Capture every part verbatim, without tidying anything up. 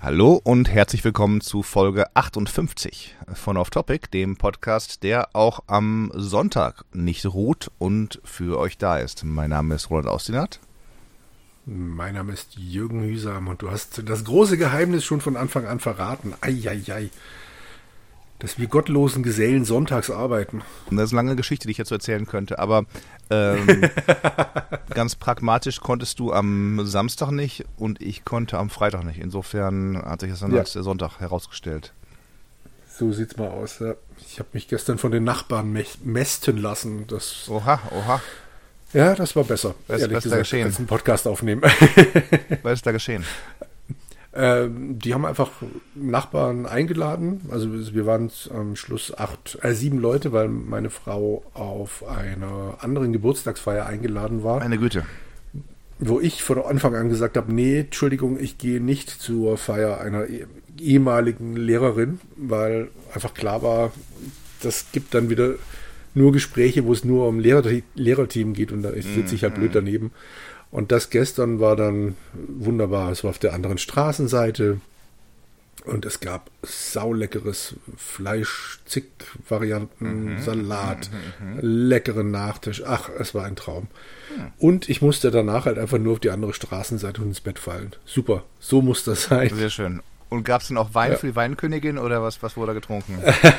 Hallo und herzlich willkommen zu Folge achtundfünfzig von Off Topic, dem Podcast, der auch am Sonntag nicht ruht und für euch da ist. Mein Name ist Roland Austinat. Mein Name ist Jürgen Hüsam und du hast das große Geheimnis schon von Anfang an verraten. Eieiei. Dass wir gottlosen Gesellen sonntags arbeiten. Das ist eine lange Geschichte, die ich jetzt so erzählen könnte, aber ähm, ganz pragmatisch konntest du am Samstag nicht und ich konnte am Freitag nicht. Insofern hat sich das dann ja. als Sonntag herausgestellt. So sieht's mal aus. Ja. Ich habe mich gestern von den Nachbarn mä- mästen lassen. Das oha, oha. Ja, das war besser. Was, was ist da geschehen? Als einen Podcast aufnehmen. Was ist da geschehen? Ähm, die haben einfach Nachbarn eingeladen. Also wir waren am Schluss acht, äh, sieben Leute, weil meine Frau auf einer anderen Geburtstagsfeier eingeladen war. Meine Güte. Wo ich von Anfang an gesagt habe, nee, Entschuldigung, ich gehe nicht zur Feier einer eh- ehemaligen Lehrerin, weil einfach klar war, das gibt dann wieder nur Gespräche, wo es nur um Lehrer, Lehrerteam geht und da sitze ich halt blöd daneben. Und das gestern war dann wunderbar. Es war auf der anderen Straßenseite und es gab sauleckeres Fleisch, zig Varianten, mhm, Salat, mhm, leckeren Nachtisch. Ach, es war ein Traum. Ja. Und ich musste danach halt einfach nur auf die andere Straßenseite und ins Bett fallen. Super, so muss das sein. Sehr schön. Und gab es denn auch Wein ja. für die Weinkönigin oder was, was wurde da getrunken?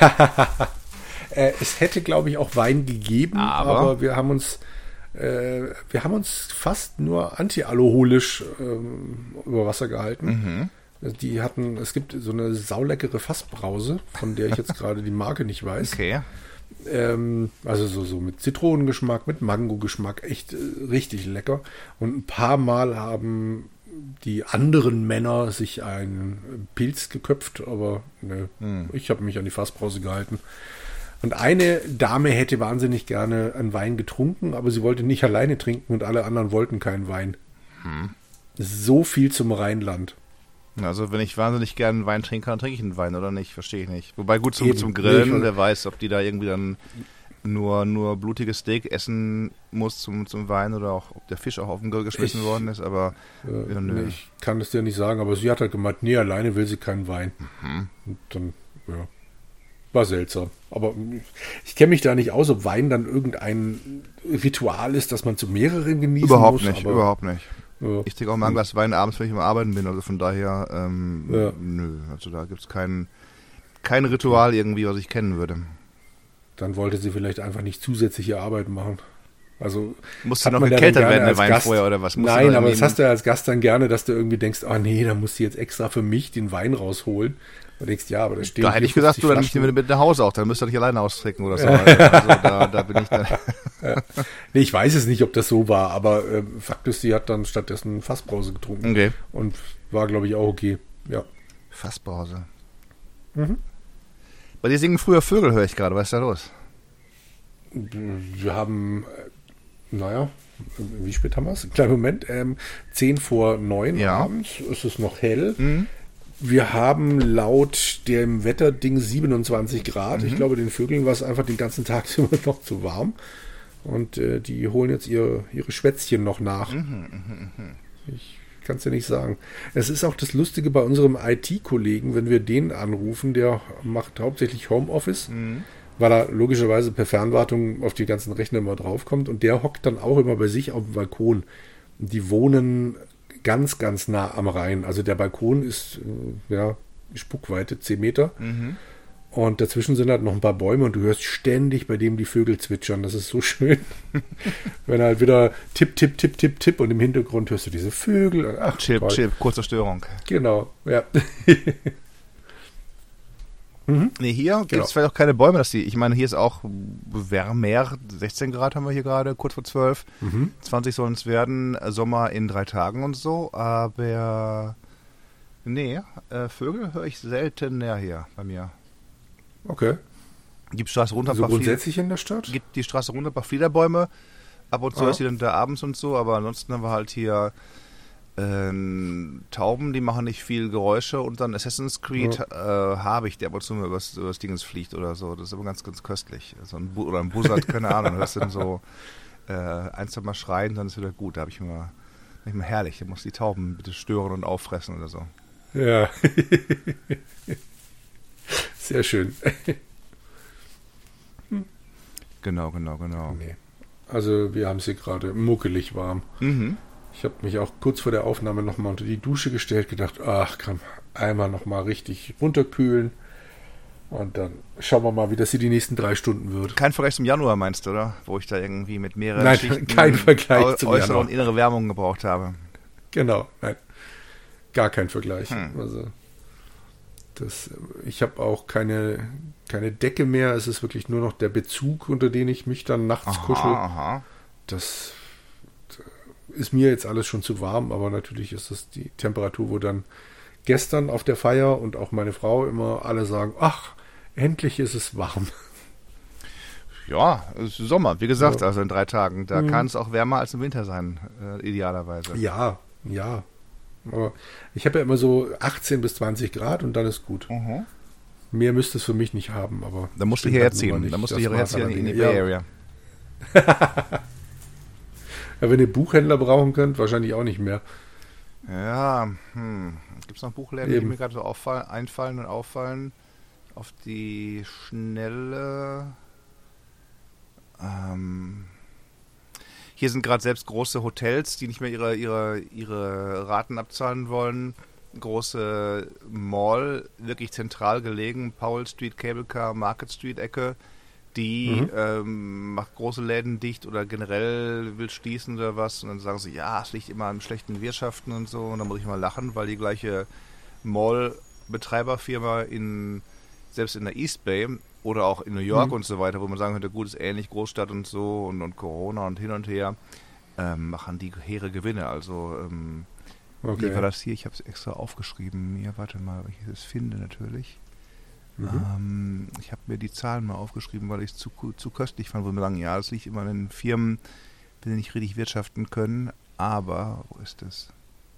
äh, es hätte, glaube ich, auch Wein gegeben, aber, aber wir haben uns... Wir haben uns fast nur antialkoholisch ähm, über Wasser gehalten. Mhm. Die hatten, es gibt so eine sauleckere Fassbrause, von der ich jetzt gerade die Marke nicht weiß. Okay. Ähm, also so, so mit Zitronengeschmack, mit Mango-Geschmack, echt äh, richtig lecker. Und ein paar Mal haben die anderen Männer sich einen Pilz geköpft, aber ne, mhm. ich habe mich an die Fassbrause gehalten. Und eine Dame hätte wahnsinnig gerne einen Wein getrunken, aber sie wollte nicht alleine trinken und alle anderen wollten keinen Wein. Hm. So viel zum Rheinland. Also wenn ich wahnsinnig gerne einen Wein trinke, dann trinke ich einen Wein oder nicht, verstehe ich nicht. Wobei gut zum, zum Grillen, wer weiß, ob die da irgendwie dann nur, nur blutiges Steak essen muss zum, zum Wein oder auch ob der Fisch auch auf den Grill geschmissen ich, worden ist, aber äh, ja, nee, ich kann es dir nicht sagen, aber sie hat halt gemeint, nee, alleine will sie keinen Wein. Mhm. Und dann, ja. War seltsam. Aber ich kenne mich da nicht aus, ob Wein dann irgendein Ritual ist, dass man zu mehreren genießen überhaupt muss. Nicht, überhaupt nicht, überhaupt nicht. Ich trinke auch mal ein Glas Wein abends, wenn ich am Arbeiten bin. Also von daher, ähm, ja. nö. Also da gibt es kein, kein Ritual irgendwie, was ich kennen würde. Dann wollte sie vielleicht einfach nicht zusätzliche Arbeit machen. Also musst du noch gekältert werden, der Wein Gast, vorher oder was? Musst nein, aber das hast du ja als Gast dann gerne, dass du irgendwie denkst, oh nee, da musst du jetzt extra für mich den Wein rausholen. Du denkst, ja, aber da steht. Da hätte ich gesagt, du dann nicht mit, mit nach Hause auch, dann müsst ihr nicht alleine austrinken oder so. Also da, da bin ich dann. Ja. Nee, ich weiß es nicht, ob das so war, aber äh, Fakt ist, sie hat dann stattdessen Fassbrause getrunken. Okay. Und war, glaube ich, auch okay. Ja. Fassbrause. Mhm. Bei dir singen früher Vögel, höre ich gerade. Was ist da los? Wir haben, naja, wie spät haben wir es? Kleinen Moment, ähm, zehn vor neun ja. abends, es ist noch hell. Mhm. Wir haben laut dem Wetterding siebenundzwanzig Grad. Mhm. Ich glaube, den Vögeln war es einfach den ganzen Tag immer noch zu warm. Und äh, die holen jetzt ihre, ihre Schwätzchen noch nach. Mhm, mh, mh. Ich kann es ja nicht sagen. Es ist auch das Lustige bei unserem I T-Kollegen, wenn wir den anrufen, der macht hauptsächlich Homeoffice, mhm. weil er logischerweise per Fernwartung auf die ganzen Rechner immer draufkommt. Und der hockt dann auch immer bei sich auf dem Balkon. Die wohnen ganz, ganz nah am Rhein. Also der Balkon ist äh, ja Spuckweite, zehn Meter. Mhm. Und dazwischen sind halt noch ein paar Bäume und du hörst ständig bei dem die Vögel zwitschern. Das ist so schön. Wenn halt wieder tipp, tipp, tipp, tipp, tipp und im Hintergrund hörst du diese Vögel. Ach, chip, toll. chip, kurze Störung. Genau, ja. Mhm. Nee, hier gibt es genau. vielleicht auch keine Bäume, dass die, ich meine, hier ist auch wärmer, sechzehn Grad haben wir hier gerade, kurz vor zwölf, mhm. zwanzig sollen es werden, Sommer in drei Tagen und so, aber nee, äh, Vögel höre ich seltener hier bei mir. Okay. Gibt Straße runter, also grundsätzlich Flieder, in der Stadt? Gibt die Straße runter, ein paar Fliederbäume, ab und zu ah. ist die dann da abends und so, aber ansonsten haben wir halt hier Ähm, Tauben, die machen nicht viel Geräusche und dann Assassin's Creed ja. äh, Habicht, der ab und zu mal übers, übers Dingens fliegt oder so. Das ist aber ganz, ganz köstlich. So ein Bu- oder ein Bussard, keine Ahnung. Das sind so äh, ein, zwei Mal schreien, dann ist wieder gut. Da habe ich immer, immer herrlich. Da muss die Tauben bitte stören und auffressen oder so. Ja. Sehr schön. Genau, genau, genau. Nee. Also wir haben es hier gerade muckelig warm. Mhm. Ich habe mich auch kurz vor der Aufnahme nochmal unter die Dusche gestellt, gedacht, ach komm, einmal nochmal richtig runterkühlen. Und dann schauen wir mal, wie das hier die nächsten drei Stunden wird. Kein Vergleich zum Januar meinst du, oder? Wo ich da irgendwie mit mehreren nein, Schichten kein Vergleich äu- zum äußere Januar. und innere Wärmung gebraucht habe. Genau, nein. Gar kein Vergleich. Hm. Also das, ich habe auch keine, keine Decke mehr. Es ist wirklich nur noch der Bezug, unter den ich mich dann nachts Aha, kuschel. aha. Das ist mir jetzt alles schon zu warm, aber natürlich ist es die Temperatur, wo dann gestern auf der Feier und auch meine Frau immer alle sagen, ach, endlich ist es warm. Ja, es ist Sommer, wie gesagt, Ja. also in drei Tagen. Da Mhm. kann es auch wärmer als im Winter sein, äh, idealerweise. Ja, ja. Aber ich habe ja immer so achtzehn bis zwanzig Grad und dann ist gut. Mhm. Mehr müsste es für mich nicht haben, aber Da musst du stimmt hierher halt nun mal ziehen. nicht. Da musst du Das hierher Maß ziehen aller in die Dinge. Bay Ja. Area. Ja, wenn ihr Buchhändler brauchen könnt, wahrscheinlich auch nicht mehr. Ja, hm. Gibt es noch Buchläden, die Eben. mir gerade so auffallen, einfallen und auffallen? Auf die Schnelle. Ähm, hier sind gerade selbst große Hotels, die nicht mehr ihre, ihre, ihre Raten abzahlen wollen. Große Mall, wirklich zentral gelegen, Powell Street, Cable Car, Market Street Ecke. Die Mhm. ähm, macht große Läden dicht oder generell will schließen oder was. Und dann sagen sie, ja, es liegt immer an schlechten Wirtschaften und so. Und dann muss ich mal lachen, weil die gleiche Mall-Betreiberfirma in selbst in der East Bay oder auch in New York Mhm. und so weiter, wo man sagen könnte, gut, ist ähnlich, Großstadt und so und, und Corona und hin und her, ähm, machen die hehre Gewinne. Also, ähm, Okay. wie war das hier? Ich habe es extra aufgeschrieben. Mir, warte mal, wenn ich es finde natürlich. Mhm. Ähm, ich habe mir die Zahlen mal aufgeschrieben, weil ich es zu, zu köstlich fand, wo wir sagen, ja, das liegt immer an den Firmen, wenn sie nicht richtig wirtschaften können. Aber, wo ist das?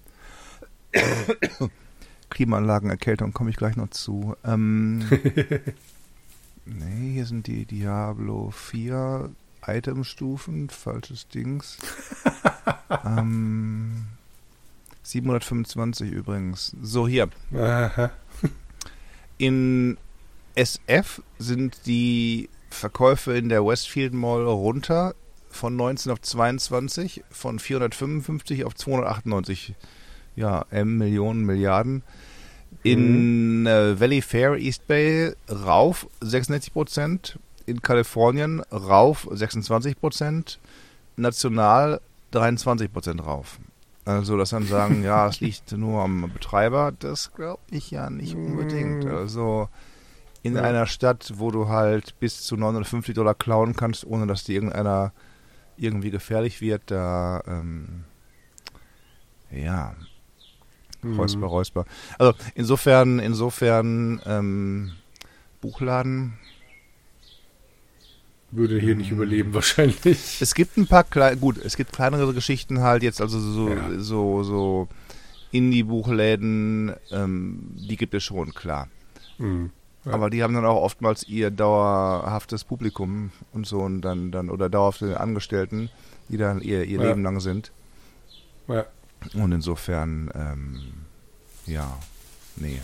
Klimaanlagen, Erkältung, komme ich gleich noch zu. Ähm, nee, hier sind die Diablo vier Itemstufen, falsches Dings. ähm, siebenhundertfünfundzwanzig übrigens. So, hier. Aha. In S F sind die Verkäufe in der Westfield Mall runter von neunzehn auf zweiundzwanzig, von vierhundertfünfundfünfzig auf zweihundertachtundneunzig, ja, M, Millionen, Milliarden. In äh, Valley Fair, East Bay, rauf sechsundneunzig Prozent, in Kalifornien rauf sechsundzwanzig Prozent, national dreiundzwanzig Prozent rauf. Also, dass dann sagen, ja, es liegt nur am Betreiber, das glaube ich ja nicht unbedingt. Also, in Ja. einer Stadt, wo du halt bis zu neunhundertfünfzig Dollar klauen kannst, ohne dass dir irgendeiner irgendwie gefährlich wird, da, ähm, ja, Räusper, Räusper. Also, insofern, insofern, ähm, Buchladen. Würde hier nicht überleben wahrscheinlich. Es gibt ein paar kleine, gut, es gibt kleinere Geschichten halt jetzt, also so, Ja. so, so Indie-Buchläden, ähm, die gibt es schon, klar. Mhm. Ja. Aber die haben dann auch oftmals ihr dauerhaftes Publikum und so und dann, dann oder dauerhafte Angestellten, die dann ihr, ihr Ja. Leben lang sind. Ja. Und insofern, ähm, ja, nee.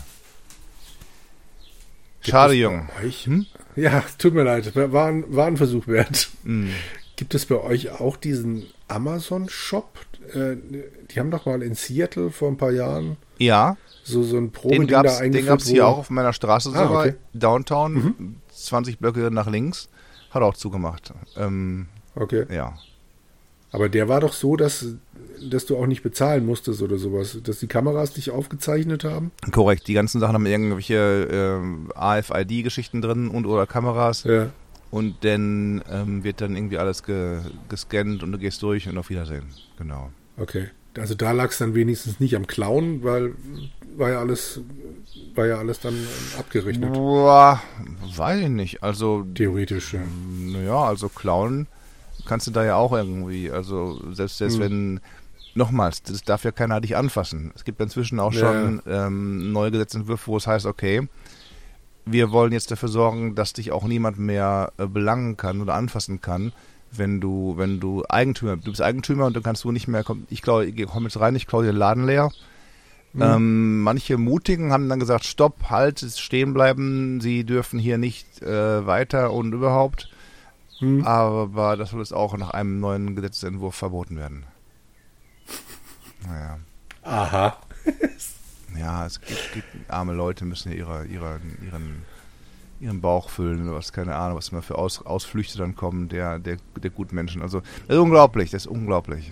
Gibt Schade, es bei Junge. euch- Hm? Ja, tut mir leid. War ein, war ein Versuch wert. Mm. Gibt es bei euch auch diesen Amazon-Shop? Äh, die haben doch mal in Seattle vor ein paar Jahren Ja, so, so ein den Probeding gab's, da den eingeführt. gab's hier wo- auch auf meiner Straße Ah, sogar, okay. Downtown, zwanzig Blöcke nach links, hat auch zugemacht. Ähm, Okay. ja. Aber der war doch so, dass, dass du auch nicht bezahlen musstest oder sowas. Dass die Kameras dich aufgezeichnet haben. Korrekt, die ganzen Sachen haben irgendwelche ähm, A F I D-Geschichten drin und oder Kameras Ja. und dann ähm, wird dann irgendwie alles ge gescannt und du gehst durch und auf Wiedersehen. Genau. Okay. Also da lag es dann wenigstens nicht am Klauen, weil war ja alles, war ja alles dann abgerechnet. Boah, weiß ich nicht. Also, Theoretisch, ja. naja, also klauen kannst du da ja auch irgendwie. Also, selbst, selbst Hm. wenn, nochmals, das darf ja keiner dich anfassen. Es gibt inzwischen auch Ja. schon ähm, neue Gesetzentwürfe, wo es heißt, okay, wir wollen jetzt dafür sorgen, dass dich auch niemand mehr äh, belangen kann oder anfassen kann, wenn du, wenn du Eigentümer, du bist Eigentümer und dann kannst du nicht mehr, komm, ich klaue, ich komme jetzt rein, ich klaue dir den Laden leer. Mhm. Ähm, manche Mutigen haben dann gesagt, stopp, halt, stehen bleiben, sie dürfen hier nicht äh, weiter und überhaupt. Mhm. Aber das soll jetzt auch nach einem neuen Gesetzesentwurf verboten werden. Naja. Aha. Ja, es gibt, gibt, arme Leute müssen ja ihre, ihre, ihren, ihren Bauch füllen oder was, keine Ahnung, was immer für Aus, Ausflüchte dann kommen, der, der, der guten Menschen. Also, das ist unglaublich, das ist unglaublich.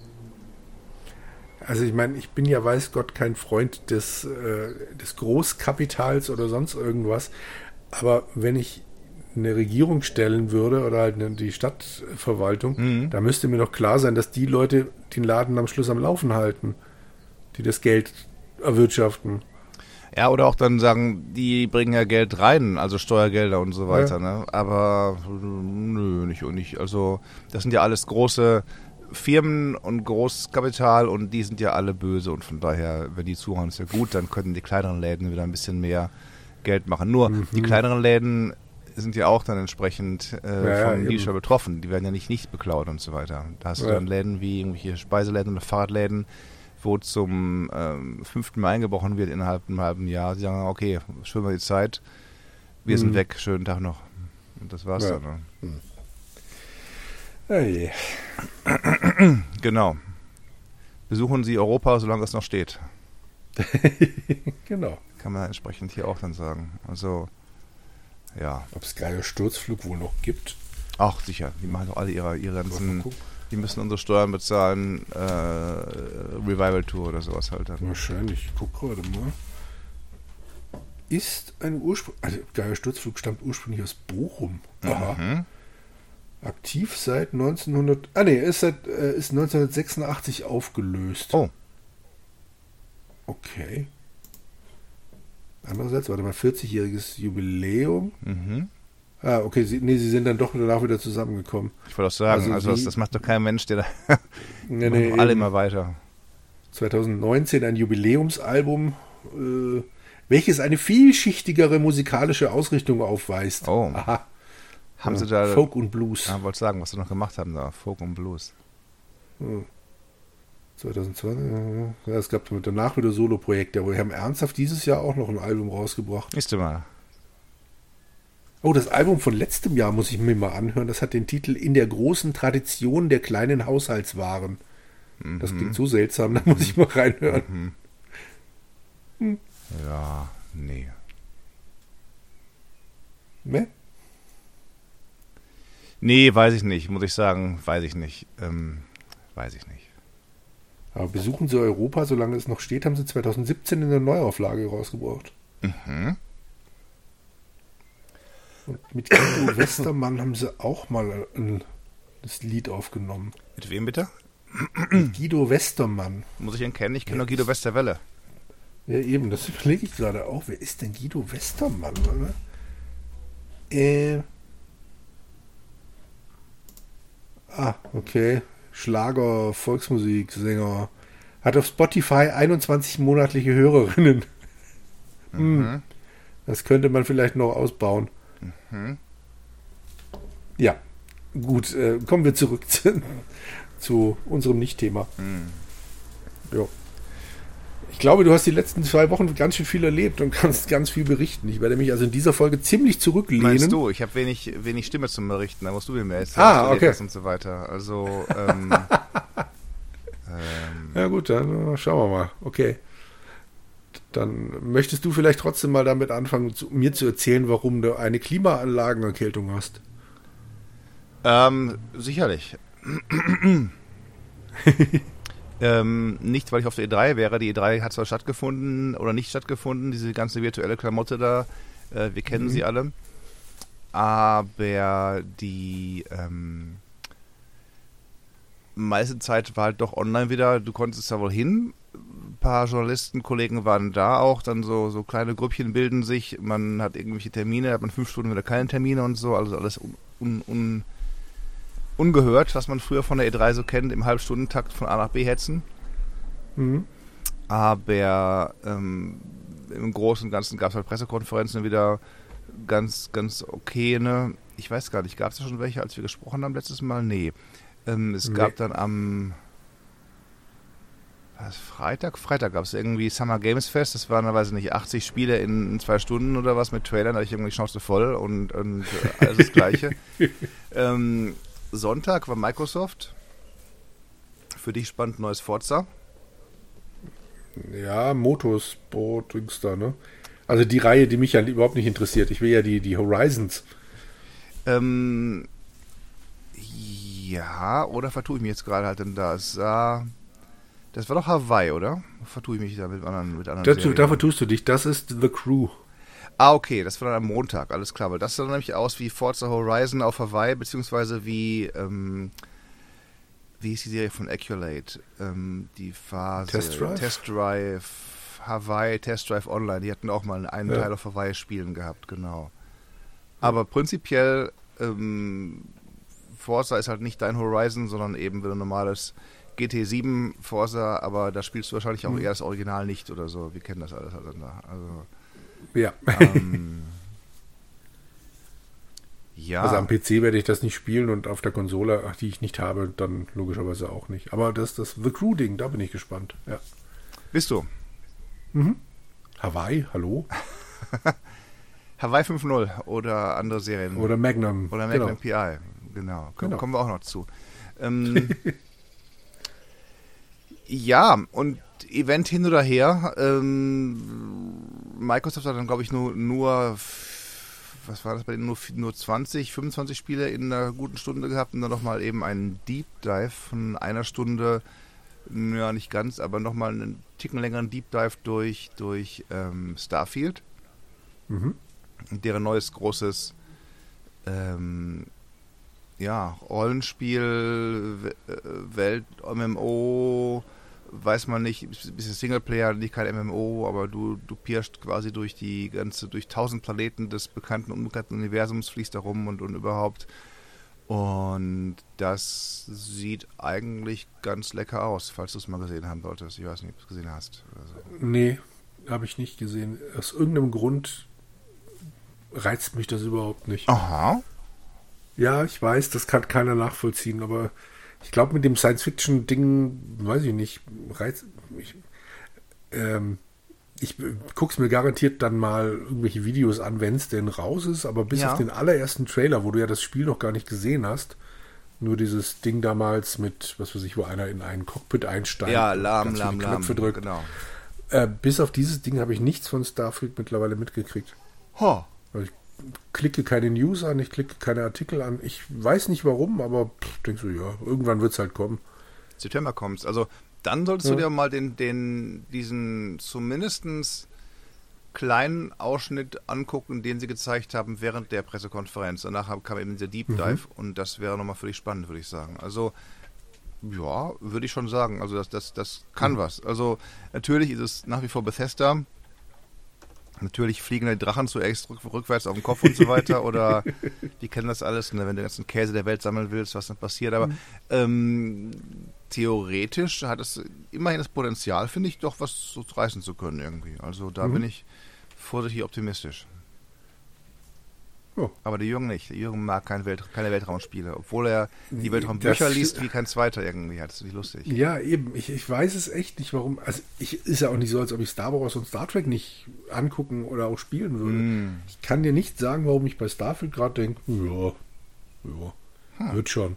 Also ich meine, ich bin ja, weiß Gott, kein Freund des, äh, des Großkapitals oder sonst irgendwas. Aber wenn ich eine Regierung stellen würde oder halt eine, die Stadtverwaltung, mhm. da müsste mir doch klar sein, dass die Leute den Laden am Schluss am Laufen halten, die das Geld erwirtschaften. Ja, oder auch dann sagen, die bringen ja Geld rein, also Steuergelder und so weiter. Ja. Ne? Aber nö, nicht und nicht. Also das sind ja alles große Firmen und Großkapital und die sind ja alle böse und von daher, wenn die zuhauen, ist ja gut, dann können die kleineren Läden wieder ein bisschen mehr Geld machen. Nur mhm. die kleineren Läden sind ja auch dann entsprechend äh, ja, vom ja, Diebstahl betroffen. Die werden ja nicht, nicht beklaut und so weiter. Da hast du ja. dann Läden wie irgendwelche Speiseläden oder Fahrradläden, wo zum ähm, fünften Mal eingebrochen wird innerhalb einem halben Jahr. Sie sagen, okay, schön mal die Zeit, wir mhm. sind weg, schönen Tag noch. Und das war's ja. dann. Ne? Mhm. Hey. Genau. Besuchen Sie Europa, solange es noch steht. Genau. Kann man entsprechend hier auch dann sagen. Also, ja. Ob es geile Sturzflug wohl noch gibt? Ach, sicher. Die machen doch alle ihre, ihre ganzen... Die müssen unsere Steuern bezahlen. Äh, Revival-Tour oder sowas halt dann. Wahrscheinlich. Ich guck gerade mal. Ist ein Ursprung... Also, geiler Sturzflug stammt ursprünglich aus Bochum. Aha. Mhm. Aktiv seit neunzehnhundert... Ah, nee, ist, seit, äh, ist neunzehnhundertsechsundachtzig aufgelöst. Oh. Okay. Andererseits, warte mal, vierzigjähriges Jubiläum. Mhm. Ah, okay, sie, nee, sie sind dann doch danach wieder zusammengekommen. Ich wollte auch sagen, also, also das, das macht doch kein Mensch, der da... nee, nee, alle immer weiter. zweitausendneunzehn ein Jubiläumsalbum, äh, welches eine vielschichtigere musikalische Ausrichtung aufweist. Oh. Aha. Haben ja, sie da... Folk und Blues. Ja, wollte sagen, was sie noch gemacht haben da. Folk und Blues. Hm. zweitausendzwanzig, ja, es gab danach wieder Solo-Projekte, aber wir haben ernsthaft dieses Jahr auch noch ein Album rausgebracht. Siehst du mal. Oh, das Album von letztem Jahr muss ich mir mal anhören. Das hat den Titel In der großen Tradition der kleinen Haushaltswaren. Mhm. Das klingt so seltsam, da muss ich mal reinhören. Mhm. Hm. Ja, nee. Ne? Nee, weiß ich nicht, muss ich sagen, weiß ich nicht. Ähm, weiß ich nicht. Aber besuchen Sie Europa, solange es noch steht, haben Sie zweitausendsiebzehn in der Neuauflage rausgebracht. Mhm. Und mit Guido Westermann haben Sie auch mal ein, das Lied aufgenommen. Mit wem bitte? Mit Guido Westermann. Muss ich ihn kennen? Ich kenne nur Guido Westerwelle. Ja, eben, das überlege ich gerade auch. Wer ist denn Guido Westermann? Oder? Äh. Ah, okay. Schlager, Volksmusiksänger. Hat auf Spotify einundzwanzig monatliche Hörerinnen. Mhm. Hm. Das könnte man vielleicht noch ausbauen. Mhm. Ja, gut. Äh, kommen wir zurück zu, zu unserem Nicht-Thema. Mhm. Ja. Ich glaube, du hast die letzten zwei Wochen ganz schön viel erlebt und kannst ganz viel berichten. Ich werde mich also in dieser Folge ziemlich zurücklehnen. Meinst du? Ich habe wenig, wenig Stimme zum Berichten. Da musst du mir mehr erzählen. Ah, okay. Und so weiter. Also, ähm, ähm, ja gut, dann schauen wir mal. Okay. Dann möchtest du vielleicht trotzdem mal damit anfangen, zu, mir zu erzählen, warum du eine Klimaanlagenerkältung hast. Ähm, sicherlich. ähm, nicht, weil ich auf der E drei wäre. Die E drei hat zwar stattgefunden oder nicht stattgefunden, diese ganze virtuelle Klamotte da. Äh, wir kennen mhm. sie alle. Aber die ähm, meiste Zeit war halt doch online wieder. Du konntest da wohl hin. Ein paar Journalisten, Kollegen waren da auch. Dann so, so kleine Grüppchen bilden sich. Man hat irgendwelche Termine, hat man fünf Stunden wieder keine Termine und so. Also alles un, un, un ungehört, was man früher von der E drei so kennt, im Halbstundentakt von A nach B hetzen. Mhm. Aber ähm, im Großen und Ganzen gab es halt Pressekonferenzen wieder ganz, ganz okay, ne? Ich weiß gar nicht, gab es da schon welche, als wir gesprochen haben letztes Mal? Nee. Ähm, es nee. gab dann am Was, Freitag? Freitag gab es irgendwie Summer Games Fest. Das waren, weiß ich nicht, achtzig Spiele in, in zwei Stunden oder was mit Trailern. Da hatte ich irgendwie Schnauze voll und, und äh, alles das Gleiche. ähm, Sonntag war Microsoft. Für dich spannend, neues Forza. Ja, Motorsport, Dings da, ne? Also die Reihe, die mich ja überhaupt nicht interessiert. Ich will ja die, die Horizons. Ähm, ja, oder vertue ich mich jetzt gerade halt denn da? Es sah... Das war doch Hawaii, oder? Vertue ich mich da mit anderen, mit anderen Dazu, da vertust du dich. Das ist The Crew. Ah, okay. Das war dann am Montag. Alles klar. Weil das sah nämlich aus wie Forza Horizon auf Hawaii, beziehungsweise wie, ähm, wie ist die Serie von Accolade? Ähm, die Phase... Test Drive? Test Drive Hawaii, Test Drive Online. Die hatten auch mal einen Ja. Teil auf Hawaii spielen gehabt, genau. Aber prinzipiell, ähm, Forza ist halt nicht dein Horizon, sondern eben wieder ein normales G T sieben Forza, aber da spielst du wahrscheinlich auch Mhm. eher das Original nicht oder so. Wir kennen das alles halt da. Also, Ja. ähm, ja. Also am P C werde ich das nicht spielen und auf der Konsole, ach, die ich nicht habe, dann logischerweise auch nicht. Aber das, das The Crew-Ding, da bin ich gespannt. Ja. Bist du? Mhm. Hawaii, hallo? Hawaii fünf null oder andere Serien. Oder Magnum. Oder Magnum Genau. P I. Genau. Komm, Genau. Kommen wir auch noch zu. Ähm, ja, und Event hin oder her. Ähm, Microsoft hat dann, glaube ich, nur, nur, was war das bei denen, nur, nur zwanzig, fünfundzwanzig Spiele in einer guten Stunde gehabt und dann nochmal eben einen Deep Dive von einer Stunde, ja, nicht ganz, aber nochmal einen Ticken längeren Deep Dive durch, durch ähm, Starfield. Mhm. Deren neues großes ähm, ja, Rollenspiel, Welt, M M O, weiß man nicht, bisschen Singleplayer, nicht kein M M O, aber du, du pirschst quasi durch die ganze, durch tausend Planeten des bekannten und unbekannten Universums, fließt da rum und, und überhaupt. Und das sieht eigentlich ganz lecker aus, falls du es mal gesehen haben solltest. Ich weiß nicht, ob du es gesehen hast. Also. Nee, habe ich nicht gesehen. Aus irgendeinem Grund reizt mich das überhaupt nicht. Aha. Ja, ich weiß, das kann keiner nachvollziehen, aber ich glaube, mit dem Science-Fiction-Ding, weiß ich nicht, reizt mich. Ähm, ich gucke es mir garantiert dann mal irgendwelche Videos an, wenn es denn raus ist, aber bis Ja. auf den allerersten Trailer, wo du ja das Spiel noch gar nicht gesehen hast, nur dieses Ding damals mit, was weiß ich, wo einer in einen Cockpit einsteigt Ja, und lahm, ganz lahm, viele lahm. Knöpfe drückt. Genau. Äh, bis auf dieses Ding habe ich nichts von Starfield mittlerweile mitgekriegt. Ho. Also ich klicke keine News an, ich klicke keine Artikel an. Ich weiß nicht warum, aber pff, denkst du, ja, irgendwann wird es halt kommen. September kommst. Also dann solltest Ja. du dir mal den, den, diesen zumindestens kleinen Ausschnitt angucken, den sie gezeigt haben während der Pressekonferenz. Danach kam eben dieser Deep Dive Mhm. und das wäre nochmal völlig spannend, würde ich sagen. Also ja, würde ich schon sagen. Also das, das, das kann Mhm. was. Also natürlich ist es nach wie vor Bethesda. Natürlich fliegen die Drachen zuerst rück, rückwärts auf den Kopf und so weiter. Oder die kennen das alles. Ne? Wenn du den ganzen Käse der Welt sammeln willst, was dann passiert. Aber Mhm. ähm, theoretisch hat es immerhin das Potenzial, finde ich, doch was so reißen zu können irgendwie. Also da Mhm. bin ich vorsichtig optimistisch. Oh. Aber der Jürgen nicht. Der Jürgen mag kein Welt, keine Weltraumspiele. Obwohl er die Weltraumbücher Das- liest wie kein zweiter irgendwie. Das ist nicht lustig. Ja, eben. Ich, ich weiß es echt nicht, warum. Also, ich, ist ja auch nicht so, als ob ich Star Wars und Star Trek nicht angucken oder auch spielen würde. Mm. Ich kann dir nicht sagen, warum ich bei Starfield gerade denke, ja, ja, Hm. wird schon.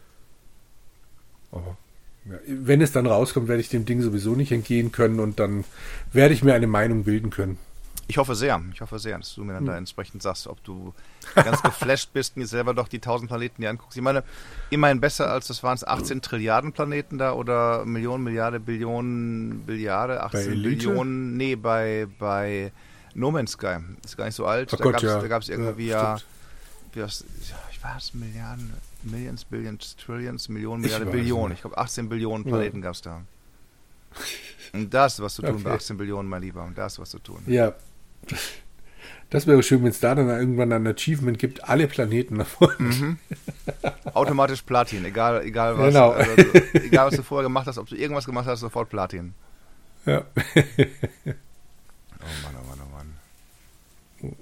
Aber ja, wenn es dann rauskommt, werde ich dem Ding sowieso nicht entgehen können und dann werde ich mir eine Meinung bilden können. Ich hoffe sehr, ich hoffe sehr, dass du mir dann Hm. da entsprechend sagst, ob du ganz geflasht bist und dir selber doch die tausend Planeten dir anguckst. Ich meine, immerhin besser als, das waren es achtzehn Trilliarden Planeten da oder Millionen, Milliarde, Billionen, Billiarde, achtzehn Elite? Billionen, nee, bei, bei No Man's Sky. Ist gar nicht so alt. Oh da Gott, gab es ja. da gab's irgendwie Ja, ja, stimmt. wie was, ich weiß, Milliarden, Millions, Billions, Trillions, Millionen, Ich Milliarden, weiß Billionen. nicht. Ich glaube achtzehn Billionen Ja. Planeten gab es da. Und da ist was zu tun bei Okay. achtzehn Billionen, mein Lieber. Und da ist was zu tun. Ja. Das wäre schön, wenn es da dann irgendwann ein Achievement gibt, alle Planeten davon. Mhm. Automatisch Platin, egal, egal was. Genau. Also, also, egal was du vorher gemacht hast, ob du irgendwas gemacht hast, sofort Platin. Ja. Oh Mann, oh Mann, oh Mann.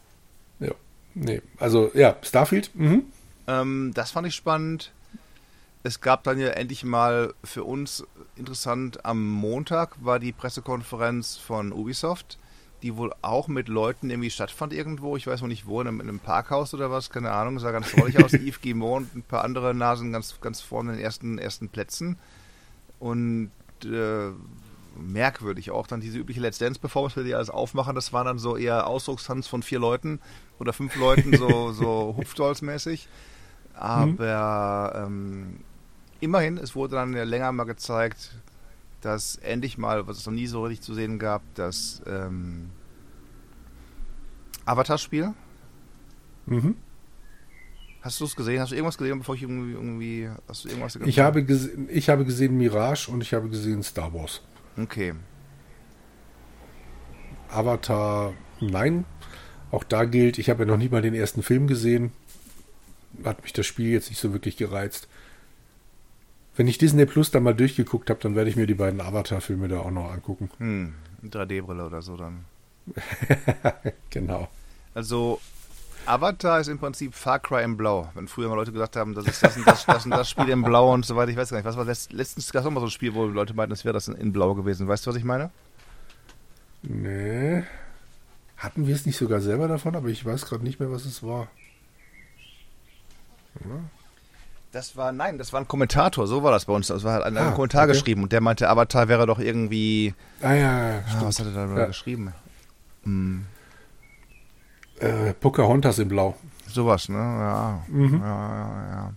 Ja. Nee, also ja, Starfield. Mhm. Ähm, das fand ich spannend. es gab dann ja endlich mal für uns interessant, am Montag war die Pressekonferenz von Ubisoft, die wohl auch mit Leuten irgendwie stattfand irgendwo, ich weiß noch nicht wo, in einem, in einem Parkhaus oder was, keine Ahnung, sah ganz traurig aus, Yves Guillemot und ein paar andere Nasen ganz, ganz vorne in den ersten, ersten Plätzen und äh, merkwürdig auch dann diese übliche Let's Dance-Performance, die alles aufmachen, das waren dann so eher Ausdruckstanz von vier Leuten oder fünf Leuten, so, so Hupfdolls-mäßig, aber mhm. ähm, immerhin, es wurde dann ja länger mal gezeigt, dass endlich mal, was es noch nie so richtig zu sehen gab, das ähm, Avatar-Spiel. Mhm. Hast du es gesehen? Hast du irgendwas gesehen, bevor ich irgendwie, irgendwie hast du irgendwas gesehen? Ich habe, gese- ich habe gesehen Mirage und ich habe gesehen Star Wars. Okay. Avatar, nein. Auch da gilt, ich habe ja noch nie mal den ersten Film gesehen. Hat mich das Spiel jetzt nicht so wirklich gereizt. Wenn ich Disney Plus dann mal durchgeguckt habe, dann werde ich mir die beiden Avatar-Filme da auch noch angucken. Hm, drei D-Brille oder so dann. Genau. Also, Avatar ist im Prinzip Far Cry in Blau. Wenn früher mal Leute gesagt haben, das ist das und das, das, und das Spiel in Blau und so weiter, ich weiß gar nicht. Was war letzt, letztens gab es auch mal so ein Spiel, wo Leute meinten, das wäre das in Blau gewesen. Weißt du, was ich meine? Nee. Hatten wir es nicht sogar selber davon, aber ich weiß gerade nicht mehr, was es war. Ja. Das war, nein, das war ein Kommentator, so war das bei uns. Das war halt ein, ah, ein Kommentar okay. geschrieben und der meinte, Avatar wäre doch irgendwie... Ah ja, ja ah, was hat er da ja. geschrieben? Hm. Äh, Pocahontas in Blau. Sowas, ne? Ja. Mhm. Ja, ja, ja.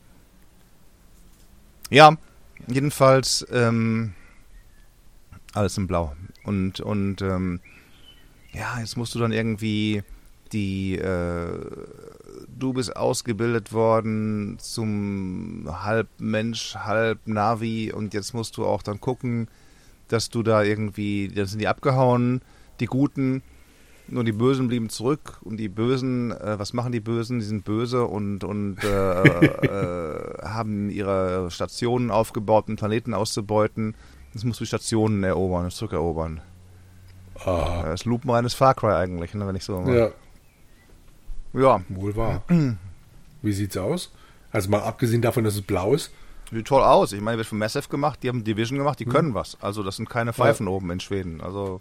Ja, jedenfalls ähm, alles in Blau. Und, und ähm, ja, jetzt musst du dann irgendwie die... Äh, du bist ausgebildet worden zum halb Mensch, halb Navi und jetzt musst du auch dann gucken, dass du da irgendwie, dann sind die abgehauen, die Guten, nur die Bösen blieben zurück und die Bösen, äh, was machen die Bösen? Die sind böse und, und äh, äh, haben ihre Stationen aufgebaut, um Planeten auszubeuten. Jetzt musst du die Stationen erobern, zurückerobern. Ah. Das ist lupenreines Far Cry eigentlich, ne, wenn ich so... Ja. Ja. Wohl wahr. Wie sieht's aus? Also mal abgesehen davon, dass es blau ist. Sieht toll aus. Ich meine, wird von Massive gemacht, die haben Division gemacht, die hm. können was. Also das sind keine Pfeifen ja. oben in Schweden. Also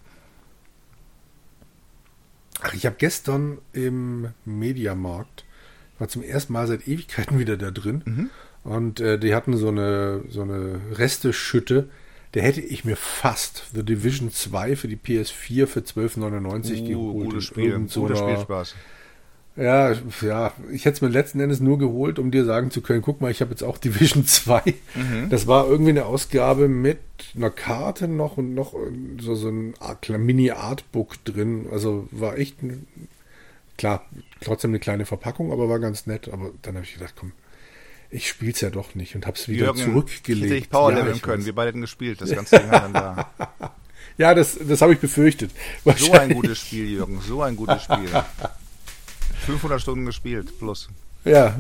Ach, ich habe gestern im Mediamarkt, war zum ersten Mal seit Ewigkeiten wieder da drin mhm. und äh, die hatten so eine, so eine Resteschütte. Da hätte ich mir fast The Division zwei für die P S vier für zwölf neunundneunzig uh, geholt. Gutes Spiel, so guter Spielspaß. Ja, ja, ich hätte es mir letzten Endes nur geholt, um dir sagen zu können, guck mal, ich habe jetzt auch Division zwei. Mhm. Das war irgendwie eine Ausgabe mit einer Karte noch und noch so, so ein Mini-Artbook drin. Also war echt, ein, klar, trotzdem eine kleine Verpackung, aber war ganz nett. Aber dann habe ich gedacht, komm, ich spiel's ja doch nicht und habe es wieder Jürgen, zurückgelegt. Hätte ich Powerleveln ja, können, weiß. Wir beide hätten gespielt, das ganze Ding dann da. Ja, das, das habe ich befürchtet. So ein gutes Spiel, Jürgen, so ein gutes Spiel. fünfhundert Stunden gespielt, plus. Ja.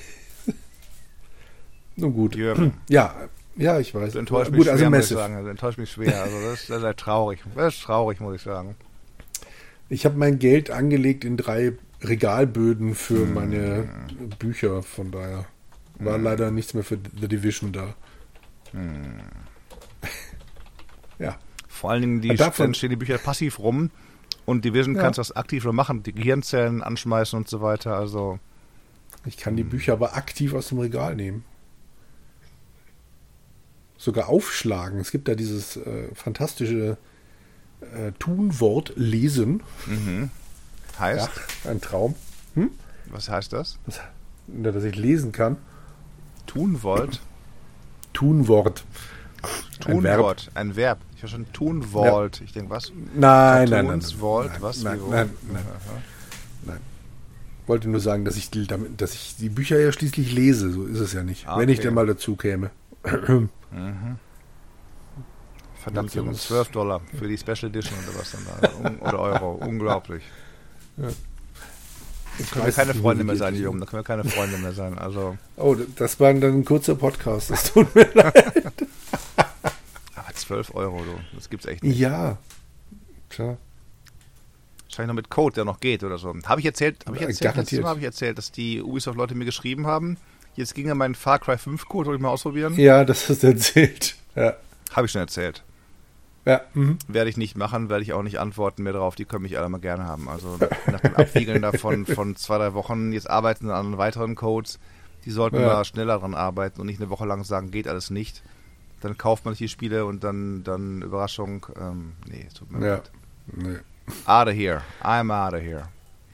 Nun gut. Jürgen. Ja, ja, ich weiß. Du enttäuscht mich gut, schwer, also muss ich sagen. Du enttäuscht mich schwer. Also das ist sehr traurig. Das ist traurig, muss ich sagen. Ich habe mein Geld angelegt in drei Regalböden für hm. meine Bücher, von daher war hm. leider nichts mehr für The Division da. Hm. Ja. Vor allen Dingen, die davon stehen die Bücher passiv rum. Und Division ja. kannst du das aktiv machen, die Gehirnzellen anschmeißen und so weiter. Also ich kann die Bücher aber aktiv aus dem Regal nehmen. Sogar aufschlagen. Es gibt da dieses äh, fantastische äh, Tunwort lesen. Mhm. Heißt? Ja, ein Traum. Hm? Was heißt das? das? Dass ich lesen kann. Tunwort? Tunwort. Tunwort, ein, ein Verb. Ich war schon Tunwort. Ja. Ich denke, was? Nein, nein, nein. Tunwort, was? Nein, nein, nein, nein. Ich wollte nur sagen, dass ich, die, damit, dass ich die Bücher ja schließlich lese. So ist es ja nicht. Okay. Wenn ich denn mal dazu käme. Mhm. Verdammt, Junge. zwölf Dollar für die Special Edition oder was dann da. Oder Euro. Unglaublich. Ja. Da können wir keine Freunde mehr sein, Jürgen. Da können wir keine Freunde mehr sein. Also. Oh, das war dann ein kurzer Podcast. Das tut mir leid. Aber zwölf Euro, du. Das gibt's echt nicht. Ja. Klar. Wahrscheinlich noch mit Code, der noch geht oder so. Habe ich erzählt, habe ich erzählt, letztes Mal habe ich erzählt, dass die Ubisoft-Leute mir geschrieben haben, Jetzt ging ja mein Far Cry fünf Code, wollte ich mal ausprobieren. Ja, das hast du erzählt. Ja. Habe ich schon erzählt. Ja. Mhm. Werde ich nicht machen, werde ich auch nicht antworten mehr drauf. Die können mich alle mal gerne haben. Also nach dem Abwiegeln davon von zwei, drei Wochen, jetzt arbeiten sie an weiteren Codes. Die sollten ja. da schneller dran arbeiten und nicht eine Woche lang sagen, geht alles nicht. Dann kauft man sich die Spiele und dann, dann Überraschung. Ähm, nee, tut mir leid. Ja. Nee. Out of here. I'm out of here.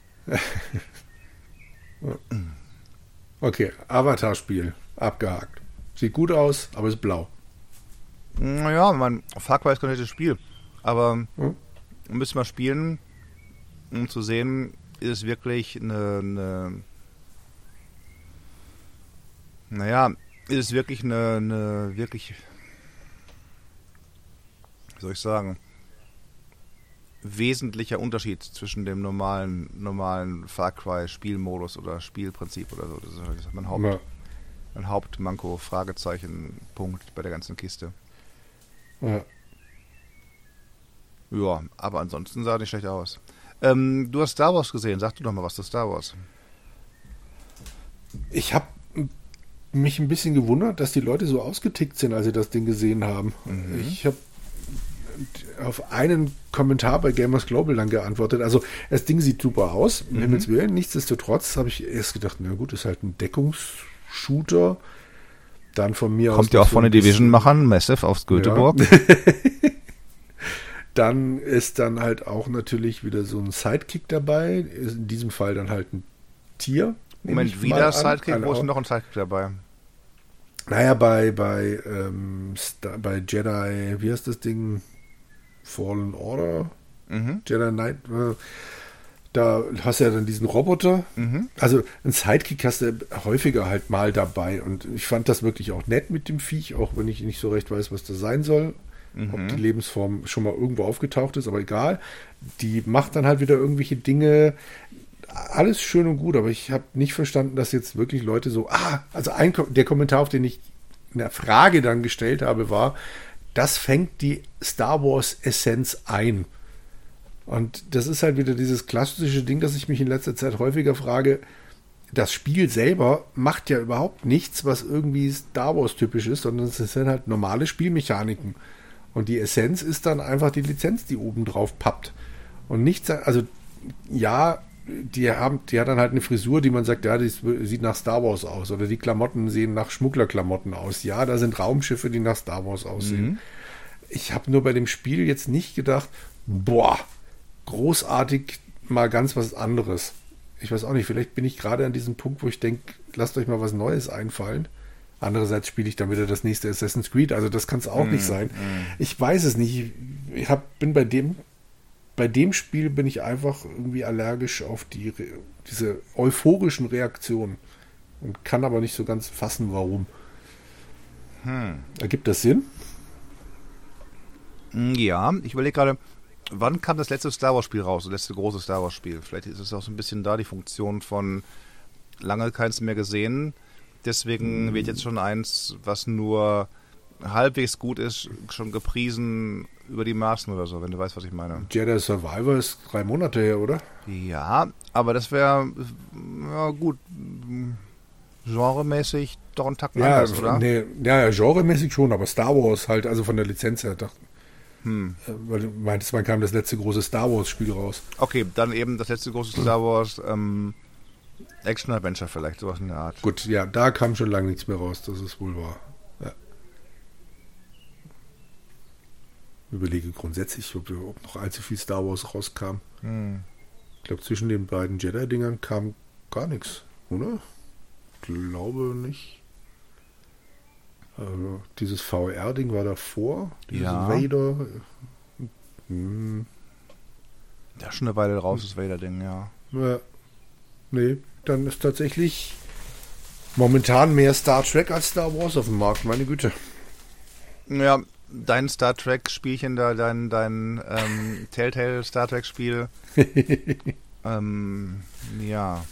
Okay, Avatar-Spiel. Abgehakt. Sieht gut aus, aber ist blau. Naja, man, Far Cry ist kein nettes Spiel. Aber hm? müssen wir spielen, um zu sehen, ist es wirklich eine, eine naja, ist es wirklich eine, eine wirklich, wie soll ich sagen, wesentlicher Unterschied zwischen dem normalen, normalen Far Cry Spielmodus oder Spielprinzip oder so. Das ist mein Haupt, ja. mein Hauptmanko, Fragezeichen, Punkt bei der ganzen Kiste. Ja. Ja, aber ansonsten sah nicht schlecht aus. Ähm, du hast Star Wars gesehen. Sag du doch mal was zu Star Wars. Ich habe mich ein bisschen gewundert, dass die Leute so ausgetickt sind, als sie das Ding gesehen haben. Mhm. Ich habe auf einen Kommentar bei Gamers Global dann geantwortet. Also das Ding sieht super aus, um mhm. Himmels Willen. Nichtsdestotrotz habe ich erst gedacht, na gut, ist halt ein Deckungsshooter. Dann von mir Kommt aus... ja auch von den Division-Machern, Massive aufs Göteborg. Ja. Dann ist dann halt auch natürlich wieder so ein Sidekick dabei. In diesem Fall dann halt ein Tier. Moment, wieder Sidekick? Wo ist denn noch ein Sidekick dabei? Naja, bei, bei, ähm, Star, bei Jedi, wie heißt das Ding? Fallen Order? Mhm. Jedi Knight. Äh, da hast du ja dann diesen Roboter. Mhm. Also ein Sidekick hast du häufiger halt mal dabei. Und ich fand das wirklich auch nett mit dem Viech, auch wenn ich nicht so recht weiß, was das sein soll. Mhm. Ob die Lebensform schon mal irgendwo aufgetaucht ist, aber egal. Die macht dann halt wieder irgendwelche Dinge. Alles schön und gut, aber ich habe nicht verstanden, dass jetzt wirklich Leute so, ah, also ein, der Kommentar, auf den ich eine Frage dann gestellt habe, war, das fängt die Star Wars Essenz ein. Und das ist halt wieder dieses klassische Ding, das ich mich in letzter Zeit häufiger frage, das Spiel selber macht ja überhaupt nichts, was irgendwie Star Wars typisch ist, sondern es sind halt normale Spielmechaniken. Und die Essenz ist dann einfach die Lizenz, die oben drauf pappt. Und nichts, also ja, die haben, die hat dann halt eine Frisur, die man sagt, ja, die sieht nach Star Wars aus. Oder die Klamotten sehen nach Schmugglerklamotten aus. Ja, da sind Raumschiffe, die nach Star Wars aussehen. Mhm. Ich habe nur bei dem Spiel jetzt nicht gedacht, boah, großartig, mal ganz was anderes. Ich weiß auch nicht, vielleicht bin ich gerade an diesem Punkt, wo ich denke, lasst euch mal was Neues einfallen. Andererseits spiele ich dann wieder das nächste Assassin's Creed, also das kann es auch mm, nicht sein. Mm. Ich weiß es nicht. Ich, ich hab, bin bei dem bei dem Spiel bin ich einfach irgendwie allergisch auf die diese euphorischen Reaktionen und kann aber nicht so ganz fassen, warum. Hm. Ergibt das Sinn? Ja, ich überlege gerade, wann kam das letzte Star Wars Spiel raus, das letzte große Star Wars Spiel? Vielleicht ist es auch so ein bisschen da die Funktion von lange keins mehr gesehen. Deswegen hm. wird jetzt schon eins, was nur halbwegs gut ist, schon gepriesen über die Maßen oder so, wenn du weißt, was ich meine. Jedi Survivor ist drei Monate her, oder? Ja, aber das wäre ja gut, genremäßig doch ein Tacken ja, anders, oder? Nee, ja, genremäßig schon, aber Star Wars halt, also von der Lizenz her, dachte hm. Weil du meintest, wann kam das letzte große Star Wars Spiel raus? Okay, dann eben das letzte große Star Wars ähm, Action-Adventure vielleicht, sowas in der Art. Gut, ja, da kam schon lange nichts mehr raus, das ist wohl wahr. Ja. Ich überlege grundsätzlich, ob, ob noch allzu viel Star Wars rauskam. Hm. Ich glaube, zwischen den beiden Jedi-Dingern kam gar nichts, oder? Ich glaube nicht. Also, dieses V R-Ding war davor. Dieses ja. Vader. Hm. Ja, schon eine Weile raus, das Vader-Ding, ja. Ja. Nee, dann ist tatsächlich momentan mehr Star Trek als Star Wars auf dem Markt, meine Güte. Ja, dein Star Trek-Spielchen da, dein, dein ähm, Telltale Star Trek-Spiel. ähm, ja.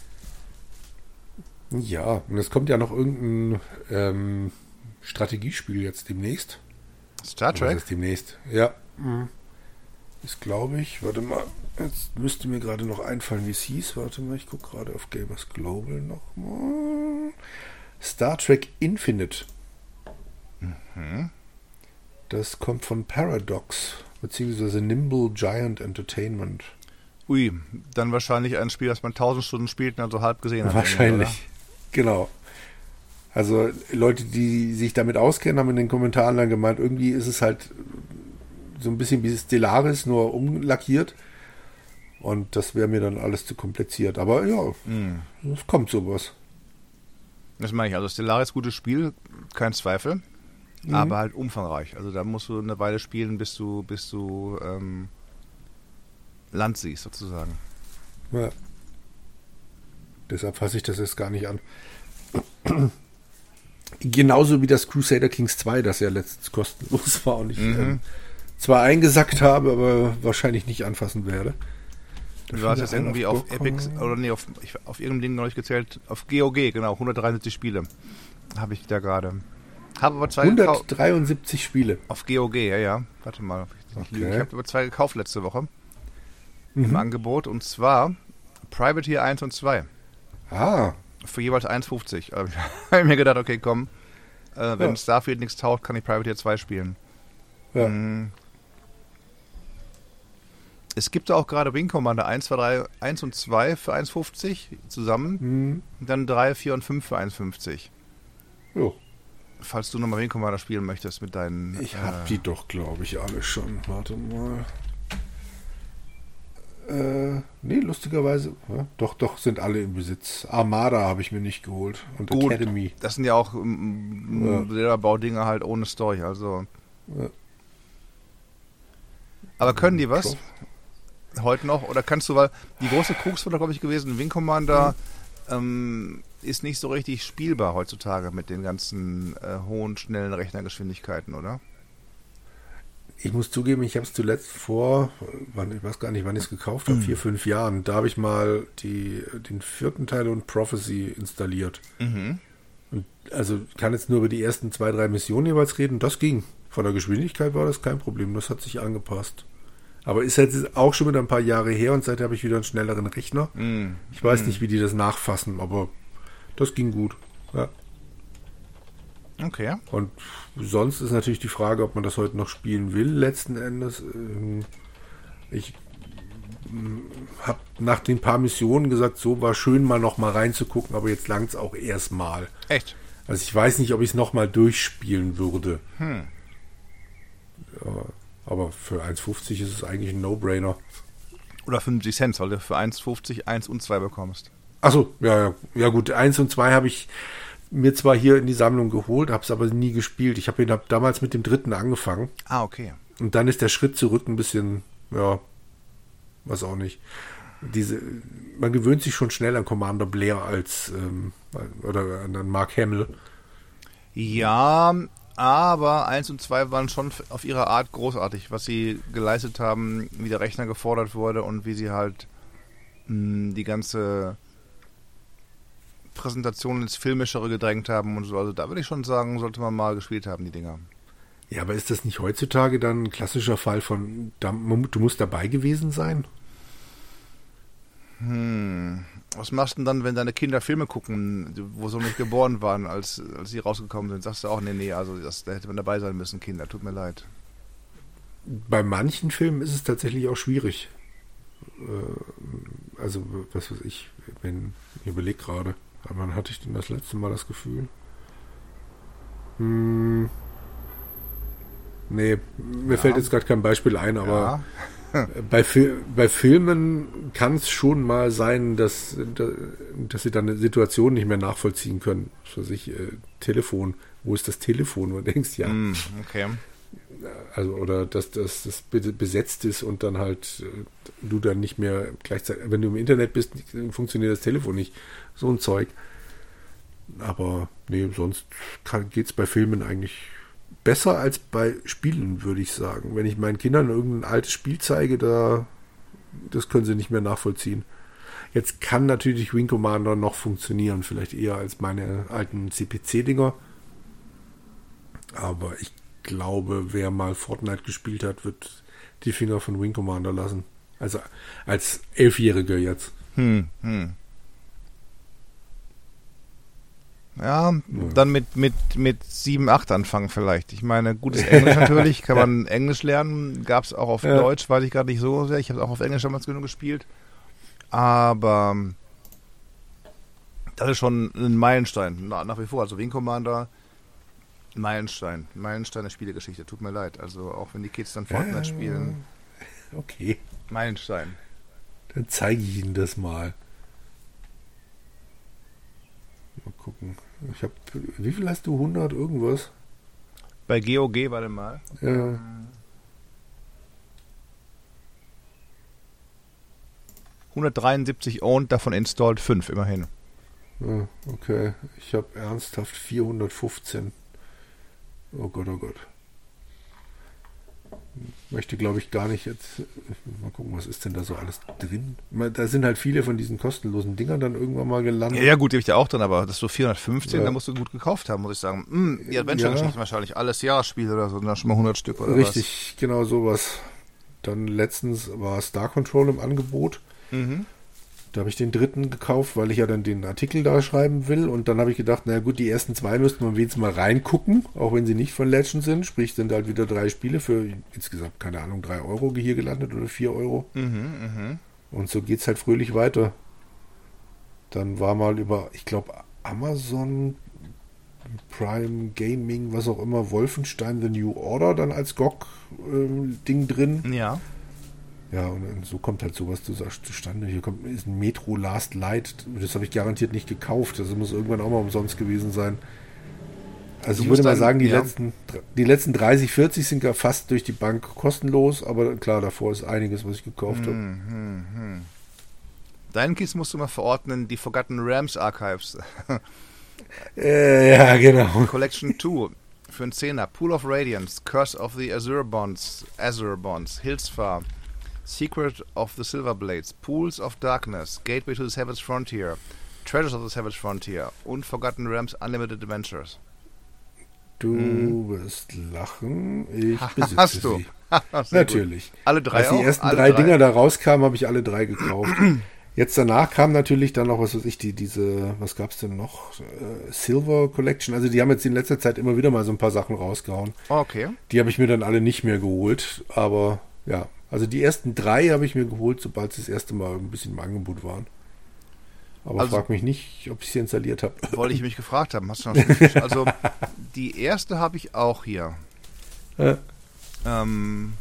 Ja, und es kommt ja noch irgendein ähm, Strategiespiel jetzt demnächst. Star Trek? Ist demnächst, ja. Das glaube ich, warte mal, jetzt müsste mir gerade noch einfallen, wie es hieß. Warte mal, ich gucke gerade auf Gamers Global nochmal. Star Trek Infinite. Mhm. Das kommt von Paradox, beziehungsweise Nimble Giant Entertainment. Ui, dann wahrscheinlich ein Spiel, das man tausend Stunden spielt und dann so halb gesehen hat. Wahrscheinlich, genau. Also Leute, die sich damit auskennen, haben in den Kommentaren dann gemeint, irgendwie ist es halt so ein bisschen wie Stellaris, nur umlackiert. Und das wäre mir dann alles zu kompliziert. Aber ja, mhm. es kommt sowas. Das meine ich. Also Stellaris, gutes Spiel, kein Zweifel. Mhm. Aber halt umfangreich. Also da musst du eine Weile spielen, bis du, bis du ähm, Land siehst, sozusagen. Ja. Deshalb fasse ich das jetzt gar nicht an. Genauso wie das Crusader Kings zwei, das ja letztens kostenlos war und ich mhm. ähm, zwar eingesackt habe, aber wahrscheinlich nicht anfassen werde. Du hast jetzt irgendwie auf, auf Epic, oder nee, auf, ich, auf irgendeinem Ding noch nicht gezählt, auf G O G, genau, hundertdreiundsiebzig Spiele habe ich da gerade. Habe aber zwei hundertdreiundsiebzig gekau- Spiele. Auf G O G, ja, ja. Warte mal, ich, okay. ich habe aber zwei gekauft letzte Woche mhm. im Angebot, und zwar Privateer eins und zwei. Ah. Für jeweils eins fünfzig. Also, habe ich mir gedacht, okay, komm, äh, wenn ja. Starfield nichts taugt, kann ich Privateer zwei spielen. Ja. Mhm. Es gibt auch gerade Wing Commander eins, zwei, drei, eins und zwei für eins fünfzig zusammen. Mhm. Und dann drei, vier und fünf für eins fünfzig. Jo. Falls du nochmal Wing Commander spielen möchtest mit deinen... Ich hab äh, die doch, glaube ich, alle schon. Warte mal. Äh, nee, lustigerweise. Ja, doch, doch, sind alle im Besitz. Armada habe ich mir nicht geholt. Und gut, Academy. Das sind ja auch ja. Baudinger halt ohne Story, also... Ja. Aber können die was? Heute noch? Oder kannst du, weil die große Krux war da, glaube ich, gewesen, Wing Commander mhm. ähm, ist nicht so richtig spielbar heutzutage mit den ganzen äh, hohen, schnellen Rechnergeschwindigkeiten, oder? Ich muss zugeben, ich habe es zuletzt vor, wann, ich weiß gar nicht, wann ich es gekauft habe, mhm. vier, fünf Jahren, da habe ich mal die, den vierten Teil und Prophecy installiert. Mhm. Und also ich kann jetzt nur über die ersten zwei, drei Missionen jeweils reden, das ging. Von der Geschwindigkeit war das kein Problem, das hat sich angepasst. Aber ist jetzt auch schon wieder ein paar Jahre her und seitdem habe ich wieder einen schnelleren Rechner. Mm. Ich weiß mm. nicht, wie die das nachfassen, aber das ging gut. Ja. Okay. Und sonst ist natürlich die Frage, ob man das heute noch spielen will, letzten Endes. Ich habe nach den paar Missionen gesagt, so war schön, mal noch mal reinzugucken, aber jetzt langt es auch erstmal. Echt? Also ich weiß nicht, ob ich es noch mal durchspielen würde. Hm. Ja. Aber für eins fünfzig ist es eigentlich ein No-Brainer. Oder fünfzig Cent, weil du für eins fünfzig eins und zwei bekommst. Achso, ja, ja, ja gut, eins und zwei habe ich mir zwar hier in die Sammlung geholt, habe es aber nie gespielt. Ich habe hab damals mit dem dritten angefangen. Ah, okay. Und dann ist der Schritt zurück ein bisschen, ja, was auch nicht. Diese, man gewöhnt sich schon schnell an Commander Blair als, ähm, oder an Mark Hamill. Ja, aber eins und zwei waren schon auf ihre Art großartig, was sie geleistet haben, wie der Rechner gefordert wurde und wie sie halt mh, die ganze Präsentation ins Filmischere gedrängt haben und so. Also da würde ich schon sagen, sollte man mal gespielt haben, die Dinger. Ja, aber ist das nicht heutzutage dann ein klassischer Fall von, du musst dabei gewesen sein? Hm. Was machst du denn dann, wenn deine Kinder Filme gucken, wo sie noch nicht geboren waren, als, als sie rausgekommen sind? Sagst du auch, nee, nee, also das, da hätte man dabei sein müssen, Kinder, tut mir leid. Bei manchen Filmen ist es tatsächlich auch schwierig. Also, was weiß ich, wenn, ich überlege gerade, wann hatte ich denn das letzte Mal das Gefühl? Hm. Nee, mir ja. fällt jetzt gerade kein Beispiel ein, aber... Ja. Bei, bei Filmen kann es schon mal sein, dass, dass sie dann eine Situation nicht mehr nachvollziehen können. Was weiß ich, äh, Telefon. Wo ist das Telefon? Und du denkst, ja. Mm, okay. Also, oder dass, dass das besetzt ist und dann halt äh, du dann nicht mehr gleichzeitig, wenn du im Internet bist, funktioniert das Telefon nicht. So ein Zeug. Aber nee, sonst geht es bei Filmen eigentlich besser als bei Spielen, würde ich sagen. Wenn ich meinen Kindern irgendein altes Spiel zeige, da das können sie nicht mehr nachvollziehen. Jetzt kann natürlich Wing Commander noch funktionieren, vielleicht eher als meine alten C P C-Dinger. Aber ich glaube, wer mal Fortnite gespielt hat, wird die Finger von Wing Commander lassen. Also als Elfjährige jetzt. Hm, hm. Ja, ja, dann mit, mit, mit sieben, acht anfangen vielleicht. Ich meine, gutes Englisch natürlich, kann man Englisch lernen. Gab es auch auf ja. Deutsch, weiß ich gerade nicht so sehr. Ich habe es auch auf Englisch damals genug gespielt. Aber das ist schon ein Meilenstein, nach, nach wie vor. Also Wing Commander, Meilenstein. Meilenstein der Spielegeschichte, tut mir leid. Also auch wenn die Kids dann Fortnite ja, spielen. Okay. Meilenstein. Dann zeige ich Ihnen das mal. Mal gucken. Ich habe, wie viel hast du? hundert irgendwas? Bei G O G, warte mal. Ja. hundertdreiundsiebzig owned, davon installed fünf, immerhin. Ja, okay. Ich habe ernsthaft vierhundertfünfzehn. Oh Gott, oh Gott. Möchte, glaube ich, gar nicht jetzt. Mal gucken, was ist denn da so alles drin? Da sind halt viele von diesen kostenlosen Dingern dann irgendwann mal gelandet. Ja, ja gut, die habe ich da auch drin, aber das ist so vierhundertfünfzehn, ja. Da musst du gut gekauft haben, muss ich sagen. Hm, die Adventure-Geschichten ja. wahrscheinlich, alles Jahresspiele oder so, dann schon mal hundert Stück oder Richtig, was. Richtig, genau sowas. Dann letztens war Star Control im Angebot. Mhm. Da habe ich den dritten gekauft, weil ich ja dann den Artikel da schreiben will. Und dann habe ich gedacht, na gut, die ersten zwei müssten wir wenigstens mal reingucken, auch wenn sie nicht von Legend sind. Sprich, sind halt wieder drei Spiele für insgesamt, keine Ahnung, drei Euro hier gelandet oder vier Euro. Mhm, mh. Und so geht's halt fröhlich weiter. Dann war mal über, ich glaube, Amazon Prime Gaming, was auch immer, Wolfenstein The New Order dann als G O G-Ding äh, drin. Ja. Ja, und so kommt halt sowas zustande. Hier kommt ist ein Metro Last Light. Das habe ich garantiert nicht gekauft. Das muss irgendwann auch mal umsonst gewesen sein. Also du ich würde mal sagen, die, ja. letzten, die letzten dreißig, vierzig sind ja fast durch die Bank kostenlos. Aber klar, davor ist einiges, was ich gekauft habe. Hm, hm, hm. Deinen Kies musst du mal verordnen, die Forgotten Realms Archives. äh, ja, genau. Collection zwei. Für einen Zehner. Pool of Radiance. Curse of the Azure Bonds. Azure Bonds. Hillsfar. Secret of the Silver Blades, Pools of Darkness, Gateway to the Savage Frontier, Treasures of the Savage Frontier und Forgotten Realms Unlimited Adventures. Du hm. wirst lachen. Ich besitze Hast du? sie. Natürlich. Gut. Alle drei Als die auch? ersten alle drei, drei Dinger da rauskamen, habe ich alle drei gekauft. Jetzt danach kam natürlich dann noch, was weiß ich, die, diese, was gab's denn noch? Äh, Silver Collection. Also die haben jetzt in letzter Zeit immer wieder mal so ein paar Sachen rausgehauen. Okay. Die habe ich mir dann alle nicht mehr geholt. Aber ja, also die ersten drei habe ich mir geholt, sobald sie das erste Mal ein bisschen im Angebot waren. Aber also, frag mich nicht, ob ich sie installiert habe. Wollte ich mich gefragt haben. Hast du noch schon Also die erste habe ich auch hier. Ja. Ähm,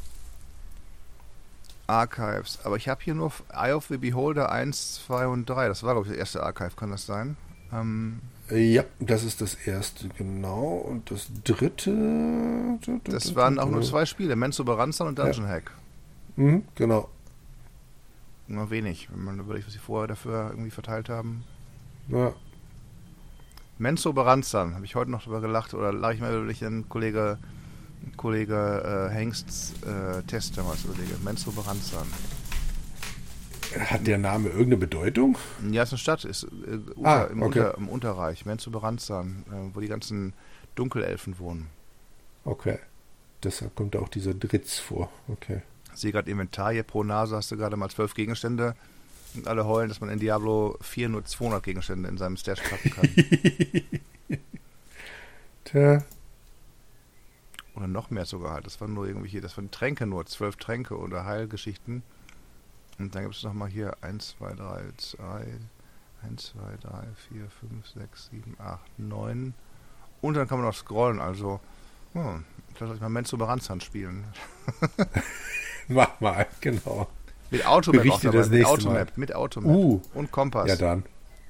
Archives. Aber ich habe hier nur Eye of the Beholder eins, zwei und drei. Das war, glaube ich, das erste Archive. Kann das sein? Ähm, ja, das ist das erste, genau. Und das dritte... Das waren auch nur zwei Spiele. Menzo Baranzan und Dungeon ja. Hack. Mhm, genau. Nur wenig, wenn man überlegt, was sie vorher dafür irgendwie verteilt haben. Ja. Menzo Baranzan, habe ich heute noch drüber gelacht, oder lag ich mal über den Kollege, Kollege äh, Hengsts äh, Test damals überlege. Menzo Baranzan. Hat der Name irgendeine Bedeutung? Ja, es ist eine Stadt, ist äh, unter, ah, im, okay. unter, im Unterreich, Menzo Baranzan, äh, wo die ganzen Dunkelelfen wohnen. Okay. Deshalb kommt auch dieser Dritz vor. Okay. Ich sehe gerade Inventar hier, pro Nase hast du gerade mal zwölf Gegenstände und alle heulen, dass man in Diablo vier nur zweihundert Gegenstände in seinem Stash packen kann. Tja. Oder noch mehr sogar halt. Das waren nur irgendwelche, das waren Tränke nur, zwölf Tränke oder Heilgeschichten. Und dann gibt es nochmal hier eins, zwei, drei, zwei, eins, zwei, drei, vier, fünf, sechs, sieben, acht, neun. Und dann kann man noch scrollen, also hm, ich lasse euch mal Menzo Baranzan spielen. Mach mal, genau. Mit Automap Berichte auch dabei, das mit nächste Automap, Mal. mit Automap Uh, und Kompass. Ja dann.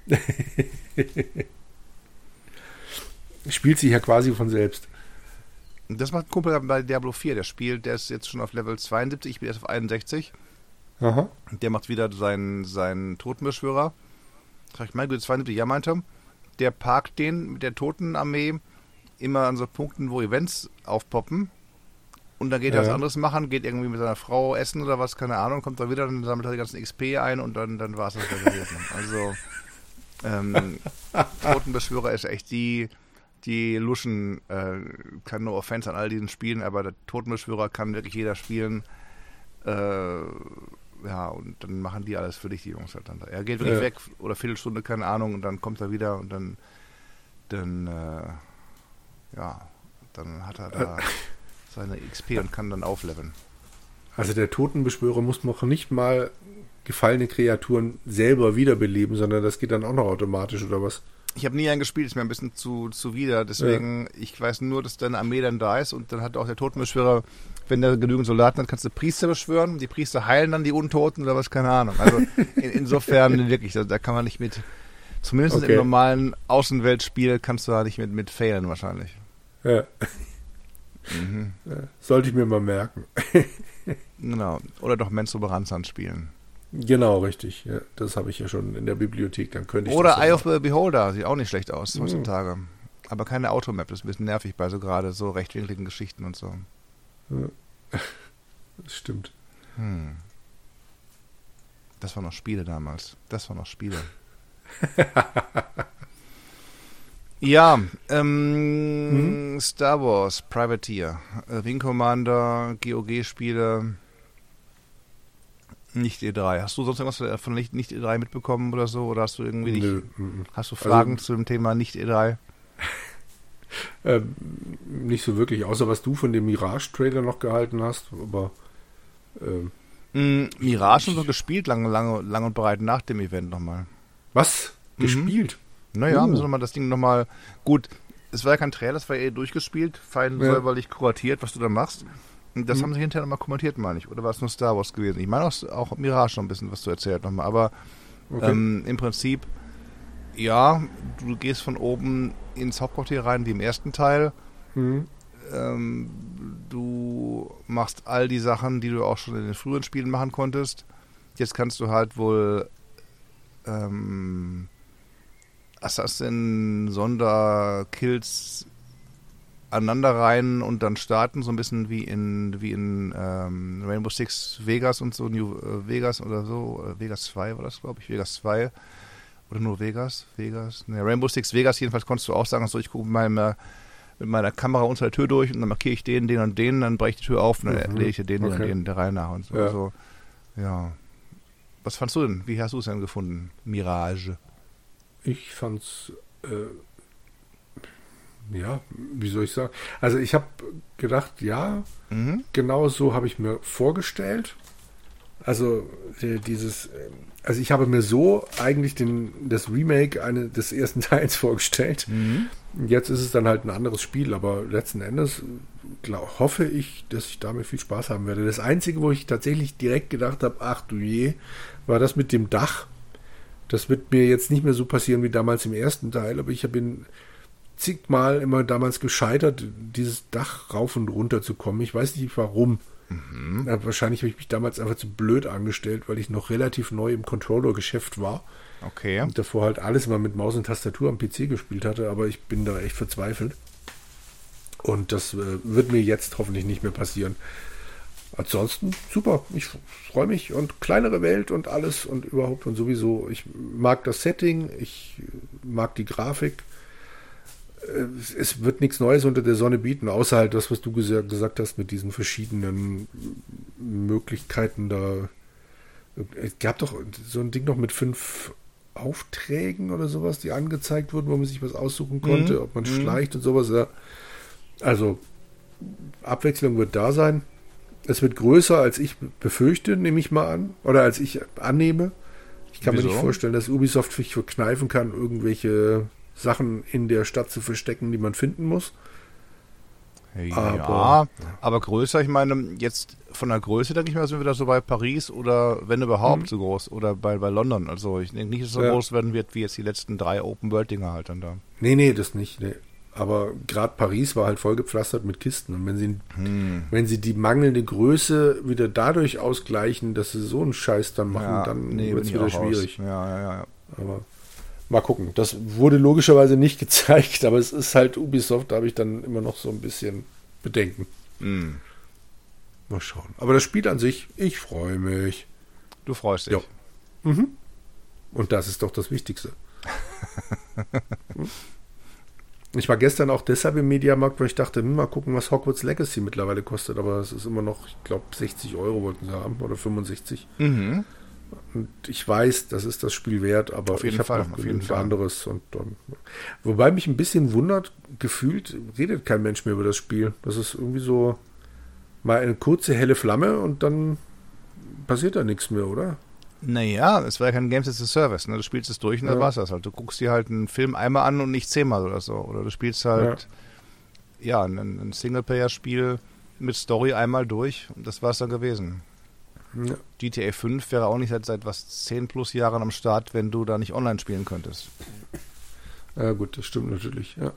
Spielt sich ja quasi von selbst. Das macht ein Kumpel bei Diablo vier, der spielt, der ist jetzt schon auf Level zweiundsiebzig, ich bin erst auf einundsechzig. Aha. Der macht wieder seinen, seinen Totenbeschwörer. Sag ich, mein Gott, zweiundsiebzig, ja meinte. Der parkt den mit der Totenarmee immer an so Punkten, wo Events aufpoppen. Und dann geht er ja. was anderes machen, geht irgendwie mit seiner Frau essen oder was, keine Ahnung, kommt da wieder, dann sammelt er die ganzen X P ein und dann, dann war es das gewesen. Also, ähm, Totenbeschwörer ist echt die, die Luschen, äh, kann no offense an all diesen Spielen, aber der Totenbeschwörer kann wirklich jeder spielen. Äh, ja, und dann machen die alles für dich, die Jungs halt dann da. Er geht wirklich ja. weg oder Viertelstunde, keine Ahnung, und dann kommt er wieder und dann Denn, äh, ja, dann hat er da seine X P und kann dann aufleveln. Also der Totenbeschwörer muss noch nicht mal gefallene Kreaturen selber wiederbeleben, sondern das geht dann auch noch automatisch, oder was? Ich habe nie einen gespielt, ist mir ein bisschen zu zuwider, deswegen, ja. Ich weiß nur, dass deine Armee dann da ist und dann hat auch der Totenbeschwörer, wenn der genügend Soldaten hat, kannst du Priester beschwören, die Priester heilen dann die Untoten oder was, keine Ahnung. Also in, insofern wirklich, da, da kann man nicht mit, zumindest okay. Im normalen Außenweltspiel kannst du da nicht mit, mit failen wahrscheinlich. Ja. Mhm. Ja, sollte ich mir mal merken. Genau, oder doch Menzo Baranzan spielen. Genau, richtig. Ja, das habe ich ja schon in der Bibliothek, dann könnte ich Oder das Eye of the Beholder, sieht auch nicht schlecht aus heutzutage. Mhm. Aber keine Automap, das ist ein bisschen nervig bei so gerade so rechtwinkligen Geschichten und so. Ja. Das stimmt. Hm. Das waren noch Spiele damals. Das waren noch Spiele. Ja, ähm, mhm. Star Wars, Privateer, äh, Wing Commander, G O G-Spiele, nicht E drei. Hast du sonst irgendwas von nicht, nicht E drei mitbekommen oder so? Oder hast du irgendwie nicht, Nö. Hast du Fragen also, zu dem Thema nicht E drei? ähm, nicht so wirklich, außer was du von dem Mirage-Trailer noch gehalten hast, aber ähm, mm, Mirage haben wir gespielt, lange, lange, lang und breit nach dem Event nochmal. Was? Mhm. Gespielt? Naja, uh. müssen wir mal das Ding nochmal, gut, es war ja kein Trailer, es war eh durchgespielt, fein ja. säuberlich kuratiert, was du da machst. Und das mhm. haben sie hinterher nochmal kommentiert, meine ich. Oder war es nur Star Wars gewesen? Ich meine auch, auch Mirage noch ein bisschen was zu erzählt nochmal. Aber okay. ähm, im Prinzip, ja, du gehst von oben ins Hauptquartier rein, wie im ersten Teil. Mhm. Ähm, du machst all die Sachen, die du auch schon in den früheren Spielen machen konntest. Jetzt kannst du halt wohl ähm, Assassin-Sonderkills aneinander rein und dann starten, so ein bisschen wie in wie in ähm, Rainbow Six Vegas und so, New äh, Vegas oder so, äh, Vegas zwei war das, glaube ich, Vegas zwei oder nur Vegas, Vegas, ne, Rainbow Six Vegas jedenfalls konntest du auch sagen, so ich gucke mit meiner, mit meiner Kamera unter der Tür durch und dann markiere ich den, den und den, dann breche ich die Tür auf und dann mhm. lege ich den, okay. den und den der Reihe nach und so. Ja. Also, ja. Was fandst du denn? Wie hast du es denn gefunden? Mirage? Ich fand's äh ja, wie soll ich sagen? Also ich habe gedacht, ja, mhm. genau so habe ich mir vorgestellt. Also äh, dieses, äh, also ich habe mir so eigentlich den, das Remake eine, des ersten Teils vorgestellt. Mhm. Jetzt ist es dann halt ein anderes Spiel, aber letzten Endes glaub, hoffe ich, dass ich damit viel Spaß haben werde. Das Einzige, wo ich tatsächlich direkt gedacht habe, ach du je, war das mit dem Dach. Das wird mir jetzt nicht mehr so passieren wie damals im ersten Teil, aber ich habe ihn zigmal immer damals gescheitert, dieses Dach rauf und runter zu kommen. Ich weiß nicht warum. Mhm. Ja, wahrscheinlich habe ich mich damals einfach zu blöd angestellt, weil ich noch relativ neu im Controller-Geschäft war. Okay. Und davor halt alles mal mit Maus und Tastatur am P C gespielt hatte, aber ich bin da echt verzweifelt. Und das äh, wird mir jetzt hoffentlich nicht mehr passieren. Ansonsten super, ich freue mich und kleinere Welt und alles und überhaupt und sowieso. Ich mag das Setting, ich mag die Grafik. Es wird nichts Neues unter der Sonne bieten, außer halt das, was du ges- gesagt hast mit diesen verschiedenen Möglichkeiten da. Es gab doch so ein Ding noch mit fünf Aufträgen oder sowas, die angezeigt wurden, wo man sich was aussuchen konnte, mhm. ob man mhm. schleicht und sowas. Ja. Also Abwechslung wird da sein. Es wird größer, als ich befürchte, nehme ich mal an. Oder als ich annehme. Ich kann Wieso? mir nicht vorstellen, dass Ubisoft sich verkneifen kann, irgendwelche Sachen in der Stadt zu verstecken, die man finden muss. Ja, aber, aber größer, ich meine, jetzt von der Größe, denke ich mal, sind wir da so bei Paris oder wenn überhaupt mhm. so groß oder bei, bei London. Also ich denke nicht, dass es so ja. groß werden wird, wie jetzt die letzten drei Open-World-Dinger halt dann da. Nee, nee, das nicht. Nee. Aber gerade Paris war halt vollgepflastert mit Kisten. Und wenn sie, hm. wenn sie die mangelnde Größe wieder dadurch ausgleichen, dass sie so einen Scheiß dann machen, ja, dann nee, wird es wieder schwierig. Ja, ja, ja. Aber mal gucken. Das wurde logischerweise nicht gezeigt, aber es ist halt Ubisoft, da habe ich dann immer noch so ein bisschen Bedenken. Mm. Mal schauen. Aber das Spiel an sich, ich freue mich. Du freust dich. Ja. Mhm. Und das ist doch das Wichtigste. Ich war gestern auch deshalb im Mediamarkt, weil ich dachte, hm, mal gucken, was Hogwarts Legacy mittlerweile kostet. Aber es ist immer noch, ich glaube, sechzig Euro wollten sie haben oder fünfundsechzig. Mhm. Und ich weiß, das ist das Spiel wert, aber auf jeden ich habe Fall, noch auf jeden Fall. anderes. Und, und, wobei mich ein bisschen wundert, gefühlt redet kein Mensch mehr über das Spiel. Das ist irgendwie so mal eine kurze helle Flamme und dann passiert da nichts mehr, oder? Naja, es war ja kein Games as a Service. Ne? Du spielst es durch und Ja. dann war's das halt. Du guckst dir halt einen Film einmal an und nicht zehnmal oder so. Oder du spielst halt ja, ja ein, ein Singleplayer-Spiel mit Story einmal durch und das war's dann gewesen. Ja. G T A fünf wäre auch nicht seit, seit was zehn plus Jahren am Start, wenn du da nicht online spielen könntest. Ja gut, das stimmt natürlich, ja.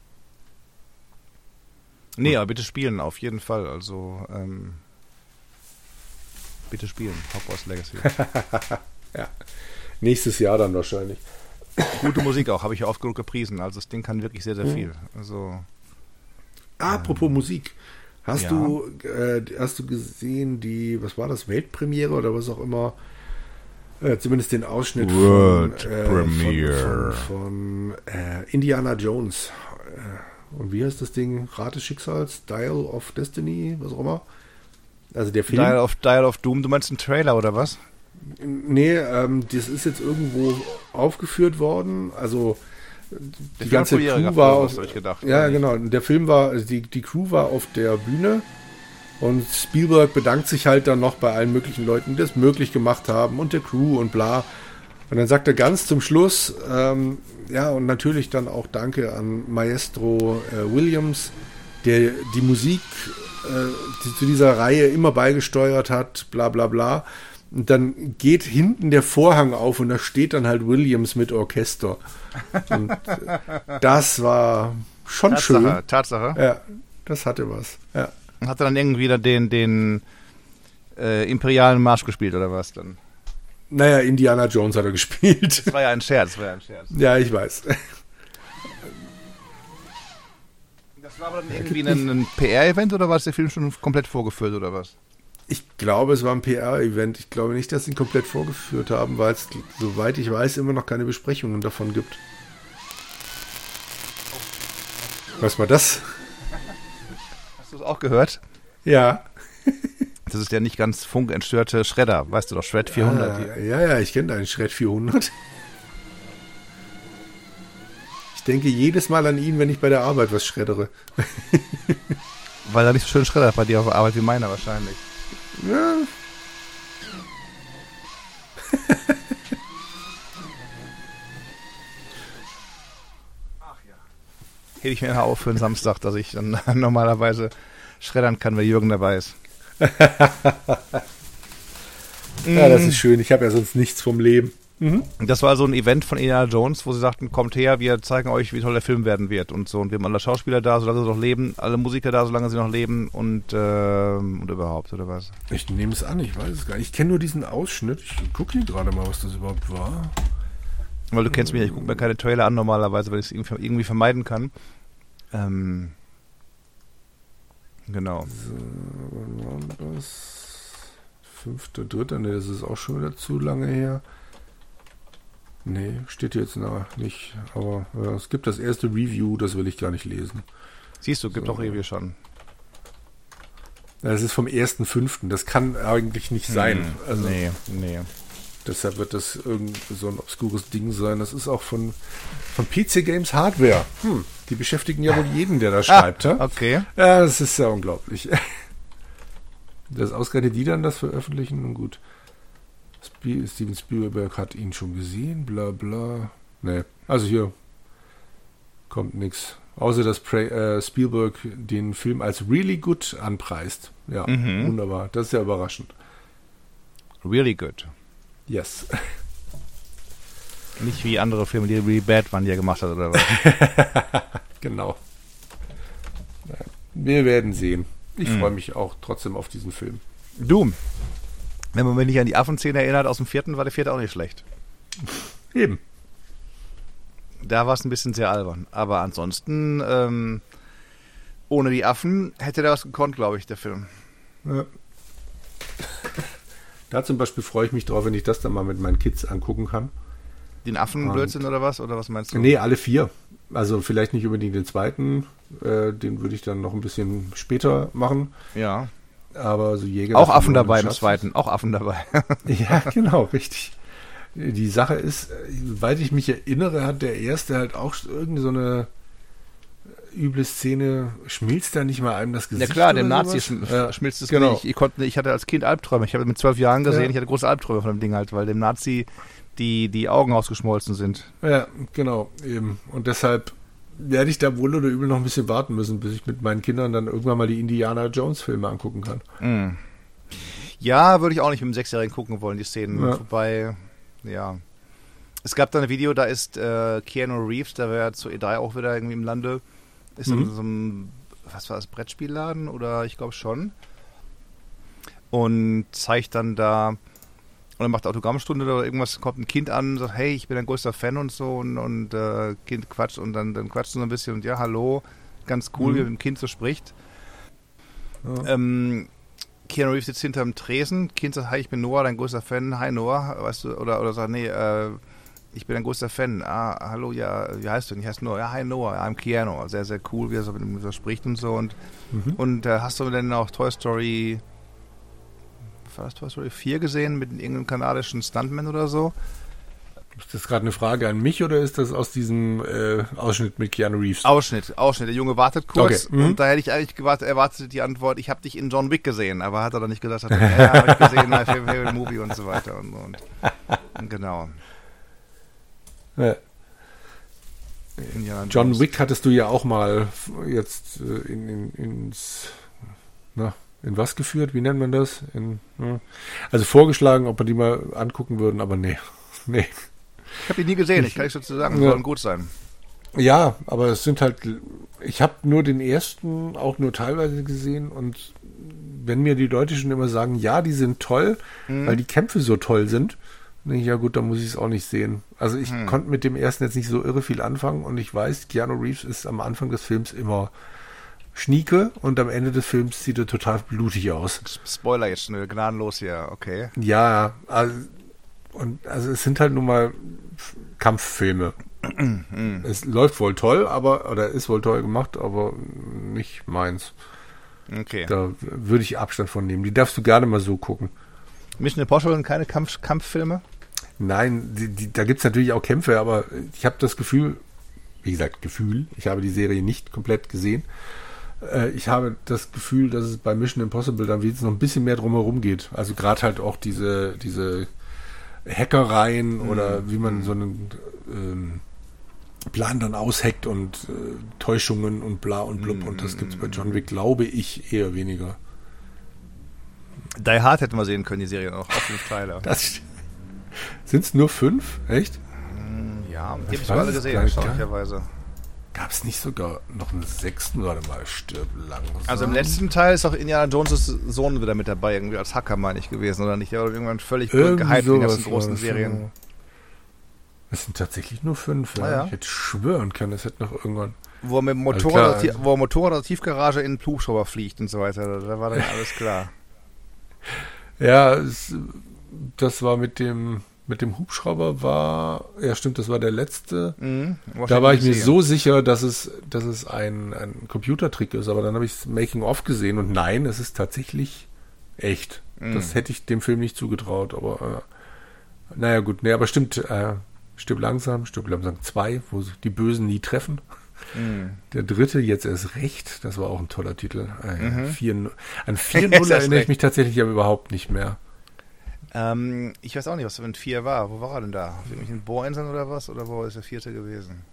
Nee, aber bitte spielen, auf jeden Fall. Also, ähm, bitte spielen, Hogwarts Legacy. Ja, nächstes Jahr dann wahrscheinlich. Gute Musik auch, habe ich ja oft genug gepriesen. Also das Ding kann wirklich sehr, sehr viel. Also, Apropos ähm, Musik. Hast ja. du äh, hast du gesehen, die, was war das, Weltpremiere oder was auch immer? Äh, zumindest den Ausschnitt World von, äh, Premiere. von, von äh, Indiana Jones. Äh, und wie heißt das Ding? Rat des Schicksals? Dial of Destiny? Was auch immer. Also der Film. Dial of, Dial of Doom, du meinst einen Trailer oder was? Nee, ähm, das ist jetzt irgendwo aufgeführt worden. Also die Der ganze Filmprojektor Crew war Film, auf, hast du euch gedacht, ja oder nicht? genau, der Film war, also die, die Crew war auf der Bühne und Spielberg bedankt sich halt dann noch bei allen möglichen Leuten, die das möglich gemacht haben und der Crew und bla. Und dann sagt er ganz zum Schluss, ähm, ja und natürlich dann auch Danke an Maestro äh, Williams, der die Musik äh, die zu dieser Reihe immer beigesteuert hat, bla bla bla. Und dann geht hinten der Vorhang auf und da steht dann halt Williams mit Orchester. Und das war schon Tatsache, schön. Tatsache. Ja, das hatte was. Ja. Hat er dann irgendwie da den, den äh, imperialen Marsch gespielt oder was dann? Naja, Indiana Jones hat er gespielt. Das war ja ein Scherz, das war ja ein Scherz. Ja, ich weiß. Das war aber dann irgendwie ein, ein P R-Event oder war es der Film schon komplett vorgeführt oder was? Ich glaube, es war ein P R-Event. Ich glaube nicht, dass sie ihn komplett vorgeführt haben, weil es, soweit ich weiß, immer noch keine Besprechungen davon gibt. Was war das? Hast du es auch gehört? Ja. Das ist der nicht ganz funkentstörte Schredder, weißt du doch, Shred vierhundert. Ah, ja, ja, ich kenne deinen Shred vierhundert. Ich denke jedes Mal an ihn, wenn ich bei der Arbeit was schreddere. Weil er nicht so schön schreddert bei dir auf der Arbeit wie meiner wahrscheinlich. Ja. Hätte ich mir auf für einen Samstag, dass ich dann normalerweise schreddern kann, weil Jürgen dabei ist. Ja, das ist schön. Ich habe ja sonst nichts vom Leben. Mhm. Das war so ein Event von Indiana Jones, wo sie sagten, kommt her, wir zeigen euch, wie toll der Film werden wird und so. Und wir haben alle Schauspieler da, solange sie noch leben, alle Musiker da, solange sie noch leben und, äh, und überhaupt, oder was? Ich nehme es an, ich weiß es gar nicht. Ich kenne nur diesen Ausschnitt. Ich gucke hier gerade mal, was das überhaupt war. Weil du kennst mich, ich gucke mir keine Trailer an normalerweise, weil ich es irgendwie, irgendwie vermeiden kann. Ähm, genau. So, wann war das? Fünfter, dritter, ne, das ist auch schon wieder zu lange her. Nee, steht jetzt noch nicht. Aber ja, es gibt das erste Review, das will ich gar nicht lesen. Siehst du, gibt So. auch Review schon. Das ist vom ersten fünften. Das kann eigentlich nicht sein. Hm, Also, nee, nee. deshalb wird das irgend so ein obskures Ding sein. Das ist auch von, von P C Games Hardware. Hm, die beschäftigen ja wohl jeden, der da schreibt. Ah, ja? okay. Ja, das ist ja unglaublich. Dass ausgerechnet die dann das veröffentlichen, nun gut. Sp- Steven Spielberg hat ihn schon gesehen, bla bla. Nee, also hier kommt nichts. Außer dass Pre- äh, Spielberg den Film als really good anpreist. Ja, Mhm. wunderbar. Das ist ja überraschend. Really good. Yes. Nicht wie andere Filme, die Really Bad waren, die er gemacht hat, oder was? Genau. Ja, wir werden sehen. Ich Mhm. freue mich auch trotzdem auf diesen Film. Doom. Wenn man mich nicht an die Affenszene erinnert, aus dem vierten war der vierte auch nicht schlecht. Eben. Da war es ein bisschen sehr albern. Aber ansonsten, ähm, ohne die Affen hätte der was gekonnt, glaube ich, der Film. Ja. Da zum Beispiel freue ich mich drauf, wenn ich das dann mal mit meinen Kids angucken kann. Den Affenblödsinn oder was? Oder was meinst du? Nee, alle vier. Also vielleicht nicht unbedingt den zweiten. Äh, den würde ich dann noch ein bisschen später machen. Ja. Aber so Jäger... Auch Affen dabei im zweiten, auch Affen dabei. Ja, genau, richtig. Die Sache ist, soweit ich mich erinnere, hat der erste halt auch irgendeine so eine üble Szene, schmilzt da nicht mal einem das Gesicht? Ja klar, dem Nazi schm ja, schmilzt es genau. nicht. Ich, konnte, ich hatte als Kind Albträume. Ich habe mit zwölf Jahren gesehen, ja. ich hatte große Albträume von dem Ding halt, weil dem Nazi die, die Augen ausgeschmolzen sind. Ja, genau, eben. Und deshalb werde ich da wohl oder übel noch ein bisschen warten müssen, bis ich mit meinen Kindern dann irgendwann mal die Indiana Jones Filme angucken kann. Mm. Ja, würde ich auch nicht mit einem Sechsjährigen gucken wollen, die Szenen. Ja. Wobei, ja. Es gab da ein Video, da ist äh, Keanu Reeves, der wäre zu E drei auch wieder irgendwie im Lande, ist mhm. in so einem, was war das, Brettspielladen oder ich glaube schon. Und zeigt dann da, und dann macht Autogrammstunde oder irgendwas, kommt ein Kind an und sagt, hey, ich bin ein größter Fan und so und, und äh, Kind quatscht und dann, dann quatscht so ein bisschen und ja, hallo, ganz cool, mhm. wie er mit dem Kind so spricht. Ja. Ähm, Keanu Reeves sitzt hinterm Tresen, Kind sagt, hi, ich bin Noah, dein größter Fan, hi Noah, weißt du, oder, oder sagt, nee, äh, ich bin ein größter Fan, ah, hallo, ja, wie heißt du denn? Ich heiße Noah, ja, hi Noah, I'm Keanu, sehr, sehr cool, wie er so mit ihm so spricht und so und, mhm. und äh, hast du denn auch Toy Story war das Toy Story vier gesehen mit irgendeinem kanadischen Stuntman oder so? Ist das gerade eine Frage an mich oder ist das aus diesem äh, Ausschnitt mit Keanu Reeves? Ausschnitt, Ausschnitt. Der Junge wartet kurz okay. mhm. und da hätte ich eigentlich gewartet, erwartet die Antwort, ich habe dich in John Wick gesehen, aber hat er dann nicht gesagt, hat er, ja, habe ich gesehen, mein favorite movie und so weiter und, und, und genau. Ja. John Wick hattest du ja auch mal jetzt äh, in, in, ins na, in was geführt? Wie nennt man das? In, ja. Also vorgeschlagen, ob wir die mal angucken würden, aber nee. nee. Ich habe ihn nie gesehen, ich kann nicht dazu sagen, ja. sollen gut sein. Ja, aber es sind halt, ich habe nur den ersten auch nur teilweise gesehen und wenn mir die Leute schon immer sagen, ja, die sind toll, mhm. weil die Kämpfe so toll sind, dann denke ich, ja gut, dann muss ich es auch nicht sehen. Also ich mhm. konnte mit dem ersten jetzt nicht so irre viel anfangen und ich weiß, Keanu Reeves ist am Anfang des Films immer schnieke und am Ende des Films sieht er total blutig aus. Spoiler jetzt schnell, gnadenlos hier, okay. Ja, also, und, also es sind halt nun mal Kampffilme. Es läuft wohl toll, aber, oder ist wohl toll gemacht, aber nicht meins. Okay. Da würde ich Abstand von nehmen. Die darfst du gerne mal so gucken. Mission Impossible und keine Kampf, Kampffilme? Nein, die, die, da gibt es natürlich auch Kämpfe, aber ich habe das Gefühl, wie gesagt, Gefühl, ich habe die Serie nicht komplett gesehen. Äh, ich habe das Gefühl, dass es bei Mission Impossible dann wenigstens noch ein bisschen mehr drumherum geht. Also gerade halt auch diese, diese Hackereien mhm. oder wie man so einen ähm, Plan dann aushackt und äh, Täuschungen und bla und blub. Mhm. Und das gibt es bei John Wick, glaube ich, eher weniger. Die Hard hätten wir sehen können, die Serie auch. Auf fünf Teile. Sind es nur fünf? Echt? Ja, die habe ich alle gesehen, erstaunlicherweise. Gab es nicht sogar noch einen sechsten? Warte mal, stirb langsam. Also im letzten Teil ist auch Indiana Jones' Sohn wieder mit dabei, irgendwie als Hacker, meine ich, gewesen, oder nicht? Der war irgendwann völlig gehypt in den ganzen großen Serien. Es sind tatsächlich nur fünf, ja. Ah, ja. Ich hätte schwören können, es hätte noch irgendwann... Wo er mit dem Motorrad, also wo er Motorrad aus der Tiefgarage in den Hubschrauber fliegt und so weiter, da war dann alles klar. Ja, es, das war mit dem... Mit dem Hubschrauber war, ja stimmt, das war der letzte. Mhm, da war ich mir so sicher, dass es, dass es ein, ein Computertrick ist, aber dann habe ich das Making-of gesehen und nein, es ist tatsächlich echt. Mhm. Das hätte ich dem Film nicht zugetraut, aber äh, naja gut, nee, aber stimmt, äh, Stirb langsam, Stirb langsam zwei, wo die Bösen nie treffen. Mhm. Der dritte, jetzt erst recht, das war auch ein toller Titel. Äh, mhm. vier, an vier null erinnere ich mich tatsächlich aber überhaupt nicht mehr. Ähm, ich weiß auch nicht, was mit vier war. Wo war er denn da? Auf irgendwelchen Bohrinseln oder was? Oder wo ist der vierte gewesen?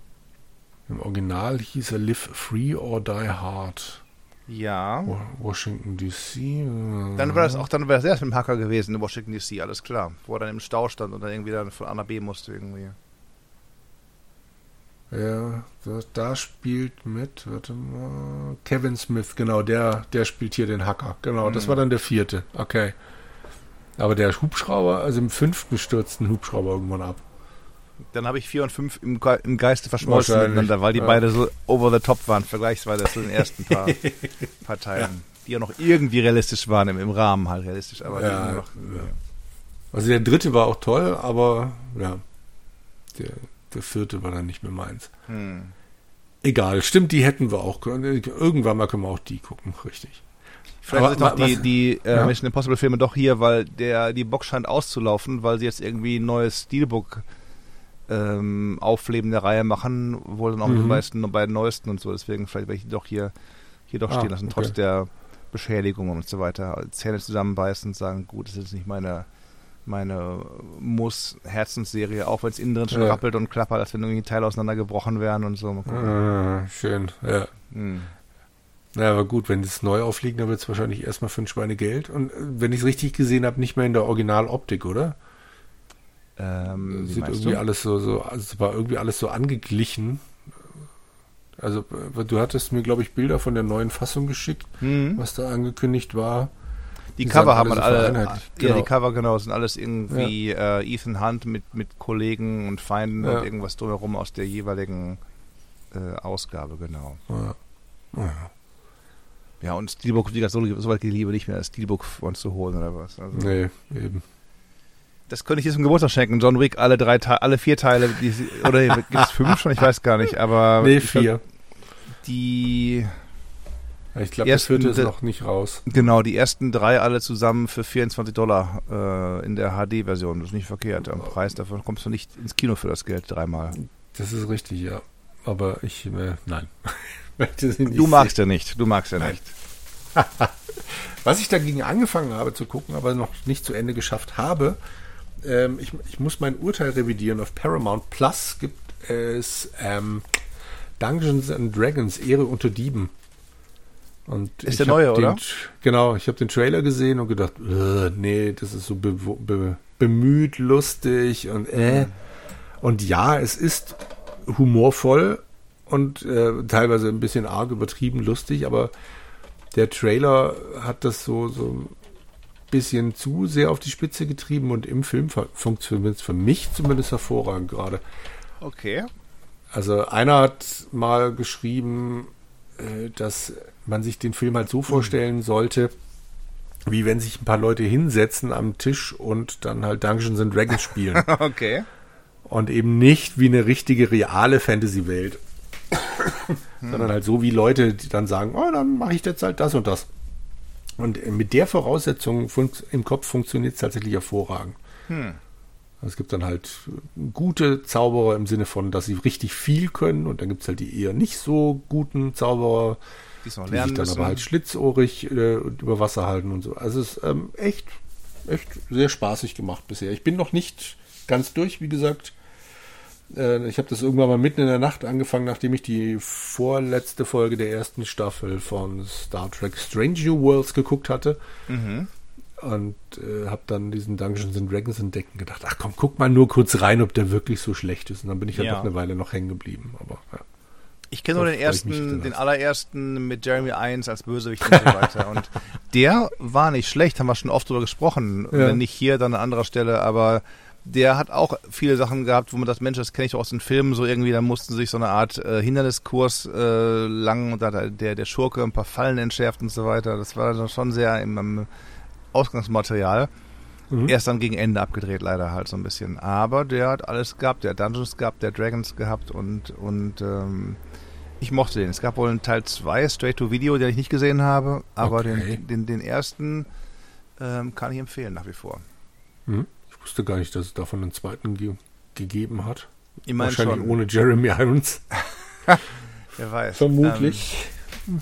Im Original hieß er Live Free or Die Hard. Ja. Washington D C. Dann war das auch, dann wäre das erst mit dem Hacker gewesen in Washington D C, alles klar. Wo er dann im Stau stand und dann irgendwie dann von A nach B musste irgendwie. Ja, da, da spielt mit, warte mal, Kevin Smith, genau, der, der spielt hier den Hacker. Genau, mhm. Das war dann der vierte. Okay. Aber der Hubschrauber, also im fünften stürzt ein Hubschrauber irgendwann ab. Dann habe ich vier und fünf im, Ge- im Geiste verschmolzen miteinander, weil die ja. beide so over the top waren, vergleichsweise zu den ersten paar, paar Teilen. Ja. Die ja noch irgendwie realistisch waren, im, im Rahmen halt realistisch. Aber ja, die noch, ja. Also der dritte war auch toll, aber ja, der, der vierte war dann nicht mehr meins. Hm. Egal, stimmt, die hätten wir auch können. Irgendwann mal können wir auch die gucken, richtig. Vielleicht sind die, die äh, ja. Mission Impossible Filme doch hier, weil der die Box scheint auszulaufen, weil sie jetzt irgendwie ein neues Steelbook ähm, Aufleben der Reihe machen, wohl dann auch mhm. mit den beiden neuesten und so. Deswegen vielleicht werde ich die doch hier, hier doch ah, stehen lassen, okay. trotz der Beschädigungen und so weiter. Zähne zusammenbeißen und sagen, gut, das ist jetzt nicht meine meine Muss-Herzensserie, auch wenn es innen drin schon ja. rappelt und klappert, als wenn irgendwie Teile auseinandergebrochen wären und so. Ah, schön, ja. Hm. Na, aber gut, wenn es neu aufliegt, dann wird es wahrscheinlich erstmal für ein Schweinegeld. Und wenn ich es richtig gesehen habe, nicht mehr in der Originaloptik, oder? Ähm, Sieht irgendwie du? alles so, so, also es war irgendwie alles so angeglichen. Also du hattest mir, glaube ich, Bilder von der neuen Fassung geschickt, hm. was da angekündigt war. Die, die Cover haben alle, alle genau. ja, die Cover, genau, sind alles irgendwie ja. äh, Ethan Hunt mit, mit Kollegen und Feinden ja. und irgendwas drumherum aus der jeweiligen äh, Ausgabe, genau. Ja. Ja. Ja, und Steelbook, wie gesagt, so, so weit liebe nicht mehr, das Steelbook von uns zu holen oder was. Also, nee, eben. Das könnte ich dir zum Geburtstag schenken. John Wick, alle drei Teile, alle vier Teile, die, oder gibt es fünf schon? Ich weiß gar nicht, aber... Nee, vier. Die... Ja, ich glaube, das vierte ist noch nicht raus. Genau, die ersten drei alle zusammen für vierundzwanzig Dollar äh, in der H D-Version. Das ist nicht verkehrt am Preis. Davon kommst du nicht ins Kino für das Geld dreimal. Das ist richtig, ja. Aber ich, äh, nein. Du magst ja nicht, du magst ja nicht. Was ich dagegen angefangen habe zu gucken, aber noch nicht zu Ende geschafft habe, ähm, ich, ich muss mein Urteil revidieren. Auf Paramount Plus gibt es ähm, Dungeons and Dragons, Ehre unter Dieben. Und ist der neue, den, oder? Genau, ich habe den Trailer gesehen und gedacht, nee, das ist so be, be, bemüht, lustig und äh. Und ja, es ist humorvoll und äh, teilweise ein bisschen arg übertrieben lustig, aber der Trailer hat das so, so ein bisschen zu sehr auf die Spitze getrieben und im Film funktioniert es für mich zumindest hervorragend gerade. Okay. Also einer hat mal geschrieben, äh, dass man sich den Film halt so vorstellen sollte, wie wenn sich ein paar Leute hinsetzen am Tisch und dann halt Dungeons and Dragons spielen. Okay. Und eben nicht wie eine richtige, reale Fantasy-Welt. Hm. Sondern halt so wie Leute, die dann sagen, oh, dann mache ich jetzt halt das und das. Und mit der Voraussetzung im Kopf funktioniert es tatsächlich hervorragend. Hm. Es gibt dann halt gute Zauberer im Sinne von, dass sie richtig viel können. Und dann gibt es halt die eher nicht so guten Zauberer, die, die sich dann müssen. aber halt schlitzohrig äh, über Wasser halten und so. Also es ist ähm, echt, echt sehr spaßig gemacht bisher. Ich bin noch nicht ganz durch, wie gesagt. Äh, ich habe das irgendwann mal mitten in der Nacht angefangen, nachdem ich die vorletzte Folge der ersten Staffel von Star Trek Strange New Worlds geguckt hatte. Mhm. Und äh, habe dann diesen Dungeons and Dragons entdeckt und gedacht, ach komm, guck mal nur kurz rein, ob der wirklich so schlecht ist. Und dann bin ich halt ja. noch eine Weile noch hängen geblieben. Aber ja. Ich kenne nur den ersten, den allerersten mit Jeremy Irons als Bösewicht und so weiter. Und der war nicht schlecht, haben wir schon oft drüber gesprochen. Ja. Wenn nicht hier, dann an anderer Stelle. Aber der hat auch viele Sachen gehabt, wo man das, Mensch, das kenne ich doch aus den Filmen, so irgendwie, da mussten sie sich so eine Art äh, Hinderniskurs äh, lang und da hat der, der Schurke ein paar Fallen entschärft und so weiter. Das war dann schon sehr im, im Ausgangsmaterial. Mhm. Erst dann gegen Ende abgedreht, leider halt so ein bisschen. Aber der hat alles gehabt, der hat Dungeons gehabt, der hat Dragons gehabt und, und ähm, ich mochte den. Es gab wohl einen Teil zwei, Straight to Video, den ich nicht gesehen habe, aber okay. den, den, den ersten ähm, kann ich empfehlen nach wie vor. Mhm. Ich wusste gar nicht, dass es davon einen zweiten ge- gegeben hat. Ich mein Wahrscheinlich schon. ohne Jeremy Irons. Wer weiß. Vermutlich. Ähm.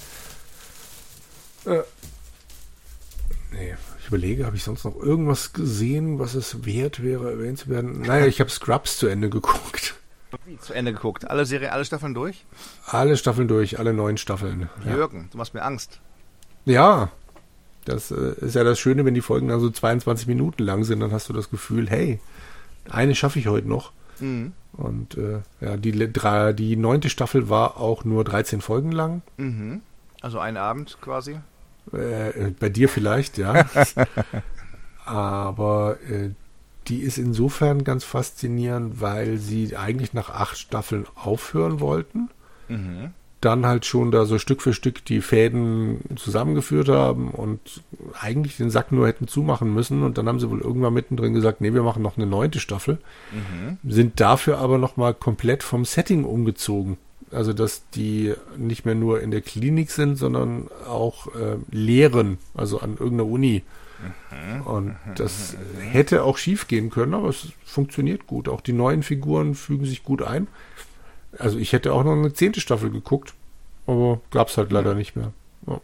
Äh. Nee, ich überlege, habe ich sonst noch irgendwas gesehen, was es wert wäre, erwähnt zu werden? Naja, ich habe Scrubs zu Ende geguckt. Wie zu Ende geguckt? Alle Serie, alle Staffeln durch? Alle Staffeln durch, alle neun Staffeln. Jürgen, ja. Du machst mir Angst. Ja, das äh, ist ja das Schöne, wenn die Folgen dann so zweiundzwanzig Minuten lang sind, dann hast du das Gefühl, hey, eine schaffe ich heute noch. Mhm. Und äh, ja, die, drei, die neunte Staffel war auch nur dreizehn Folgen lang. Mhm. Also ein Abend quasi? Äh, bei dir vielleicht, ja. Aber äh, die ist insofern ganz faszinierend, weil sie eigentlich nach acht Staffeln aufhören wollten. Mhm. Dann halt schon da so Stück für Stück die Fäden zusammengeführt haben und eigentlich den Sack nur hätten zumachen müssen. Und dann haben sie wohl irgendwann mittendrin gesagt, nee, wir machen noch eine neunte Staffel. Mhm. Sind dafür aber nochmal komplett vom Setting umgezogen. Also, dass die nicht mehr nur in der Klinik sind, sondern auch äh, lehren, also an irgendeiner Uni. Mhm. Und das hätte auch schief gehen können, aber es funktioniert gut. Auch die neuen Figuren fügen sich gut ein. Also, ich hätte auch noch eine zehnte Staffel geguckt, aber gab es halt leider nicht mehr. Ja.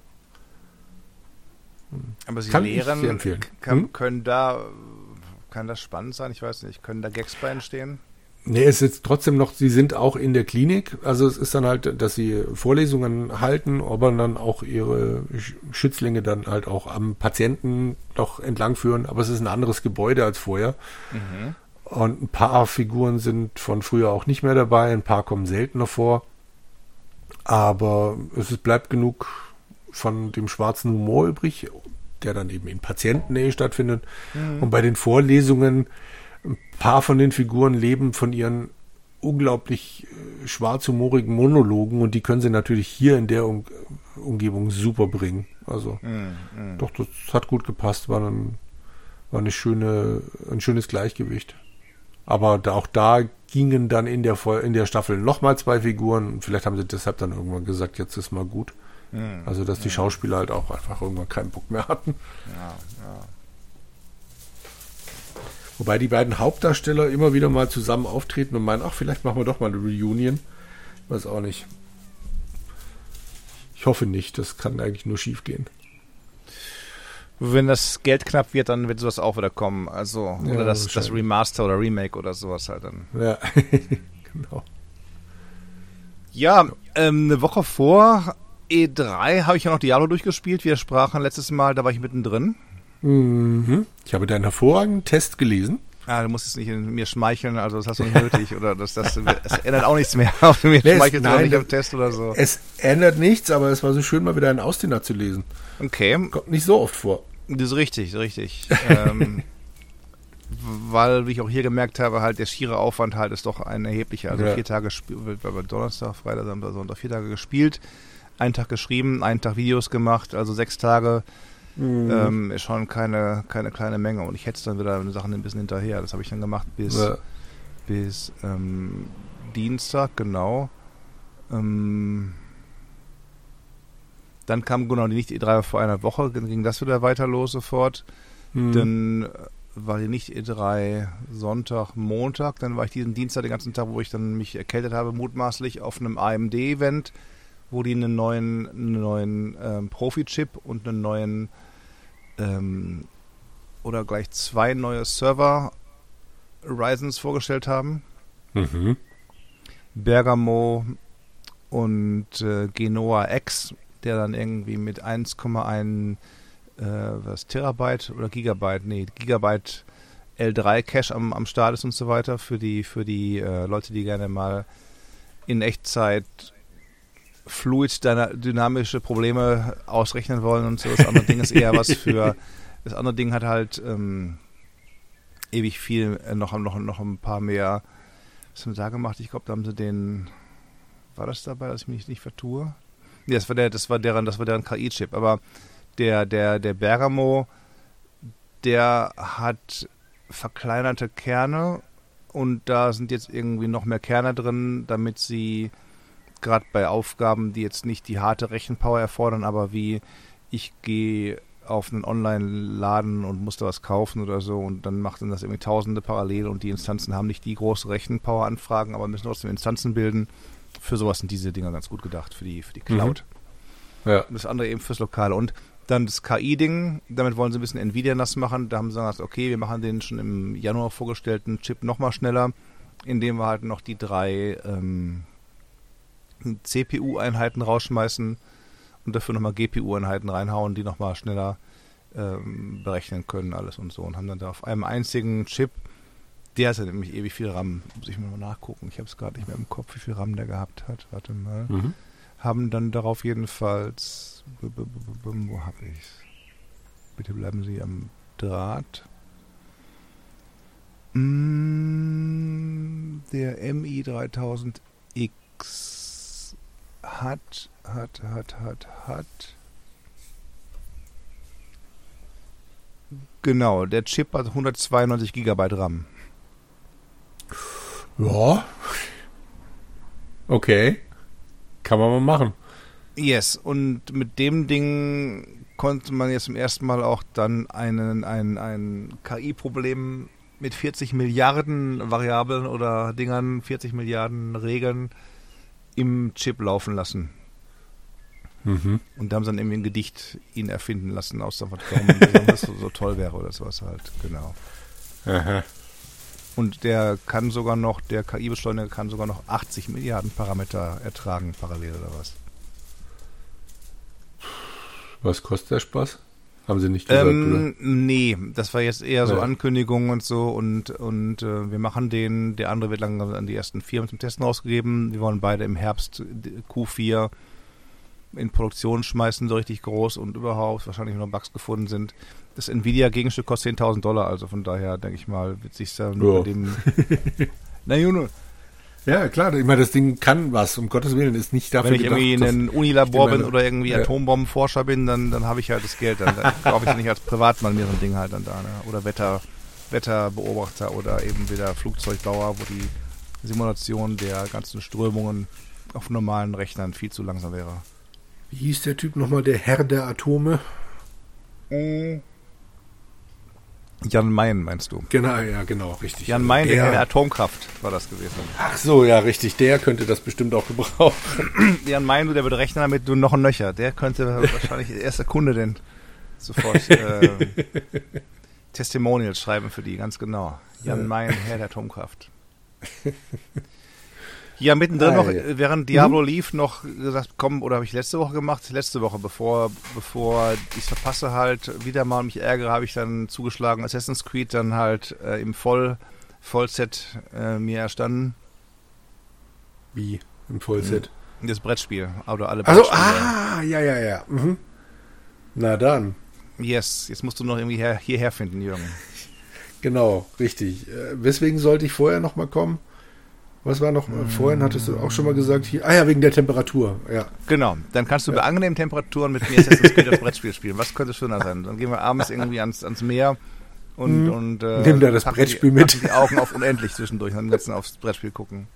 Aber sie kann lehren, ich sehr empfehlen. Kann, hm? können da, kann das spannend sein? Ich weiß nicht, können da Gags bei entstehen? Nee, es ist trotzdem noch, sie sind auch in der Klinik, also es ist dann halt, dass sie Vorlesungen halten, aber dann auch ihre Schützlinge dann halt auch am Patienten noch entlang führen, aber es ist ein anderes Gebäude als vorher. Mhm. Und ein paar Figuren sind von früher auch nicht mehr dabei, ein paar kommen seltener vor, aber es ist, bleibt genug von dem schwarzen Humor übrig, der dann eben in Patientennähe stattfindet. Mhm. Und bei den Vorlesungen ein paar von den Figuren leben von ihren unglaublich äh, schwarzhumorigen Monologen und die können sie natürlich hier in der um- Umgebung super bringen. Also mm, mm. doch, das hat gut gepasst, war, ein, war eine schöne, ein schönes Gleichgewicht. Aber da, auch da gingen dann in der, in der Staffel nochmal zwei Figuren. Vielleicht haben sie deshalb dann irgendwann gesagt, jetzt ist mal gut. Mm, also dass die mm. Schauspieler halt auch einfach irgendwann keinen Bock mehr hatten. Ja, ja. Wobei die beiden Hauptdarsteller immer wieder mal zusammen auftreten und meinen, ach, vielleicht machen wir doch mal eine Reunion. Ich weiß auch nicht. Ich hoffe nicht, das kann eigentlich nur schief gehen. Wenn das Geld knapp wird, dann wird sowas auch wieder kommen. Also, ja, oder das, das Remaster oder Remake oder sowas halt dann. Ja, genau. Ja, ähm, eine Woche vor E drei habe ich ja noch Diablo durchgespielt. Wir sprachen letztes Mal, da war ich mittendrin. Mhm. Ich habe deinen hervorragenden Test gelesen. Ah, du musst es nicht in mir schmeicheln, also das hast du nicht nötig. Oder das, das, es ändert auch nichts mehr, ob du mir nee, schmeichelst nein, oder nicht am Test oder so. Es ändert nichts, aber es war so schön, mal wieder einen Ausdehner zu lesen. Okay. Kommt nicht so oft vor. Das ist richtig, richtig. ähm, weil, wie ich auch hier gemerkt habe, halt der schiere Aufwand halt ist doch ein erheblicher. Also ja. vier Tage gespielt, weil Donnerstag, Freitag, Samstag, Sonntag, vier Tage gespielt, einen Tag geschrieben, einen Tag Videos gemacht, also sechs Tage. Mhm. Ähm, ist schon keine, keine kleine Menge und ich hätte dann wieder Sachen ein bisschen hinterher. Das habe ich dann gemacht bis, ja. bis ähm, Dienstag, genau. Ähm, dann kam genau die Nicht-E drei vor einer Woche, dann ging das wieder weiter los sofort. Mhm. Dann war die Nicht-E drei Sonntag, Montag, dann war ich diesen Dienstag den ganzen Tag, wo ich dann mich erkältet habe, mutmaßlich auf einem A M D-Event, wo die einen neuen, einen neuen ähm, Profi-Chip und einen neuen ähm, oder gleich zwei neue Server Ryzens vorgestellt haben. Mhm. Bergamo und äh, Genoa X, der dann irgendwie mit eins Komma eins äh, was Terabyte oder Gigabyte, nee, Gigabyte L drei Cache am, am Start ist und so weiter für die, für die äh, Leute, die gerne mal in Echtzeit fluid dynamische Probleme ausrechnen wollen und so. Das andere Ding ist eher was für, das andere Ding hat halt ähm, ewig viel, äh, noch, noch, noch ein paar mehr, was haben sie da gemacht? Ich glaube, da haben sie den, war das dabei, dass ich mich nicht vertue? Nee, das war der, das war deren, das war deren K I-Chip, aber der, der, der Bergamo, der hat verkleinerte Kerne und da sind jetzt irgendwie noch mehr Kerne drin, damit sie gerade bei Aufgaben, die jetzt nicht die harte Rechenpower erfordern, aber wie ich gehe auf einen Online-Laden und muss da was kaufen oder so und dann macht dann das irgendwie Tausende parallel und die Instanzen haben nicht die große Rechenpower-Anfragen, aber müssen trotzdem Instanzen bilden. Für sowas sind diese Dinger ganz gut gedacht, für die, für die Cloud. Mhm. Ja. Und das andere eben fürs Lokale. Und dann das K I-Ding, damit wollen sie ein bisschen Nvidia nass machen. Da haben sie gesagt, okay, wir machen den schon im Januar vorgestellten Chip nochmal schneller, indem wir halt noch die drei ähm, C P U-Einheiten rausschmeißen und dafür nochmal G P U-Einheiten reinhauen, die nochmal schneller ähm, berechnen können, alles und so. Und haben dann da auf einem einzigen Chip, der hat ja nämlich ewig viel RAM, muss ich mal nachgucken, ich habe es gerade nicht mehr im Kopf, wie viel RAM der gehabt hat, warte mal. Mhm. Haben dann darauf jedenfalls, wo habe ich es? Bitte bleiben Sie am Draht. Der M I dreitausend X hat, hat, hat, hat, hat. Genau, der Chip hat hundertzweiundneunzig Gigabyte RAM. Ja. Okay. Kann man mal machen. Yes, und mit dem Ding konnte man jetzt zum ersten Mal auch dann einen, ein, ein K I-Problem mit vierzig Milliarden Variablen oder Dingern, vierzig Milliarden Regeln im Chip laufen lassen. Mhm. Und da haben sie dann irgendwie ein Gedicht ihn erfinden lassen, aus der warum das so, so toll wäre oder sowas halt, genau. Aha. Und der kann sogar noch, der K I-Beschleuniger kann sogar noch achtzig Milliarden Parameter ertragen, parallel oder was. Was kostet der Spaß? Haben sie nicht gesagt, ähm, oder? Nee, das war jetzt eher so Ja. Ankündigungen und so und, und äh, wir machen den, der andere wird langsam an die ersten Firmen zum Testen rausgegeben. Wir wollen beide im Herbst Q vier in Produktion schmeißen, so richtig groß und überhaupt wahrscheinlich nur Bugs gefunden sind. Das Nvidia-Gegenstück kostet zehntausend Dollar, also von daher denke ich mal, wird sich da nur Ja. bei dem... Na Junge, Ja, klar, ich meine, das Ding kann was, um Gottes Willen, ist nicht dafür wenn ich gedacht, irgendwie in dass- einem Unilabor ich meine, bin oder irgendwie ja. Atombombenforscher bin, dann, dann habe ich halt das Geld. Dann, dann kaufe ich nicht als Privatmann mir so ein Ding halt dann da. Ne? Oder Wetter, Wetterbeobachter oder eben wieder Flugzeugbauer, wo die Simulation der ganzen Strömungen auf normalen Rechnern viel zu langsam wäre. Wie hieß der Typ nochmal, der Herr der Atome? Jan Mayen meinst du? Genau, ja, genau, richtig. Jan Mayen, der der, Herr der Atomkraft war das gewesen. Ach so, ja, richtig, der könnte das bestimmt auch gebrauchen. Jan Mayen, der wird rechnen damit du noch ein Nöcher. Der könnte wahrscheinlich der erste Kunde denn sofort äh, Testimonials schreiben für die, ganz genau. Jan Mayen, Herr der Atomkraft. Ja, mittendrin Ah, noch, ja. während Diablo lief, noch gesagt, komm, oder habe ich letzte Woche gemacht? Letzte Woche, bevor bevor ich es verpasse halt, wieder mal mich ärgere, habe ich dann zugeschlagen, Assassin's Creed dann halt äh, im Voll, Vollset äh, mir erstanden. Wie? Im Vollset? Das Brettspiel, oder alle Also, Brettspiele. ah, ja, ja, ja. Mhm. Na dann, Yes, jetzt musst du noch irgendwie her, hierher finden, Jürgen. genau, richtig. Äh, weswegen sollte ich vorher nochmal kommen? Was war noch? Äh, vorhin hattest du auch schon mal gesagt, hier, ah ja, wegen der Temperatur, ja. Genau, dann kannst du bei angenehmen Temperaturen mit mir Assassin's Creed das Brettspiel spielen. Was könnte schöner sein? Dann gehen wir abends irgendwie ans, ans Meer und, Mhm. und äh, Nimm da das packen Brettspiel die, mit. packen die Augen auf unendlich zwischendurch und dann müssen aufs Brettspiel gucken.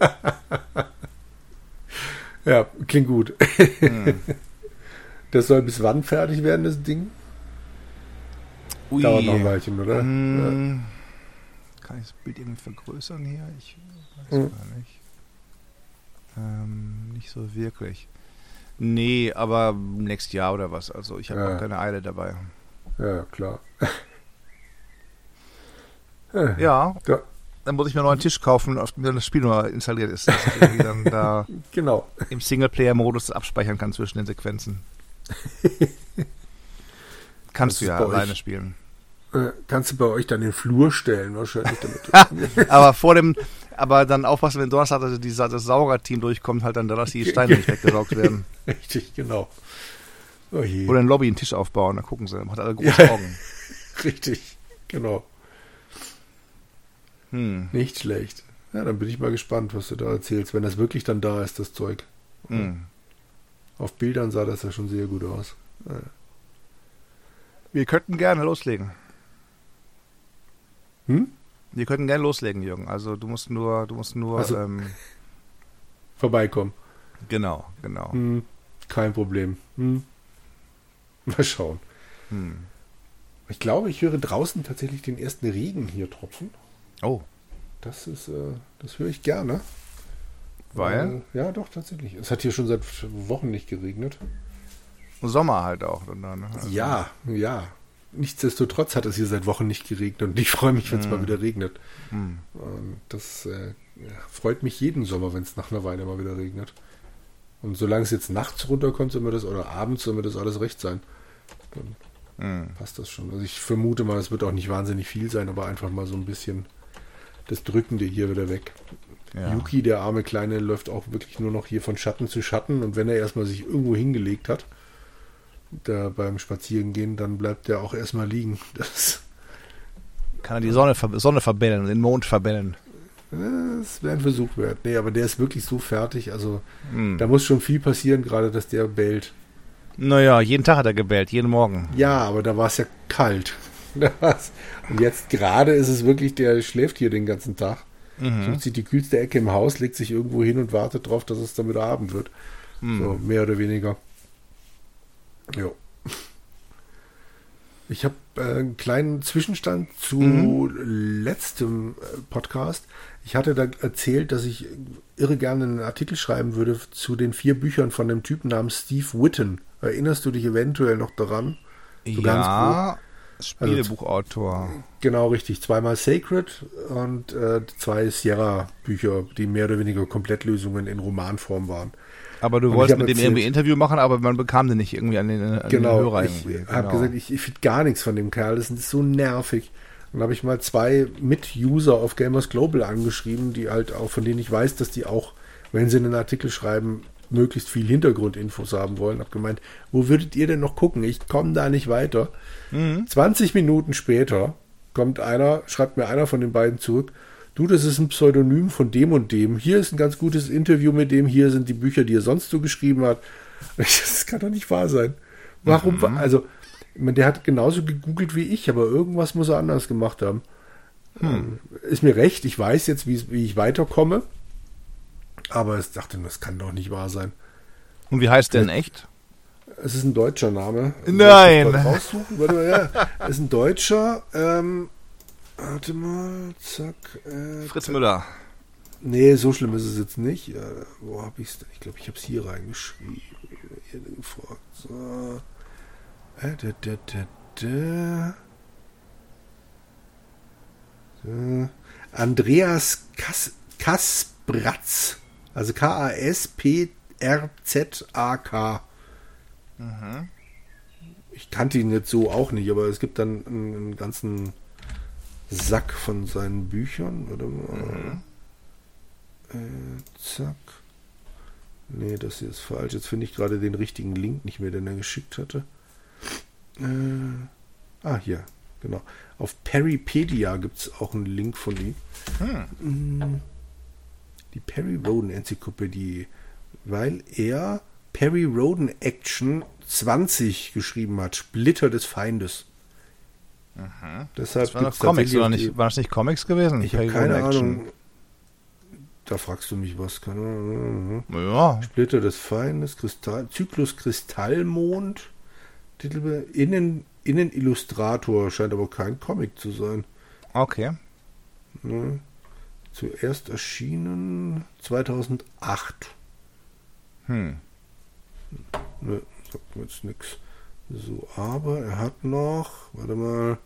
Ja, klingt gut. Hm. Das soll bis wann fertig werden, das Ding? Ui. Dauert noch ein Weilchen, oder? Hm. Kann ich das Bild irgendwie vergrößern hier? Ich weiß Hm. gar nicht. Ähm, nicht so wirklich. Nee, aber nächstes Jahr oder was. Also ich habe Ja. auch keine Eile dabei. Ja, ja, klar. Ja, Ja, dann muss ich mir noch einen Tisch kaufen, auf dem das Spiel noch installiert ist, dass ich irgendwie dann da genau. im Singleplayer-Modus abspeichern kann zwischen den Sequenzen. Kannst Das du ist ja bei alleine euch- spielen. Äh, Kannst du bei euch dann den Flur stellen, wahrscheinlich. Damit Aber vor dem, aber dann aufpassen, wenn Donnerstag also die, das Saugerteam durchkommt, halt dann, dass die Steine nicht weggesaugt werden. Richtig, genau. Oh je. Oder in Lobby einen Tisch aufbauen, dann gucken sie, dann macht alle große Ja. Augen. Richtig, genau. Hm. Nicht schlecht. Ja, dann bin ich mal gespannt, was du da erzählst, wenn das wirklich dann da ist, das Zeug. Hm. Auf Bildern sah das ja schon sehr gut aus. Ja. Wir könnten gerne loslegen. Hm? Wir könnten gerne loslegen, Jürgen. Also du musst nur, du musst nur, Also- ähm, Vorbeikommen. genau, genau. Hm. Kein Problem. Hm. Mal schauen. Hm. Ich glaube, ich höre draußen tatsächlich den ersten Regen hier tropfen. Oh, Das ist, äh, das höre ich gerne. weil Äh, ja, doch, tatsächlich. Es hat hier schon seit Wochen nicht geregnet. Sommer halt auch. Und dann, also, Ja, ja. Nichtsdestotrotz hat es hier seit Wochen nicht geregnet und ich freue mich, wenn es Mm. mal wieder regnet. Hm. Und das äh, ja, freut mich jeden Sommer, wenn es nach einer Weile mal wieder regnet. Und solange es jetzt nachts runterkommt, soll mir das, oder abends, soll mir das alles recht sein. Dann Hm. passt das schon. Also ich vermute mal, es wird auch nicht wahnsinnig viel sein, aber einfach mal so ein bisschen das Drückende hier wieder weg. Ja. Yuki, der arme Kleine, läuft auch wirklich nur noch hier von Schatten zu Schatten und wenn er erstmal sich irgendwo hingelegt hat, da beim Spazierengehen, dann bleibt er auch erstmal liegen. Das, Kann er die Sonne, ver Sonne verbellen und den Mond verbellen. das wäre ein Versuch wert. Nee, aber der ist wirklich so fertig, also Hm. da muss schon viel passieren, gerade dass der bellt. Naja, jeden Tag hat er gebellt, jeden Morgen. Ja, aber da war es ja kalt. Da war's. Und jetzt gerade ist es wirklich, der schläft hier den ganzen Tag. Mhm. Sucht sich die kühlste Ecke im Haus, legt sich irgendwo hin und wartet drauf, dass es dann wieder Abend wird. Hm. So, mehr oder weniger. Jo. Ich habe äh, einen kleinen Zwischenstand zu mhm. letztem äh, Podcast. Ich hatte da erzählt, dass ich irre gerne einen Artikel schreiben würde zu den vier Büchern von dem Typen namens Steve Witten. Erinnerst du dich eventuell noch daran? So ja, Spielebuchautor. Also, genau, richtig. Zweimal Sacred und äh, zwei Sierra-Bücher, die mehr oder weniger Komplettlösungen in Romanform waren. Aber du und wolltest mit dem erzählt, irgendwie ein Interview machen, aber man bekam den nicht irgendwie an den, an genau, den Hörer. Ich irgendwie. habe genau. gesagt, ich, ich finde gar nichts von dem Kerl, das ist so nervig. Dann habe ich mal zwei Mit-User auf Gamers Global angeschrieben, die halt auch, von denen ich weiß, dass die auch, wenn sie einen Artikel schreiben, möglichst viel Hintergrundinfos haben wollen. Habe gemeint, wo würdet ihr denn noch gucken? Ich komme da nicht weiter. Mhm. zwanzig Minuten später kommt einer, schreibt mir einer von den beiden zurück, du, das ist ein Pseudonym von dem und dem. Hier ist ein ganz gutes Interview mit dem. Hier sind die Bücher, die er sonst so geschrieben hat. Das kann doch nicht wahr sein. Warum? Mhm. Also, der hat genauso gegoogelt wie ich, aber irgendwas muss er anders gemacht haben. Hm. Ist mir recht, ich weiß jetzt, wie, wie ich weiterkomme. Aber ich dachte, das kann doch nicht wahr sein. Und wie heißt der denn echt? Es ist ein deutscher Name. Nein! Raussuchen? Warte mal, ja. Es ist ein Deutscher. Ähm, warte mal, zack. Äh, Fritz Müller. Nee, so schlimm ist es jetzt nicht. Äh, wo habe ich es denn? Ich glaube, ich habe es hier reingeschrieben. Hier gefragt. So. Äh, da, da, da, da. So. Andreas Kas- Kaspratz. Also K A S P R Z A K. Mhm. Ich kannte ihn jetzt so auch nicht, aber es gibt dann einen, einen ganzen Sack von seinen Büchern. Warte mal. Mhm. Äh, zack. Nee, das hier ist falsch. Jetzt finde ich gerade den richtigen Link nicht mehr, den er geschickt hatte. Äh, ah, hier. Genau. Auf Peripedia gibt es auch einen Link von ihm. Hm. Die Perry Rhodan Enzyklopädie, weil er Perry Rhodan Action zwanzig geschrieben hat, Splitter des Feindes. Mhm. Deshalb das war doch Comics, oder nicht? War das nicht Comics gewesen? Ich habe keine Ahnung. Da fragst du mich was. Keine Ahnung. Ja. Splitter des Feindes, Kristall, Zyklus Kristallmond, Titel Innen, Innenillustrator, scheint aber kein Comic zu sein. Okay. Ne? Zuerst erschienen zweitausendacht. Hm. Ne, sagt mir jetzt nichts. So, aber er hat noch, warte mal,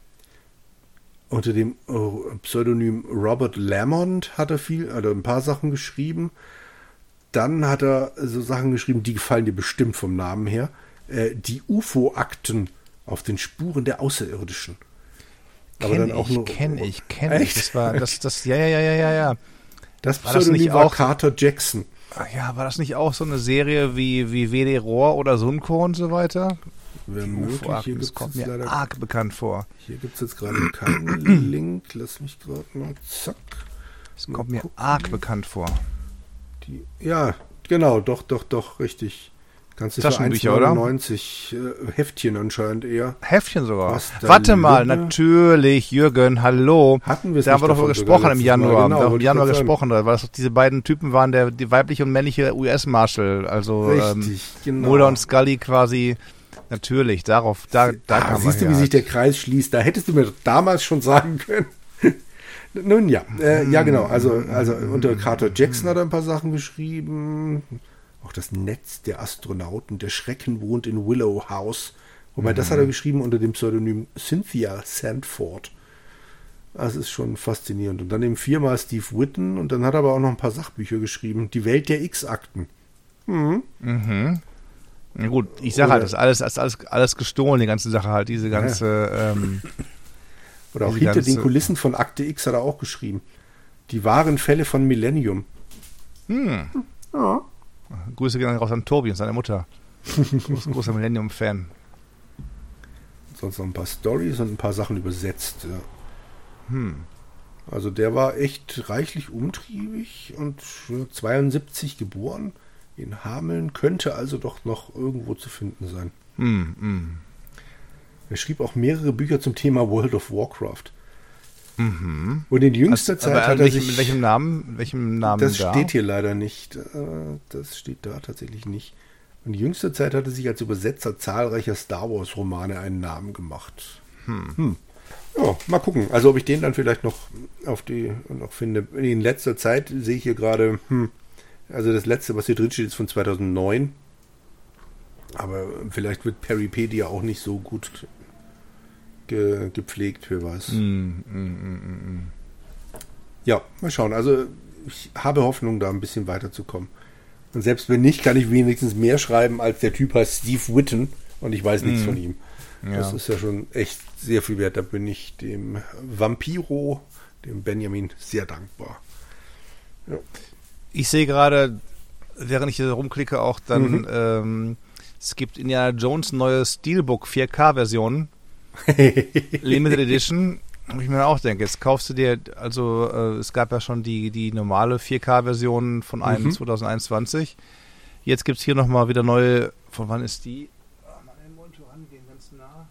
unter dem Pseudonym Robert Lamont hat er viel, hat er ein paar Sachen geschrieben. Dann hat er so Sachen geschrieben, die gefallen dir bestimmt vom Namen her. Äh, die U F O-Akten auf den Spuren der Außerirdischen. Aber kenn dann auch ich, nur, kenne ich, kenne ich. Das war, das, das, ja, ja, ja, ja, ja. Das war Pseudonym das war auch Carter Jackson. Ja, war das nicht auch so eine Serie wie, wie W D Rohr oder Sunko und so weiter? Wäre möglich. Hier das kommt mir leider arg bekannt vor. Hier gibt es jetzt gerade keinen Link. Lass mich gerade mal, zack. Das kommt mir gucken. arg bekannt vor. Die, ja, genau, doch, doch, doch, richtig. Kannst du für eins neunundneunzig äh, Heftchen anscheinend eher. Heftchen sogar. Warte mal, Lübbe? Natürlich, Jürgen, hallo. Hatten wir es Da haben wir doch gesprochen im Januar. Genau, wir haben im Januar gesprochen, weil das diese beiden Typen waren, der die weibliche und männliche U S-Marshal, also richtig, ähm, genau. Mulder und Scully quasi. Natürlich, darauf, da, da ah, kann man siehst du, wie sich der Kreis schließt? Da hättest du mir damals schon sagen können. Nun ja, äh, ja genau, also, also unter Carter Jackson hat er ein paar Sachen geschrieben. Auch das Netz der Astronauten, der Schrecken wohnt in Willow House. Wobei, mhm. das hat er geschrieben unter dem Pseudonym Cynthia Sandford. Das ist schon faszinierend. Und dann eben viermal Steve Witten und dann hat er aber auch noch ein paar Sachbücher geschrieben. Die Welt der X-Akten. Mhm. Mhm. Na gut, ich sage halt, das ist alles, das ist alles, alles gestohlen, die ganze Sache halt, diese ganze... Ja. Ähm, Oder auch hinter ganze, den Kulissen von Akte X hat er auch geschrieben. Die wahren Fälle von Millennium. Hm. Ja. Grüße gehen raus an Tobi und seine Mutter. Groß, großer Millennium-Fan. Sonst noch ein paar Storys und ein paar Sachen übersetzt. Ja. Hm. Also der war echt reichlich umtriebig und zweiundsiebzig geboren. In Hameln, könnte also doch noch irgendwo zu finden sein. Hm, hm. Er schrieb auch mehrere Bücher zum Thema World of Warcraft. Mhm. Und in jüngster also, Zeit hat er welchem, sich... Mit welchem Namen? Mit welchem Namen das da? steht hier leider nicht. Das steht da tatsächlich nicht. Und in jüngster Zeit hat er sich als Übersetzer zahlreicher Star Wars Romane einen Namen gemacht. Hm. Hm. Ja, mal gucken. Also ob ich den dann vielleicht noch auf die noch finde. In letzter Zeit sehe ich hier gerade, hm, also das letzte, was hier drin steht, ist von zweitausendneun. Aber vielleicht wird Peripedia auch nicht so gut ge, gepflegt, wer weiß. Mm, mm, mm, mm. Ja, mal schauen. Also ich habe Hoffnung, da ein bisschen weiterzukommen. Und selbst wenn nicht, kann ich wenigstens mehr schreiben, als der Typ heißt Steve Witten und ich weiß nichts mm. von ihm. Ja. Das ist ja schon echt sehr viel wert. Da bin ich dem Vampiro, dem Benjamin, sehr dankbar. Ja. Ich sehe gerade, während ich hier rumklicke, auch dann, Mhm. ähm, es gibt Indiana Jones neue Steelbook vier K-Version, Limited Edition, wo ich mir auch denke, jetzt kaufst du dir, also äh, es gab ja schon die, die normale vier K-Version von einem Mhm. zwanzig einundzwanzig. Jetzt gibt es hier nochmal wieder neue, von wann ist die? Oh, mal den Monitor rangehen, ganz nah.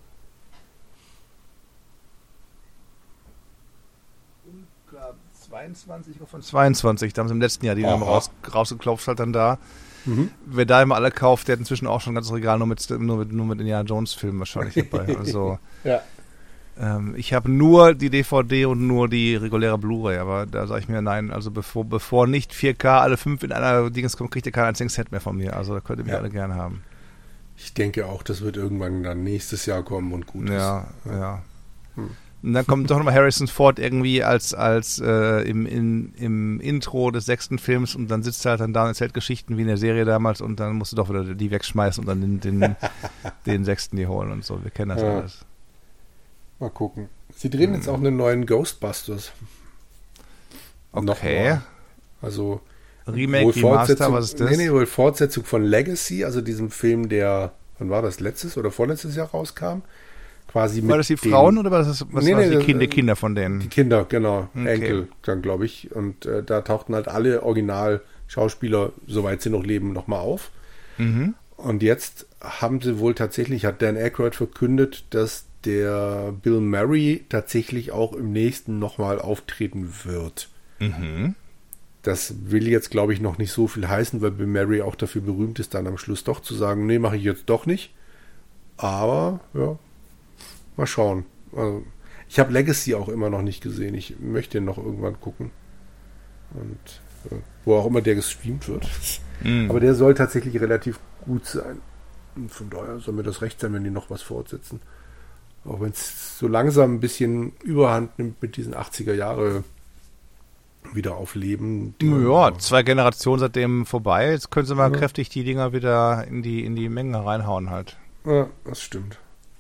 Unklar, zweiundzwanzig oder von zweiundzwanzig, da haben sie im letzten Jahr die dann raus, rausgeklopft, halt dann da. Mhm. Wer da immer alle kauft, der hat inzwischen auch schon ein ganzes Regal nur mit, nur mit, nur mit Indiana Jones Filmen wahrscheinlich dabei. Also Ja. ähm, ich habe nur die D V D und nur die reguläre Blu-ray, aber da sage ich mir nein, also bevor, bevor nicht vier K alle fünf in einer Dingens kommt, kriegt ihr kein einziges Set mehr von mir. Also da könnt ihr mich Ja. alle gerne haben. Ich denke auch, das wird irgendwann dann nächstes Jahr kommen und gut Ja, ist. ja. Hm. Und dann kommt doch nochmal Harrison Ford irgendwie als, als äh, im, in, im Intro des sechsten Films und dann sitzt er halt dann da und erzählt Geschichten wie in der Serie damals und dann musst du doch wieder die wegschmeißen und dann den, den, den sechsten die holen und so. Wir kennen das Ja. alles. Mal gucken. Sie drehen jetzt auch einen neuen Ghostbusters. Okay. Nochmal. Also Remake, wohl Remaster, Fortsetzung, was ist das? Nee, nee, wohl Fortsetzung von Legacy, also diesem Film, der, wann war das, letztes oder vorletztes Jahr rauskam? Quasi mit War das die den- Frauen oder war das, was Nee, war das nee, die, Kinder, äh, die Kinder von Die denen? Kinder, genau. Okay. Enkel, dann glaube ich. Und äh, da tauchten halt alle Original-Schauspieler, soweit sie noch leben, nochmal auf. Mhm. Und jetzt haben sie wohl tatsächlich, hat Dan Aykroyd verkündet, dass der Bill Murray tatsächlich auch im nächsten nochmal auftreten wird. Mhm. Das will jetzt, glaube ich, noch nicht so viel heißen, weil Bill Murray auch dafür berühmt ist, dann am Schluss doch zu sagen, nee, mache ich jetzt doch nicht. Aber, ja, mal schauen. Also, ich habe Legacy auch immer noch nicht gesehen. Ich möchte ihn noch irgendwann gucken. Und äh, wo auch immer der gestreamt wird. Mhm. Aber der soll tatsächlich relativ gut sein. Und von daher soll mir das recht sein, wenn die noch was fortsetzen. Auch wenn es so langsam ein bisschen Überhand nimmt mit diesen achtziger Jahre wieder aufleben. Ja, zwei Generationen seitdem vorbei. Jetzt können sie mal Ja. kräftig die Dinger wieder in die, in die Menge reinhauen halt. Ja, das stimmt.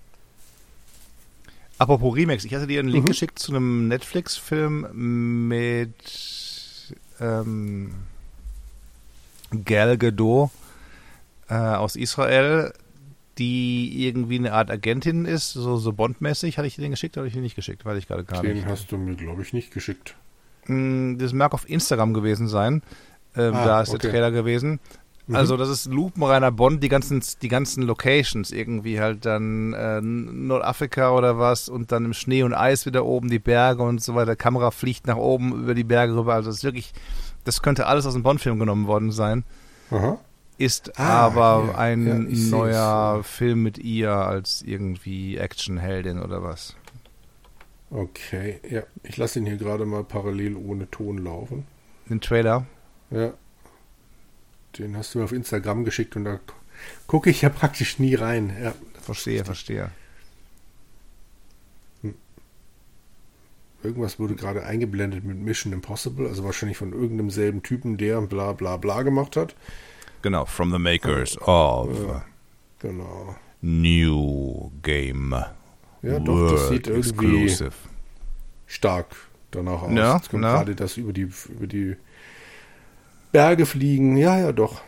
Apropos Remakes, ich hatte dir einen Link Mhm. geschickt zu einem Netflix-Film mit ähm, Gal Gadot äh, aus Israel, die irgendwie eine Art Agentin ist, so, so Bond-mäßig. Hatte ich dir den geschickt oder habe ich den nicht geschickt? Weiß ich gerade gar Den nicht. hast du mir, glaube ich, nicht geschickt. Mm, Das mag auf Instagram gewesen sein. Ähm, Ah, da ist okay. der Trailer gewesen. Mhm. Also das ist lupenreiner Bond, die ganzen, die ganzen Locations irgendwie halt dann äh, Nordafrika oder was und dann im Schnee und Eis wieder oben die Berge und so weiter. Kamera fliegt nach oben über die Berge rüber. Also es ist wirklich, das könnte alles aus dem Bond-Film genommen worden sein. Aha. Ist Ah, aber ja. ein Ja, ich seh's. neuer Film mit ihr als irgendwie Actionheldin oder was. Okay, ja. Ich lasse ihn hier gerade mal parallel ohne Ton laufen. Den Trailer. Ja. Den hast du mir auf Instagram geschickt und da gucke ich ja praktisch nie rein. Ja, Verstehe, verstehe. irgendwas wurde gerade eingeblendet mit Mission Impossible, also wahrscheinlich von irgendeinem selben Typen, der bla bla bla gemacht hat. Genau, from the makers of Ja, genau. New Game. Ja, doch, das sieht irgendwie Exclusive. stark danach aus. Ja, Jetzt kommt ja. gerade das über die, über die Berge fliegen. Ja, ja, doch.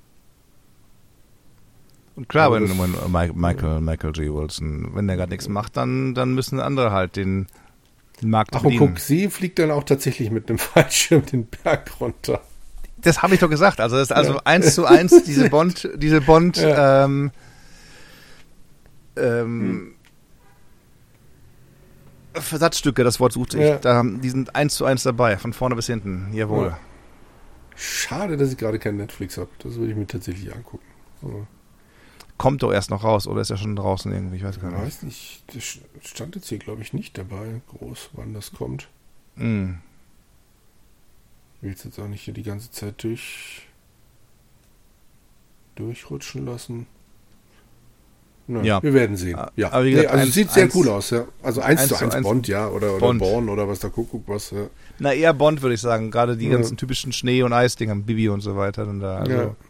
Und klar, Aber wenn, das- wenn Mike- Michael, Michael G. Wilson, wenn der gerade nichts macht, dann, dann müssen andere halt den, den Markt Ach, und bedienen. guck, sie fliegt dann auch tatsächlich mit einem Fallschirm den Berg runter. Das habe ich doch gesagt. Also das ist also Ja. eins zu eins diese Bond, diese Bond, Ja. ähm, ähm, Versatzstücke, das Wort suchte ja. ich. Da, die sind eins zu eins dabei, von vorne bis hinten. Jawohl. Ja. Schade, dass ich gerade kein Netflix habe. Das würde ich mir tatsächlich angucken. Aber kommt doch erst noch raus, oder ist ja schon draußen irgendwie? Ich weiß gar nicht. Ich weiß nicht. Das stand jetzt hier, glaube ich, nicht dabei, groß, wann das kommt. Mm. Ich will es jetzt auch nicht hier die ganze Zeit durch durchrutschen lassen. Na, ja. Wir werden sehen. Ja. Aber wie gesagt, nee, also eins, sieht sehr eins, cool aus, ja. Also eins, eins zu eins Bond, ja, oder, oder Bond. Born oder was da guck, was. Ja. Na, eher Bond, würde ich sagen. Gerade die ja. ganzen typischen Schnee- und Eisdinger, Bibi und so weiter. Und da, also. Ja.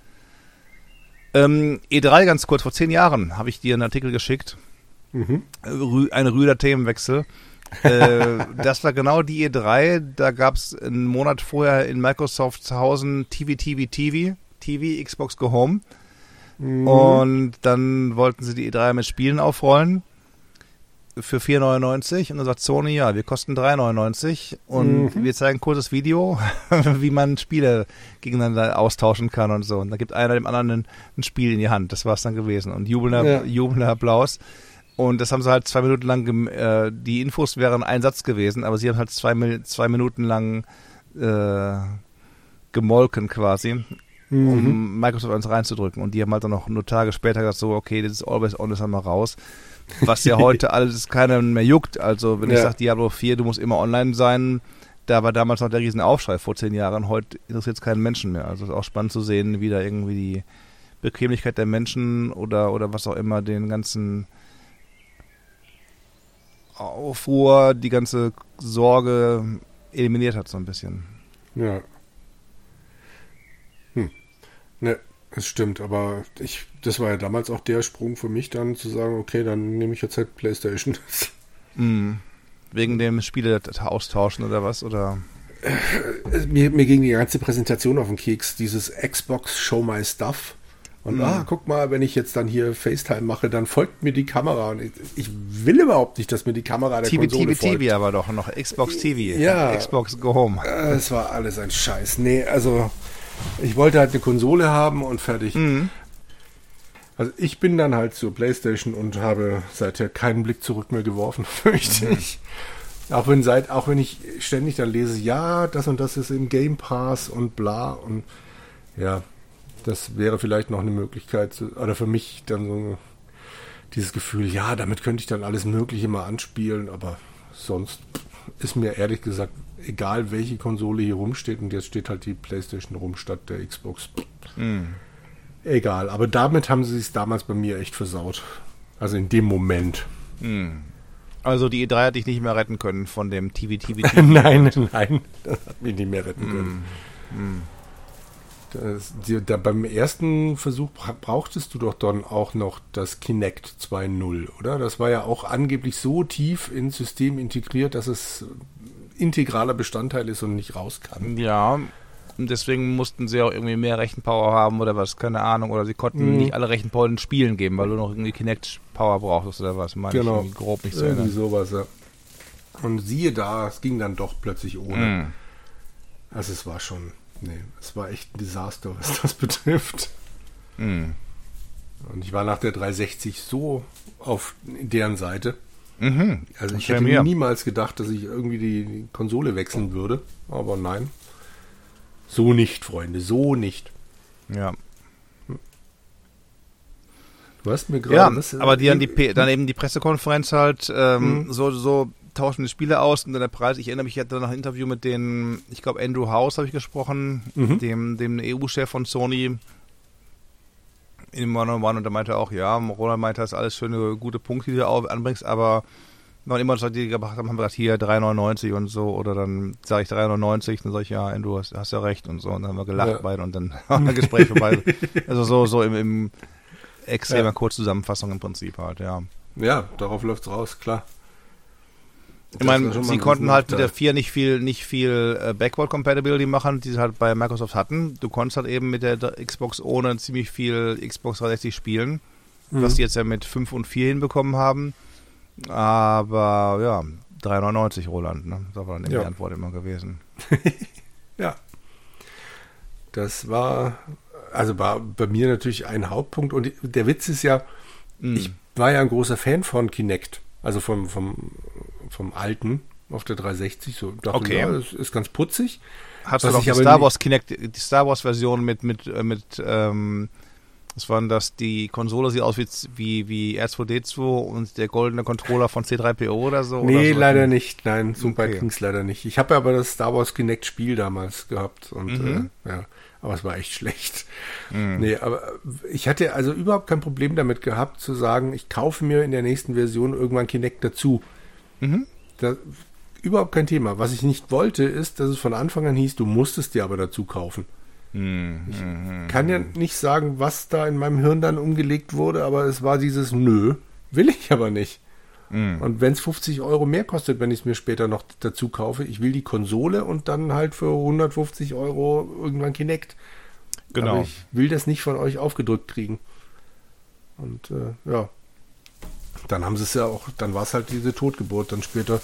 Ähm, E drei ganz kurz, vor zehn Jahren habe ich dir einen Artikel geschickt. Mhm. Rü- ein rüder Themenwechsel. äh, das war genau die E drei. Da gab es einen Monat vorher in Microsoft zu Hause T V, T V, T V, T V, Xbox Go Home. Mhm. Und dann wollten sie die E drei mit Spielen aufrollen für vier neunundneunzig und dann sagt Sony, ja, wir kosten drei neunundneunzig und mhm. wir zeigen ein kurzes Video, wie man Spiele gegeneinander austauschen kann und so. Und da gibt einer dem anderen ein, ein Spiel in die Hand. Das war es dann gewesen. Und jubelnder, ja. jubelnder Applaus. Und das haben sie halt zwei Minuten lang, gem- äh, die Infos wären ein Satz gewesen, aber sie haben halt zwei, zwei Minuten lang äh, gemolken quasi, mhm. um Microsoft eins reinzudrücken. Und die haben halt dann noch nur Tage später gesagt, so, okay, das ist always on, das haben wir raus. Was ja heute alles keinen mehr juckt. Also wenn ja. ich sage, Diablo vier, du musst immer online sein, da war damals noch der riesen Aufschrei vor zehn Jahren. Heute interessiert es keinen Menschen mehr. Also es ist auch spannend zu sehen, wie da irgendwie die Bequemlichkeit der Menschen oder, oder was auch immer den ganzen Aufruhr, die ganze Sorge eliminiert hat so ein bisschen. Ja. Hm. Ne, es stimmt, aber ich, das war ja damals auch der Sprung für mich dann zu sagen, okay, dann nehme ich jetzt halt PlayStation. Mm. Wegen dem Spiele austauschen oder was? Oder? Mir, mir ging die ganze Präsentation auf den Keks, dieses Xbox Show My Stuff. Und mhm. ah, guck mal, wenn ich jetzt dann hier FaceTime mache, dann folgt mir die Kamera. Und ich, ich will überhaupt nicht, dass mir die Kamera der T V, Konsole T V, folgt. T V aber doch noch. Xbox T V. Ja. Xbox Go Home. Es war alles ein Scheiß. Nee, also ich wollte halt eine Konsole haben und fertig. Mhm. Also ich bin dann halt zur PlayStation und habe seither keinen Blick zurück mehr geworfen, fürchte Mhm. ich. Auch wenn, seit, auch wenn ich ständig dann lese, ja, das und das ist im Game Pass und bla und ja, das wäre vielleicht noch eine Möglichkeit, zu, oder für mich dann so dieses Gefühl, ja, damit könnte ich dann alles Mögliche mal anspielen, aber sonst ist mir ehrlich gesagt egal, welche Konsole hier rumsteht und jetzt steht halt die PlayStation rum statt der Xbox. Mhm. Egal, aber damit haben sie es damals bei mir echt versaut. Also in dem Moment. Mhm. Also die E drei hat dich nicht mehr retten können von dem T V, T V, T V. Nein, nein, das hat mich nicht mehr retten können. Mm. Das, die, da, beim ersten Versuch bra- brauchtest du doch dann auch noch das Kinect zwei Punkt null, oder? Das war ja auch angeblich so tief ins System integriert, dass es integraler Bestandteil ist und nicht raus kann. Ja, und deswegen mussten sie auch irgendwie mehr Rechenpower haben oder was, keine Ahnung. Oder sie konnten Mhm. nicht alle Rechenpower in Spielen geben, weil du noch irgendwie Kinect-Power brauchst oder was. Meine Genau. ich grob nicht so. Irgendwie erinnern. sowas, ja. Und siehe da, es ging dann doch plötzlich ohne. Mm. Also es war schon, nee, es war echt ein Desaster, was das betrifft. Mm. Und ich war nach der dreihundertsechzig so auf deren Seite. Mhm. Also ich Schön hätte mir. niemals gedacht, dass ich irgendwie die Konsole wechseln würde. Aber nein. So nicht, Freunde, so nicht. Ja. Du hast mir gerade... Ja, was, aber die dann, die P- dann eben die Pressekonferenz halt, ähm, Mhm. so, so tauschen die Spiele aus und dann der Preis. Ich erinnere mich, ich hatte noch ein Interview mit den, ich glaube Andrew House habe ich gesprochen, Mhm. dem, dem E U-Chef von Sony in dem One-on-One und der meinte auch, ja, Roland meinte, das ist alles schöne, gute Punkte, die du auch anbringst, aber noch immer, was die gemacht haben, haben wir gesagt, hier drei neunundneunzig und so, oder dann sage ich drei neunundneunzig, dann sage ich, ja, Andrew, hast, hast ja recht und so, und dann haben wir gelacht Ja. beide und dann war das Gespräch vorbei. Also so, so im, im extremer Ja. Kurzzusammenfassung im Prinzip halt, ja. Ja, darauf läuft's raus, klar. Ich meine, Das war schon sie mal konnten ein halt mit der Nachteil. vier nicht viel, nicht viel äh, Backward Compatibility machen, die sie halt bei Microsoft hatten. Du konntest halt eben mit der Xbox ohne ziemlich viel Xbox dreihundertsechzig spielen, Mhm. was die jetzt ja mit fünf und vier hinbekommen haben. Aber ja, drei neunundneunzig Roland, ne? Das war dann Ja. die Antwort immer gewesen. Ja. Das war, also war bei mir natürlich ein Hauptpunkt. Und der Witz ist ja, Mhm. ich war ja ein großer Fan von Kinect. Also vom, vom, vom alten auf der dreihundertsechzig. So dachte, okay. Ja, das ist ganz putzig. Hast du noch die Star Wars Kinect, die Star Wars Version mit, mit, mit, ähm, was war denn das? Die Konsole sieht aus wie, wie, wie R zwei D zwei und der goldene Controller von C drei P O oder so? Nee, oder so? leider nicht. Nein, so okay. weit ging es leider nicht. Ich habe aber das Star Wars Kinect Spiel damals gehabt und mhm. äh, ja, aber es war echt schlecht. Mhm. Nee, aber ich hatte also überhaupt kein Problem damit gehabt, zu sagen, ich kaufe mir in der nächsten Version irgendwann Kinect dazu. Mhm. Da, überhaupt kein Thema. Was ich nicht wollte, ist, dass es von Anfang an hieß, du musstest dir aber dazu kaufen. Mhm. Ich kann ja nicht sagen, was da in meinem Hirn dann umgelegt wurde, aber es war dieses Nö, will ich aber nicht. Mhm. Und wenn es fünfzig Euro mehr kostet, wenn ich es mir später noch dazu kaufe, ich will die Konsole und dann halt für hundertfünfzig Euro irgendwann Kinect. Genau. Aber ich will das nicht von euch aufgedrückt kriegen. Und äh, ja, dann haben sie es ja auch, dann war es halt diese Totgeburt dann später.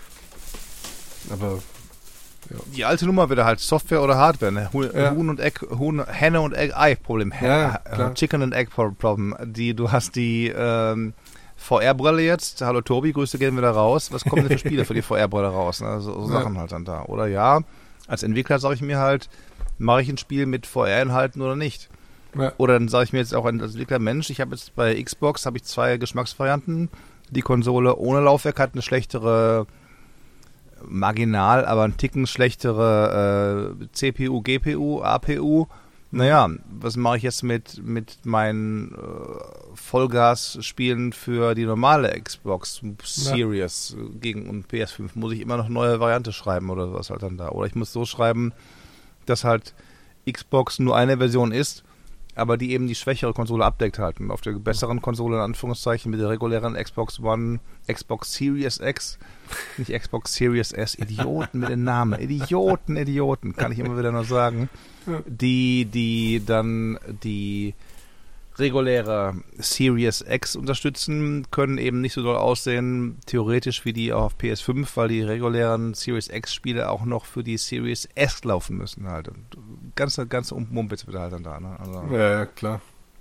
Aber ja. Die alte Nummer wieder halt Software oder Hardware, ne? Huhn, ja. Huhn und Egg, Huhn, Henne und Egg Ei Problem. Ja, äh, Chicken and Egg Problem. Die, du hast die ähm, V R-Brille jetzt. Hallo Tobi, Grüße gehen wieder raus. Was kommen denn für Spiele für die V R-Brille raus? Ne? So, so Sachen ja. halt dann da. Oder ja, als Entwickler sage ich mir halt, mache ich ein Spiel mit V R-Inhalten oder nicht? Ja. Oder dann sage ich mir jetzt auch als Entwickler, Mensch, ich habe jetzt bei Xbox habe ich zwei Geschmacksvarianten. Die Konsole ohne Laufwerk hat eine schlechtere marginal, aber einen Ticken schlechtere äh, C P U, G P U, A P U. Naja, was mache ich jetzt mit, mit meinen äh, Vollgas-Spielen für die normale Xbox Series ja. gegen und P S fünf? Muss ich immer noch eine neue Variante schreiben oder sowas halt dann da? Oder ich muss so schreiben, dass halt Xbox nur eine Version ist, aber die eben die schwächere Konsole abdeckt halt. Und auf der besseren Konsole, in Anführungszeichen, mit der regulären Xbox One, Xbox Series X, nicht Xbox Series S, Idioten mit den Namen, Idioten, Idioten, kann ich immer wieder nur sagen, die, die dann die reguläre Series X unterstützen, können eben nicht so doll aussehen, theoretisch wie die auf P S fünf, weil die regulären Series X-Spiele auch noch für die Series S laufen müssen halt. Und ganze, ganze Mumpitz wird halt dann da. Ne? Also ja, ja, klar.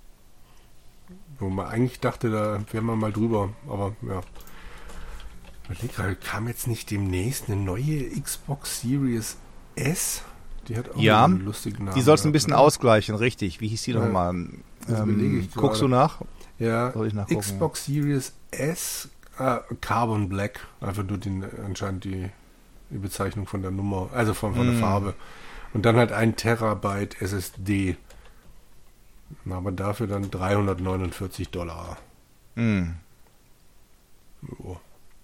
Wo man eigentlich dachte, da wären wir mal drüber, aber ja. Überleg gerade, kam jetzt nicht demnächst eine neue Xbox Series S? Die hat auch ja, einen lustigen Namen. Die soll es ein bisschen ausgleichen, richtig. Wie hieß die ja. nochmal? Ähm, guckst du nach? Ja, Xbox Series S, äh, Carbon Black, einfach nur den, anscheinend die, die Bezeichnung von der Nummer, also von, von mm. der Farbe. Und dann halt ein Terabyte S S D. Aber dafür dann dreihundertneunundvierzig Dollar. Mm. So.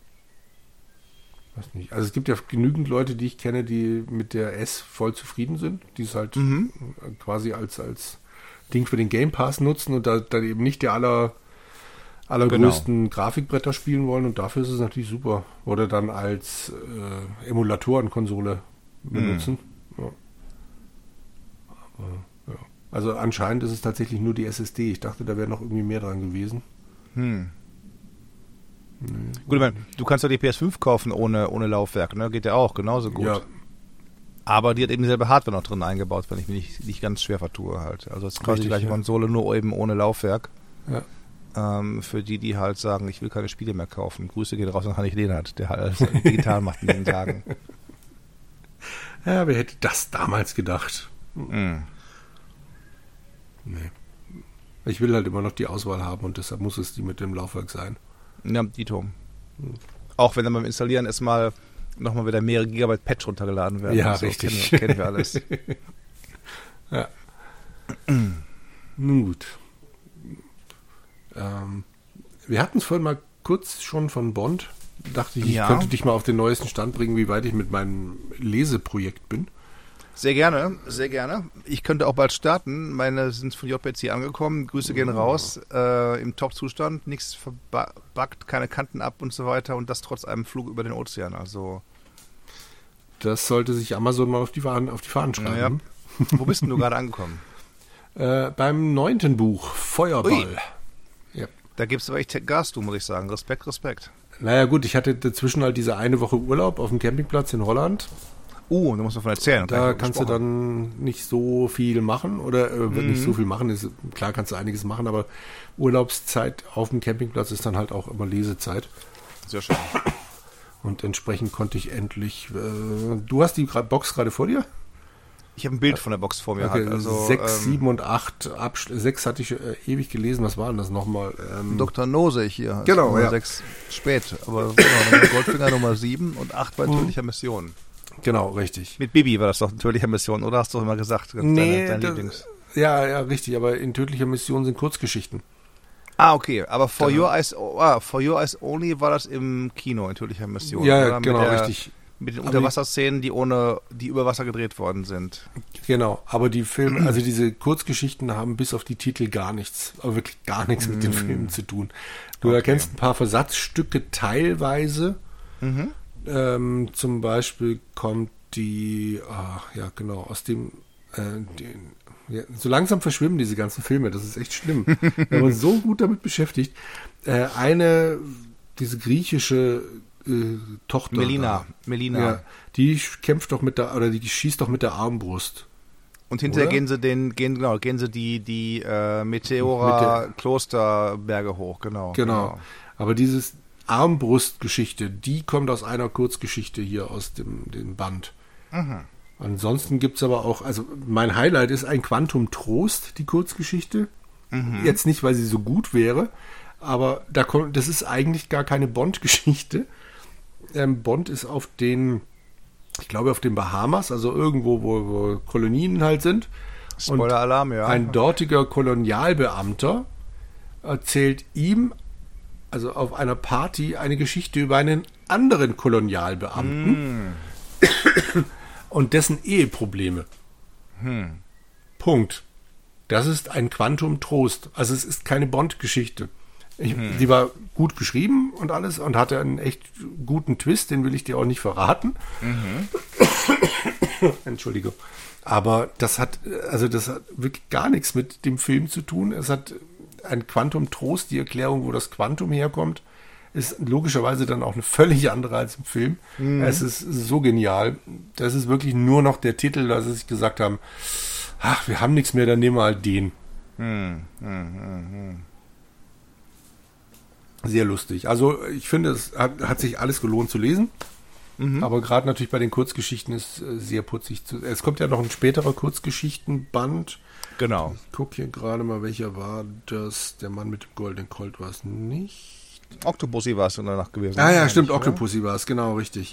Weiß nicht. Also es gibt ja genügend Leute, die ich kenne, die mit der S voll zufrieden sind, die es halt mhm. quasi als, als Ding für den Game Pass nutzen und da dann eben nicht die aller, allergrößten genau. Grafikbretter spielen wollen und dafür ist es natürlich super. Oder dann als äh, Emulatorenkonsole benutzen. Mhm. Ja. Aber, ja. Also anscheinend ist es tatsächlich nur die S S D. Ich dachte, da wäre noch irgendwie mehr dran gewesen. Hm. Nee. Gut, ich meine, du kannst doch die P S fünf kaufen ohne, ohne Laufwerk, ne? Geht ja auch genauso gut. Ja. Aber die hat eben dieselbe Hardware noch drin eingebaut, wenn ich mich nicht, nicht ganz schwer vertue halt. Also es ist quasi Richtig, die gleiche ja. Konsole, nur eben ohne Laufwerk. Ja. Ähm, für die, die halt sagen, ich will keine Spiele mehr kaufen. Grüße gehen raus an Hanich Lehnert, der halt alles digital macht in den Tagen. Ja, wer hätte das damals gedacht? Mhm. Nee. Ich will halt immer noch die Auswahl haben und deshalb muss es die mit dem Laufwerk sein. Ja, Dito. Mhm. Auch wenn dann beim Installieren erstmal nochmal wieder mehrere Gigabyte Patch runtergeladen werden. Ja, so, richtig. Kennen, kennen wir alles. Ja. Nun gut. Ähm, wir hatten es vorhin mal kurz schon von Bond. Dachte ich, ich ja. könnte dich mal auf den neuesten Stand bringen, wie weit ich mit meinem Leseprojekt bin. Sehr gerne, sehr gerne. Ich könnte auch bald starten. Meine sind von J P C angekommen. Grüße gehen raus. Äh, Im Top-Zustand. Nichts verbuggt, keine Kanten ab und so weiter. Und das trotz einem Flug über den Ozean. Also das sollte sich Amazon mal auf die Fahnen, auf die Fahnen schreiben. Ja. Wo bist denn du gerade angekommen? Äh, beim neunten Buch, Feuerball. Ja. Da gibst du aber echt Gas, du, muss ich sagen. Respekt, Respekt. Naja gut, ich hatte dazwischen halt diese eine Woche Urlaub auf dem Campingplatz in Holland. Oh, da musst du davon erzählen. Da kannst du dann nicht so viel machen oder äh, wird mhm. nicht so viel machen. Ist, klar kannst du einiges machen, aber Urlaubszeit auf dem Campingplatz ist dann halt auch immer Lesezeit. Sehr schön. Und entsprechend konnte ich endlich... Äh, du hast die Box gerade vor dir? Ich habe ein Bild von der Box vor mir. Okay, halt. Also, sechs, ähm, sieben und acht. sechs hatte ich äh, ewig gelesen. Was war denn das nochmal? Ähm, Doktor No sehe ich hier. Genau, Nummer ja. sechs spät. Aber genau, Goldfinger Nummer sieben und acht bei Tödlicher Mission. Genau, richtig. Mit Bibi war das doch Tödlicher Mission, oder? Hast du doch immer gesagt. Nee, deine, dein das, Lieblings. Ja, ja, richtig. Aber in Tödlicher Mission sind Kurzgeschichten. Ah, okay. Aber For, Genau. Your Eyes, ah, For Your Eyes Only war das im Kino in Tödlicher Mission. Ja, oder? genau, mit der, richtig. Mit den Aber Unterwasserszenen, die ohne, die über Wasser gedreht worden sind. Genau, aber die Filme, also diese Kurzgeschichten haben bis auf die Titel gar nichts, aber wirklich gar nichts mit den Filmen zu tun. Du Okay. erkennst ein paar Versatzstücke teilweise. Mhm. Ähm, zum Beispiel kommt die, ach, ja genau, aus dem, äh, den, ja, so langsam verschwimmen diese ganzen Filme, das ist echt schlimm. Wenn man so gut damit beschäftigt. Äh, eine, diese griechische äh, Tochter. Melina. Da, Melina. Ja, die kämpft doch mit der, oder die schießt doch mit der Armbrust. Und hinterher Oder? gehen sie den, gehen, genau, gehen sie die, die äh, Meteora Mit Klosterberge hoch, genau. Genau. Aber dieses Armbrustgeschichte, die kommt aus einer Kurzgeschichte hier aus dem, dem Band. Mhm. Ansonsten gibt es aber auch, also mein Highlight ist ein Quantum Trost, die Kurzgeschichte. Mhm. Jetzt nicht, weil sie so gut wäre, aber da kommt, das ist eigentlich gar keine Bond-Geschichte. Ähm, Bond ist auf den, ich glaube auf den Bahamas, also irgendwo, wo, wo Kolonien halt sind. Spoiler-Alarm, ja. Ein dortiger Kolonialbeamter erzählt ihm, also auf einer Party, eine Geschichte über einen anderen Kolonialbeamten Mm. und dessen Eheprobleme. Hm. Punkt. Das ist ein Quantum Trost. Also es ist keine Bond-Geschichte. Ich, Hm. Die war gut geschrieben und alles und hatte einen echt guten Twist, den will ich dir auch nicht verraten. Mhm. Entschuldigung. Aber das hat, also das hat wirklich gar nichts mit dem Film zu tun. Es hat ein Quantum Trost, die Erklärung, wo das Quantum herkommt, ist logischerweise dann auch eine völlig andere als im Film. Mhm. Es ist so genial. Das ist wirklich nur noch der Titel, dass sie sich gesagt haben, ach, wir haben nichts mehr, dann nehmen wir halt den. Hm. Hm. Hm. Hm. Sehr lustig. Also ich finde, es hat, hat sich alles gelohnt zu lesen. Mhm. Aber gerade natürlich bei den Kurzgeschichten ist äh, sehr putzig zu. Es kommt ja noch ein späterer Kurzgeschichtenband. Genau. Ich gucke hier gerade mal, welcher war das? Der Mann mit dem goldenen Colt war es nicht. Octopussy war es danach gewesen. Ah ja, stimmt, oder? Octopussy war es, genau, richtig.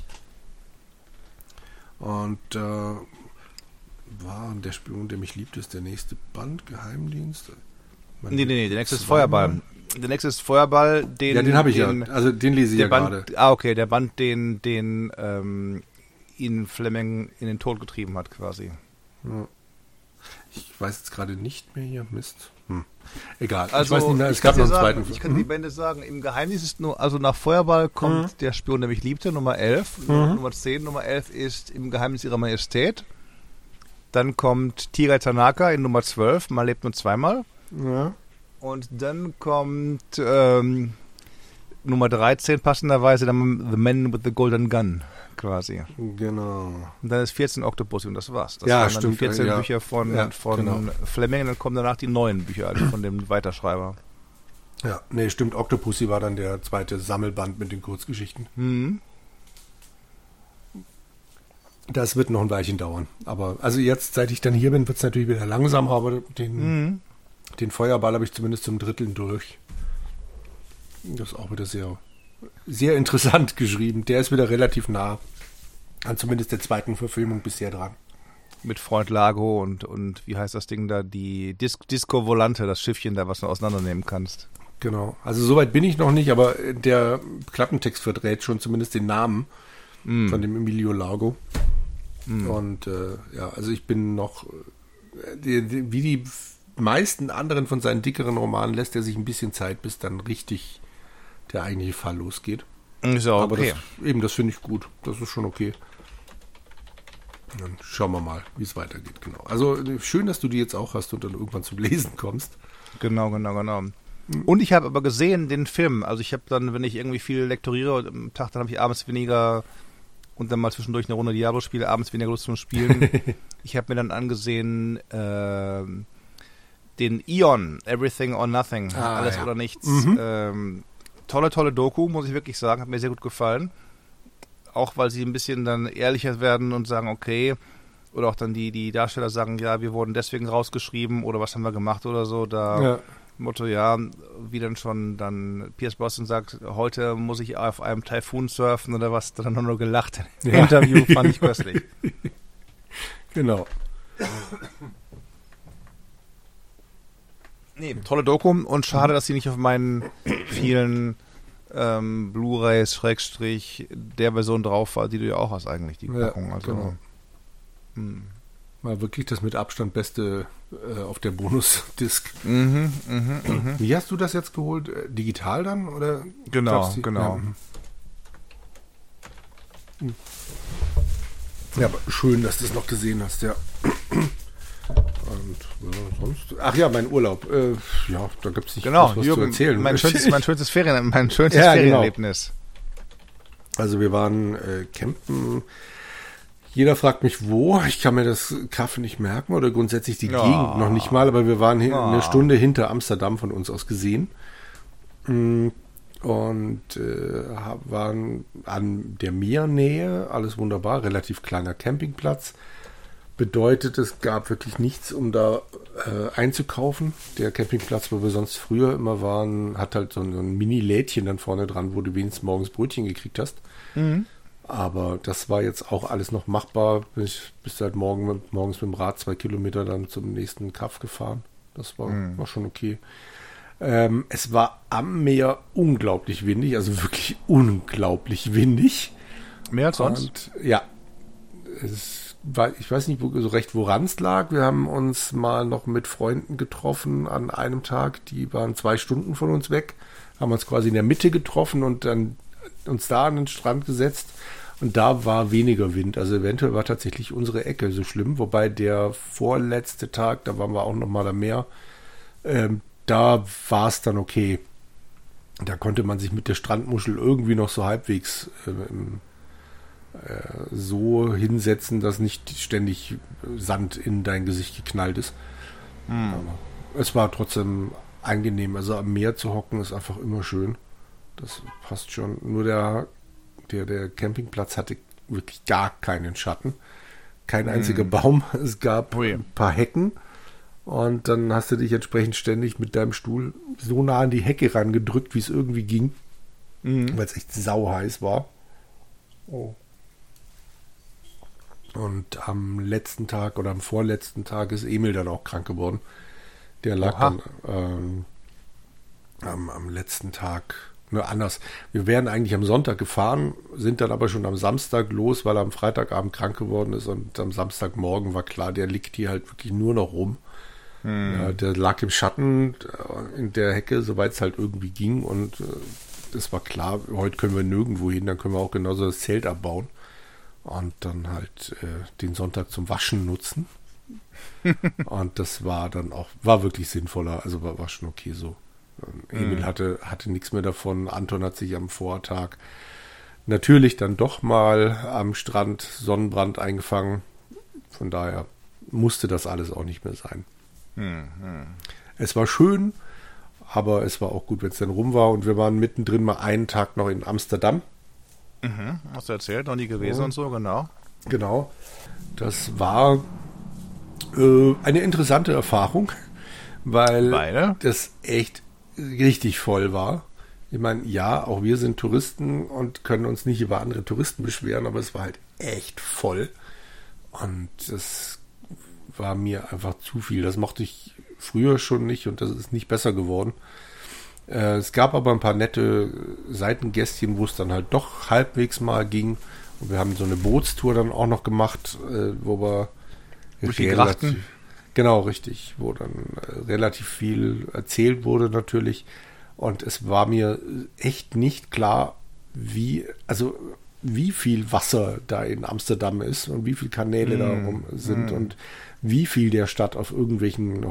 Und äh, war der Spion, der mich liebt, ist der nächste Band, Geheimdienst? Man Nee, nee, nee, der nächste ist zweimal. Feuerball. Der nächste ist Feuerball, den... Ja, den habe ich den, ja. Also den lese ich der ja Band, gerade. Ah, okay, der Band, den, den ähm, ihn Fleming in den Tod getrieben hat, quasi. Ja. Ich weiß jetzt gerade nicht mehr hier. Mist. Hm. Egal. Also, ich weiß nicht mehr. Es ich gab kann noch dir einen sagen, zweiten. Ich kann die Bände sagen, im Geheimnis ist nur, also nach Feuerball kommt Mhm. der Spion, der mich liebte, Nummer elf. Mhm. Nummer zehn, Nummer elf ist im Geheimnis ihrer Majestät. Dann kommt Tirai Tanaka in Nummer zwölf, man lebt nur zweimal. Ja. Und dann kommt ähm, Nummer dreizehn passenderweise dann The Man with the Golden Gun quasi. Genau. Und dann ist vierzehn Octopussy und das war's. Das Ja, waren dann stimmt, die vierzehn ja. Bücher von, Ja, von genau. Fleming und dann kommen danach die neuen Bücher also von dem Weiterschreiber. Ja, nee, stimmt. Octopussy war dann der zweite Sammelband mit den Kurzgeschichten. Mhm. Das wird noch ein Weilchen dauern. Aber also jetzt, seit ich dann hier bin, wird es natürlich wieder langsamer, aber den, Mhm. den Feuerball habe ich zumindest zum Drittel durch. Das ist auch wieder sehr, sehr interessant geschrieben. Der ist wieder relativ nah an zumindest der zweiten Verfilmung bisher dran. Mit Freund Lago und, und wie heißt das Ding da? Die Dis Disco Volante, das Schiffchen da, was du auseinandernehmen kannst. Genau. Also soweit bin ich noch nicht, aber der Klappentext verdreht schon zumindest den Namen Mhm. von dem Emilio Largo. Mhm. Und äh, ja, also ich bin noch, äh, die, die, wie die meisten anderen von seinen dickeren Romanen lässt er sich ein bisschen Zeit, bis dann richtig der eigentliche Fall losgeht. Ist ja auch Aber okay. das, eben, das finde ich gut. Das ist schon okay. Dann schauen wir mal, wie es weitergeht. Genau. Also schön, dass du die jetzt auch hast und dann irgendwann zum Lesen kommst. Genau, genau, genau. Und ich habe aber gesehen den Film. Also ich habe dann, wenn ich irgendwie viel lektoriere am Tag, dann habe ich abends weniger und dann mal zwischendurch eine Runde Diablo spiele, abends weniger Lust zum Spielen. Ich habe mir dann angesehen äh, den Eon, Everything or Nothing, Ah, alles ja. oder nichts. Mhm. Ähm, tolle, tolle Doku, muss ich wirklich sagen, hat mir sehr gut gefallen. auch weil sie ein bisschen dann ehrlicher werden und sagen, okay, oder auch dann die, die Darsteller sagen, ja, wir wurden deswegen rausgeschrieben oder was haben wir gemacht oder so, da Ja. Motto, ja, wie dann schon dann Pierce Brosnan sagt, heute muss ich auf einem Taifun surfen oder was, dann nur nur gelacht im Ja. Interview, fand ich köstlich. Genau. Nee, tolle Doku und schade, dass sie nicht auf meinen vielen ähm, Blu-rays, Schrägstrich, der Version drauf war, die du ja auch hast eigentlich, die Ja, Packung. Also, genau. hm. War wirklich das mit Abstand Beste äh, auf der Bonus-Disc. Mhm, mhm, mhm. Wie hast du das jetzt geholt? Äh, Digital dann? Oder Genau, gab's die- genau. Ja. Ja, aber schön, dass du es noch gesehen hast, ja. Und ja, sonst. Ach ja, mein Urlaub. Äh, ja, da gibt es nicht Genau, groß was Jürgen, zu erzählen. mein schönstes, mein schönstes Ferien, mein schönstes Ja, genau. Ferienerlebnis. Also wir waren äh, campen. Jeder fragt mich, wo. Ich kann mir das Kaffee nicht merken oder grundsätzlich die Ja. Gegend noch nicht mal, aber wir waren hin, Ja. eine Stunde hinter Amsterdam von uns aus gesehen. Mm, Und äh, hab- waren an der Meernähe, alles wunderbar, relativ kleiner Campingplatz. Bedeutet, es gab wirklich nichts, um da äh, einzukaufen. Der Campingplatz, wo wir sonst früher immer waren, hat halt so ein, so ein Mini-Lädchen dann vorne dran, wo du wenigstens morgens Brötchen gekriegt hast. Mhm. Aber das war jetzt auch alles noch machbar. Ich bis seit morgen mit, morgens mit dem Rad zwei Kilometer dann zum nächsten Kaff gefahren. Das war, Mhm. war schon okay. Ähm, es war am Meer unglaublich windig, also wirklich unglaublich windig. Mehr als sonst? Und ja, es war, ich weiß nicht wo, so recht, woran es lag. Wir haben uns mal noch mit Freunden getroffen an einem Tag. Die waren zwei Stunden von uns weg, haben uns quasi in der Mitte getroffen und dann uns da an den Strand gesetzt. Und da war weniger Wind. Also eventuell war tatsächlich unsere Ecke so schlimm. Wobei der vorletzte Tag, da waren wir auch noch mal am Meer, ähm, da war es dann okay. Da konnte man sich mit der Strandmuschel irgendwie noch so halbwegs äh, im, äh, so hinsetzen, dass nicht ständig Sand in dein Gesicht geknallt ist. Hm. Aber es war trotzdem angenehm. Also am Meer zu hocken ist einfach immer schön. Das passt schon. Nur der, der, der Campingplatz hatte wirklich gar keinen Schatten. Kein einziger Hm. Baum. Es gab Ui. ein paar Hecken. Und dann hast du dich entsprechend ständig mit deinem Stuhl so nah an die Hecke rangedrückt, wie es irgendwie ging. Mhm. Weil es echt sauheiß war. Oh. Und am letzten Tag oder am vorletzten Tag ist Emil dann auch krank geworden. Der lag Oha. dann ähm, am, am letzten Tag, nur anders. Wir wären eigentlich am Sonntag gefahren, sind dann aber schon am Samstag los, weil er am Freitagabend krank geworden ist. Und am Samstagmorgen war klar, der liegt hier halt wirklich nur noch rum. Hm. Ja, der lag im Schatten äh, in der Hecke, soweit es halt irgendwie ging. Und äh, es war klar, heute können wir nirgendwo hin, dann können wir auch genauso das Zelt abbauen. Und dann halt äh, den Sonntag zum Waschen nutzen. Und das war dann auch, war wirklich sinnvoller, also war, war schon okay so. Ähm, Emil Mhm. hatte, hatte nichts mehr davon. Anton hat sich am Vortag natürlich dann doch mal am Strand Sonnenbrand eingefangen. Von daher musste das alles auch nicht mehr sein. Hm, hm. Es war schön, aber es war auch gut, wenn es dann rum war. Und wir waren mittendrin mal einen Tag noch in Amsterdam. Mhm. Hast du erzählt, noch nie gewesen Ja. und so, genau. Genau. Das war äh, eine interessante Erfahrung, weil Beide? das echt richtig voll war. Ich meine, ja, auch wir sind Touristen und können uns nicht über andere Touristen beschweren, aber es war halt echt voll. Und das war mir einfach zu viel. Das mochte ich früher schon nicht und das ist nicht besser geworden. Äh, es gab aber ein paar nette Seitengästchen, wo es dann halt doch halbwegs mal ging. Und wir haben so eine Bootstour dann auch noch gemacht, äh, wo wir Durch die relativ- Grachten? Genau, richtig, wo dann äh, relativ viel erzählt wurde natürlich. Und es war mir echt nicht klar, wie, also wie viel Wasser da in Amsterdam ist und wie viele Kanäle Mm, da rum sind mm. und wie viel der Stadt auf irgendwelchen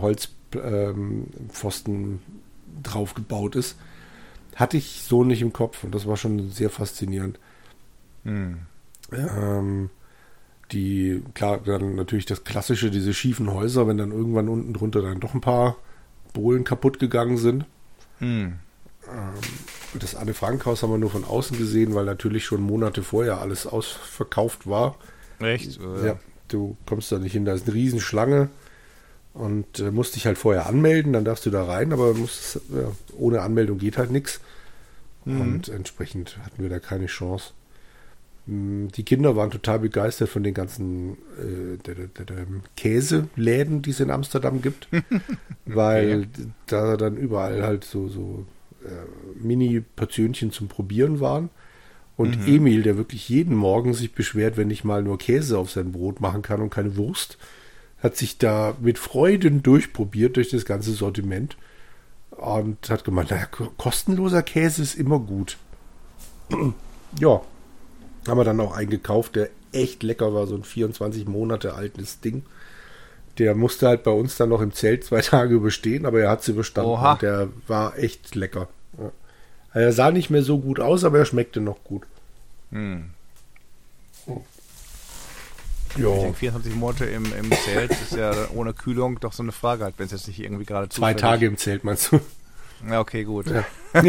Holzpfosten drauf gebaut ist. Hatte ich so nicht im Kopf und das war schon sehr faszinierend. Hm. Ähm, die, klar, dann natürlich das Klassische, diese schiefen Häuser, wenn dann irgendwann unten drunter dann doch ein paar Bohlen kaputt gegangen sind. Hm. Das Anne-Frank-Haus haben wir nur von außen gesehen, weil natürlich schon Monate vorher alles ausverkauft war. Echt? Ja, du kommst da nicht hin, da ist eine Riesenschlange und äh, musst dich halt vorher anmelden, dann darfst du da rein, aber musst, ja, ohne Anmeldung geht halt nichts. Mhm. Und entsprechend hatten wir da keine Chance. Die Kinder waren total begeistert von den ganzen äh, der, der, der Käseläden, die es in Amsterdam gibt, weil okay. da dann überall halt so, so äh, Mini-Portionchen zum Probieren waren. Und mhm. Emil, der wirklich jeden Morgen sich beschwert, wenn ich mal nur Käse auf sein Brot machen kann und keine Wurst, hat sich da mit Freuden durchprobiert durch das ganze Sortiment und hat gemeint, naja, kostenloser Käse ist immer gut. Ja. Haben wir dann auch einen gekauft, der echt lecker war, so ein vierundzwanzig Monate altes Ding. Der musste halt bei uns dann noch im Zelt zwei Tage überstehen, aber er hat es überstanden. Oha. Und der war echt lecker. Ja. Er sah nicht mehr so gut aus, aber er schmeckte noch gut. Hm. Oh. Ich denke, vierundzwanzig Monate im, im Zelt ist ja ohne Kühlung doch so eine Frage halt, wenn es jetzt nicht irgendwie gerade Zwei zufällig... Tage im Zelt, meinst du? Ja, okay, gut. Ja.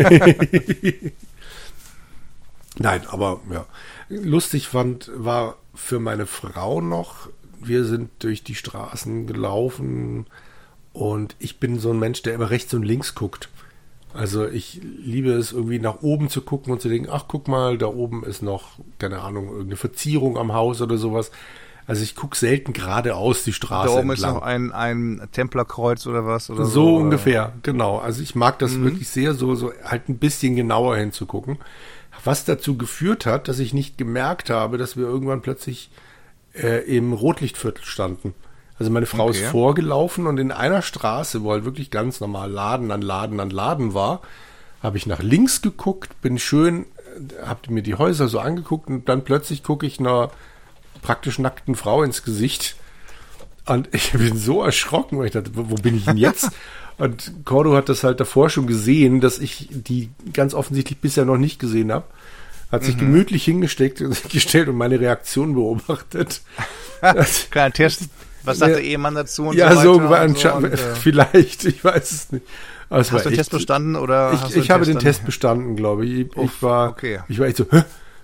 Nein, aber ja, lustig fand, war für meine Frau noch, wir sind durch die Straßen gelaufen und ich bin so ein Mensch, der immer rechts und links guckt. Also ich liebe es irgendwie nach oben zu gucken und zu denken, ach guck mal, da oben ist noch, keine Ahnung, irgendeine Verzierung am Haus oder sowas. Also ich gucke selten geradeaus die Straße Da oben entlang. Ist noch ein, ein Templerkreuz oder was? Oder so, so ungefähr, oder? Genau. Also ich mag das mhm. wirklich sehr, so, so halt ein bisschen genauer hinzugucken. Was dazu geführt hat, dass ich nicht gemerkt habe, dass wir irgendwann plötzlich äh, im Rotlichtviertel standen. Also meine Frau okay. ist vorgelaufen und in einer Straße, wo halt wirklich ganz normal Laden an Laden an Laden war, habe ich nach links geguckt, bin schön, habe mir die Häuser so angeguckt und dann plötzlich gucke ich einer praktisch nackten Frau ins Gesicht und ich bin so erschrocken, weil ich dachte, wo bin ich denn jetzt? Und Cordo hat das halt davor schon gesehen, dass ich die ganz offensichtlich bisher noch nicht gesehen habe. Hat sich mhm. gemütlich hingesteckt gestellt und meine Reaktion beobachtet. Kleiner Test. Was sagt der Ehemann dazu? Und ja, so, so, und so und, äh, vielleicht, ich weiß es nicht. Hast du den Test bestanden? Oder ich hast du ich habe Test den Test bestanden, glaube ich. Ich, Uff, ich, war, okay. ich war echt so, hä?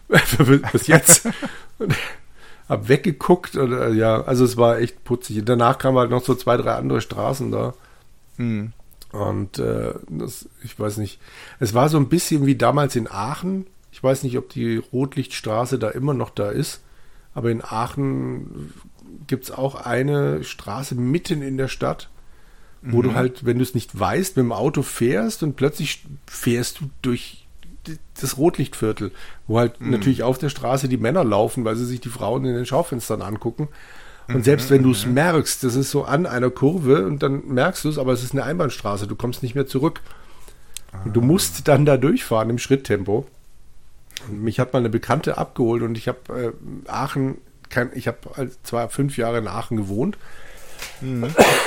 Was jetzt? Und hab weggeguckt. Oder, ja, also es war echt putzig. Und danach kamen halt noch so zwei, drei andere Straßen da. Hm. Und äh, das, ich weiß nicht, es war so ein bisschen wie damals in Aachen. Ich weiß nicht, ob die Rotlichtstraße da immer noch da ist, aber in Aachen gibt es auch eine Straße mitten in der Stadt, wo mhm. du halt, wenn du es nicht weißt, mit dem Auto fährst und plötzlich fährst du durch das Rotlichtviertel, wo halt mhm. natürlich auf der Straße die Männer laufen, weil sie sich die Frauen in den Schaufenstern angucken. Und mhm. selbst wenn du es merkst, das ist so an einer Kurve und dann merkst du es, aber es ist eine Einbahnstraße, du kommst nicht mehr zurück. Ah. Und du musst dann da durchfahren im Schritttempo. Und mich hat mal eine Bekannte abgeholt und ich habe äh, Aachen, kein, ich habe zwar fünf Jahre in Aachen gewohnt, mhm.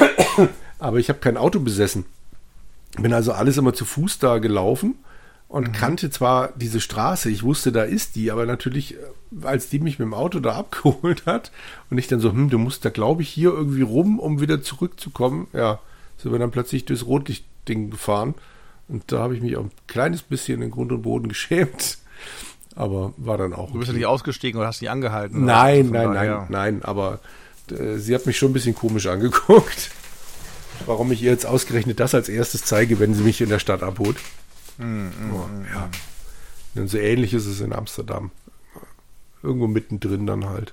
aber ich habe kein Auto besessen. Bin also alles immer zu Fuß da gelaufen und mhm. kannte zwar diese Straße, ich wusste, da ist die, aber natürlich, als die mich mit dem Auto da abgeholt hat und ich dann so, hm, du musst da, glaube ich, hier irgendwie rum, um wieder zurückzukommen, ja, sind wir dann plötzlich durchs Rotlichtding gefahren und da habe ich mich auch ein kleines bisschen in Grund und Boden geschämt. Aber war dann auch. Du bist ja nicht ausgestiegen oder hast nicht angehalten? Nein, nein, nein, nein, aber äh, sie hat mich schon ein bisschen komisch angeguckt. Warum ich ihr jetzt ausgerechnet das als erstes zeige, wenn sie mich in der Stadt abholt. Mm, mm, oh, ja. Und so ähnlich ist es in Amsterdam. Irgendwo mittendrin dann halt.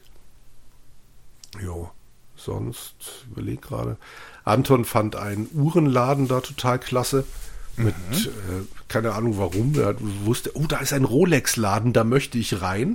Jo, sonst überleg gerade. Anton fand einen Uhrenladen da total klasse. Mit, mhm. äh, keine Ahnung warum, er wusste, oh, da ist ein Rolex-Laden, da möchte ich rein.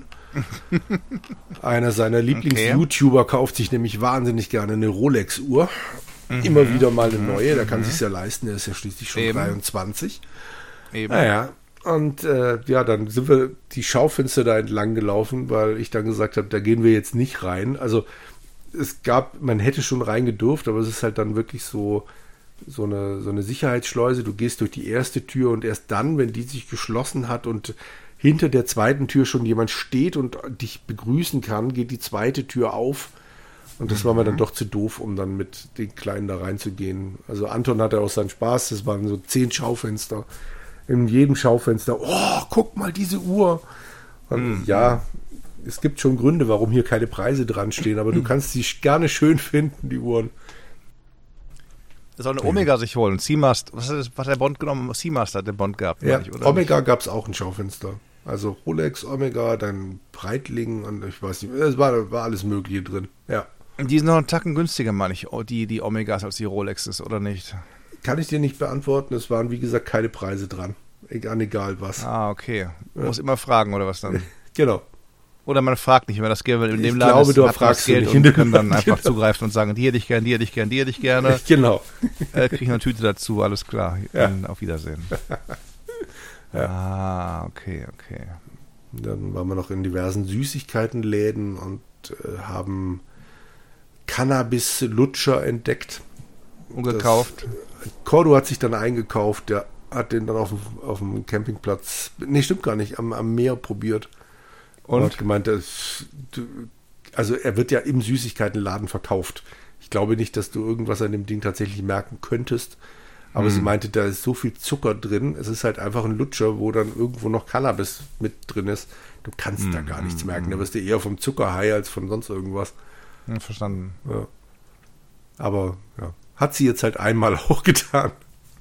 Einer seiner Lieblings-YouTuber okay. kauft sich nämlich wahnsinnig gerne eine Rolex-Uhr. Mhm. Immer wieder mal eine neue, der kann mhm. sich's ja leisten, der ist ja schließlich schon Eben. dreiundzwanzig. Eben. Naja, und äh, ja, dann sind wir die Schaufenster da entlang gelaufen, weil ich dann gesagt habe, da gehen wir jetzt nicht rein. Also es gab, man hätte schon reingedurft, aber es ist halt dann wirklich so so eine, so eine Sicherheitsschleuse. Du gehst durch die erste Tür und erst dann, wenn die sich geschlossen hat und hinter der zweiten Tür schon jemand steht und dich begrüßen kann, geht die zweite Tür auf. Und das mhm. war mir dann doch zu doof, um dann mit den Kleinen da reinzugehen. Also Anton hatte auch seinen Spaß. Das waren so zehn Schaufenster. in jedem Schaufenster, oh, guck mal diese Uhr. Und, mm. Ja, es gibt schon Gründe, warum hier keine Preise dran stehen, aber du kannst sie gerne schön finden, die Uhren. Das soll eine Omega sich holen. Seamaster, was hat, was hat der Bond genommen? Seamaster hat der Bond gehabt. Ja, ich, oder Omega gab es auch ein Schaufenster. Also Rolex, Omega, dann Breitling und ich weiß nicht, es war, war alles Mögliche drin. Ja. Die sind noch einen Tacken günstiger, meine ich, die, die Omegas als die Rolexes, oder nicht? Kann ich dir nicht beantworten. Es waren, wie gesagt, keine Preise dran. Egal, egal was. Ah, okay. Man ja. muss immer fragen, oder was dann? Genau. Oder man fragt nicht, wenn man das Geld in dem ich Laden glaube, ist, du hat fragst das Geld nicht. und können dann einfach genau. zugreifen und sagen, die hätte ich gern, die hätte ich gern, die hätte ich gerne. Genau. Äh, kriege ich eine Tüte dazu, alles klar. Ja. Auf Wiedersehen. Ja. Ah, okay, okay. Dann waren wir noch in diversen Süßigkeitenläden und äh, haben Cannabis-Lutscher entdeckt. Und gekauft. Das, Cordo hat sich dann eingekauft, der hat den dann auf dem, auf dem Campingplatz, nee, stimmt gar nicht, am, am Meer probiert. Und, und hat gemeint, dass, also er wird ja im Süßigkeitenladen verkauft. Ich glaube nicht, dass du irgendwas an dem Ding tatsächlich merken könntest. Aber hm. sie meinte, da ist so viel Zucker drin. Es ist halt einfach ein Lutscher, wo dann irgendwo noch Cannabis mit drin ist. Du kannst hm. da gar nichts merken. Da wirst du eher vom Zucker high als von sonst irgendwas. Ja, verstanden. Ja. Aber ja, hat sie jetzt halt einmal auch getan.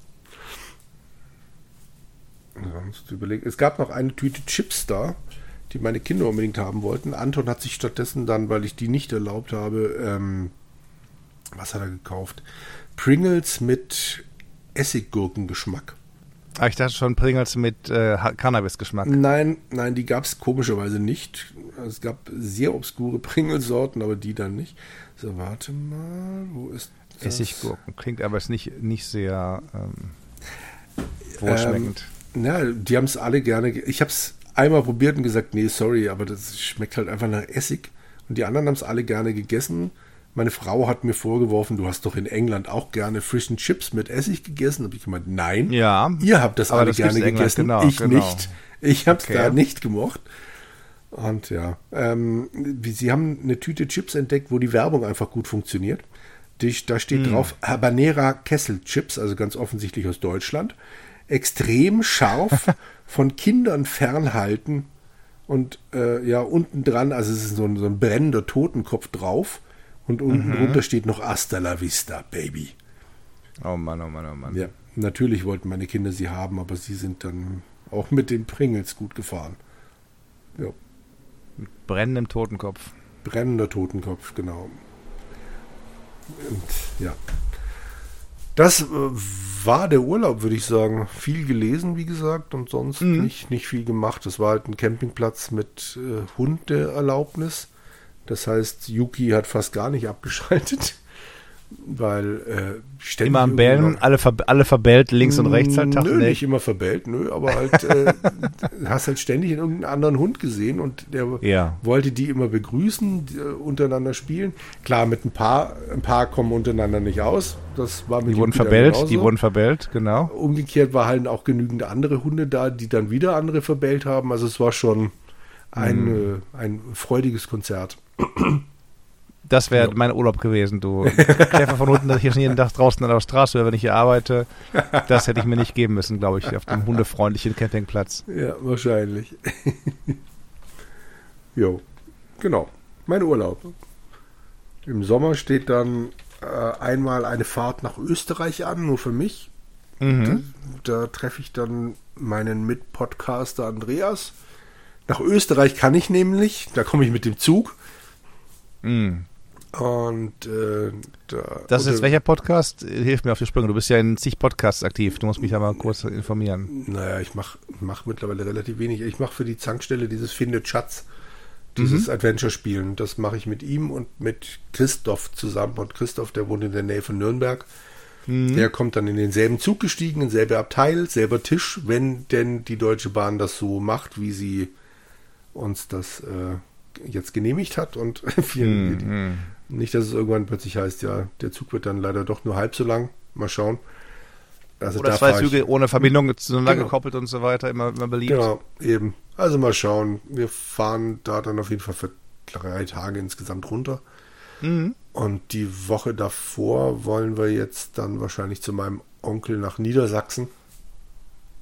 Sonst überlegen. Es gab noch eine Tüte Chips da, die meine Kinder unbedingt haben wollten. Anton hat sich stattdessen dann, weil ich die nicht erlaubt habe, ähm, was hat er gekauft? Pringles mit Essiggurkengeschmack. Ah, ich dachte schon Pringles mit äh, Cannabis-Geschmack. Nein, nein, die gab es komischerweise nicht. Es gab sehr obskure Pringles-Sorten, aber die dann nicht. So, warte mal, wo ist das? Essiggurken, klingt aber jetzt nicht, nicht sehr ähm, wohlschmeckend. Ähm, ja, die haben es alle gerne, ge- ich habe es einmal probiert und gesagt, nee, sorry, aber das schmeckt halt einfach nach Essig. Und die anderen haben es alle gerne gegessen. Meine Frau hat mir vorgeworfen, du hast doch in England auch gerne Fish and Chips mit Essig gegessen. Da habe ich gemeint, nein, ja, ihr habt das alle das gerne gegessen, genau, ich genau. nicht. Ich habe es okay. da nicht gemocht. Und ja, ähm, sie haben eine Tüte Chips entdeckt, wo die Werbung einfach gut funktioniert. Die, da steht mm. drauf Habanera Kesselchips, also ganz offensichtlich aus Deutschland. Extrem scharf, von Kindern fernhalten. Und äh, ja, unten dran, also es ist so ein, so ein brennender Totenkopf drauf. Und unten mhm. drunter steht noch Hasta la vista, Baby. Oh Mann, oh Mann, oh Mann. Ja, natürlich wollten meine Kinder sie haben, aber sie sind dann auch mit den Pringles gut gefahren. Ja. Mit brennendem Totenkopf. Brennender Totenkopf, genau. Und ja. Das äh, war der Urlaub, würde ich sagen. Viel gelesen, wie gesagt, und sonst mhm. nicht, nicht viel gemacht. Das war halt ein Campingplatz mit äh, Hundeerlaubnis. Das heißt, Yuki hat fast gar nicht abgeschaltet, weil äh, ständig immer am Bellen, alle, ver- alle verbellt, links und rechts halt. Nö, nicht immer verbellt, nö, aber halt äh, hast halt ständig irgendeinen anderen Hund gesehen und der ja. wollte die immer begrüßen, die, äh, untereinander spielen. Klar, mit ein paar, ein paar kommen untereinander nicht aus. Das war mit die wurden verbellt, die wurden verbellt, genau. Umgekehrt war halt auch genügend andere Hunde da, die dann wieder andere verbellt haben. Also es war schon ein, hm. äh, ein freudiges Konzert. Das wäre ja. mein Urlaub gewesen, du. Kläfer von Hunden, dass ich jetzt jeden Tag draußen an der Straße wäre, wenn ich hier arbeite. Das hätte ich mir nicht geben müssen, glaube ich, auf dem hundefreundlichen Campingplatz. Ja, wahrscheinlich. Jo, genau. Mein Urlaub. Im Sommer steht dann äh, einmal eine Fahrt nach Österreich an, nur für mich. Mhm. Da, da treffe ich dann meinen Mitpodcaster Andreas. Nach Österreich kann ich nämlich, da komme ich mit dem Zug. Mm. Und äh, da, das ist jetzt welcher Podcast? Hilf mir auf die Sprünge. Du bist ja in zig Podcasts aktiv. Du musst mich ja mal kurz informieren. Naja, ich mache mach mittlerweile relativ wenig. Ich mache für die Zankstelle dieses Findet Schatz, dieses mhm. Adventure-Spielen. Das mache ich mit ihm und mit Christoph zusammen. Und Christoph, der wohnt in der Nähe von Nürnberg. Mhm. Der kommt dann in denselben Zug gestiegen, in selbe Abteil, selber Tisch, wenn denn die Deutsche Bahn das so macht, wie sie uns das äh, jetzt genehmigt hat und vielen, mm, mm. nicht, dass es irgendwann plötzlich heißt, ja, der Zug wird dann leider doch nur halb so lang. Mal schauen. Also Oder da zwei Züge ich, ohne Verbindung zueinander genau. gekoppelt und so weiter, immer, immer beliebt. Genau, eben. Also mal schauen. Wir fahren da dann auf jeden Fall für drei Tage insgesamt runter. Mhm. Und die Woche davor wollen wir jetzt dann wahrscheinlich zu meinem Onkel nach Niedersachsen.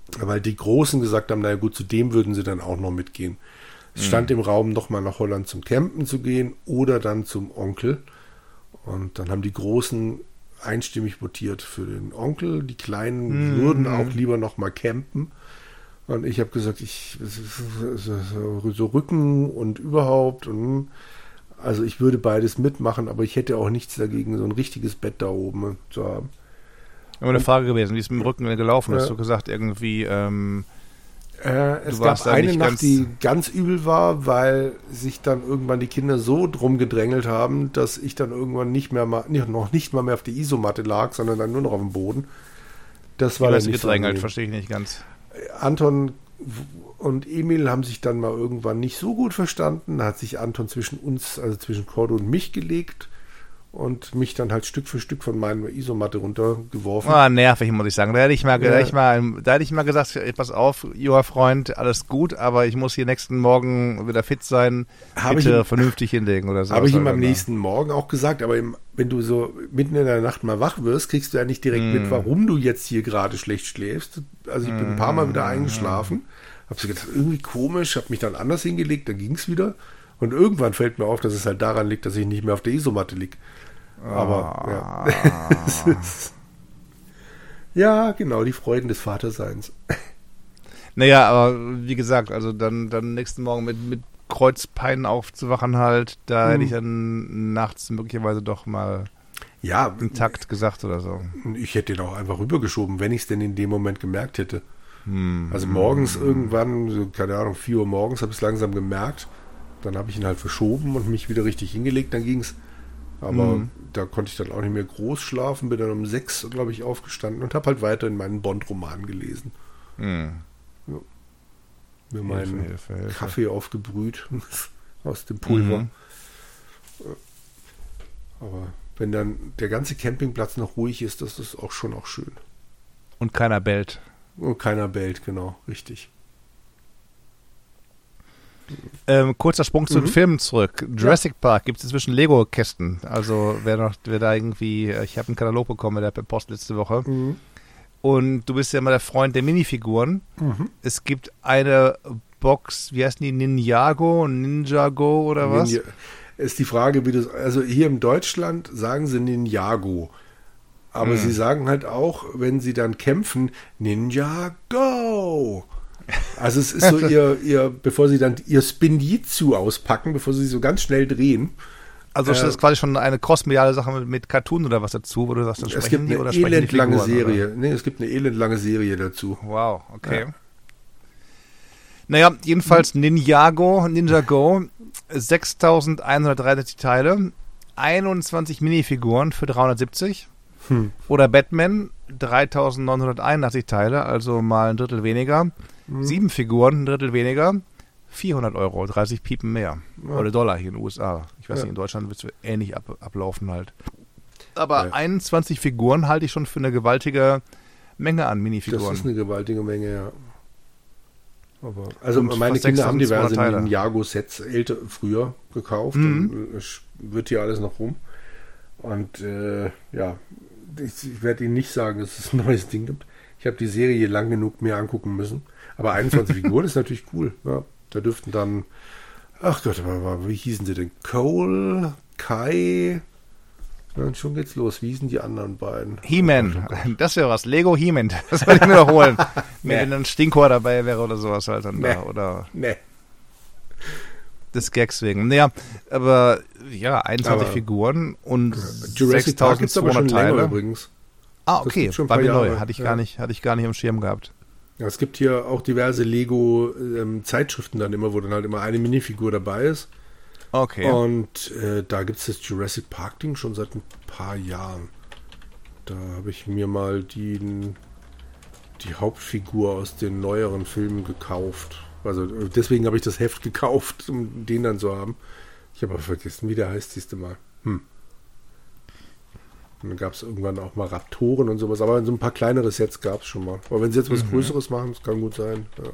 Weil die Großen gesagt haben, naja gut, zu dem würden sie dann auch noch mitgehen. Es mhm. stand im Raum, nochmal nach Holland zum Campen zu gehen oder dann zum Onkel. Und dann haben die Großen einstimmig votiert für den Onkel. Die Kleinen mhm. würden auch lieber nochmal campen. Und ich habe gesagt, ich so Rücken und überhaupt. Und, also ich würde beides mitmachen, aber ich hätte auch nichts dagegen, so ein richtiges Bett da oben zu haben. Aber eine Frage gewesen, wie es mit dem Rücken gelaufen ist. Ja. Du gesagt, irgendwie... Ähm, äh, es gab eine Nacht, die ganz übel war, weil sich dann irgendwann die Kinder so drum gedrängelt haben, dass ich dann irgendwann nicht mehr mal, noch nicht mal mehr auf der Isomatte lag, sondern dann nur noch auf dem Boden. Das war dann nicht gedrängelt, so verstehe ich nicht ganz. Anton und Emil haben sich dann mal irgendwann nicht so gut verstanden. Da hat sich Anton zwischen uns, also zwischen Cordo und mich gelegt und mich dann halt Stück für Stück von meiner Isomatte runtergeworfen. Ah, nervig, muss ich sagen. Da hätte ich mal, ja. da hätte ich mal, da hätte ich mal gesagt, pass auf, junger Freund, alles gut, aber ich muss hier nächsten Morgen wieder fit sein, hab bitte ich, vernünftig hinlegen oder so. Habe ich ihm am nächsten Morgen auch gesagt, aber im, wenn du so mitten in der Nacht mal wach wirst, kriegst du ja nicht direkt mm. mit, warum du jetzt hier gerade schlecht schläfst. Also ich bin mm. ein paar Mal wieder eingeschlafen, habe so gedacht, irgendwie komisch, habe mich dann anders hingelegt, dann ging es wieder und irgendwann fällt mir auf, dass es halt daran liegt, dass ich nicht mehr auf der Isomatte liege. Aber, ja. Ja, genau, die Freuden des Vaterseins. Naja, aber wie gesagt, also dann, dann nächsten Morgen mit, mit Kreuzpeinen aufzuwachen halt, da hm. hätte ich dann nachts möglicherweise doch mal ja, einen Takt gesagt oder so. Ich hätte den auch einfach rübergeschoben, wenn ich es denn in dem Moment gemerkt hätte. Hm. Also morgens hm. irgendwann, so, keine Ahnung, vier Uhr morgens habe ich es langsam gemerkt. Dann habe ich ihn halt verschoben und mich wieder richtig hingelegt, dann ging es. Aber mhm. da konnte ich dann auch nicht mehr groß schlafen, bin dann um sechs, glaube ich, aufgestanden und habe halt weiter in meinen Bond-Roman gelesen. Mhm. Ja. Mir meinen Hilfe, Hilfe, Hilfe. Kaffee aufgebrüht aus dem Pulver. Mhm. Aber wenn dann der ganze Campingplatz noch ruhig ist, das ist auch schon auch schön. Und keiner bellt. Und keiner bellt, genau, richtig. Ähm, kurzer Sprung zu den mhm. Filmen zurück. Jurassic ja. Park gibt es inzwischen Lego-Kästen. Also wer noch, wer da irgendwie, ich habe einen Katalog bekommen, der per Post letzte Woche. Mhm. Und du bist ja immer der Freund der Minifiguren. Mhm. Es gibt eine Box, wie heißen die? Ninjago, Ninjago oder was? Ninja, ist die Frage, wie das, also hier in Deutschland sagen sie Ninjago. Aber mhm. sie sagen halt auch, wenn sie dann kämpfen, Ninjago. Also es ist so ihr, ihr, bevor sie dann ihr Spinjitzu auspacken, bevor sie so ganz schnell drehen. Also äh, das ist quasi schon eine crossmediale Sache mit, mit Cartoon oder was dazu, wo du sagst, dann es gibt eine elendlange Serie. Nee, es gibt eine elendlange Serie dazu. Wow, okay. Ja. Naja, jedenfalls Ninjago, Ninjago, sechstausendeinhundertdreiundsechzig Teile, einundzwanzig Minifiguren für dreihundertsiebzig. Hm. Oder Batman, dreitausendneunhunderteinundachtzig Teile, also mal ein Drittel weniger. Hm. Sieben Figuren, ein Drittel weniger. vierhundert Euro, dreißig Piepen mehr. Ja. Oder Dollar hier in den U S A. Ich weiß ja. nicht, in Deutschland wird es ähnlich ab, ablaufen halt. Aber ja. einundzwanzig Figuren halte ich schon für eine gewaltige Menge an Minifiguren. Das ist eine gewaltige Menge, ja. Aber, also und meine Kinder haben diverse Ninjago-Sets älter, früher gekauft. Mhm. Und es wird hier alles noch rum. Und äh, ja, ich, ich werde Ihnen nicht sagen, dass es ein neues Ding gibt. Ich habe die Serie lang genug mir angucken müssen. Aber einundzwanzig Figuren ist natürlich cool. Ja, da dürften dann, ach Gott, wie hießen sie denn? Cole, Kai, ja, und schon geht's los. Wie hießen die anderen beiden? He-Man, das wäre was. Lego He-Man, das wollte ich mir noch holen. nee. Wenn ein Stinkor dabei wäre oder sowas halt dann nee. da. Oder nee. Des Gags wegen. Naja, aber ja, einundzwanzig aber Figuren und sechstausendzweihundert Teile. Übrigens. Ah, okay, war mir neu. Hatte ich, ja. gar nicht, hatte ich gar nicht im Schirm gehabt. Ja, es gibt hier auch diverse Lego-Zeitschriften ähm, dann immer, wo dann halt immer eine Minifigur dabei ist. Okay. Und äh, da gibt es das Jurassic Park-Ding schon seit ein paar Jahren. Da habe ich mir mal die, die Hauptfigur aus den neueren Filmen gekauft. Also deswegen habe ich das Heft gekauft, um den dann zu haben. Ich habe aber vergessen, wie der heißt, siehst du mal. Hm. Und dann gab es irgendwann auch mal Raptoren und sowas, aber so ein paar kleinere Sets gab es schon mal. Aber wenn sie jetzt was mhm. Größeres machen, das kann gut sein. Ja.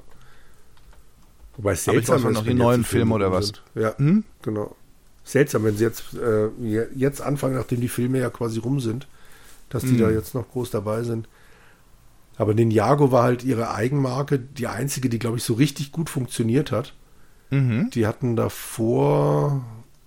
Wobei es seltsam ist, noch die neuen Filme oder was? Sind. Ja, mhm. genau. Seltsam, wenn sie jetzt, äh, jetzt anfangen, nachdem die Filme ja quasi rum sind, dass die mhm. da jetzt noch groß dabei sind. Aber Ninjago war halt ihre Eigenmarke, die einzige, die, glaube ich, so richtig gut funktioniert hat. Mhm. Die hatten davor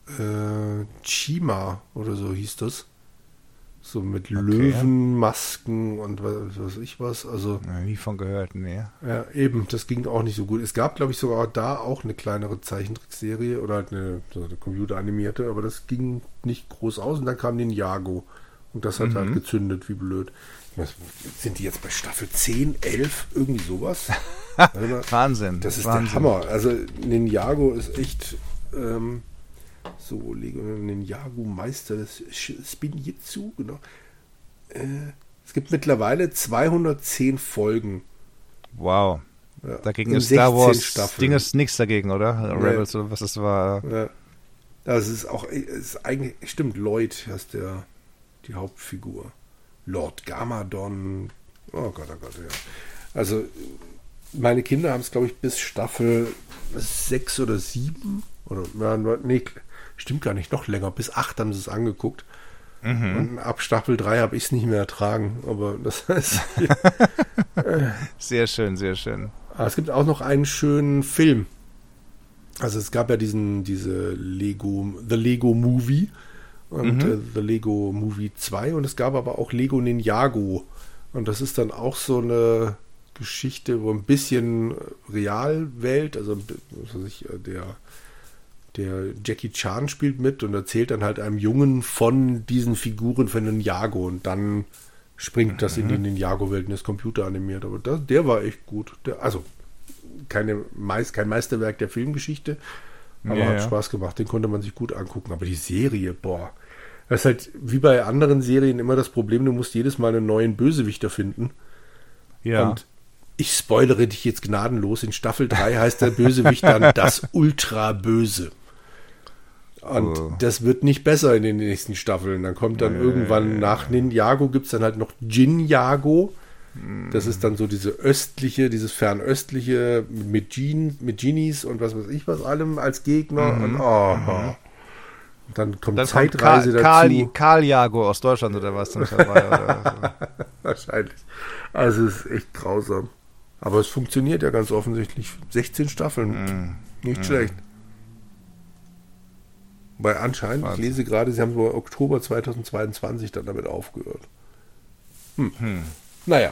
äh, Chima oder so hieß das. So mit okay. Löwenmasken und was weiß ich was. Also, ja, nie von gehört, nee. Ja, eben, das ging auch nicht so gut. Es gab, glaube ich, sogar da auch eine kleinere Zeichentrickserie oder halt eine, so eine computeranimierte, aber das ging nicht groß aus und dann kam Ninjago. Und das hat mhm. halt gezündet, wie blöd. Was, sind die jetzt bei Staffel zehn, elf, irgendwie sowas? Wahnsinn. Das ist Wahnsinn. der Hammer. Also Ninjago ist echt ähm, so, Ninjago Meister des Spinjitzu, genau. Äh, es gibt mittlerweile zweihundertzehn Folgen. Wow. Ja, dagegen ist Star Wars Staffeln. Ding ist nichts dagegen, oder? Ja. Rebels oder was das war. Ja. Das ist auch, ist eigentlich, stimmt, Lloyd heißt der, die Hauptfigur. Lord Gamadon. Oh Gott, oh Gott, ja. Also, meine Kinder haben es, glaube ich, bis Staffel sechs oder sieben oder, nee, stimmt gar nicht, noch länger. Bis acht haben sie es angeguckt. Mhm. Und ab Staffel drei habe ich es nicht mehr ertragen. Aber das heißt. äh, sehr schön, sehr schön. Aber es gibt auch noch einen schönen Film. Also es gab ja diesen, diese Lego, The Lego Movie und mhm. äh, The Lego Movie zwei und es gab aber auch Lego Ninjago. Und das ist dann auch so eine Geschichte, wo ein bisschen Realwelt, also was weiß ich, der Der Jackie Chan spielt mit und erzählt dann halt einem Jungen von diesen Figuren von Ninjago und dann springt das in die Ninjago-Welt und ist computeranimiert. Aber das, der war echt gut. Der, also keine, kein Meisterwerk der Filmgeschichte, aber ja, hat ja. Spaß gemacht. Den konnte man sich gut angucken. Aber die Serie, boah. Das ist halt wie bei anderen Serien immer das Problem, du musst jedes Mal einen neuen Bösewichter finden. Ja. Und ich spoilere dich jetzt gnadenlos. In Staffel drei heißt der Bösewicht dann das Ultra-Böse. Und oh. das wird nicht besser in den nächsten Staffeln. Dann kommt dann ja, irgendwann ja, ja, nach Ninjago gibt es dann halt noch Jinjago. Mm. Das ist dann so diese östliche, dieses fernöstliche mit, Gin, mit Genies und was weiß ich was allem als Gegner. Mhm. Und oh, mhm. dann kommt dann Zeitreise kommt Ka- dazu. Karl Jago aus Deutschland oder was? Dann dabei, oder so. Wahrscheinlich. Also es ist echt grausam. Aber es funktioniert ja ganz offensichtlich. sechzehn Staffeln. Mm. Nicht mm. schlecht. Weil anscheinend, was? Ich lese gerade, sie haben so Oktober zweitausendzweiundzwanzig dann damit aufgehört. Hm. Hm. Naja.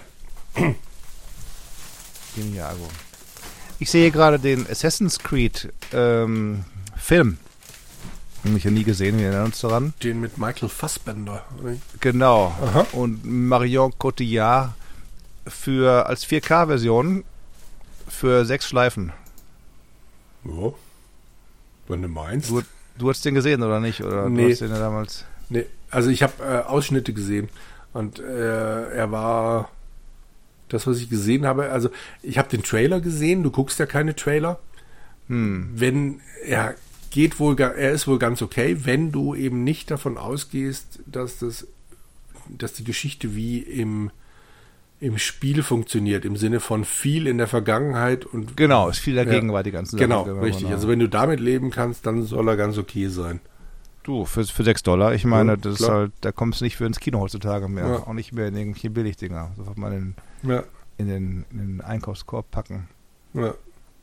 Ninjago. Ich sehe gerade den Assassin's Creed ähm, Film. Habe ich ja nie gesehen, wir erinnern uns daran. Den mit Michael Fassbender. Oder? Genau. Aha. Und Marion Cotillard für als vier K-Version für sechs Schleifen. Ja. Wenn du meinst. Du, du hast den gesehen, oder nicht? Oder nee. Du hast den ja damals. Nee, also ich habe äh, Ausschnitte gesehen und äh, er war das, was ich gesehen habe, also ich habe den Trailer gesehen, du guckst ja keine Trailer. Hm. Wenn er geht wohl, er ist wohl ganz okay, wenn du eben nicht davon ausgehst, dass das, dass die Geschichte wie im im Spiel funktioniert, im Sinne von viel in der Vergangenheit und genau, ist viel der ja, Gegenwart, die ganzen Genau, Sachen, richtig. Genau. Also wenn du damit leben kannst, dann soll er ganz okay sein. Du, für, für sechs Dollar, ich meine, ja, das klar. Ist halt, da kommst du nicht für ins Kino heutzutage mehr. Ja. Auch nicht mehr in irgendwelche Billigdinger. Sofort mal in, ja. in, den, in den Einkaufskorb packen. Ja.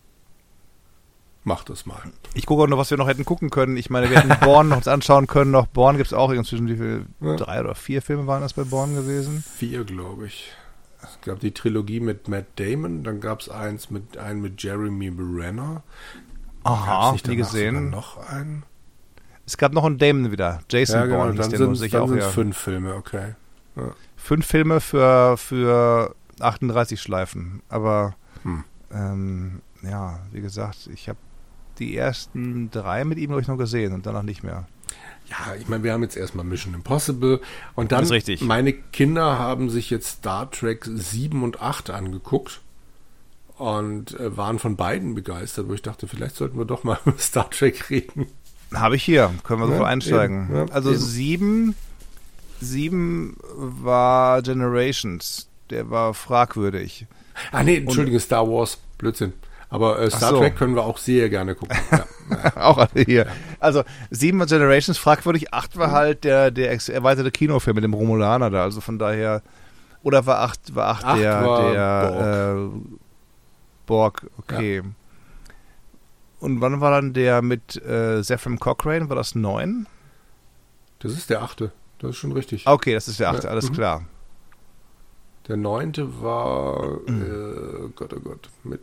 Mach das mal. Ich gucke auch noch, was wir noch hätten gucken können. Ich meine, wir hätten Born noch uns anschauen können. Noch Born gibt es auch inzwischen, wie viel, ja. drei oder vier Filme waren das bei Born gewesen? Vier, glaube ich. Es gab die Trilogie mit Matt Damon, dann gab es eins mit einen mit Jeremy Renner. Aha, nie gesehen. Noch einen? Es gab noch einen Damon wieder, Jason ja, genau, Bourne. Dann sind es ja. fünf Filme, okay. Ja. Fünf Filme für, für achtunddreißig Schleifen, aber hm. ähm, ja, wie gesagt, ich habe die ersten drei mit ihm, glaube ich, noch gesehen und danach nicht mehr. Ja, ich meine, wir haben jetzt erstmal Mission Impossible und dann, meine Kinder haben sich jetzt Star Trek sieben und acht angeguckt und äh, waren von beiden begeistert, wo ich dachte, vielleicht sollten wir doch mal über Star Trek reden. Habe ich hier, können wir so ja, einsteigen. Eben, ja, also eben. sieben, sieben war Generations, der war fragwürdig. Ah nee, entschuldige, und, Star Wars, Blödsinn. Aber äh, Star so. Trek können wir auch sehr gerne gucken. Ja. Auch alle hier. Also sieben Generations fragwürdig, acht war halt der, der erweiterte Kinofilm mit dem Romulaner da. Also von daher Oder war acht, war acht, acht der, war der Borg. Äh, Borg, okay. Ja. Und wann war dann der mit äh, Zefram Cochrane? War das neun? Das ist der achte. Das ist schon richtig. Okay, das ist der achte, ja. alles mhm. klar. Der neunte war, mhm. äh, Gott, oh Gott, mit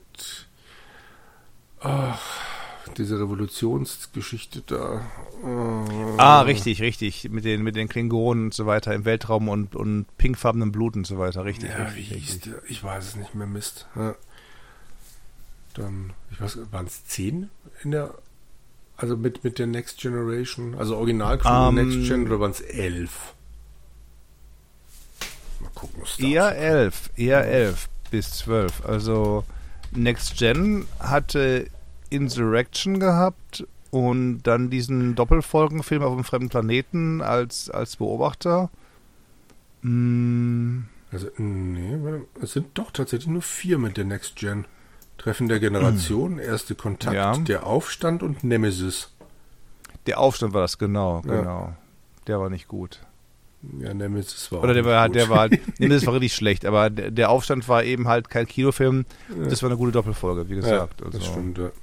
ach, diese Revolutionsgeschichte da. Äh, ah, richtig, richtig. Mit den, mit den Klingonen und so weiter im Weltraum und, und pinkfarbenem Blut und so weiter. Richtig, ja, richtig. Wie hieß der? Ich weiß es nicht mehr, Mist. Ja. Dann, ich weiß, waren es zehn in der, also mit, mit der Next Generation, also Original um, Next Gen, oder waren es elf? Mal gucken, was da Eher elf, eher elf bis zwölf. Also Next Gen hatte Insurrection gehabt und dann diesen Doppelfolgenfilm auf einem fremden Planeten als, als Beobachter. Mm. Also, nee, es sind doch tatsächlich nur vier mit der Next Gen. Treffen der Generation, mhm. Erste Kontakt, ja. Der Aufstand und Nemesis. Der Aufstand war das, genau, genau. Ja. Der war nicht gut. Ja, Nemesis war Oder auch der nicht war, gut. der war, Nemesis war richtig schlecht, aber der, der Aufstand war eben halt kein Kinofilm. Ja. Das war eine gute Doppelfolge, wie gesagt. Ja, also. das stimmt, ja.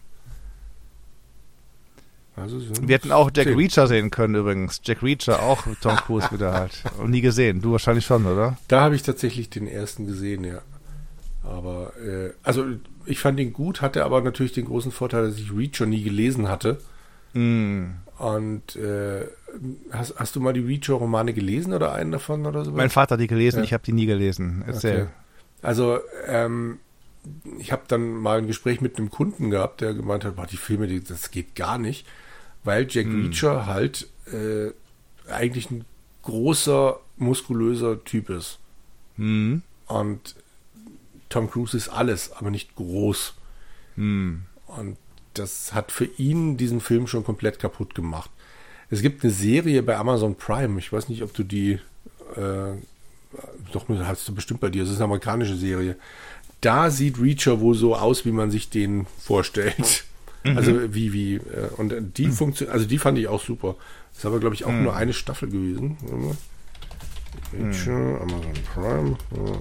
Also wir hätten auch Jack zehn. Reacher sehen können übrigens. Jack Reacher, auch Tom Cruise wieder halt. Und nie gesehen. Du wahrscheinlich schon, oder? Da habe ich tatsächlich den ersten gesehen, ja. Aber, äh, also ich fand ihn gut, hatte aber natürlich den großen Vorteil, dass ich Reacher nie gelesen hatte. Mm. Und äh, hast, hast du mal die Reacher-Romane gelesen oder einen davon oder so? Mein Vater hat die gelesen, ja. Ich habe die nie gelesen. Erzähl. Okay. Also, ähm, ich habe dann mal ein Gespräch mit einem Kunden gehabt, der gemeint hat, boah, die Filme, die, das geht gar nicht, weil Jack mm. Reacher halt äh, eigentlich ein großer, muskulöser Typ ist. Mm. Und Tom Cruise ist alles, aber nicht groß. Hm. Und das hat für ihn diesen Film schon komplett kaputt gemacht. Es gibt eine Serie bei Amazon Prime, ich weiß nicht, ob du die, äh, doch, hast du bestimmt bei dir, das ist eine amerikanische Serie. Da sieht Reacher wohl so aus, wie man sich den vorstellt. Mhm. Also wie, wie, äh, und die mhm. funktioniert, also die fand ich auch super. Das ist aber, glaube ich, auch mhm. nur eine Staffel gewesen. Reacher, mhm. Amazon Prime.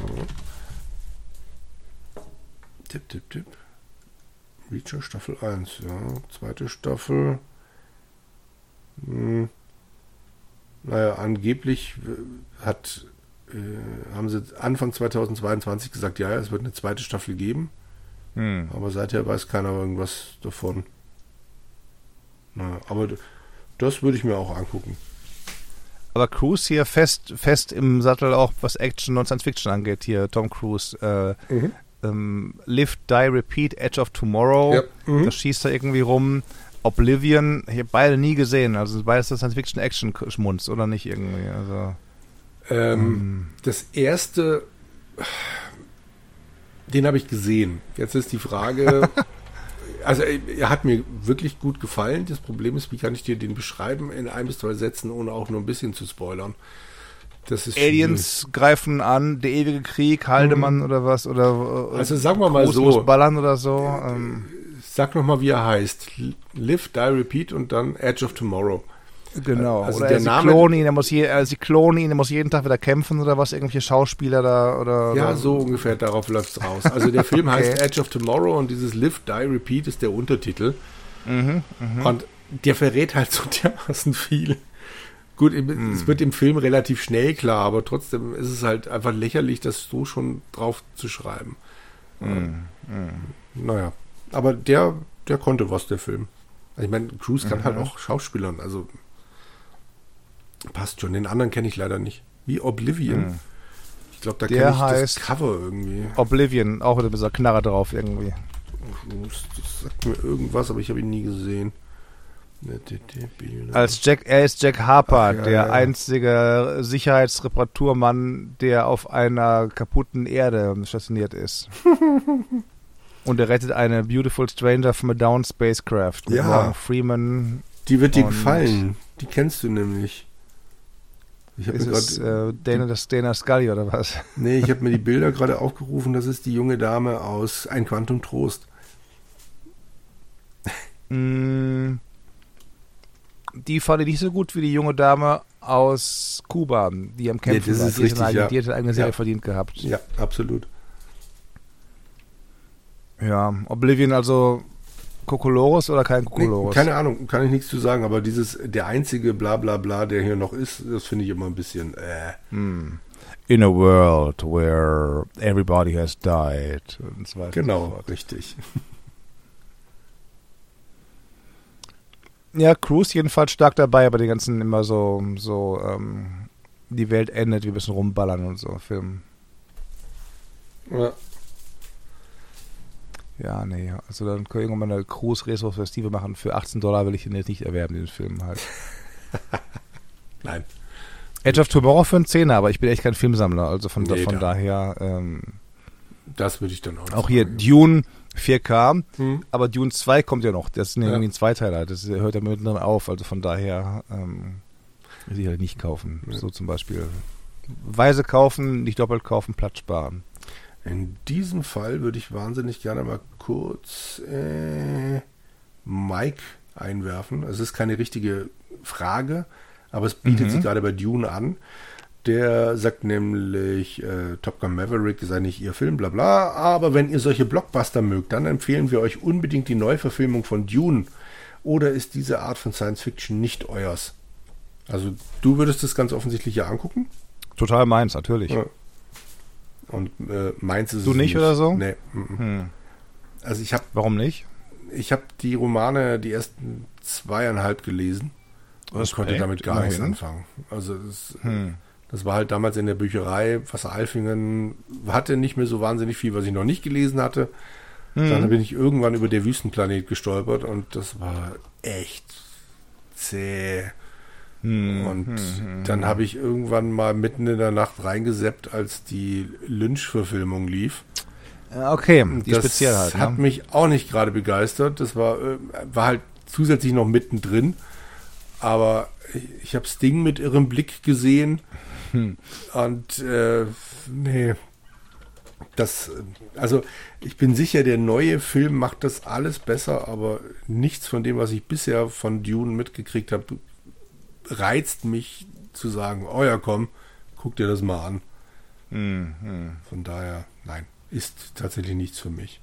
Tipp, tipp, tipp. Reacher Staffel eins, ja. Zweite Staffel. Hm. Naja, angeblich hat, äh, haben sie Anfang zweitausendzweiundzwanzig gesagt, ja, es wird eine zweite Staffel geben. Hm. Aber seither weiß keiner irgendwas davon. Naja, aber das würde ich mir auch angucken. Aber Cruise hier fest, fest im Sattel auch, was Action und Science Fiction angeht, hier Tom Cruise. Äh, mhm. ähm, Live, Die, Repeat, Edge of Tomorrow. Ja. Mhm. Das schießt da irgendwie rum. Oblivion, ich habe beide nie gesehen. Also beides ist Science Fiction Action Schmunz, oder nicht irgendwie? Also ähm, ähm. Das erste, den habe ich gesehen. Jetzt ist die Frage, also er hat mir wirklich gut gefallen. Das Problem ist, wie kann ich dir den beschreiben in ein bis zwei Sätzen, ohne auch nur ein bisschen zu spoilern? Das ist Aliens schwierig. Greifen an, der ewige Krieg, Haldemann mhm. oder was? Oder also sagen wir mal so. Muss ballern oder so. Ähm. Sag nochmal, wie er heißt. Live, Die, Repeat und dann Edge of Tomorrow. Genau. Also oder der sie Name, klonen ihn, er muss je, äh, sie klonen ihn, er muss jeden Tag wieder kämpfen oder was, irgendwelche Schauspieler da oder. Ja, oder? so ungefähr, darauf läuft es raus. Also der Film okay. heißt Edge of Tomorrow und dieses Live, Die, Repeat ist der Untertitel. Mhm, mh. Und der verrät halt so dermaßen viel. Gut, mhm. es wird im Film relativ schnell klar, aber trotzdem ist es halt einfach lächerlich, das so schon drauf zu schreiben. Mhm. Mhm. Naja, aber der, der konnte was, der Film. Ich meine, Cruise kann mhm. halt auch Schauspielern, also passt schon. Den anderen kenne ich leider nicht. Wie Oblivion. Mhm. Ich glaube, da kenne ich das Cover irgendwie. Oblivion, auch mit dieser Knarre drauf irgendwie. Das sagt mir irgendwas, aber ich habe ihn nie gesehen. Als Jack, er ist Jack Harper, Ach, ja, der ja. einzige Sicherheitsreparaturmann, der auf einer kaputten Erde stationiert ist. Und er rettet eine Beautiful Stranger from a Down Spacecraft. Ja. Morgan Freeman. Die wird dir gefallen. Die kennst du nämlich. Ich ist mir es äh, Dana, das Dana Scully oder was? Nee, ich habe mir die Bilder gerade aufgerufen. Das ist die junge Dame aus Ein Quantum Trost. Mm. die fand ich nicht so gut wie die junge Dame aus Kuba, die am Kämpfen nee, das war. Ist die, richtig, eine, ja. die hat eine eigene Serie ja. verdient gehabt. Ja, absolut. Ja, Oblivion also Kokolores oder kein Kokolores? Nee, keine Ahnung, kann ich nichts zu sagen, aber dieses, der einzige Blablabla, bla, bla, der hier noch ist, das finde ich immer ein bisschen äh. Hm. In a world where everybody has died. Und so weiter genau, und so richtig. Ja, Cruise jedenfalls stark dabei, aber die ganzen immer so, so ähm, die Welt endet, wir müssen rumballern und so Filmen. Ja. Ja, nee, also dann können wir irgendwann eine Cruise-Retrospektive machen. Für achtzehn Dollar will ich den jetzt nicht erwerben, den Film halt. Nein. Edge of Tomorrow für einen Zehner, aber ich bin echt kein Filmsammler, also von, nee, von da. daher ähm, das würde ich dann auch auch hier Dune vier K, hm. aber Dune zwei kommt ja noch, das ist ja. irgendwie ein Zweiteiler, das hört ja mittendrin auf, also von daher ähm, will ich halt nicht kaufen, ja. So zum Beispiel weise kaufen, nicht doppelt kaufen, Platz sparen. In diesem Fall würde ich wahnsinnig gerne mal kurz äh, Mike einwerfen. Es ist keine richtige Frage, aber es bietet mhm. sich gerade bei Dune an. Der sagt nämlich, äh, Top Gun Maverick sei nicht ihr Film, bla bla, aber wenn ihr solche Blockbuster mögt, dann empfehlen wir euch unbedingt die Neuverfilmung von Dune. Oder ist diese Art von Science Fiction nicht euers? Also du würdest das ganz offensichtlich ja angucken? Total meins, natürlich. Ja. Und äh, meins ist du es nicht, nicht oder so? Nee. Hm. Also ich habe. Warum nicht? Ich habe die Romane, die ersten zweieinhalb gelesen und das konnte damit gar nichts hin. anfangen. Also das, hm. das war halt damals in der Bücherei Wasseralfingen, hatte nicht mehr so wahnsinnig viel, was ich noch nicht gelesen hatte. Hm. Dann bin ich irgendwann über der Wüstenplanet gestolpert und das war echt zäh. Hm, und hm, dann hm. habe ich irgendwann mal mitten in der Nacht reingeseppt, als die Lynch-Verfilmung lief. Okay, die das speziell halt. Das hat ne? mich auch nicht gerade begeistert. Das war, war halt zusätzlich noch mittendrin. Aber ich habe Sting mit irrem Blick gesehen. Hm. Und äh, nee. Das, also ich bin sicher, der neue Film macht das alles besser, aber nichts von dem, was ich bisher von Dune mitgekriegt habe, reizt mich zu sagen, oh ja, komm, guck dir das mal an. Hm, hm. Von daher, nein, ist tatsächlich nichts für mich.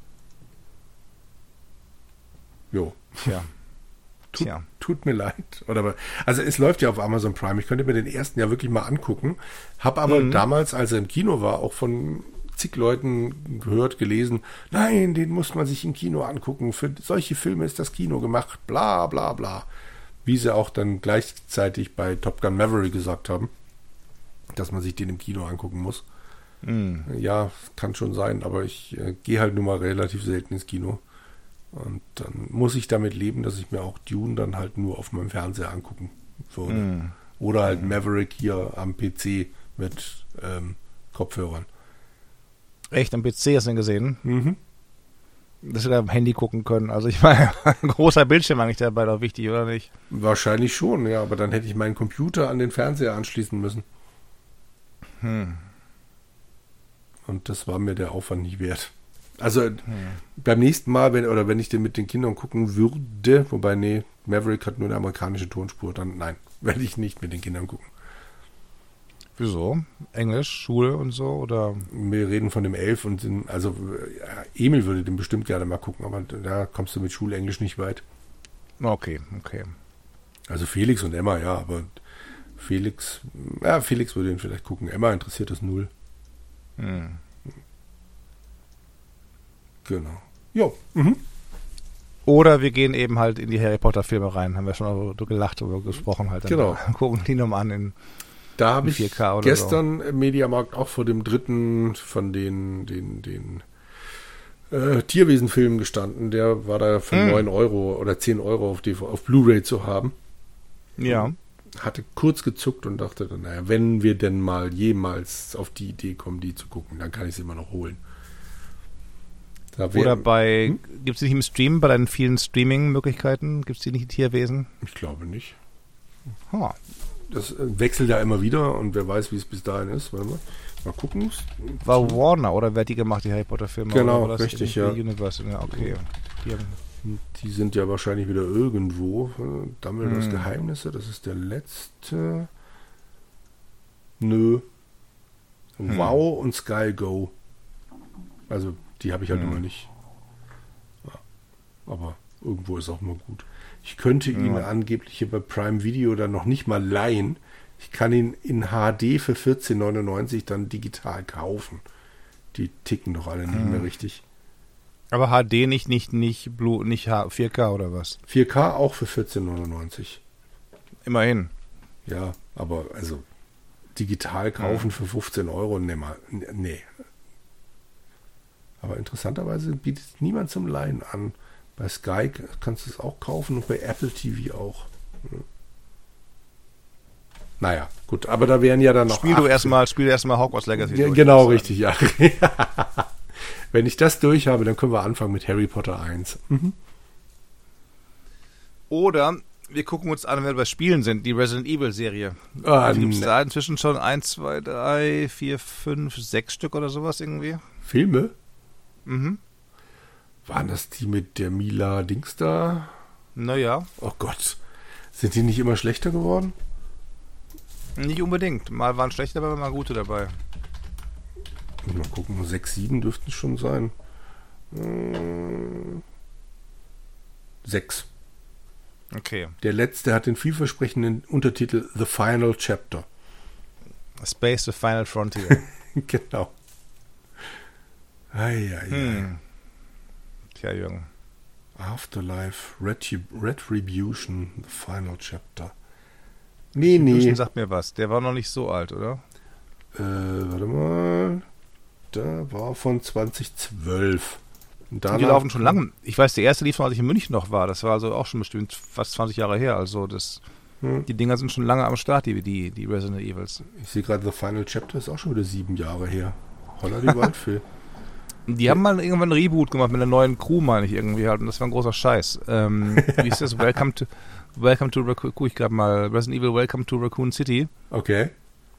Jo. Tja. Tut, Tja. tut mir leid. Oder, also es läuft ja auf Amazon Prime. Ich könnte mir den ersten ja wirklich mal angucken. Hab aber mhm. damals, als er im Kino war, auch von zig Leuten gehört, gelesen, nein, den muss man sich im Kino angucken. Für solche Filme ist das Kino gemacht. Bla, bla, bla. Wie sie auch dann gleichzeitig bei Top Gun Maverick gesagt haben, dass man sich den im Kino angucken muss. Mhm. Ja, kann schon sein, aber ich äh, gehe halt nur mal relativ selten ins Kino. Und dann muss ich damit leben, dass ich mir auch Dune dann halt nur auf meinem Fernseher angucken würde. Mhm. Oder halt Maverick hier am P C mit ähm, Kopfhörern. Echt, am P C hast du den gesehen? Mhm. Dass wir da am Handy gucken können. Also ich meine, ein großer Bildschirm eigentlich dabei doch wichtig, oder nicht? Wahrscheinlich schon, ja, aber dann hätte ich meinen Computer an den Fernseher anschließen müssen. Hm. Und das war mir der Aufwand nicht wert. Also hm. beim nächsten Mal, wenn, oder wenn ich den mit den Kindern gucken würde, wobei, nee, Maverick hat nur eine amerikanische Tonspur, dann nein, werde ich nicht mit den Kindern gucken. Wieso? Englisch, Schule und so, oder? Wir reden von dem Elf und sind, also ja, Emil würde den bestimmt gerne mal gucken, aber da kommst du mit Schulenglisch nicht weit. Okay, okay. Also Felix und Emma, ja, aber Felix, ja, Felix würde ihn vielleicht gucken. Emma interessiert das null. Hm. Genau. Jo. Mhm. Oder wir gehen eben halt in die Harry Potter Filme rein. Haben wir schon gelacht oder gesprochen halt. Genau. Gucken die nochmal an in Da habe ich vier K oder gestern so. im Mediamarkt auch vor dem dritten von den, den, den äh, Tierwesenfilmen gestanden. Der war da für hm. neun Euro oder zehn Euro auf, auf Blu-ray zu haben. Ja. Hatte kurz gezuckt und dachte dann, naja, wenn wir denn mal jemals auf die Idee kommen, die zu gucken, dann kann ich sie immer noch holen. Da wär, oder bei, hm? gibt es die nicht im Stream, bei deinen vielen Streaming-Möglichkeiten? Gibt es die nicht, Tierwesen? Ich glaube nicht. Huh. Das wechselt ja immer wieder und wer weiß, wie es bis dahin ist. Warte mal. Mal gucken. War Warner oder wer hat die gemacht, die Harry Potter Filme? Genau, oder war das richtig, ja. Universal, ja, okay. Die haben Die sind ja wahrscheinlich wieder irgendwo. Dumbledores hm. Geheimnisse, das ist der letzte. Nö. Hm. Wow und Sky Go. Also, die habe ich halt hm. immer nicht. Ja. Aber irgendwo ist auch mal gut. Ich könnte ihn ja. angeblich hier bei Prime Video dann noch nicht mal leihen. Ich kann ihn in H D für vierzehn neunundneunzig dann digital kaufen. Die ticken doch alle nicht hm. mehr richtig. Aber H D nicht, nicht, nicht Blue, nicht vier K oder was? vier K auch für vierzehn neunundneunzig. Immerhin. Ja, aber also digital kaufen ja. für fünfzehn Euro, nee, mal, nee. Aber interessanterweise bietet niemand zum Leihen an. Bei Sky kannst du es auch kaufen und bei Apple T V auch. Ja. Naja, gut, aber da wären ja dann noch. Spiel du erstmal, spiel erstmal Hogwarts Legacy. Ja, genau, richtig, ja. Wenn ich das durch habe, dann können wir anfangen mit Harry Potter eins. Mhm. Oder wir gucken uns an, wenn wir bei Spielen sind, die Resident Evil Serie. Ah, gibt es da inzwischen schon eins, zwei, drei, vier, fünf, sechs Stück oder sowas irgendwie? Filme? Mhm. Waren das die mit der Mila Dings da? Naja. Oh Gott. Sind die nicht immer schlechter geworden? Nicht unbedingt. Mal waren schlechte, aber mal gute dabei. Mal gucken, sechs, sieben dürften es schon sein. Hm. Sechs. Okay. Der letzte hat den vielversprechenden Untertitel The Final Chapter. Space the Final Frontier. Genau. Ei, ei, hm. ei. Tja, Jürgen. Afterlife, Retrib- Retribution, The Final Chapter. Nee, nee. Sagt mir was. Der war noch nicht so alt, oder? Äh, warte mal. Da war von zwanzig zwölf. Und die laufen schon lange. Ich weiß, der erste lief noch, als ich in München noch war. Das war also auch schon bestimmt fast zwanzig Jahre her. Also das, hm. die Dinger sind schon lange am Start, die, die, die Resident Evils. Ich sehe gerade, The Final Chapter ist auch schon wieder sieben Jahre her. Holla die Waldfee. Die ja. haben mal irgendwann ein Reboot gemacht mit einer neuen Crew, meine ich irgendwie halt. Und das war ein großer Scheiß. Ähm, wie ist das? Welcome to Welcome to Raccoon. Ich glaube mal Resident Evil Welcome to Raccoon City. Okay.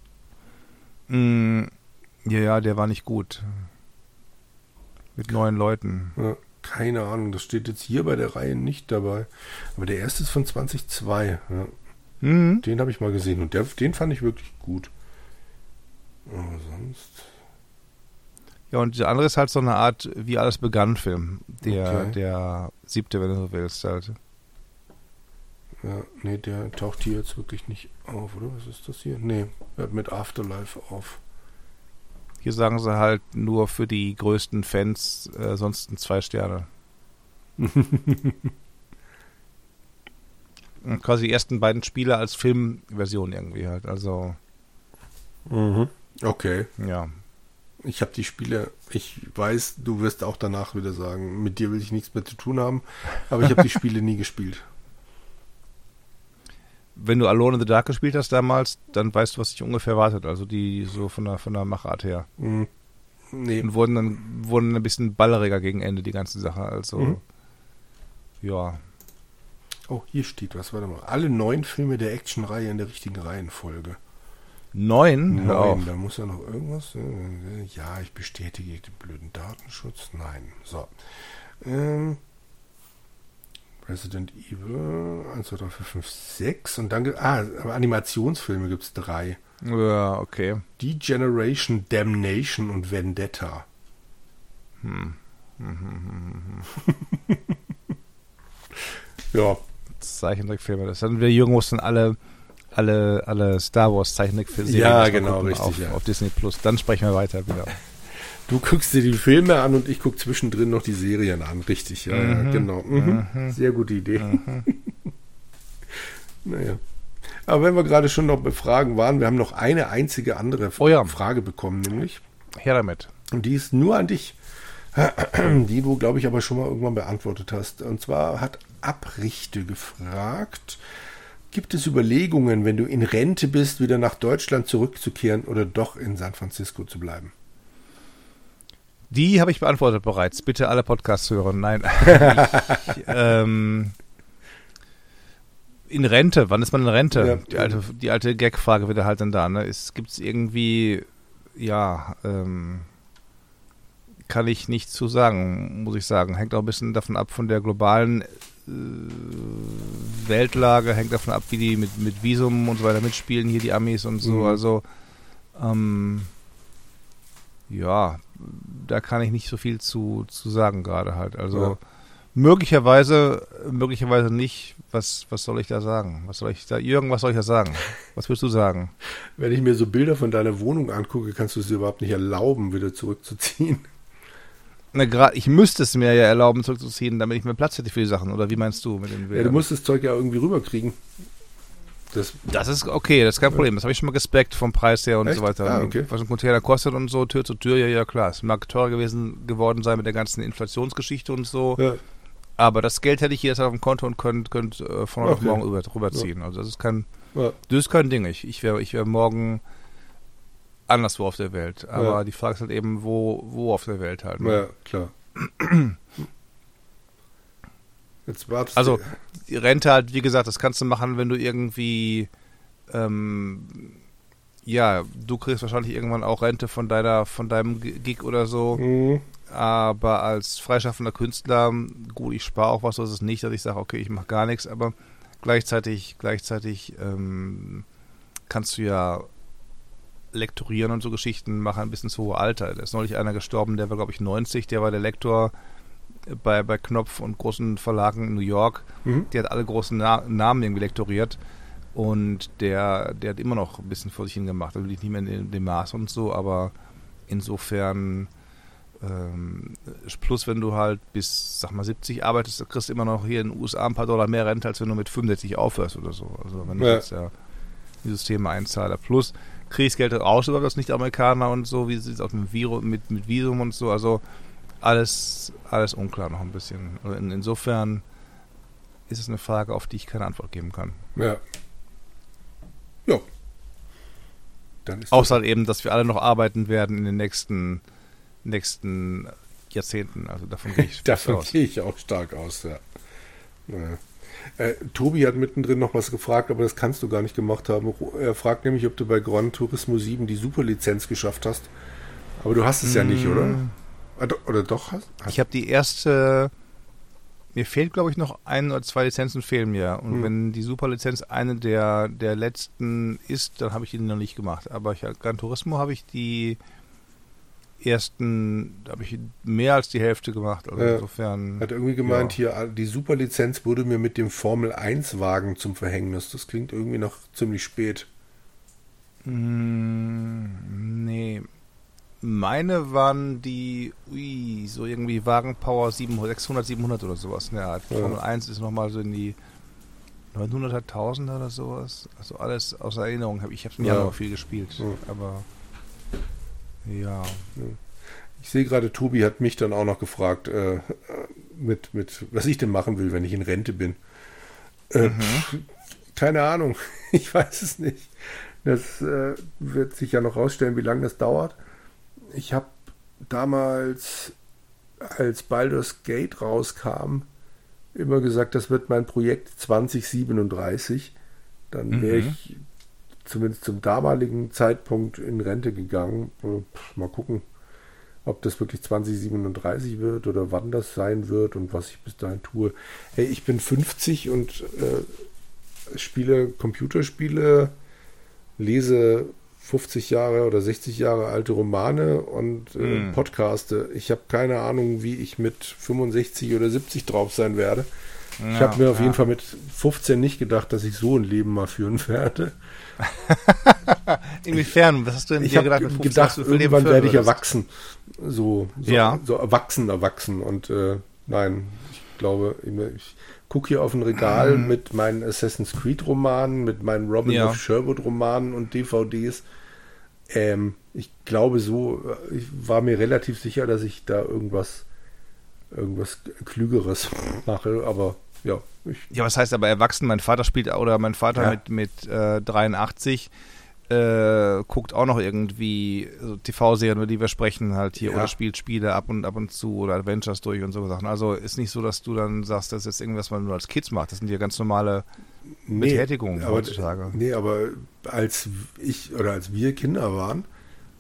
Mm, ja, ja, der war nicht gut. Mit neuen Leuten. Ja, keine Ahnung, das steht jetzt hier bei der Reihe nicht dabei. Aber der erste ist von zwanzig zwei. Ja. Mhm. Den habe ich mal gesehen und der, den fand ich wirklich gut. Aber sonst... Ja, und der andere ist halt so eine Art Wie alles begann Film. Der, okay. der siebte, wenn du so willst, halt. Ja, nee, der taucht hier jetzt wirklich nicht auf, oder? Was ist das hier? Nee, hört mit Afterlife auf. Hier sagen sie halt nur für die größten Fans, äh, sonst zwei Sterne. Und quasi die ersten beiden Spiele als Filmversion irgendwie halt, also. Mhm. Okay. Ja. Ich habe die Spiele, ich weiß, du wirst auch danach wieder sagen, mit dir will ich nichts mehr zu tun haben, aber ich habe die Spiele nie gespielt. Wenn du Alone in the Dark gespielt hast damals, dann weißt du, was dich ungefähr erwartet. Also die so von der, von der Machart her. Mhm. Nee. Und wurden dann wurden ein bisschen balleriger gegen Ende, die ganze Sache. Also, mhm. ja. Oh, hier steht was, warte mal. Alle neun Filme der Actionreihe in der richtigen Reihenfolge. Neun? Neun, da muss ja noch irgendwas. Ja, ich bestätige den blöden Datenschutz. Nein. So. Ähm. Resident Evil eins, zwei, drei, vier, fünf, sechs und dann ah, Animationsfilme gibt es drei. Ja, okay. Degeneration, Damnation und Vendetta. Hm. Hm, hm, hm, hm. Ja. Zeichentrickfilme. Das hatten wir Jürgen mussten alle alle alle Star Wars Zeichentrickfilme. Ja, genau, richtig. Auf, ja. auf Disney Plus. Dann sprechen wir weiter wieder. Du guckst dir die Filme an und ich gucke zwischendrin noch die Serien an. Richtig, ja, mhm. ja genau. Mhm. Mhm. Sehr gute Idee. Mhm. Naja. Aber wenn wir gerade schon noch bei Fragen waren, wir haben noch eine einzige andere oh ja. Frage bekommen, nämlich. Her damit. Und die ist nur an dich. Die du, glaube ich, aber schon mal irgendwann beantwortet hast. Und zwar hat Abrichte gefragt, gibt es Überlegungen, wenn du in Rente bist, wieder nach Deutschland zurückzukehren oder doch in San Francisco zu bleiben? Die habe ich beantwortet bereits. Bitte alle Podcasts hören. Nein. ich, ähm, in Rente. Wann ist man in Rente? Ja, die alte, die alte Gag-Frage wieder halt dann da. Ne? Gibt es irgendwie, ja, ähm, kann ich nicht zu sagen, muss ich sagen. Hängt auch ein bisschen davon ab von der globalen äh, Weltlage, hängt davon ab, wie die mit, mit Visum und so weiter mitspielen, hier die Amis und so. Mhm. Also, ähm, ja, da kann ich nicht so viel zu, zu sagen gerade halt. Also, ja. möglicherweise, möglicherweise nicht. Was, was soll ich da sagen? Was soll ich da, Jürgen, was soll ich da sagen? Was willst du sagen? Wenn ich mir so Bilder von deiner Wohnung angucke, kannst du es dir überhaupt nicht erlauben, wieder zurückzuziehen. Na, grad, ich müsste es mir ja erlauben, zurückzuziehen, damit ich mehr Platz hätte für die Sachen. Oder wie meinst du mit den Bildern? Ja, du musst das Zeug ja irgendwie rüberkriegen. Das, das ist okay, das ist kein Problem. Das habe ich schon mal gespeckt vom Preis her und Echt? so weiter. Ah, okay. Was ein Container kostet und so, Tür zu Tür, ja, ja, klar. Es mag teurer gewesen geworden sein mit der ganzen Inflationsgeschichte und so. Ja. Aber das Geld hätte ich jederzeit auf dem Konto und könnte könnt, äh, von heute okay. auf morgen rüber, rüberziehen. Ja. Also das ist kein, ja. das ist kein Ding. Ich, ich wäre ich wär morgen anderswo auf der Welt. Aber ja. die Frage ist halt eben, wo, wo auf der Welt halt. Ne? Ja, klar. Jetzt wartest also du. Die Rente halt, wie gesagt, das kannst du machen, wenn du irgendwie ähm, ja, du kriegst wahrscheinlich irgendwann auch Rente von deiner, von deinem Gig oder so. Mhm. Aber als freischaffender Künstler, gut, ich spare auch was, so ist es nicht, dass ich sage, okay, ich mache gar nichts, aber gleichzeitig, gleichzeitig ähm, kannst du ja lektorieren und so Geschichten machen, ein bisschen zu hohem Alter. Da ist neulich einer gestorben, der war, glaube ich, neunzig, der war der Lektor bei, bei Knopf und großen Verlagen in New York. Mhm. Der hat alle großen Na- Namen irgendwie lektoriert und der, der hat immer noch ein bisschen vor sich hin gemacht. Also nicht mehr in dem Maß und so, aber insofern ähm, plus wenn du halt bis, sag mal, siebzig arbeitest, kriegst du immer noch hier in den U S A ein paar Dollar mehr Rente, als wenn du mit fünfundsechzig aufhörst oder so. Also wenn ich ja. jetzt ja die Systeme einzahle. Plus Kriegsgeld raus über das Nicht-Amerikaner und so, wie sieht es aus mit, Virus, mit, mit Visum und so, also alles, alles unklar noch ein bisschen. Also in, insofern ist es eine Frage, auf die ich keine Antwort geben kann. Ja. Ja. Dann ist Außer halt eben, dass wir alle noch arbeiten werden in den nächsten nächsten Jahrzehnten. Also davon gehe ich davon aus. gehe ich auch stark aus, ja. ja. Äh, Tobi hat mittendrin noch was gefragt, aber das kannst du gar nicht gemacht haben. Er fragt nämlich, ob du bei Gran Turismo sieben die Superlizenz geschafft hast. Aber du hast es mmh. ja nicht, oder? Oder doch? Hast? Ich habe die erste, mir fehlt, glaube ich, noch ein oder zwei Lizenzen fehlen mir. Und mmh. wenn die Superlizenz eine der, der letzten ist, dann habe ich die noch nicht gemacht. Aber ich, Gran Turismo habe ich die ersten, da habe ich mehr als die Hälfte gemacht. Also ja. insofern. Hat irgendwie gemeint, ja. hier, die Superlizenz wurde mir mit dem Formel eins Wagen zum Verhängnis. Das klingt irgendwie noch ziemlich spät. Mm, nee. Meine waren die, ui, so irgendwie Wagenpower sechshundert, siebenhundert oder sowas. Ja, ja. Formel eins ist nochmal so in die neunhundert, tausend oder sowas. Also alles aus Erinnerung. Ich habe im ja. Januar viel gespielt. Ja. Aber ja. Ich sehe gerade, Tobi hat mich dann auch noch gefragt, äh, mit, mit, was ich denn machen will, wenn ich in Rente bin. Äh, mhm. pf, keine Ahnung. Ich weiß es nicht. Das äh, wird sich ja noch rausstellen, wie lange das dauert. Ich habe damals, als Baldur's Gate rauskam, immer gesagt, das wird mein Projekt zwanzig siebenunddreißig. Dann wäre mhm. ich zumindest zum damaligen Zeitpunkt in Rente gegangen. Mal gucken, ob das wirklich zwanzig siebenunddreißig wird oder wann das sein wird und was ich bis dahin tue. Hey, ich bin fünfzig und äh, spiele Computerspiele, lese fünfzig Jahre oder sechzig Jahre alte Romane und äh, mm. podcaste. Ich habe keine Ahnung, wie ich mit fünfundsechzig oder siebzig drauf sein werde. Ja, ich habe mir auf ja. jeden Fall mit fünfzehn nicht gedacht, dass ich so ein Leben mal führen werde. Inwiefern? Was hast du denn ich dir gedacht? Mit fünfzehn, gedacht, irgendwann werde ich erwachsen. So, so, ja. so erwachsen, erwachsen. Und äh, nein, ich glaube, ich gucke hier auf ein Regal mhm. mit meinen Assassin's Creed Romanen, mit meinen Robin ja. of Sherwood Romanen und D V Ds. Ähm, ich glaube so, ich war mir relativ sicher, dass ich da irgendwas irgendwas Klügeres mache, aber ja. Ich ja, was heißt aber erwachsen? Mein Vater spielt, oder mein Vater ja. mit, mit äh, dreiundachtzig äh, guckt auch noch irgendwie so T V-Serien, über die wir sprechen halt hier, ja. oder spielt Spiele ab und ab und zu oder Adventures durch und so Sachen. Also ist nicht so, dass du dann sagst, das ist jetzt irgendwas, was man nur als Kids macht. Das sind ja ganz normale Betätigungen nee, aber, heutzutage. Nee, aber als ich oder als wir Kinder waren,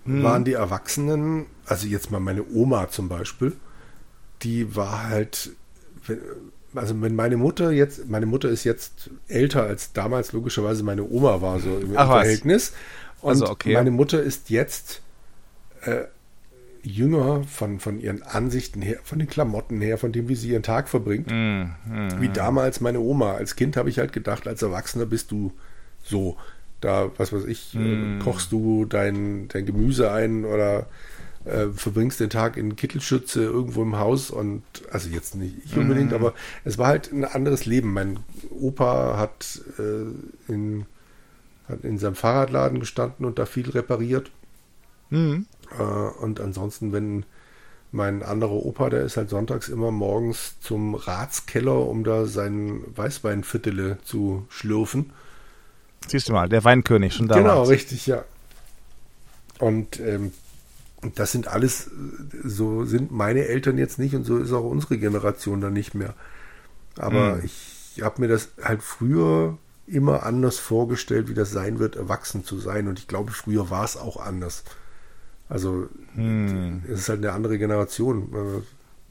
hm. waren die Erwachsenen, also jetzt mal meine Oma zum Beispiel, die war halt, also wenn meine Mutter jetzt, meine Mutter ist jetzt älter als damals logischerweise meine Oma war, so im Ach, Verhältnis. Was? Und also, okay. meine Mutter ist jetzt äh, jünger von, von ihren Ansichten her, von den Klamotten her, von dem, wie sie ihren Tag verbringt, mm, mm, wie damals meine Oma. Als Kind habe ich halt gedacht, als Erwachsener bist du so. Da, was weiß ich, mm. äh, kochst du dein, dein Gemüse ein oder äh, verbringst den Tag in Kittelschürze irgendwo im Haus und, also jetzt nicht ich unbedingt, mm. aber es war halt ein anderes Leben. Mein Opa hat, äh, in, hat in seinem Fahrradladen gestanden und da viel repariert. Mm. Äh, und ansonsten, wenn mein anderer Opa, der ist halt sonntags immer morgens zum Ratskeller, um da sein Weißweinviertele zu schlürfen. Siehst du mal, der Weinkönig schon damals. Genau, richtig, ja. Und ähm, das sind alles, so sind meine Eltern jetzt nicht und so ist auch unsere Generation dann nicht mehr. Aber hm. ich habe mir das halt früher immer anders vorgestellt, wie das sein wird, erwachsen zu sein. Und ich glaube, früher war es auch anders. Also hm. es ist halt eine andere Generation.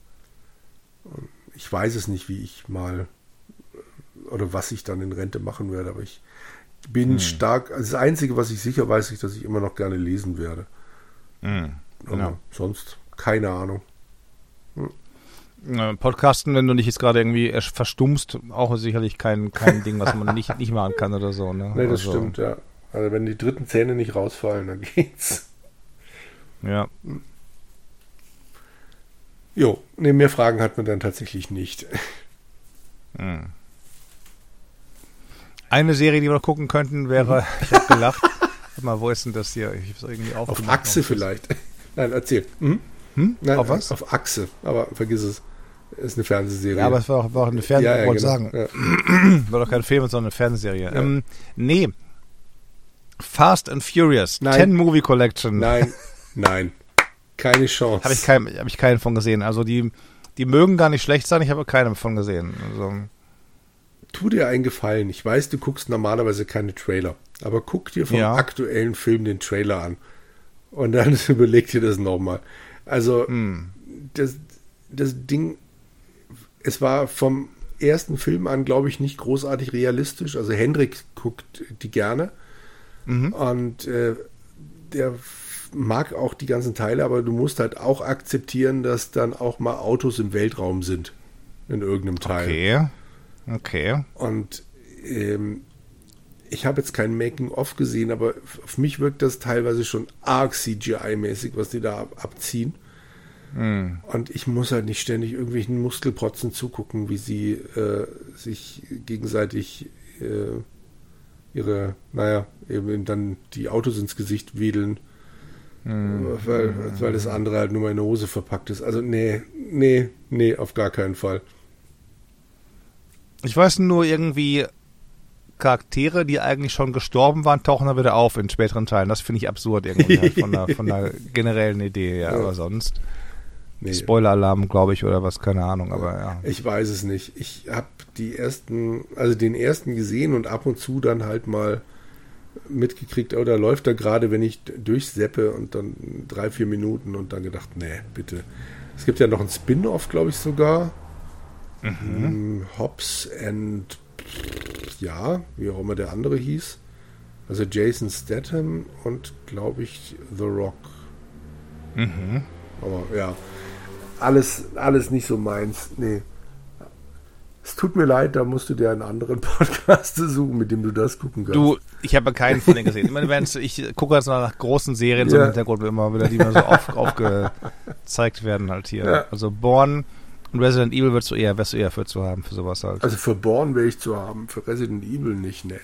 Ich weiß es nicht, wie ich mal oder was ich dann in Rente machen werde, aber ich bin hm. stark, also das Einzige, was ich sicher weiß, ist, dass ich immer noch gerne lesen werde. Hm. Genau. Sonst keine Ahnung. Hm. Podcasten, wenn du nicht jetzt gerade irgendwie verstummst, auch sicherlich kein, kein Ding, was man nicht, nicht machen kann oder so. Ne? Nee, das also. stimmt, ja. Also wenn die dritten Zähne nicht rausfallen, dann geht's. Ja. Jo, ne, mehr Fragen hat man dann tatsächlich nicht. Hm. Eine Serie, die wir noch gucken könnten, wäre, ich habe gelacht, warte mal, wo ist denn das hier? Ich hab's irgendwie auf Achse vielleicht. Nein, erzähl. Mhm. Hm? Nein, auf was? Auf Achse, aber vergiss es. Ist eine Fernsehserie. Ja, aber es war auch, war auch eine Fernsehserie, ja, ja, ich wollte genau. sagen. Ja. War doch kein Film, sondern eine Fernsehserie. Ja. Ähm, nee. Fast and Furious. Nein. Ten Movie Collection. Nein, nein. Keine Chance. Habe ich, kein, hab ich keinen von gesehen. Also die, die mögen gar nicht schlecht sein, ich habe keinen von gesehen. Also tu dir einen Gefallen. Ich weiß, du guckst normalerweise keine Trailer, aber guck dir vom ja. aktuellen Film den Trailer an und dann überleg dir das nochmal. Also hm. das, das Ding, es war vom ersten Film an, glaube ich, nicht großartig realistisch. Also Hendrik guckt die gerne mhm. und äh, der mag auch die ganzen Teile, aber du musst halt auch akzeptieren, dass dann auch mal Autos im Weltraum sind in irgendeinem Teil. Okay. Okay. Und ähm, ich habe jetzt kein Making-of gesehen, aber auf mich wirkt das teilweise schon arg C G I-mäßig, was die da ab- abziehen. Mm. Und ich muss halt nicht ständig irgendwelchen Muskelprotzen zugucken, wie sie äh, sich gegenseitig äh, ihre, naja, eben dann die Autos ins Gesicht wedeln, mm. weil, weil das andere halt nur mal in eine Hose verpackt ist. Also nee, nee, nee, auf gar keinen Fall. Ich weiß nur irgendwie, Charaktere, die eigentlich schon gestorben waren, tauchen dann wieder auf in späteren Teilen. Das finde ich absurd irgendwie halt von, der, von der generellen Idee, ja, ja. Aber sonst nee. Spoiler-Alarm, glaube ich, oder was, keine Ahnung, aber ja. Ich weiß es nicht. Ich habe die ersten, also den ersten gesehen und ab und zu dann halt mal mitgekriegt, oder läuft da gerade, wenn ich durchseppe und dann drei, vier Minuten und dann gedacht, nee, bitte. Es gibt ja noch ein Spin-off, glaube ich sogar. Mhm. Hobbs and ja, wie auch immer der andere hieß. Also Jason Statham und glaube ich The Rock. Mhm. Aber ja, alles, alles nicht so meins. Nee. Es tut mir leid, da musst du dir einen anderen Podcast suchen, mit dem du das gucken kannst. Du, ich habe keinen von denen gesehen. Ich, meine, ich gucke jetzt mal nach großen Serien, ja. So im Hintergrund immer wieder, die mir so auf, aufgezeigt werden halt hier. Ja. Also Born und Resident Evil würdest du eher, wärst du eher für zu haben, für sowas halt. Also für Born wäre ich zu haben, für Resident Evil nicht, ne.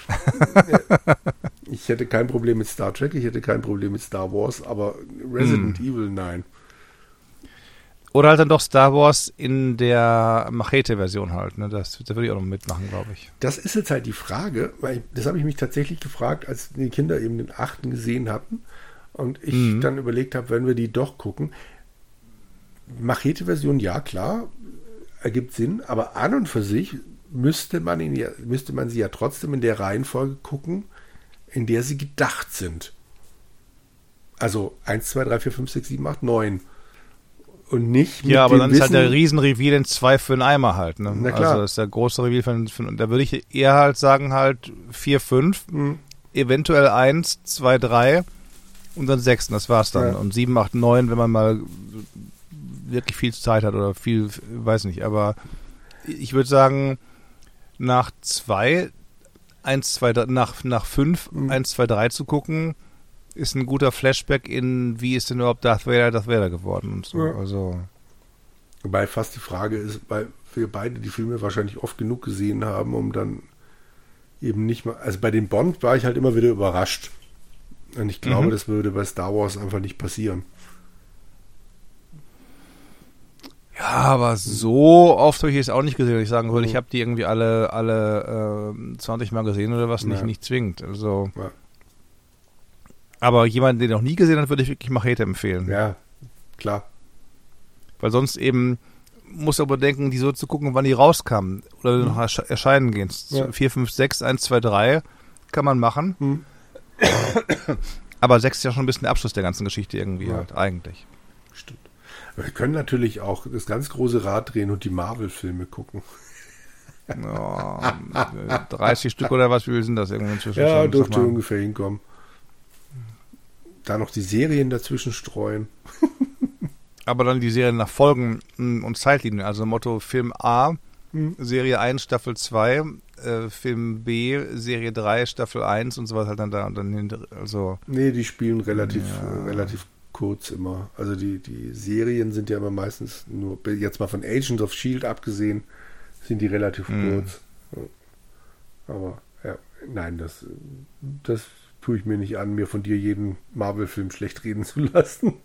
Ich hätte kein Problem mit Star Trek, ich hätte kein Problem mit Star Wars, aber Resident hm. Evil, nein. Oder halt dann doch Star Wars in der Machete-Version halt, ne? Das, das würde ich auch noch mitmachen, glaube ich. Das ist jetzt halt die Frage, weil das habe ich mich tatsächlich gefragt, als die Kinder eben den achten gesehen hatten und ich mhm. dann überlegt habe, wenn wir die doch gucken. Machete-Version, ja klar, ergibt Sinn, aber an und für sich müsste man, ihn ja, müsste man sie ja trotzdem in der Reihenfolge gucken, in der sie gedacht sind. Also eins, zwei, drei, vier, fünf, sechs, sieben, acht, neun. Und nicht mit Ja, aber dem dann Wissen, ist halt der Riesen-Reveal in zwei für einen Eimer halt. Ne? Na klar. Also das ist der große Reveal von, von da würde ich eher halt sagen halt vier, fünf, Mhm. eventuell eins, zwei, drei und dann sechs, das war's dann. Ja. Und sieben, acht, neun, wenn man mal wirklich viel Zeit hat oder viel, weiß nicht, aber ich würde sagen, nach zwei, eins, zwei, drei, nach, nach fünf, Mhm. eins, zwei, drei zu gucken, ist ein guter Flashback in, wie ist denn überhaupt Darth Vader Darth Vader geworden und so. Ja. Also. Wobei fast die Frage ist, weil wir beide die Filme wahrscheinlich oft genug gesehen haben, um dann eben nicht mal, also bei den Bond war ich halt immer wieder überrascht. Und ich glaube, Mhm. das würde bei Star Wars einfach nicht passieren. Ja, aber so oft habe ich es auch nicht gesehen, dass ich sagen würde, Mhm. ich habe die irgendwie alle, alle äh, zwanzig Mal gesehen oder was, nicht, Ja. nicht zwingend. Also. Ja. Aber jemanden, den noch nie gesehen hat, würde ich wirklich Machete empfehlen. Ja, klar. Weil sonst eben muss aber denken, die so zu gucken, wann die rauskamen oder noch ersche- erscheinen gehen. Ja. vier, fünf, sechs, eins, zwei, drei kann man machen. Mhm. Aber sechs ist ja schon ein bisschen der Abschluss der ganzen Geschichte irgendwie Ja. halt, eigentlich. Stimmt. Wir können natürlich auch das ganz große Rad drehen und die Marvel-Filme gucken. Ja, dreißig Stück oder was, wie viel sind das irgendwo inzwischen Ja, schon? dürfte Sag mal. ungefähr hinkommen. Da noch die Serien dazwischen streuen. Aber dann die Serien nach Folgen mh, und Zeitlinien. Also Motto Film A, Mhm. Serie eins, Staffel zwei, äh, Film B, Serie drei, Staffel eins und so was halt dann da und dann hinter. Also, Nee, die spielen relativ, Ja. äh, relativ kurz immer. Also die, die Serien sind ja immer meistens nur, jetzt mal von Agents of S H I E L D abgesehen, sind die relativ Mhm. kurz. Ja. Aber ja, nein, das, das tue ich mir nicht an, mir von dir jeden Marvel-Film schlecht reden zu lassen.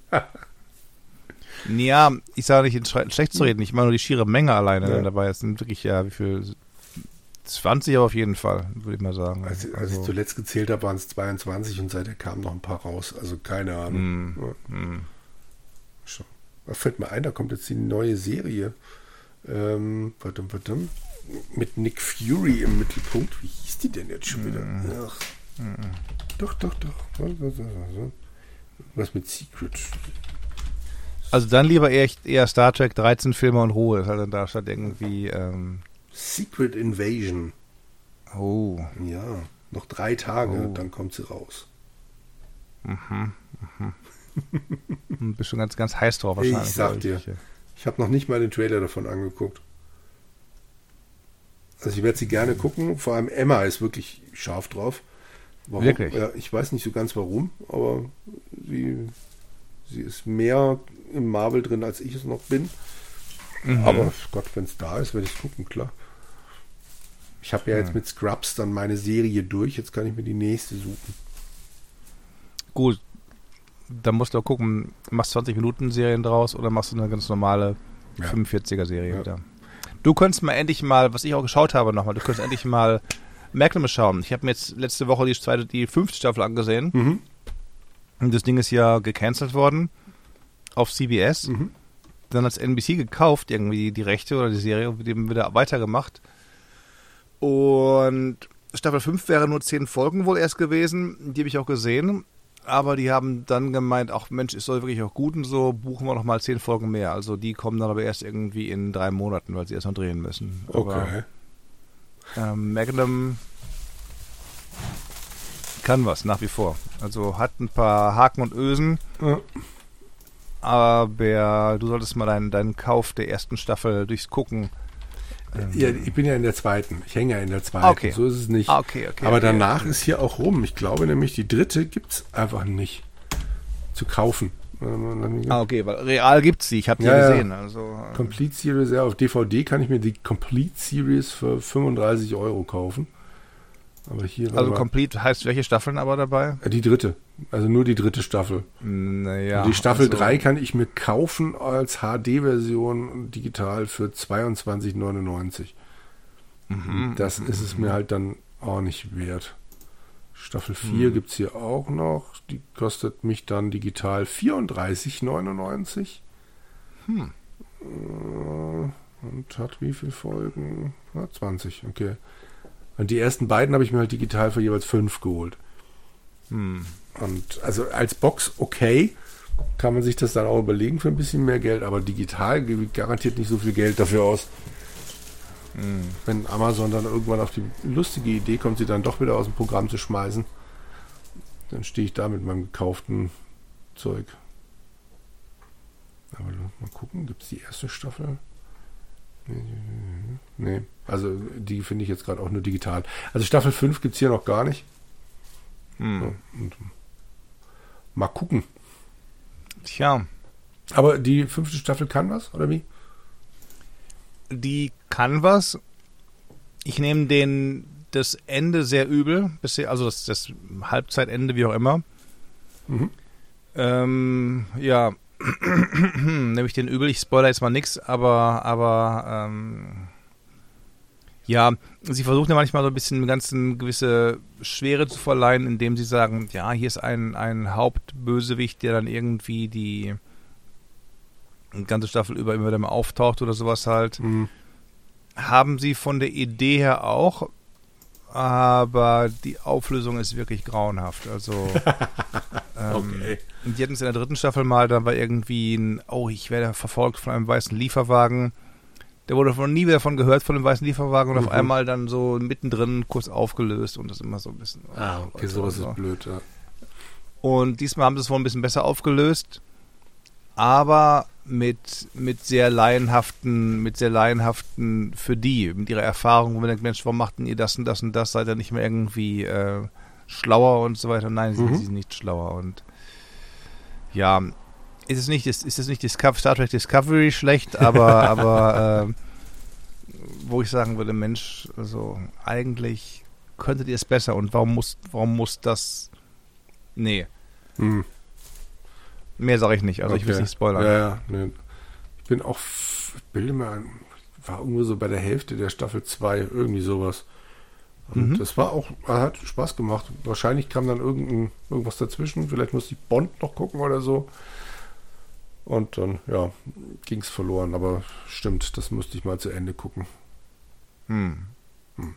ja, ich sage nicht, in Schre- schlecht zu reden. Ich meine nur die schiere Menge alleine Ja. dabei. Es sind wirklich, ja, wie viel? zwanzig aber auf jeden Fall, würde ich mal sagen. Als, als ich zuletzt gezählt habe, waren es zweiundzwanzig und seitdem kamen noch ein paar raus. Also keine Ahnung. Hm, Ja. hm. Schon. Da fällt mir ein, da kommt jetzt die neue Serie. Ähm, warte, warte. Mit Nick Fury im Mittelpunkt. Wie hieß die denn jetzt schon wieder? Ach. Doch, doch, doch. Was mit Secret? Also dann lieber eher, eher Star Trek dreizehn Filme und Ruhe. Das ist halt dann da statt irgendwie, ähm, Secret Invasion. oh, Ja, noch drei Tage, Oh. dann kommt sie raus. mhm, mhm. Hm, bist schon ganz, ganz heiß drauf wahrscheinlich. Ich sag dir. Ich, äh, Ich habe noch nicht mal den Trailer davon angeguckt. Also ich werde sie gerne gucken. Vor allem Emma ist wirklich scharf drauf. Warum? Wirklich? Ja, ich weiß nicht so ganz warum, aber sie, sie ist mehr im Marvel drin, als ich es noch bin. Mhm. Aber Gott, wenn es da ist, werde ich es gucken, klar. Ich habe ja jetzt Mhm. mit Scrubs dann meine Serie durch. Jetzt kann ich mir die nächste suchen. Gut, dann musst du auch gucken, machst zwanzig Minuten Serien draus oder machst du eine ganz normale Ja. fünfundvierziger Serie Ja. wieder. Du könntest mal endlich mal, was ich auch geschaut habe nochmal, du könntest endlich mal Magnum schauen. Ich habe mir jetzt letzte Woche die zweite, die fünfte Staffel angesehen. Mhm. Und das Ding ist ja gecancelt worden auf C B S. Mhm. Dann hat N B C gekauft, irgendwie die Rechte oder die Serie, und dem wieder weitergemacht. Und Staffel fünf wäre nur zehn Folgen wohl erst gewesen. Die habe ich auch gesehen. Aber die haben dann gemeint, ach Mensch, es soll wirklich auch gut und so, buchen wir noch mal zehn Folgen mehr. Also die kommen dann aber erst irgendwie in drei Monaten, weil sie erst noch drehen müssen. Okay. Aber, ähm, Magnum kann was, nach wie vor. Also hat ein paar Haken und Ösen, Ja. aber du solltest mal deinen, deinen Kauf der ersten Staffel durchs Gucken. Ähm, Ja, ich bin ja in der zweiten. Ich hänge ja in der zweiten. Okay. So ist es nicht. Ah, okay, okay. Aber okay, danach okay. ist hier auch rum. Ich glaube nämlich, die dritte gibt es einfach nicht zu kaufen. Ah, okay, weil real gibt's sie, ich habe die Ja, ja ja. gesehen. Also, äh, Complete Series, ja, auf D V D kann ich mir die Complete Series für fünfunddreißig Euro kaufen. Aber hier also war Complete heißt welche Staffeln aber dabei? die dritte. Also nur die dritte Staffel. Naja. Und die Staffel also, drei kann ich mir kaufen als H D-Version digital für zweiundzwanzig neunundneunzig. Mhm. Das ist es mir halt dann auch nicht wert. Staffel vier Hm. gibt es hier auch noch. Die kostet mich dann digital vierunddreißig neunundneunzig. Hm. Äh, Und hat wie viele Folgen? Ja, zwanzig, okay. Und die ersten beiden habe ich mir halt digital für jeweils fünf geholt. Hm. Und also als Box okay, kann man sich das dann auch überlegen für ein bisschen mehr Geld, aber digital gibt garantiert nicht so viel Geld dafür aus. Mhm. Wenn Amazon dann irgendwann auf die lustige Idee kommt, sie dann doch wieder aus dem Programm zu schmeißen, dann stehe ich da mit meinem gekauften Zeug. Aber mal gucken, gibt es die erste Staffel? Nee, also die finde ich jetzt gerade auch nur digital. Also Staffel fünf gibt es hier noch gar nicht. Hm. So, und mal gucken. Tja. Aber die fünfte Staffel kann was, oder wie? Die kann was. Ich nehme den das Ende sehr übel, also das, das Halbzeitende, wie auch immer. Mhm. Ähm, ja, nehme ich den übel. Ich spoilere jetzt mal nichts, aber, aber ähm, ja, sie versuchen ja manchmal so ein bisschen dem Ganzen gewisse Schwere zu verleihen, indem sie sagen, ja, hier ist ein, ein Hauptbösewicht, der dann irgendwie die ganze Staffel über immer wieder mal auftaucht oder sowas halt. Mhm. Haben sie von der Idee her auch, aber die Auflösung ist wirklich grauenhaft. Also ähm, okay. Und die hatten es in der dritten Staffel mal, da war irgendwie ein, oh, ich werde verfolgt von einem weißen Lieferwagen. Der wurde von nie wieder davon gehört, von dem weißen Lieferwagen, und mhm. auf einmal dann so mittendrin kurz aufgelöst und das immer so ein bisschen. Oh, ah, okay, sowas so. Ist blöd, ja. Und diesmal haben sie es wohl ein bisschen besser aufgelöst, aber mit, mit sehr laienhaften, mit sehr laienhaften für die, mit ihrer Erfahrung, wo man denkt, Mensch, warum machten ihr das und das und das? Seid ihr nicht mehr irgendwie äh, schlauer und so weiter? Nein, mhm. sie sind nicht schlauer. Und ja, ist es nicht, ist, ist es nicht Discover, Star Trek Discovery schlecht, aber, aber äh, wo ich sagen würde, Mensch, also eigentlich könntet ihr es besser, und warum muss, warum muss das? Nee. Mhm. Mehr sage ich nicht, also okay. Ich will es nicht spoilern. Ja, ja, nee. Ich bin auch, ich bilde mir ein, war irgendwo so bei der Hälfte der Staffel zwei, irgendwie sowas. Und mhm. das war auch, hat Spaß gemacht. Wahrscheinlich kam dann irgendein, irgendwas dazwischen, vielleicht musste ich Bond noch gucken oder so. Und dann, ja, ging es verloren, aber stimmt, das musste ich mal zu Ende gucken. Hm. Hm.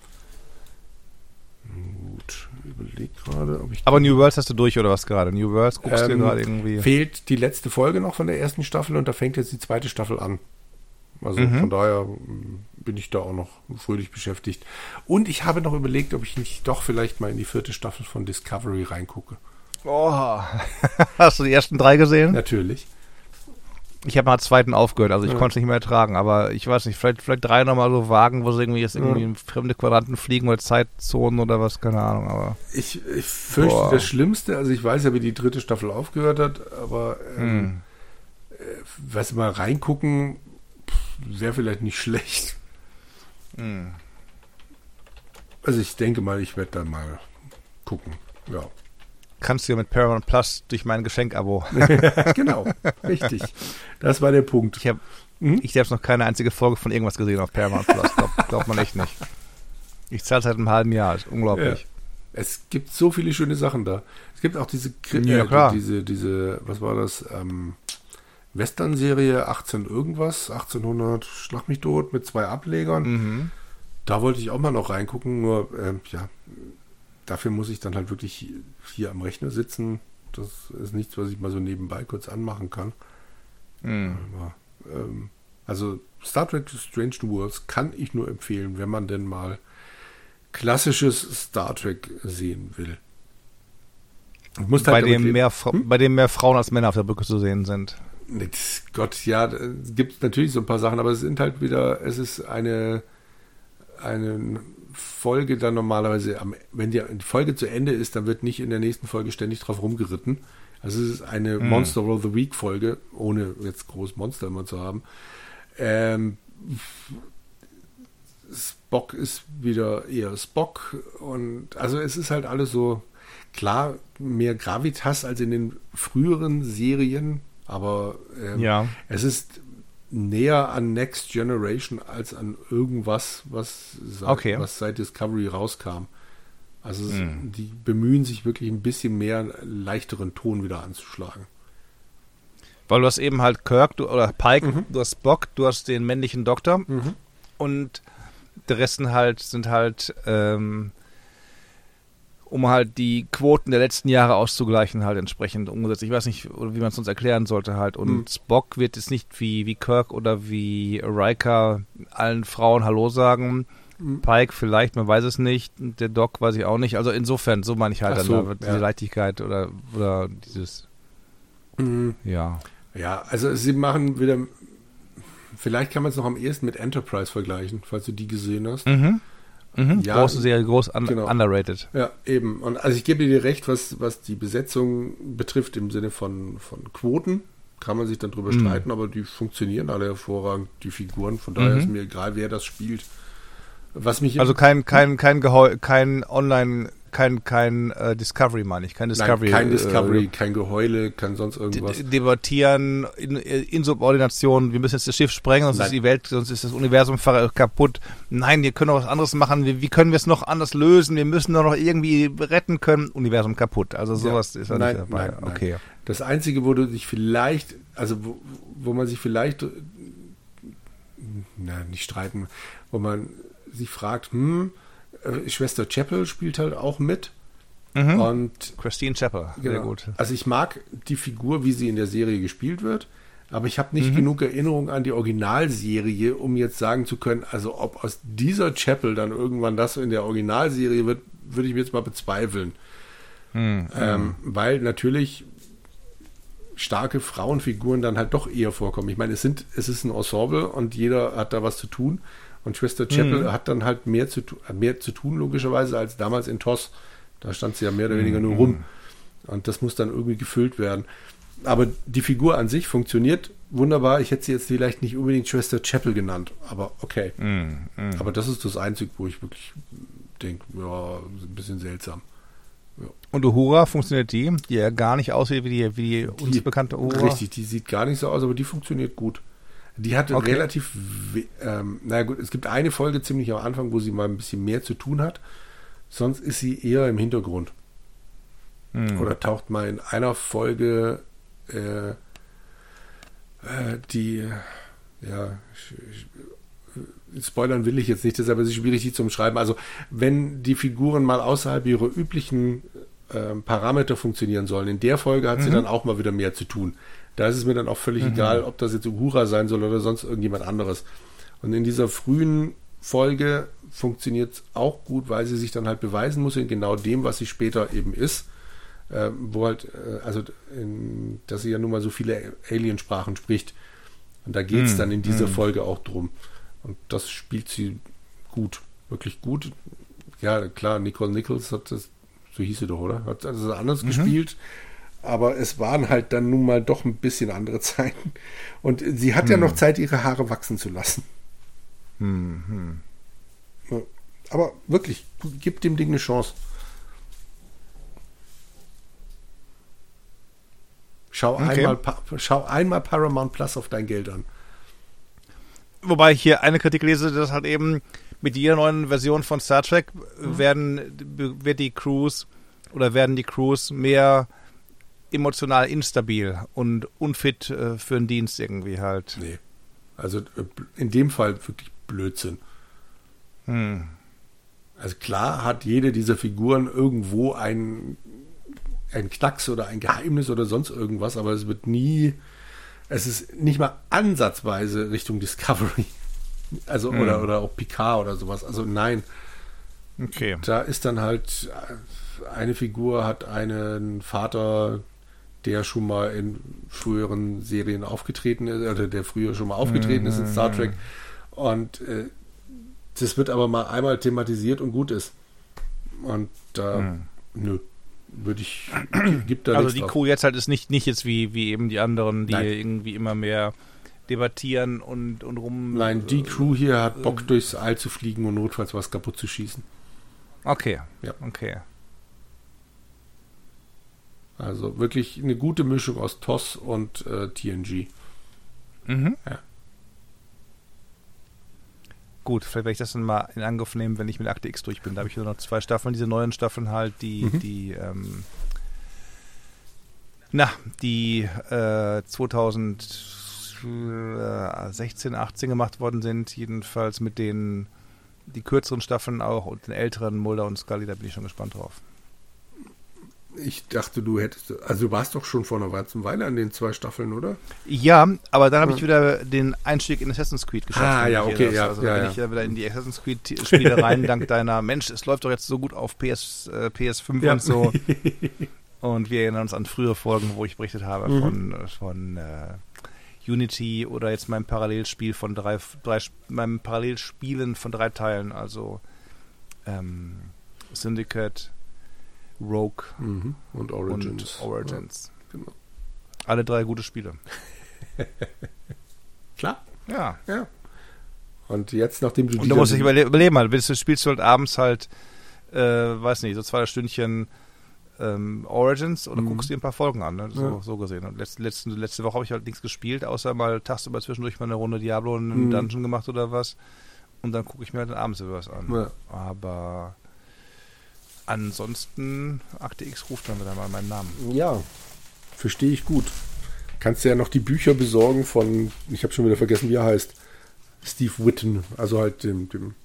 Gut, ich überlege gerade, ob ich... Aber New Worlds hast du durch, oder was gerade? New Worlds guckst du ähm, dir gerade irgendwie... Fehlt die letzte Folge noch von der ersten Staffel und da fängt jetzt die zweite Staffel an. Also mhm. von daher bin ich da auch noch fröhlich beschäftigt. Und ich habe noch überlegt, ob ich nicht doch vielleicht mal in die vierte Staffel von Discovery reingucke. Oh, hast du die ersten drei gesehen? Natürlich. Ich habe mal zweiten aufgehört, also ich ja. konnte es nicht mehr ertragen, aber ich weiß nicht, vielleicht, vielleicht drei nochmal so wagen, wo sie irgendwie jetzt irgendwie ja. in fremde Quadranten fliegen oder Zeitzonen oder was, keine Ahnung, aber... Ich, ich fürchte boah. das Schlimmste, also ich weiß ja, wie die dritte Staffel aufgehört hat, aber ähm, hm. äh, was mal reingucken, wäre vielleicht nicht schlecht. Hm. Also ich denke mal, ich werde dann mal gucken, ja. Kannst du ja mit Paramount Plus durch mein Geschenk-Abo. Genau, richtig. Das war der Punkt. Ich habe hm? ich selbst noch keine einzige Folge von irgendwas gesehen auf Paramount Plus. Glaubt glaub man echt nicht. Ich zahle seit einem halben Jahr. Ist unglaublich. Ja. Es gibt so viele schöne Sachen da. Es gibt auch diese, ja, äh, klar. diese, diese, was war das, ähm, Western-Serie achtzehn irgendwas, achtzehnhundert, schlag mich tot, mit zwei Ablegern. Mhm. Da wollte ich auch mal noch reingucken, nur, ähm, ja, dafür muss ich dann halt wirklich hier am Rechner sitzen. Das ist nichts, was ich mal so nebenbei kurz anmachen kann. Mhm. Aber, ähm, also Star Trek Strange New Worlds kann ich nur empfehlen, wenn man denn mal klassisches Star Trek sehen will. Halt bei, dem mehr hm? bei dem mehr Frauen als Männer auf der Brücke zu sehen sind. Mit Gott, ja, es gibt natürlich so ein paar Sachen, aber es sind halt wieder, es ist eine eine Folge dann normalerweise, wenn die Folge zu Ende ist, dann wird nicht in der nächsten Folge ständig drauf rumgeritten. Also es ist eine hm. Monster of the Week Folge, ohne jetzt groß Monster immer zu haben. Ähm, Spock ist wieder eher Spock und also es ist halt alles so, klar, mehr Gravitas als in den früheren Serien, aber ähm, ja. es ist näher an Next Generation als an irgendwas, was seit, okay. was seit Discovery rauskam. Also es, mm. die bemühen sich wirklich ein bisschen mehr, einen leichteren Ton wieder anzuschlagen. Weil du hast eben halt Kirk du, oder Pike, mhm. du hast Spock, du hast den männlichen Doktor mhm. und der Rest sind halt, sind halt ähm, um halt die Quoten der letzten Jahre auszugleichen, halt entsprechend umgesetzt. Ich weiß nicht, wie man es uns erklären sollte halt. Und mhm. Spock wird jetzt nicht wie, wie Kirk oder wie Riker allen Frauen Hallo sagen. Mhm. Pike vielleicht, man weiß es nicht. Der Doc weiß ich auch nicht. Also insofern, so meine ich halt dann so, da, diese ja. Leichtigkeit oder, oder dieses, mhm. ja. Ja, also sie machen wieder, vielleicht kann man es noch am ehesten mit Enterprise vergleichen, falls du die gesehen hast. Mhm. Mhm. Ja, große Serie, groß un- genau. underrated. Ja, eben. Und also ich gebe dir recht, was, was die Besetzung betrifft, im Sinne von, von Quoten, kann man sich dann drüber mhm. streiten, aber die funktionieren alle hervorragend, die Figuren. Von daher mhm. ist mir egal, wer das spielt. Was mich also kein, kein, kein, Geheu- kein Online- Kein, kein äh, Discovery, meine ich. Kein Discovery. Nein, kein Discovery, äh, kein Geheule, kein sonst irgendwas. D- debattieren, in, in Subordination, wir müssen jetzt das Schiff sprengen, sonst Nein. ist die Welt, sonst ist das Universum kaputt. Nein, wir können noch was anderes machen. Wie, wie können wir es noch anders lösen? Wir müssen doch noch irgendwie retten können. Universum kaputt. Also sowas ja. ist ja nein, nicht dabei. Nein, okay. Nein. Das Einzige, wo du dich vielleicht, also wo, wo man sich vielleicht, na, nicht streiten, wo man sich fragt, hm, Schwester Chapel spielt halt auch mit. Mhm. Und Christine Chapel, genau. sehr gut. Also ich mag die Figur, wie sie in der Serie gespielt wird, aber ich habe nicht mhm. genug Erinnerung an die Originalserie, um jetzt sagen zu können, also ob aus dieser Chapel dann irgendwann das in der Originalserie wird, würde ich mir jetzt mal bezweifeln. Mhm. Ähm, weil natürlich starke Frauenfiguren dann halt doch eher vorkommen. Ich meine, es sind, es ist ein Ensemble und jeder hat da was zu tun. Und Schwester Chapel mhm. hat dann halt mehr zu, mehr zu tun, logischerweise, als damals in T O S. Da stand sie ja mehr oder weniger nur rum. Und das muss dann irgendwie gefüllt werden. Aber die Figur an sich funktioniert wunderbar. Ich hätte sie jetzt vielleicht nicht unbedingt Schwester Chapel genannt, aber okay. Mhm. Aber das ist das Einzige, wo ich wirklich denke, ja, ein bisschen seltsam. Ja. Und Uhura, funktioniert die? Die ja gar nicht aussieht wie die, wie die uns die, bekannte Uhura? Richtig, die sieht gar nicht so aus, aber die funktioniert gut. Die hatte okay. relativ, ähm, naja gut, es gibt eine Folge ziemlich am Anfang, wo sie mal ein bisschen mehr zu tun hat. Sonst ist sie eher im Hintergrund. Hm. Oder taucht mal in einer Folge äh, äh, die, ja, spoilern will ich jetzt nicht, deshalb ist es schwierig, die zu umschreiben. Also wenn die Figuren mal außerhalb ihrer üblichen äh, Parameter funktionieren sollen, in der Folge hat mhm. sie dann auch mal wieder mehr zu tun. Da ist es mir dann auch völlig mhm. egal, ob das jetzt Uhura sein soll oder sonst irgendjemand anderes. Und in dieser frühen Folge funktioniert es auch gut, weil sie sich dann halt beweisen muss in genau dem, was sie später eben ist. Äh, wo halt, äh, also, in, dass sie ja nun mal so viele Aliensprachen spricht. Und da geht es mhm. dann in dieser mhm. Folge auch drum. Und das spielt sie gut, wirklich gut. Ja, klar, Nicole Nichols hat das, so hieß sie doch, oder? Hat das anders mhm. gespielt. Aber es waren halt dann nun mal doch ein bisschen andere Zeiten. Und sie hat hm. ja noch Zeit, ihre Haare wachsen zu lassen. Hm, hm. Aber wirklich, gib dem Ding eine Chance. Schau, okay. einmal, schau einmal Paramount Plus auf dein Geld an. Wobei ich hier eine Kritik lese, dass halt eben mit jeder neuen Version von Star Trek mhm. werden, wird die Crews oder werden die Crews mehr emotional instabil und unfit äh, für einen Dienst irgendwie halt. Nee. Also in dem Fall wirklich Blödsinn. Hm. Also klar hat jede dieser Figuren irgendwo ein, ein Knacks oder ein Geheimnis oder sonst irgendwas, aber es wird nie, es ist nicht mal ansatzweise Richtung Discovery. Also hm. oder, oder auch Picard oder sowas. Also nein. Okay. Da ist dann halt, eine Figur hat einen Vater, der schon mal in früheren Serien aufgetreten ist, oder der früher schon mal aufgetreten mm-hmm. ist in Star Trek. Und äh, das wird aber mal einmal thematisiert und gut ist. Und da, mm. nö, würde ich, gibt da Also nichts die drauf. Crew jetzt halt ist nicht, nicht jetzt wie, wie eben die anderen, die Nein. irgendwie immer mehr debattieren und, und rum... Nein, die Crew hier hat Bock, äh, durchs All zu fliegen und notfalls was kaputt zu schießen. Okay, ja. okay. Also wirklich eine gute Mischung aus T O S und äh, T N G. Mhm. Ja. Gut, vielleicht werde ich das dann mal in Angriff nehmen, wenn ich mit Akte X durch bin. Da habe ich nur noch zwei Staffeln, diese neuen Staffeln halt, die, mhm. die, ähm, na, die äh, zweitausendsechzehn, achtzehn gemacht worden sind, jedenfalls mit den die kürzeren Staffeln auch und den älteren Mulder und Scully, da bin ich schon gespannt drauf. Ich dachte, du hättest, also du warst doch schon vor einer Weile an den zwei Staffeln, oder? Ja, aber dann habe ich wieder den Einstieg in Assassin's Creed geschafft. Ah, ja, okay, ja. Also ja, dann bin ja. ich ja wieder in die Assassin's Creed-Spiele rein, dank deiner, Mensch, es läuft doch jetzt so gut auf P S, äh, P S fünf ja. und so. Und wir erinnern uns an frühere Folgen, wo ich berichtet habe mhm. von, von äh, Unity oder jetzt meinem Parallelspiel von drei, drei meinem Parallelspielen von drei Teilen, also ähm, Syndicate, Rogue mhm. und Origins. Und Origins. Ja, genau. Alle drei gute Spiele. Klar. Ja. ja. Und jetzt, nachdem du... Und du musst dich überle- überleben halt. Du spielst du halt abends halt, äh, weiß nicht, so zwei Stündchen ähm, Origins oder mhm. guckst dir ein paar Folgen an, ne? So, ja. so gesehen. Und letzte, letzte, letzte Woche habe ich halt nichts gespielt, außer mal tagsüber zwischendurch mal eine Runde Diablo in einem mhm. Dungeon gemacht oder was. Und dann gucke ich mir halt dann abends was an. Ja. Aber... Ansonsten, Akte X ruft dann wieder mal meinen Namen. Ja, verstehe ich gut. Kannst du ja noch die Bücher besorgen von, ich habe schon wieder vergessen, wie er heißt, Steve Witten, also halt dem... dem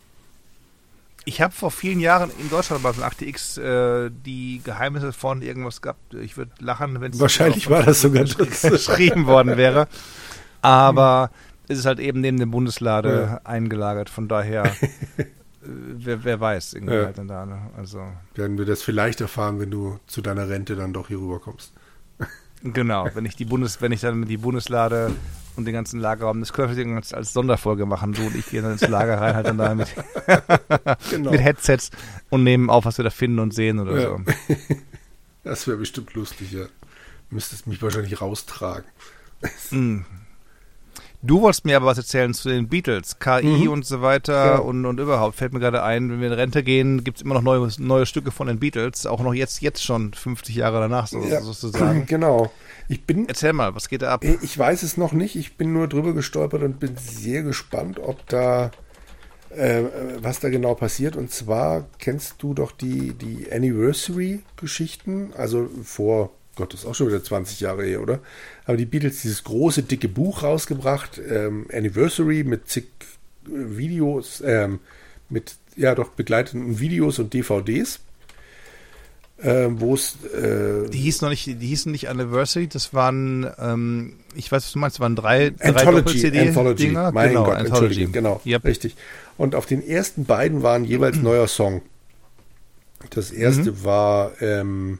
ich habe vor vielen Jahren in Deutschland bei so Akte X äh, die Geheimnisse von irgendwas gehabt. Ich würde lachen, wenn es... Wahrscheinlich war das sogar das. geschrieben worden wäre. Aber es ist halt eben neben dem Bundeslade ja. eingelagert, von daher... Wer, wer weiß, irgendwie ja. halt dann da, ne? Also. Werden wir das vielleicht erfahren, wenn du zu deiner Rente dann doch hier rüberkommst. Genau, wenn ich die Bundes, wenn ich dann die Bundeslade und den ganzen Lagerraum, das können wir als, als Sonderfolge machen, du und ich gehen dann ins Lager rein, halt dann da mit, genau. mit Headsets und nehmen auf, was wir da finden und sehen oder ja. so. Das wäre bestimmt lustig, ja. Du müsstest mich wahrscheinlich raustragen. mm. Du wolltest mir aber was erzählen zu den Beatles, K I mhm. und so weiter ja. und, und überhaupt. Fällt mir gerade ein, wenn wir in Rente gehen, gibt es immer noch neue, neue Stücke von den Beatles, auch noch jetzt, jetzt schon fünfzig Jahre danach so, ja. sozusagen. Genau. Ich bin, Erzähl mal, was geht da ab? Ich weiß es noch nicht, ich bin nur drüber gestolpert und bin sehr gespannt, ob da, äh, was da genau passiert. Und zwar kennst du doch die, die Anniversary-Geschichten, also vor... Gott, das ist auch schon wieder zwanzig Jahre her, oder? Aber die Beatles dieses große, dicke Buch rausgebracht, ähm, Anniversary mit zig äh, Videos, ähm, mit, ja doch, begleitenden Videos und D V Ds, ähm, wo es... Äh, die hießen noch nicht, die hießen nicht Anniversary, das waren, ähm, ich weiß, was du meinst, das waren drei, drei Anthology, Anthology, Dinger. Mein genau, Gott, Anthology. Entschuldigung, genau, yep. richtig. Und auf den ersten beiden waren jeweils ein neuer Song. Das erste mhm. war... Ähm,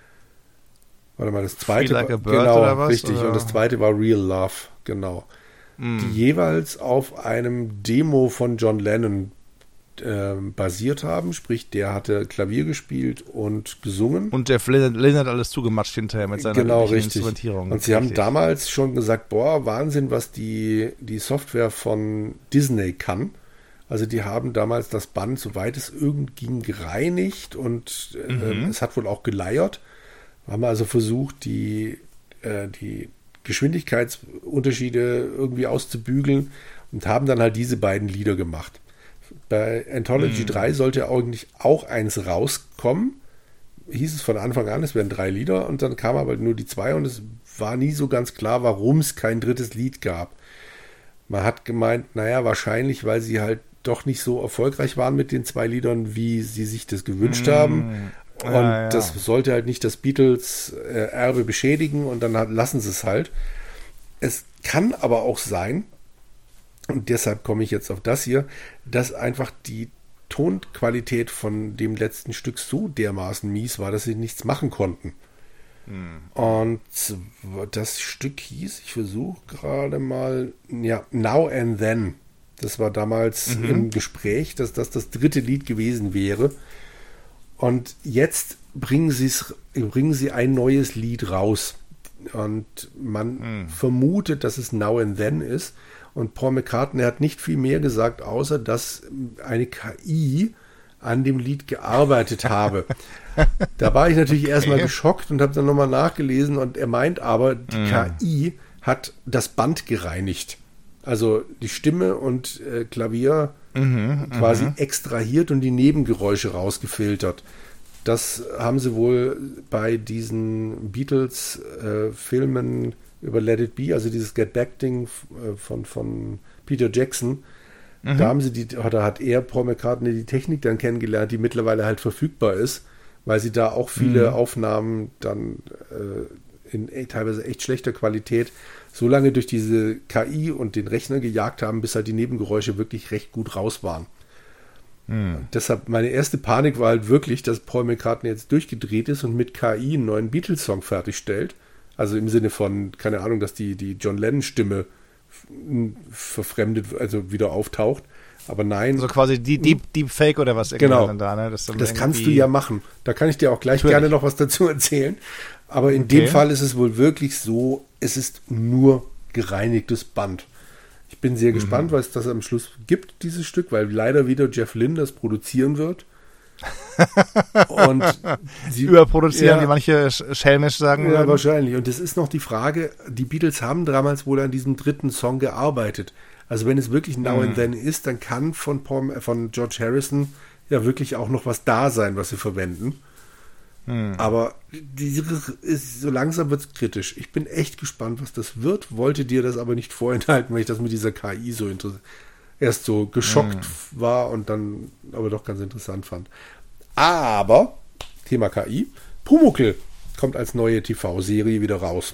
Warte mal, das zweite like war, a Bird genau, oder was, richtig, oder? Und das zweite war Real Love, genau. Mm. Die jeweils auf einem Demo von John Lennon äh, basiert haben, sprich, der hatte Klavier gespielt und gesungen. Und der Lennon hat alles zugematscht hinterher mit seiner genau, richtig. Instrumentierung. Und sie richtig. haben damals schon gesagt, boah, Wahnsinn, was die, die Software von Disney kann. Also die haben damals das Band, soweit es irgend ging, gereinigt und äh, mhm. es hat wohl auch geleiert. Haben also versucht, die, äh, die Geschwindigkeitsunterschiede irgendwie auszubügeln und haben dann halt diese beiden Lieder gemacht. Bei Anthology mhm. drei sollte eigentlich auch eins rauskommen. Hieß es von Anfang an, es wären drei Lieder und dann kam aber nur die zwei und es war nie so ganz klar, warum es kein drittes Lied gab. Man hat gemeint, naja, wahrscheinlich, weil sie halt doch nicht so erfolgreich waren mit den zwei Liedern, wie sie sich das gewünscht mhm. haben. Und ja, ja. das sollte halt nicht das Beatles-Erbe äh, beschädigen und dann hat, lassen sie es halt. Es kann aber auch sein, und deshalb komme ich jetzt auf das hier, dass einfach die Tonqualität von dem letzten Stück so dermaßen mies war, dass sie nichts machen konnten. Hm. Und das Stück hieß, ich versuche gerade mal, ja, Now and Then. Das war damals mhm. im Gespräch, dass das das dritte Lied gewesen wäre. Und jetzt bringen, bringen sie ein neues Lied raus. Und man hm. vermutet, dass es Now and Then ist. Und Paul McCartney hat nicht viel mehr gesagt, außer dass eine K I an dem Lied gearbeitet habe. Da war ich natürlich erstmal geschockt und habe dann nochmal nachgelesen. Und er meint aber, die hm. K I hat das Band gereinigt. Also die Stimme und äh, Klavier mhm, quasi mhm. extrahiert und die Nebengeräusche rausgefiltert. Das haben sie wohl bei diesen Beatles-Filmen äh, über Let It Be, also dieses Get Back-Ding äh, von, von Peter Jackson, mhm. da haben sie die, oder hat er, Paul McCartney, die Technik dann kennengelernt, die mittlerweile halt verfügbar ist, weil sie da auch viele mhm. Aufnahmen dann äh, in ey, teilweise echt schlechter Qualität so lange durch diese K I und den Rechner gejagt haben, bis halt die Nebengeräusche wirklich recht gut raus waren. Mhm. Deshalb meine erste Panik war halt wirklich, dass Paul McCartney jetzt durchgedreht ist und mit K I einen neuen Beatles-Song fertigstellt. Also im Sinne von, keine Ahnung, dass die, die John Lennon-Stimme verfremdet, also wieder auftaucht. Aber nein. Also quasi die Deep, Deepfake oder was? Genau. Da, ne? Das, das kannst du ja machen. Da kann ich dir auch gleich Natürlich. gerne noch was dazu erzählen. Aber in okay. dem Fall ist es wohl wirklich so, es ist nur gereinigtes Band. Ich bin sehr mhm. gespannt, was das am Schluss gibt, dieses Stück, weil leider wieder Jeff Lynne das produzieren wird. Und sie überproduzieren, ja, wie manche schelmisch sagen. Ja, wahrscheinlich. Und es ist noch die Frage, die Beatles haben damals wohl an diesem dritten Song gearbeitet. Also wenn es wirklich Now and Then ist, dann kann von, Paul, von George Harrison ja wirklich auch noch was da sein, was sie verwenden. Hm. Aber die, ist, so langsam wird es kritisch. Ich bin echt gespannt, was das wird. Wollte dir das aber nicht vorenthalten, weil ich das mit dieser K I so interessiert, erst so geschockt hm. war und dann aber doch ganz interessant fand. Aber, Thema K I, Pumuckl kommt als neue T V-Serie wieder raus.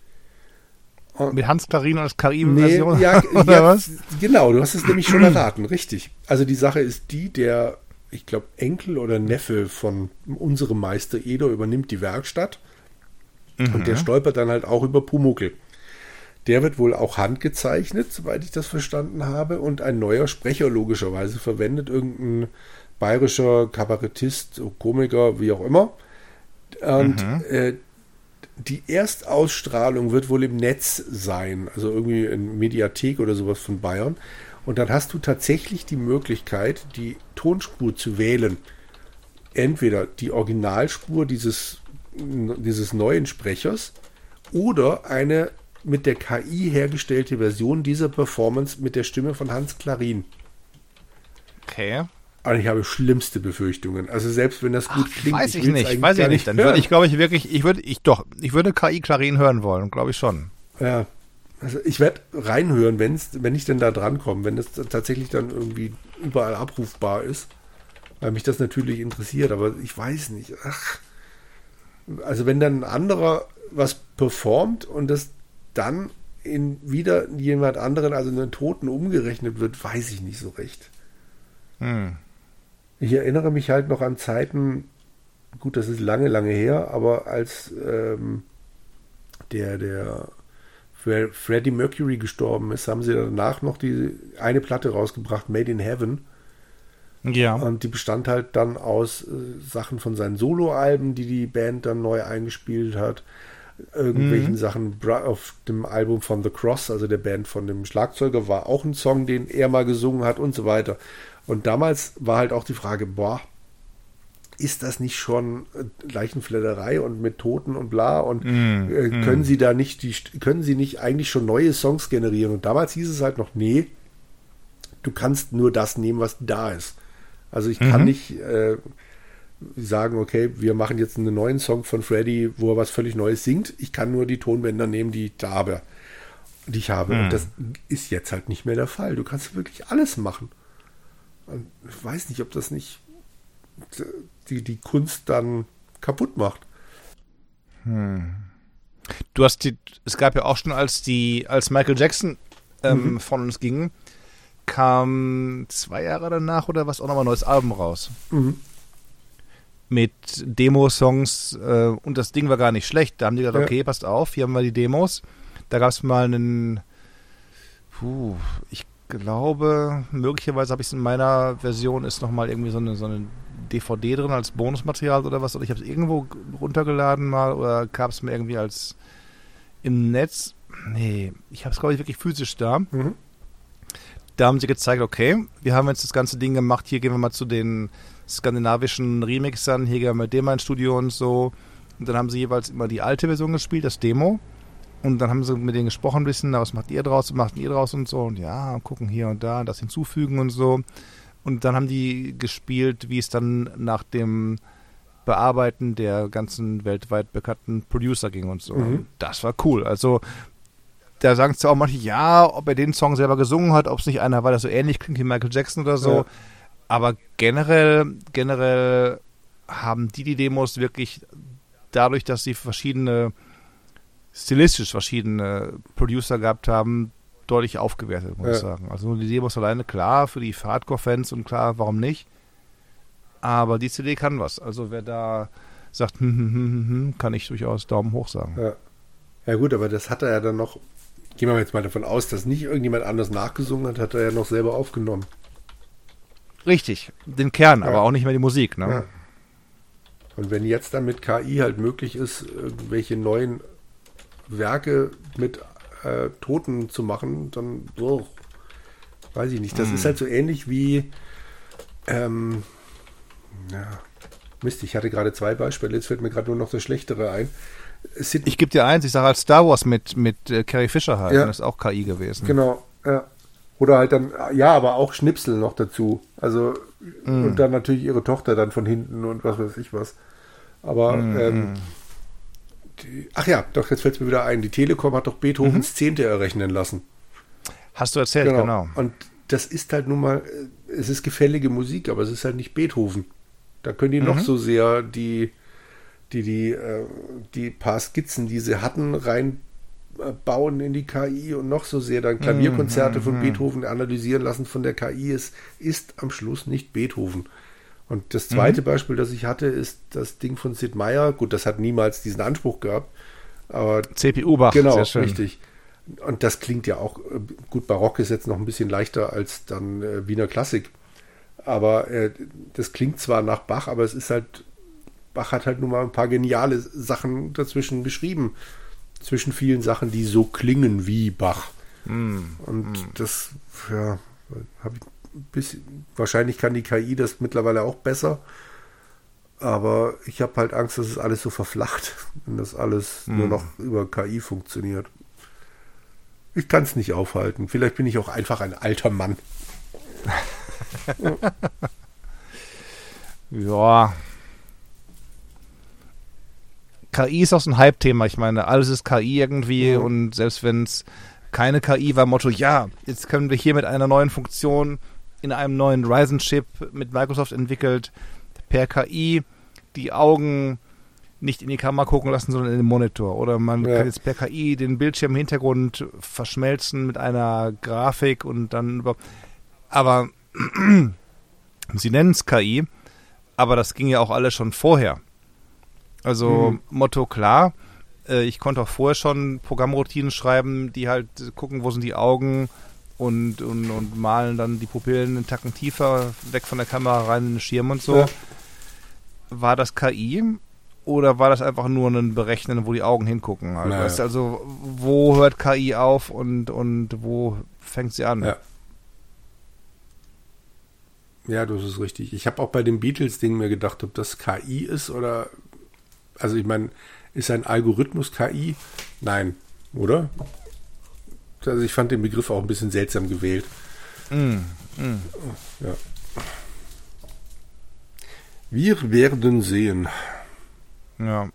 Und mit Hans Klarin als K I-Version? Nee, ja, oder ja, was? Genau, du hast es nämlich schon erraten, richtig. Also die Sache ist die, der, ich glaube, Enkel oder Neffe von unserem Meister Eder übernimmt die Werkstatt mhm. und der stolpert dann halt auch über Pumuckl. Der wird wohl auch handgezeichnet, soweit ich das verstanden habe, und ein neuer Sprecher logischerweise verwendet, irgendein bayerischer Kabarettist, Komiker, wie auch immer. Und mhm. äh, die Erstausstrahlung wird wohl im Netz sein, also irgendwie in Mediathek oder sowas von Bayern. Und dann hast du tatsächlich die Möglichkeit, die Tonspur zu wählen. Entweder die Originalspur dieses, dieses neuen Sprechers oder eine mit der K I hergestellte Version dieser Performance mit der Stimme von Hans Klarin. Okay. Aber ich habe schlimmste Befürchtungen. Also selbst wenn das gut Ach, klingt, weiß ich, ich nicht, weiß ich nicht. Dann würde ich, glaube ich, wirklich, ich würde, ich doch, ich würde K I Klarin hören wollen, glaube ich schon. Ja, also ich werde reinhören, wenn's, wenn ich denn da dran komme, wenn das tatsächlich dann irgendwie überall abrufbar ist, weil mich das natürlich interessiert, aber ich weiß nicht. Ach, also wenn dann ein anderer was performt und das dann in wieder jemand anderen, also einen Toten umgerechnet wird, weiß ich nicht so recht. Hm. Ich erinnere mich halt noch an Zeiten, gut, das ist lange, lange her, aber als ähm, der, der Freddie Mercury gestorben ist, haben sie danach noch die eine Platte rausgebracht, Made in Heaven. Ja. Und die bestand halt dann aus äh, Sachen von seinen Soloalben, die die Band dann neu eingespielt hat, irgendwelchen mhm. Sachen auf dem Album von The Cross, also der Band von dem Schlagzeuger, war auch ein Song, den er mal gesungen hat und so weiter. Und damals war halt auch die Frage, boah, ist das nicht schon Leichenfledderei und mit Toten und bla und mm, äh, können mm. sie da nicht, die, können sie nicht eigentlich schon neue Songs generieren? Und damals hieß es halt noch, nee, du kannst nur das nehmen, was da ist. Also ich kann mhm. nicht äh, sagen, okay, wir machen jetzt einen neuen Song von Freddie, wo er was völlig Neues singt. Ich kann nur die Tonbänder nehmen, die ich da habe, die ich habe. Mm. Und das ist jetzt halt nicht mehr der Fall. Du kannst wirklich alles machen. Und ich weiß nicht, ob das nicht die, die Kunst dann kaputt macht. Hm. Du hast die, es gab ja auch schon, als die, als Michael Jackson ähm, mhm. von uns ging, kam zwei Jahre danach oder was auch nochmal ein neues Album raus. Mhm. Mit Demo-Songs äh, und das Ding war gar nicht schlecht. Da haben die gesagt, ja. okay, passt auf, hier haben wir die Demos. Da gab es mal einen, puh, ich glaube, möglicherweise habe ich es in meiner Version, ist nochmal irgendwie so eine, so eine D V D drin als Bonusmaterial oder was, oder ich habe es irgendwo runtergeladen mal oder gab es mir irgendwie als im Netz. Nee, ich habe es, glaube ich, wirklich physisch da. Mhm. Da haben sie gezeigt, okay, wir haben jetzt das ganze Ding gemacht, hier gehen wir mal zu den skandinavischen Remixern, hier gehen wir mit dem mal ins Studio und so. Und dann haben sie jeweils immer die alte Version gespielt, das Demo. Und dann haben sie mit denen gesprochen ein bisschen, was macht ihr draus, was macht ihr draus und so. Und ja, gucken hier und da, das hinzufügen und so. Und dann haben die gespielt, wie es dann nach dem Bearbeiten der ganzen weltweit bekannten Producer ging und so. Mhm. Das war cool. Also da sagen sie auch manche, ja, ob er den Song selber gesungen hat, ob es nicht einer war, der so ähnlich klingt wie Michael Jackson oder so. Ja. Aber generell, generell haben die die Demos wirklich dadurch, dass sie verschiedene, stilistisch verschiedene Producer gehabt haben, deutlich aufgewertet, muss ja. ich sagen. Also nur die Demos alleine, klar, für die Hardcore-Fans und klar, warum nicht. Aber die C D kann was. Also wer da sagt, hm, hm, hm, hm, kann ich durchaus Daumen hoch sagen. Ja. ja gut, aber das hat er ja dann noch, gehen wir jetzt mal davon aus, dass nicht irgendjemand anders nachgesungen hat, hat er ja noch selber aufgenommen. Richtig, den Kern, ja. aber auch nicht mehr die Musik. Ne? Ja. Und wenn jetzt dann mit K I halt möglich ist, irgendwelche neuen Werke mit äh, Toten zu machen, dann oh, weiß ich nicht. Das mm. ist halt so ähnlich wie ähm, ja, Mist, ich hatte gerade zwei Beispiele, jetzt fällt mir gerade nur noch das Schlechtere ein. Sid- ich gebe dir eins, ich sage halt Star Wars mit, mit äh, Carrie Fisher halt, ja. das ist auch K I gewesen. Genau, ja. Oder halt dann, ja, aber auch Schnipsel noch dazu. Also, mm. und dann natürlich ihre Tochter dann von hinten und was weiß ich was. Aber, mm. ähm, die, ach ja, doch, jetzt fällt es mir wieder ein. Die Telekom hat doch Beethovens mhm. Zehnte errechnen lassen. Hast du erzählt, genau. genau. Und das ist halt nun mal, es ist gefällige Musik, aber es ist halt nicht Beethoven. Da können die mhm. noch so sehr die, die, die, äh, die paar Skizzen, die sie hatten, rein bauen in die K I und noch so sehr dann Klavierkonzerte mm, von mm, Beethoven analysieren lassen von der K I. Es ist am Schluss nicht Beethoven. Und das zweite mm. Beispiel, das ich hatte, ist das Ding von Sid Meier. Gut, das hat niemals diesen Anspruch gehabt. Aber C P U-Bach, genau, sehr schön. Richtig. Und das klingt ja auch, gut, Barock ist jetzt noch ein bisschen leichter als dann äh, Wiener Klassik. Aber äh, das klingt zwar nach Bach, aber es ist halt, Bach hat halt nun mal ein paar geniale Sachen dazwischen geschrieben. Zwischen vielen Sachen, die so klingen wie Bach. Mm, und mm. das, ja, habe ich ein bisschen, wahrscheinlich kann die K I das mittlerweile auch besser, aber ich habe halt Angst, dass es alles so verflacht, wenn das alles mm. nur noch über K I funktioniert. Ich kann es nicht aufhalten. Vielleicht bin ich auch einfach ein alter Mann. ja. K I ist auch so ein Hype-Thema. Ich meine, alles ist K I irgendwie mhm. und selbst wenn es keine K I war, Motto, ja, jetzt können wir hier mit einer neuen Funktion in einem neuen Ryzen-Chip mit Microsoft entwickelt, per K I die Augen nicht in die Kamera gucken lassen, sondern in den Monitor. Oder man ja. kann jetzt per K I den Bildschirm im Hintergrund verschmelzen mit einer Grafik und dann über... Aber sie nennen es K I, aber das ging ja auch alles schon vorher. Also mhm. Motto klar, äh, ich konnte auch vorher schon Programmroutinen schreiben, die halt gucken, wo sind die Augen und, und, und malen dann die Pupillen einen Tacken tiefer weg von der Kamera rein in den Schirm und so. Ja. War das K I oder war das einfach nur ein Berechnen, wo die Augen hingucken? Also, naja. weißt du, also wo hört K I auf und, und wo fängt sie an? Ja. Ja, das ist richtig. Ich habe auch bei dem Beatles-Ding mir gedacht, ob das K I ist oder... Also ich meine, ist ein Algorithmus K I? Nein, oder? Also ich fand den Begriff auch ein bisschen seltsam gewählt. Mm, mm. Ja. Wir werden sehen. Ja.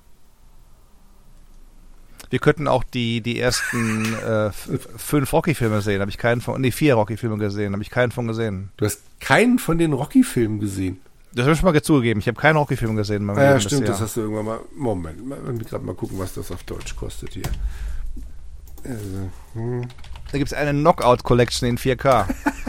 Wir könnten auch die, die ersten äh, f- fünf Rocky-Filme sehen. Habe ich keinen von, nee, vier Rocky-Filme gesehen. Habe ich keinen von gesehen. Du hast keinen von den Rocky-Filmen gesehen? Das habe ich schon mal zugegeben. Ich habe keinen Rocky-Film gesehen. Ah, ja, stimmt, das hast du irgendwann mal... Moment, mal, gerade mal gucken, was das auf Deutsch kostet hier. Also, hm. Da gibt es eine Knockout-Collection in vier K.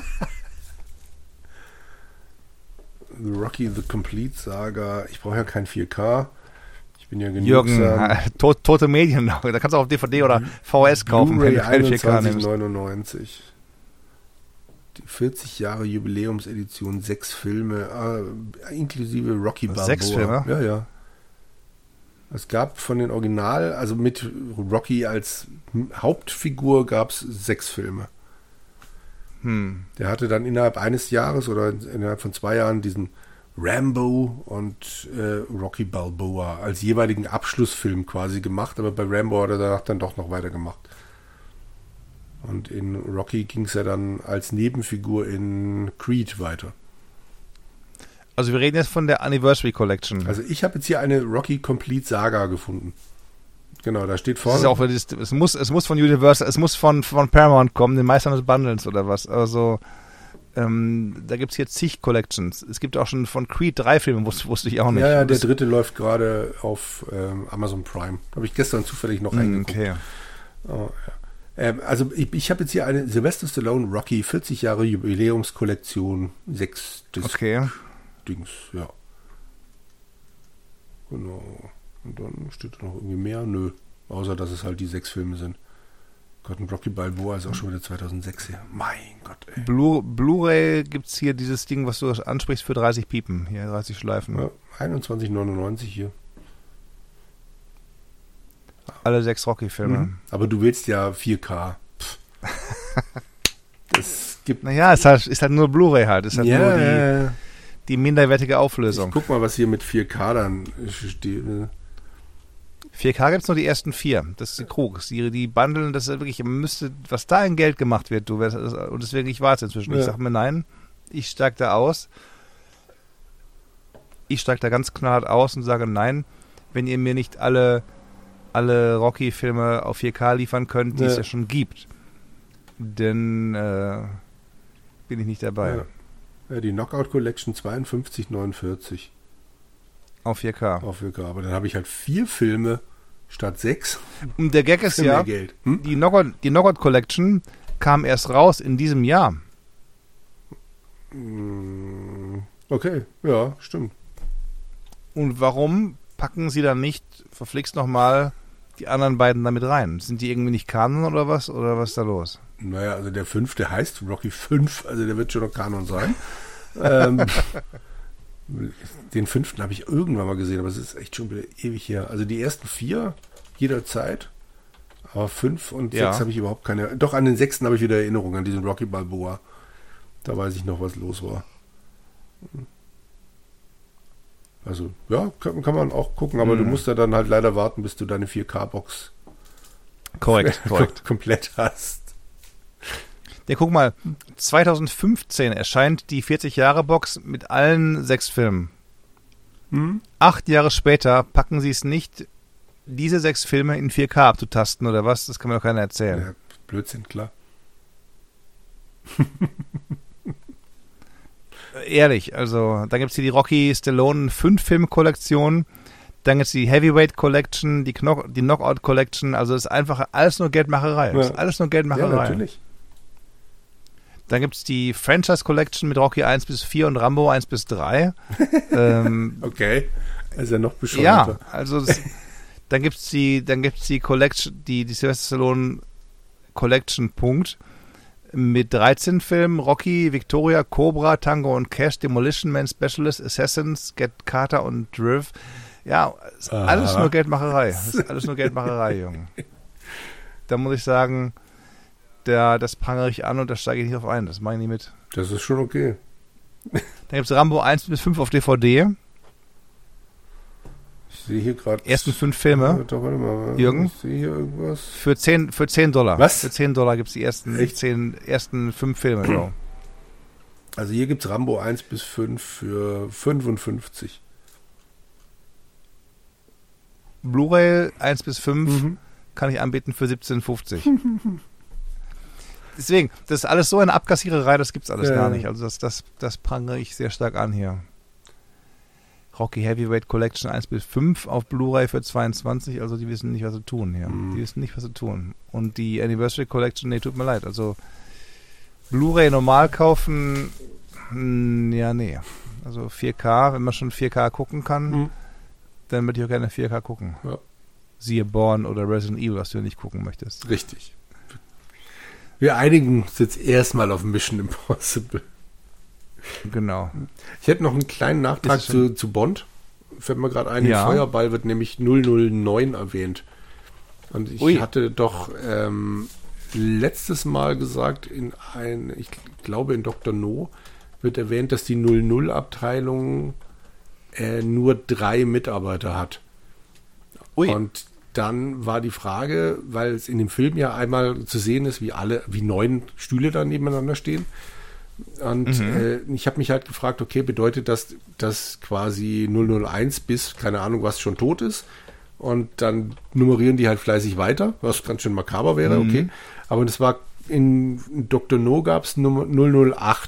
The Rocky The Complete Saga. Ich brauche ja kein vier K. Ich bin ja genug... Jürgen, to- tote Medien noch. Da kannst du auch D V D oder V H S kaufen, wenn du keine vier K nimmst. neunundneunzig Die vierzig Jahre Jubiläumsedition, sechs Filme, äh, inklusive Rocky Balboa. Sechs Filme? Ja, ja. Es gab von den Original, also mit Rocky als Hauptfigur gab es sechs Filme. Hm. Der hatte dann innerhalb eines Jahres oder innerhalb von zwei Jahren diesen Rambo und äh, Rocky Balboa als jeweiligen Abschlussfilm quasi gemacht, aber bei Rambo hat er danach dann doch noch weitergemacht. Und in Rocky ging es ja dann als Nebenfigur in Creed weiter. Also wir reden jetzt von der Anniversary Collection. Also ich habe jetzt hier eine Rocky Complete Saga gefunden. Genau, da steht vorne. Das ist auch, es, muss, es muss von Universal, es muss von, von Paramount kommen, den Meistern des Bundles oder was. Also Ähm, da gibt es hier zig Collections. Es gibt auch schon von Creed drei Filme, wusste, wusste ich auch nicht. Ja, ja, der dritte läuft gerade auf ähm, Amazon Prime. Habe ich gestern zufällig noch reingeguckt. Okay. Oh, ja. ähm, also ich, ich habe jetzt hier eine Sylvester Stallone Rocky vierzig Jahre Jubiläumskollektion, sechs Disc Okay. Dings, ja. Genau. Und dann steht da noch irgendwie mehr? Nö. Außer, dass es halt die sechs Filme sind. Gott, und Rocky Balboa ist auch schon wieder zweitausendsechs her. Mein Gott, ey. Blu- Blu-ray gibt es hier dieses Ding, was du ansprichst, für dreißig Piepen. Hier, dreißig Schleifen. Ja, einundzwanzig neunundneunzig hier. Alle sechs Rocky-Filme. Mhm. Aber du willst ja vier K. Es gibt... Naja, ist halt, ist halt nur Blu-ray halt. Ist halt ja, nur die, ja, ja. die minderwertige Auflösung. Ich guck mal, was hier mit vier K dann steht. vier K gibt es nur die ersten vier. Das ist die Krug. Die, die bundeln, das ist wirklich, man müsste, was da in Geld gemacht wird, du, und das ist wirklich wahr inzwischen. Ja. Ich sag mir nein, ich steige da aus. Ich steige da ganz knallhart aus und sage nein, wenn ihr mir nicht alle, alle Rocky-Filme auf vier K liefern könnt, die ja. es ja schon gibt, dann äh, bin ich nicht dabei. Ja. Ja, die Knockout Collection zweiundfünfzig neunundvierzig. Auf vier K. Auf vier K, aber dann habe ich halt vier Filme statt sechs. Und der Gag ist Für ja, mehr Geld. Hm? die Knockout, die Knockout Collection kam erst raus in diesem Jahr. Okay, ja, stimmt. Und warum packen sie dann nicht, verflixt nochmal, die anderen beiden damit rein? Sind die irgendwie nicht Kanon oder was? Oder was ist da los? Naja, also der fünfte heißt Rocky fünf, also der wird schon noch Kanon sein. ähm, den fünften habe ich irgendwann mal gesehen, aber es ist echt schon wieder ewig her. Also die ersten vier jederzeit, aber fünf und Ja. sechs habe ich überhaupt keine. Doch, an den sechsten habe ich wieder Erinnerungen, an diesen Rocky Balboa. Da weiß ich noch, was los war. Also, ja, kann, kann man auch gucken, aber Mhm. du musst ja dann halt leider warten, bis du deine vier K-Box Korrekt, korrekt. komplett hast. Ja, guck mal, zweitausendfünfzehn erscheint die vierzig-Jahre-Box mit allen sechs Filmen. Hm? Acht Jahre später packen sie es nicht, diese sechs Filme in vier K abzutasten oder was? Das kann mir doch keiner erzählen. Ja, Blödsinn, klar. Ehrlich, also da gibt es hier die Rocky Stallone fünf Film Kollektion, dann gibt es die Heavyweight Collection, die, Knock- die Knockout Collection, also das ist einfach alles nur Geldmacherei. Das ist alles nur Geldmacherei. Ja, natürlich. Dann gibt es die Franchise Collection mit Rocky eins bis vier und Rambo eins bis drei. ähm, Okay, ist ja noch bescheuerter. ja, also das, dann gibt es die, dann gibt's die Collection, die, die Sylvester Stallone Collection Punkt mit dreizehn Filmen, Rocky, Victoria, Cobra, Tango und Cash, Demolition Man, Specialist, Assassins, Get Carter und Driv. Ja, ist Aha. alles nur Geldmacherei. Das ist alles nur Geldmacherei, Junge. Da muss ich sagen, der, das prangere ich an und da steige ich nicht auf ein. Das mache ich nicht mit. Das ist schon okay. Dann gibt es Rambo eins bis fünf auf D V D. Ich sehe hier gerade... Ersten fünf Filme. Doch, warte mal. Jürgen? Ich sehe hier irgendwas. Für zehn, für zehn Dollar. Was? Für zehn Dollar gibt es die ersten, Echt? zehn, ersten fünf Filme. Genau. Also hier gibt es Rambo eins bis fünf für fünfundfünfzig. Blu-ray eins bis fünf Mhm. kann ich anbieten für siebzehn fünfzig. Deswegen, das ist alles so eine Abkassiererei, das gibt's alles Ja. gar nicht. Also das, das, das prangere ich sehr stark an hier. Rocky Heavyweight Collection eins bis fünf auf Blu-ray für zweiundzwanzig, also die wissen nicht, was sie tun hier. Mhm. Die wissen nicht, was sie tun. Und die Anniversary Collection, nee, tut mir leid, also Blu-ray normal kaufen, mh, ja, nee. Also vier K, wenn man schon vier K gucken kann, Mhm. dann würde ich auch gerne vier K gucken. Ja. Siehe Born oder Resident Evil, was du nicht gucken möchtest. Richtig. Wir einigen uns jetzt erstmal auf Mission Impossible. Genau. Ich hätte noch einen kleinen Nachtrag Ist es zu, zu Bond. Fällt mir gerade ein, Ja. im Feuerball wird nämlich null null neun erwähnt. Und ich Ui. hatte doch ähm, letztes Mal gesagt, in ein, ich glaube in Doktor No wird erwähnt, dass die null null Abteilung äh, nur drei Mitarbeiter hat. Ui. Und dann war die Frage, weil es in dem Film ja einmal zu sehen ist, wie alle, wie neun Stühle da nebeneinander stehen. Und Mhm. äh, ich habe mich halt gefragt, okay, bedeutet das, dass quasi null null eins bis, keine Ahnung, was schon tot ist? Und dann nummerieren die halt fleißig weiter, was ganz schön makaber wäre, Mhm. okay. Aber das war in Doktor No gab es null null acht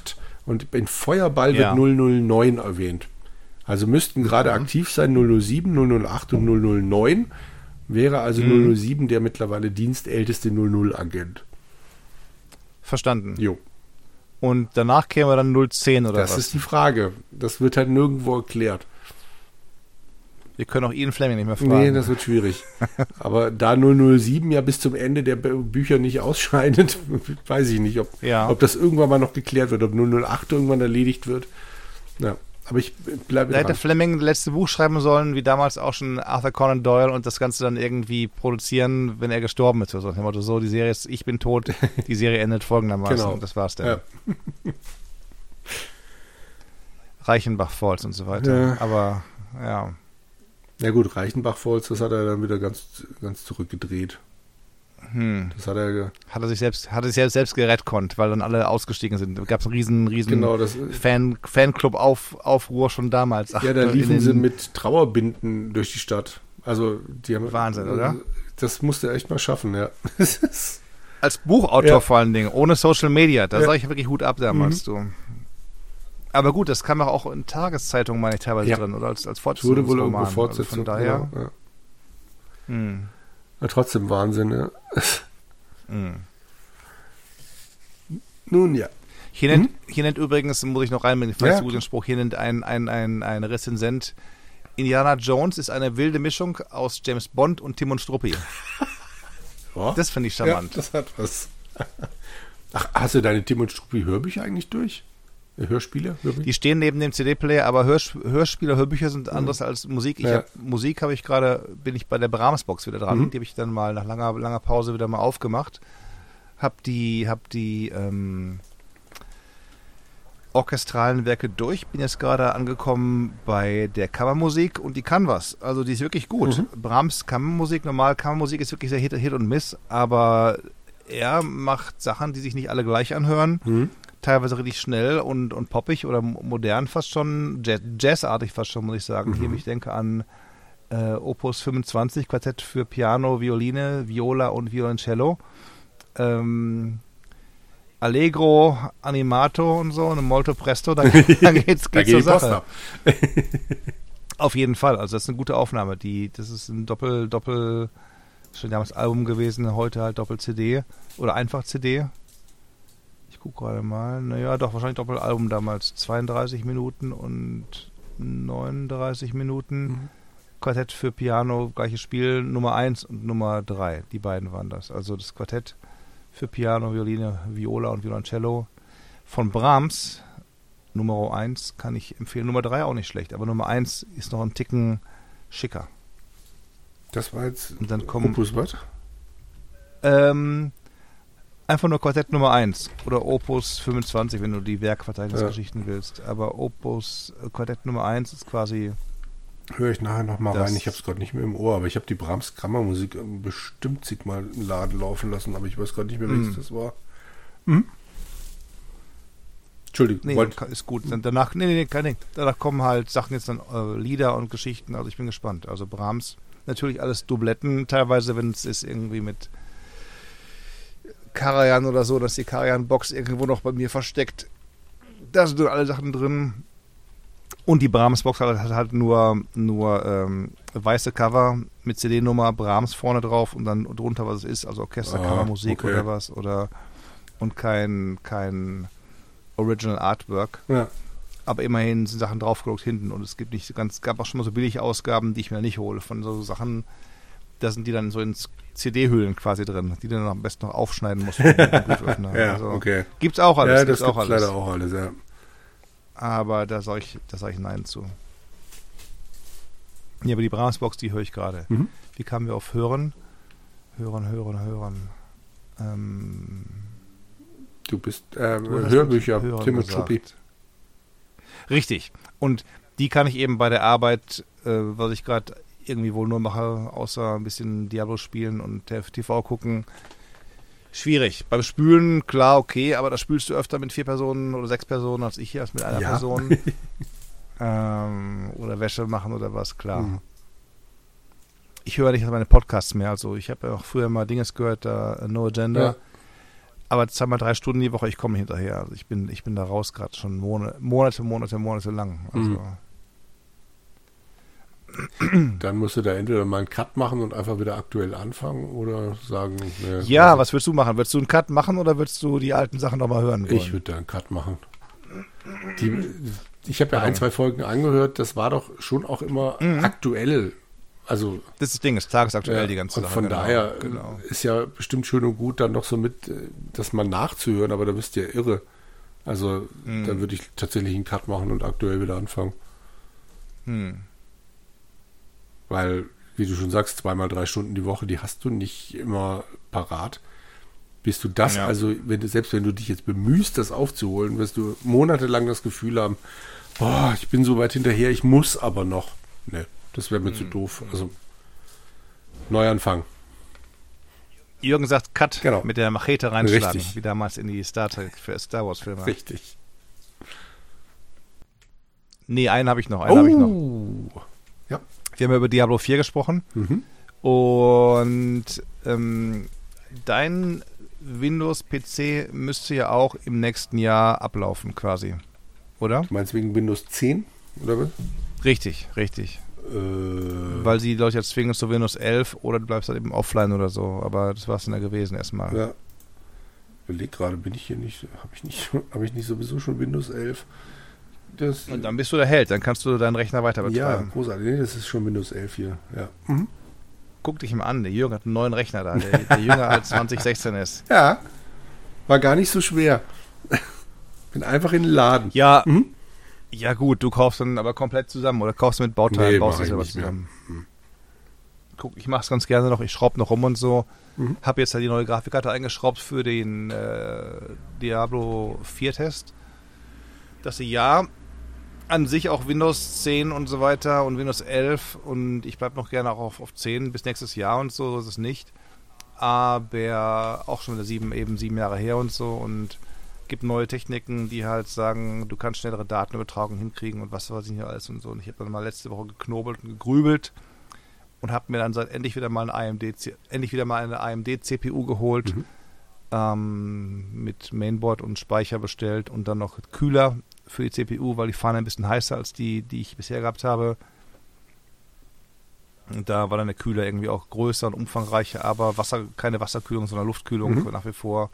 Und in Feuerball Ja. wird null null neun erwähnt. Also müssten gerade Mhm. aktiv sein null null sieben, null null acht und null null neun. Wäre also Mhm. null null sieben der mittlerweile dienstälteste null null-Agent. Verstanden. Jo. Und danach käme dann null zehn oder Das was? ist die Frage. Das wird halt nirgendwo erklärt. Wir können auch Ian Fleming nicht mehr fragen. Nee, das wird schwierig. Aber da null null sieben ja bis zum Ende der Bü- Bücher nicht ausscheidet, weiß ich nicht, ob, Ja. ob das irgendwann mal noch geklärt wird, ob null null acht irgendwann erledigt wird. Ja, aber ich bleibe Da hätte dran. Fleming das letzte Buch schreiben sollen, wie damals auch schon Arthur Conan Doyle, und das Ganze dann irgendwie produzieren, wenn er gestorben ist. Oder so. Nach dem Motto, so, die Serie ist, ich bin tot, die Serie endet folgendermaßen. Genau. Und das war's dann. Ja. Reichenbach Falls und so weiter. Ja. Aber, ja. Ja gut, Reichenbach Falls, das hat er dann wieder ganz, ganz zurückgedreht. Hm. Das hat er, ge- Hat er sich selbst, hat er sich selbst gerettkonnt, weil dann alle ausgestiegen sind. Da gab es einen riesen, riesen genau, das, Fan, Fanclub-Aufruhr schon damals. Ach, ja, da in liefen den- sie mit Trauerbinden durch die Stadt. Also, die haben, Wahnsinn, oder? Das musste er echt mal schaffen, ja. Als Buchautor Ja. vor allen Dingen, ohne Social Media. Da Ja. sag ich wirklich Hut ab damals, du. Aber gut, das kam ja auch in Tageszeitungen, meine ich, teilweise Ja. drin, oder als, als Es wurde wohl Fortsetzungsroman. irgendwo Fortsetzung. Also von daher, Genau, ja. hm, Ja, trotzdem Wahnsinn, ja. hm. Nun ja. Hier, nennt, hier nennt übrigens, muss ich noch reinbringen, falls Ja. du den Spruch, hier nennt ein, ein, ein, ein Rezensent, Indiana Jones ist eine wilde Mischung aus James Bond und Tim und Struppi. Ja. Das finde ich charmant. Ja, das hat was. Ach, hast du deine Tim und Struppi Hörbücher eigentlich durch? Äh, Hörspiele? Hörbücher? Die stehen neben dem C D-Player, aber Hörsp Hörspiele, Hörbücher sind anderes als Musik. Ich Ja. hab, Musik habe ich gerade, bin ich bei der Brahms-Box wieder dran. Mhm. Die habe ich dann mal nach langer, langer Pause wieder mal aufgemacht. Hab die, hab die ähm, orchestralen Werke durch. Bin jetzt gerade angekommen bei der Kammermusik und die kann was. Also die ist wirklich gut. Mhm. Brahms Kammermusik, normal Kammermusik ist wirklich sehr Hit, Hit und Miss, aber er macht Sachen, die sich nicht alle gleich anhören. Mhm. Teilweise richtig schnell und, und poppig oder modern fast schon, Jazz, jazzartig fast schon, muss ich sagen. Mhm. Hier, ich denke an äh, Opus fünfundzwanzig, Quartett für Piano, Violine, Viola und Violoncello. Ähm, Allegro, Animato und so, eine Molto Presto, dann, dann geht's, Da geht's geht zur die Post Sache. ab. Auf jeden Fall, also das ist eine gute Aufnahme. Die, das ist ein Doppel, Doppel, schon damals Album gewesen, heute halt Doppel-C D oder einfach C D. Ich gucke gerade mal, naja, doch, wahrscheinlich Doppelalbum damals. zweiunddreißig Minuten und neununddreißig Minuten. Mhm. Quartett für Piano, gleiches Spiel, Nummer eins und Nummer drei. Die beiden waren das. Also das Quartett für Piano, Violine, Viola und Violoncello von Brahms. Nummer eins kann ich empfehlen. Nummer drei auch nicht schlecht, aber Nummer eins ist noch ein Ticken schicker. Das war jetzt Und dann kommen Opus was? ähm, einfach nur Quartett Nummer eins oder Opus fünfundzwanzig, wenn du die Werkverzeichnisgeschichten ja. willst. Aber Opus äh, Quartett Nummer eins ist quasi... Höre ich nachher nochmal Das- rein. Ich habe es gerade nicht mehr im Ohr, aber ich habe die Brahms Kammermusik ähm, bestimmt zigmal im Laden laufen lassen, aber ich weiß gerade nicht mehr, welches Mhm. das war. Hm? Entschuldigung, Nee, wollt, ist gut. Dann danach, nee, nee, nee, kein Ding. Danach kommen halt Sachen jetzt dann, äh, Lieder und Geschichten. Also ich bin gespannt. Also Brahms, natürlich alles Doubletten, teilweise, wenn es ist irgendwie mit Karajan oder so, dass die Karajan-Box irgendwo noch bei mir versteckt. Da sind dann alle Sachen drin. Und die Brahms-Box hat, hat halt nur, nur ähm, weiße Cover mit C D-Nummer, Brahms vorne drauf und dann drunter, was es ist, also Orchester, Ah, Kammermusik okay. oder was. Oder und kein, kein Original Artwork. ja, Aber immerhin sind Sachen draufgedruckt hinten und es gibt nicht so ganz, gab auch schon mal so billige Ausgaben, die ich mir nicht hole, von so Sachen, da sind die dann so in C D-Hüllen quasi drin, die du dann am besten noch aufschneiden musst. Mit dem Brieföffner. ja, Also, okay. Gibt's auch alles, Ja, das gibt's gibt auch alles. leider auch alles, ja. Aber da sage ich, da sag ich Nein zu. Ja, aber die Brahms-Box, die höre ich gerade. Mhm. Wie kamen wir auf Hören? Hören, hören, hören. Ähm, Du bist ähm, Du hast Hörbücher, Hören Tim und gesagt. Struppi. Richtig. Und die kann ich eben bei der Arbeit, äh, was ich gerade irgendwie wohl nur mache, außer ein bisschen Diablo spielen und T V gucken, schwierig. Beim Spülen, klar, okay, aber da spülst du öfter mit vier Personen oder sechs Personen als ich hier, als mit einer Ja. Person. ähm, oder Wäsche machen oder was, klar. Mhm. Ich höre nicht meine Podcasts mehr, also ich habe ja auch früher mal Dinges gehört, da No Agenda. Ja. Aber zweimal drei Stunden die Woche, ich komme hinterher. Also ich bin, ich bin da raus gerade schon Monate, Monate, Monate, Monate lang. Also mhm. Dann musst du da entweder mal einen Cut machen und einfach wieder aktuell anfangen oder sagen... Ne, ja, also, was würdest du machen? Würdest du einen Cut machen oder würdest du die alten Sachen nochmal hören wollen? Ich würde da einen Cut machen. Die, ich habe ja ein, zwei Folgen angehört, das war doch schon auch immer mhm. aktuell. Also, das ist das Ding, ist tagesaktuell ja, die ganze Sache. Von genau, daher genau. ist ja bestimmt schön und gut, dann noch so mit, das mal nachzuhören, aber da bist du ja irre. Also, mhm. da würde ich tatsächlich einen Cut machen und aktuell wieder anfangen. Mhm. Weil, wie du schon sagst, zweimal drei Stunden die Woche, die hast du nicht immer parat. Bist du das, ja. also wenn du, selbst wenn du dich jetzt bemühst, das aufzuholen, wirst du monatelang das Gefühl haben, boah, ich bin so weit hinterher, ich muss aber noch. Ne, das wäre mir mhm. zu doof. Also, Neuanfang. Jürgen sagt Cut, genau. mit der Machete reinschlagen, Richtig. wie damals in die Star Trek für Star Wars Filme. Richtig. Nee, einen habe ich noch, einen oh. habe ich noch. Ja. Wir haben ja über Diablo vier gesprochen mhm. und ähm, dein Windows-P C müsste ja auch im nächsten Jahr ablaufen quasi, oder? Du meinst wegen Windows zehn, oder was? Richtig, richtig. Äh, Weil sie Leute jetzt zwingen zu Windows elf oder du bleibst halt eben offline oder so, aber das war es dann ja gewesen erstmal. Ja. Ich überleg gerade, bin ich hier nicht, habe ich nicht, habe ich nicht sowieso schon Windows elf? Das, und dann bist du der Held, dann kannst du deinen Rechner weiter betreiben. Ja, großartig. Nee, das ist schon Windows elf hier, ja. Mhm. Guck dich mal an, der Jürgen hat einen neuen Rechner da, der, der jünger als zwanzig sechzehn ist. Ja, war gar nicht so schwer. Bin einfach in den Laden. Ja, mhm. ja gut, du kaufst dann aber komplett zusammen oder kaufst mit Bauteilen, nee, baust dich selber zusammen. Mhm. Guck, ich mach's ganz gerne noch, ich schraube noch rum und so. Mhm. Hab jetzt halt die neue Grafikkarte eingeschraubt für den äh, Diablo vier Test. Dass sie ja an sich auch Windows zehn und so weiter und Windows elf und ich bleibe noch gerne auch auf, auf zehn bis nächstes Jahr und so, so ist es nicht. Aber auch schon wieder sieben, eben sieben Jahre her und so und gibt neue Techniken, die halt sagen, du kannst schnellere Datenübertragung hinkriegen und was weiß ich hier alles und so. Und ich habe dann mal letzte Woche geknobelt und gegrübelt und habe mir dann seit endlich wieder mal ein A M D, endlich wieder mal eine A M D C P U geholt, mhm. ähm, mit Mainboard und Speicher bestellt und dann noch Kühler für die C P U, weil die Fahne ein bisschen heißer als die, die ich bisher gehabt habe. Und da war dann der Kühler irgendwie auch größer und umfangreicher, aber Wasser, keine Wasserkühlung, sondern Luftkühlung mhm. nach wie vor.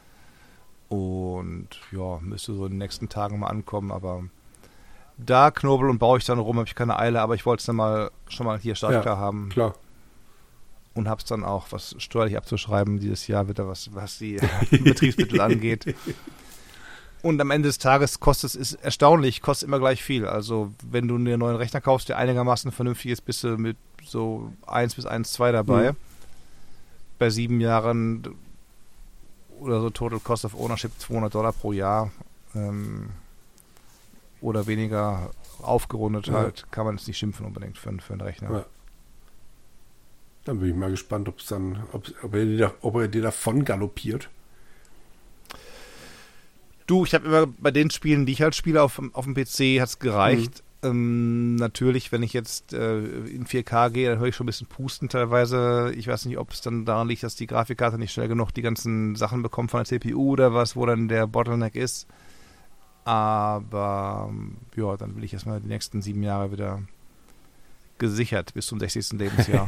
Und ja, müsste so in den nächsten Tagen mal ankommen, aber da knobel und baue ich dann rum, habe ich keine Eile, aber ich wollte es dann mal schon mal hier startklar ja, haben. Klar. Und habe es dann auch, was steuerlich abzuschreiben, dieses Jahr wieder, was, was die Betriebsmittel angeht. Und am Ende des Tages kostet es, ist erstaunlich, kostet immer gleich viel. Also wenn du einen neuen Rechner kaufst, der einigermaßen vernünftig ist, bist du mit so eins bis eins Komma zwei dabei. Mhm. Bei sieben Jahren oder so Total Cost of Ownership zweihundert Dollar pro Jahr ähm, oder weniger aufgerundet ja. halt, kann man es nicht schimpfen unbedingt für, für einen Rechner. Ja. Dann bin ich mal gespannt, ob's dann, ob, ob, er dir, ob er dir davon galoppiert. Du, ich habe immer bei den Spielen, die ich halt spiele auf, auf dem P C, hat es gereicht. Mhm. Ähm, natürlich, wenn ich jetzt äh, in vier K gehe, dann höre ich schon ein bisschen Pusten teilweise. Ich weiß nicht, ob es dann daran liegt, dass die Grafikkarte nicht schnell genug die ganzen Sachen bekommt von der C P U oder was, wo dann der Bottleneck ist. Aber ja, dann will ich erstmal die nächsten sieben Jahre wieder gesichert bis zum sechzigsten Lebensjahr.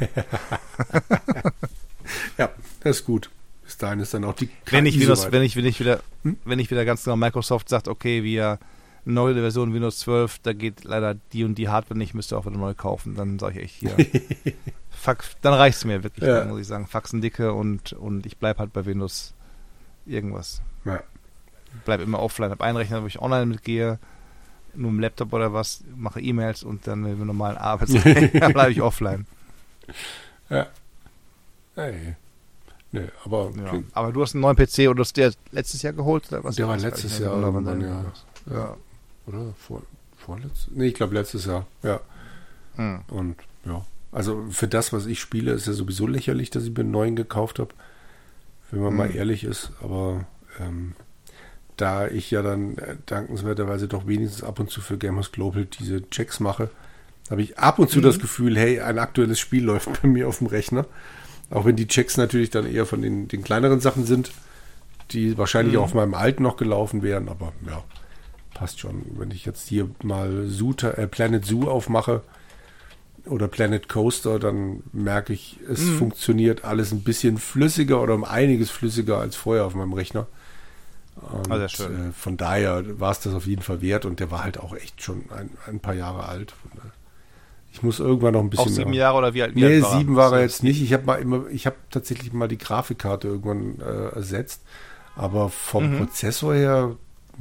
Ja, das ist gut. Bis dahin ist dann auch die K I wenn ich, Windows, so wenn ich wenn ich wieder hm? wenn ich wieder ganz genau Microsoft sagt, okay, wir neue Version Windows zwölf, da geht leider die und die Hardware nicht, müsst ihr auch wieder neu kaufen, dann sage ich echt hier fuck, dann reicht es mir wirklich, ja. dann muss ich sagen, Faxen dicke und, und ich bleibe halt bei Windows irgendwas. Ja. Bleib immer offline, habe einen Rechner, wo ich online mitgehe, nur im Laptop oder was, mache E-Mails und dann mit normalen Arbeitsrechner bleibe ich offline. Ja. Hey. Nee, aber, ja. aber du hast einen neuen P C oder hast der letztes Jahr geholt? Oder was? Der war letztes Jahr. Oder, irgendwann, ja. Ja. Oder? Vor, vorletztes? Nee, ich glaube letztes Jahr. Ja. Hm. Und ja. Also für das, was ich spiele, ist ja sowieso lächerlich, dass ich mir einen neuen gekauft habe. Wenn man hm. mal ehrlich ist. Aber ähm, da ich ja dann äh, dankenswerterweise doch wenigstens ab und zu für Gamers Global diese Checks mache, habe ich ab und zu hm. das Gefühl, hey, ein aktuelles Spiel läuft bei mir auf dem Rechner. Auch wenn die Checks natürlich dann eher von den, den kleineren Sachen sind, die wahrscheinlich mhm. auch auf meinem alten noch gelaufen wären, aber ja, passt schon. Wenn ich jetzt hier mal Zoo, äh, Planet Zoo aufmache oder Planet Coaster, dann merke ich, es mhm. funktioniert alles ein bisschen flüssiger oder um einiges flüssiger als vorher auf meinem Rechner. Und ah, schön. Äh, von daher war es das auf jeden Fall wert und der war halt auch echt schon ein, ein paar Jahre alt. Ich muss irgendwann noch ein bisschen. Auch sieben mehr. Jahre oder wie alt? Wie nee, alt war sieben war er jetzt nicht. Ich habe mal immer, ich habe tatsächlich mal die Grafikkarte irgendwann äh, ersetzt, aber vom mhm. Prozessor her,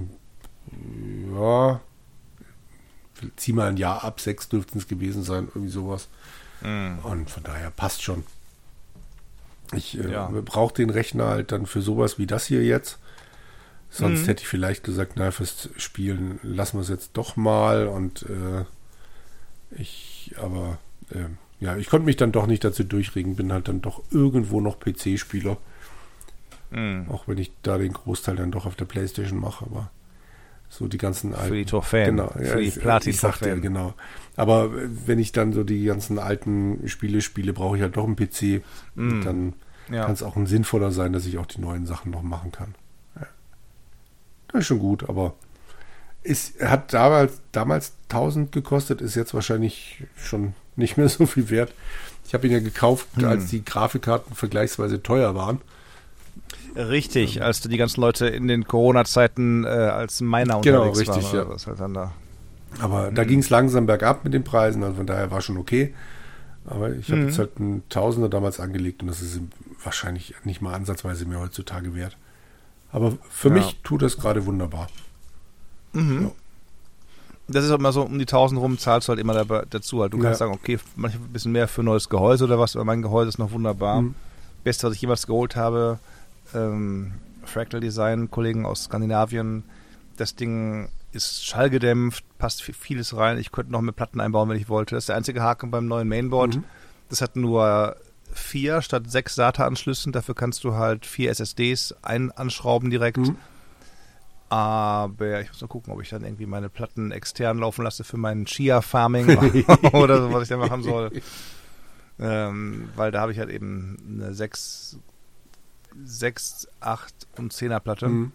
ja, zieh mal ein Jahr ab, sechs dürften es gewesen sein, irgendwie sowas. Mhm. Und von daher passt schon. Ich äh, ja. brauche den Rechner halt dann für sowas wie das hier jetzt. Sonst mhm. hätte ich vielleicht gesagt, na, fürs Spielen lassen wir es jetzt doch mal und äh, ich, aber äh, ja, ich konnte mich dann doch nicht dazu durchregen, bin halt dann doch irgendwo noch P C-Spieler. Mhm. Auch wenn ich da den Großteil dann doch auf der Playstation mache, aber so die ganzen alten. Für die Trophäen. Genau, für ja, die Platin-Trophäen. Ja, genau. Aber wenn ich dann so die ganzen alten Spiele spiele, brauche ich halt doch einen P C. Mhm. Und dann ja. kann es auch ein sinnvoller sein, dass ich auch die neuen Sachen noch machen kann. Das ist schon gut, aber es hat damals, damals tausend gekostet, ist jetzt wahrscheinlich schon nicht mehr so viel wert. Ich habe ihn ja gekauft, hm. als die Grafikkarten vergleichsweise teuer waren. Richtig, ähm, als die ganzen Leute in den Corona-Zeiten äh, als Miner genau, unterwegs richtig, waren. Ja. Das halt dann da. Aber hm. da ging es langsam bergab mit den Preisen, also von daher war schon okay. Aber ich habe hm. jetzt halt einen Tausender damals angelegt und das ist wahrscheinlich nicht mal ansatzweise mehr heutzutage wert. Aber für ja. mich tut das gerade wunderbar. Mhm. Ja. Das ist halt immer so, um die tausend rum zahlst du halt immer dabei, dazu. Halt. Du kannst ja. sagen, okay, manchmal ein bisschen mehr für ein neues Gehäuse oder was, aber mein Gehäuse ist noch wunderbar. Mhm. Beste, was ich jemals geholt habe, ähm, Fractal Design, Kollegen aus Skandinavien. Das Ding ist schallgedämpft, passt vieles rein. Ich könnte noch mit Platten einbauen, wenn ich wollte. Das ist der einzige Haken beim neuen Mainboard. Mhm. Das hat nur vier statt sechs SATA-Anschlüssen. Dafür kannst du halt vier S S Ds ein anschrauben direkt. Mhm. Aber ich muss mal gucken, ob ich dann irgendwie meine Platten extern laufen lasse für mein Chia-Farming oder so, was ich da machen soll. Ähm, weil da habe ich halt eben eine sechs, acht und zehner Platte. Mhm.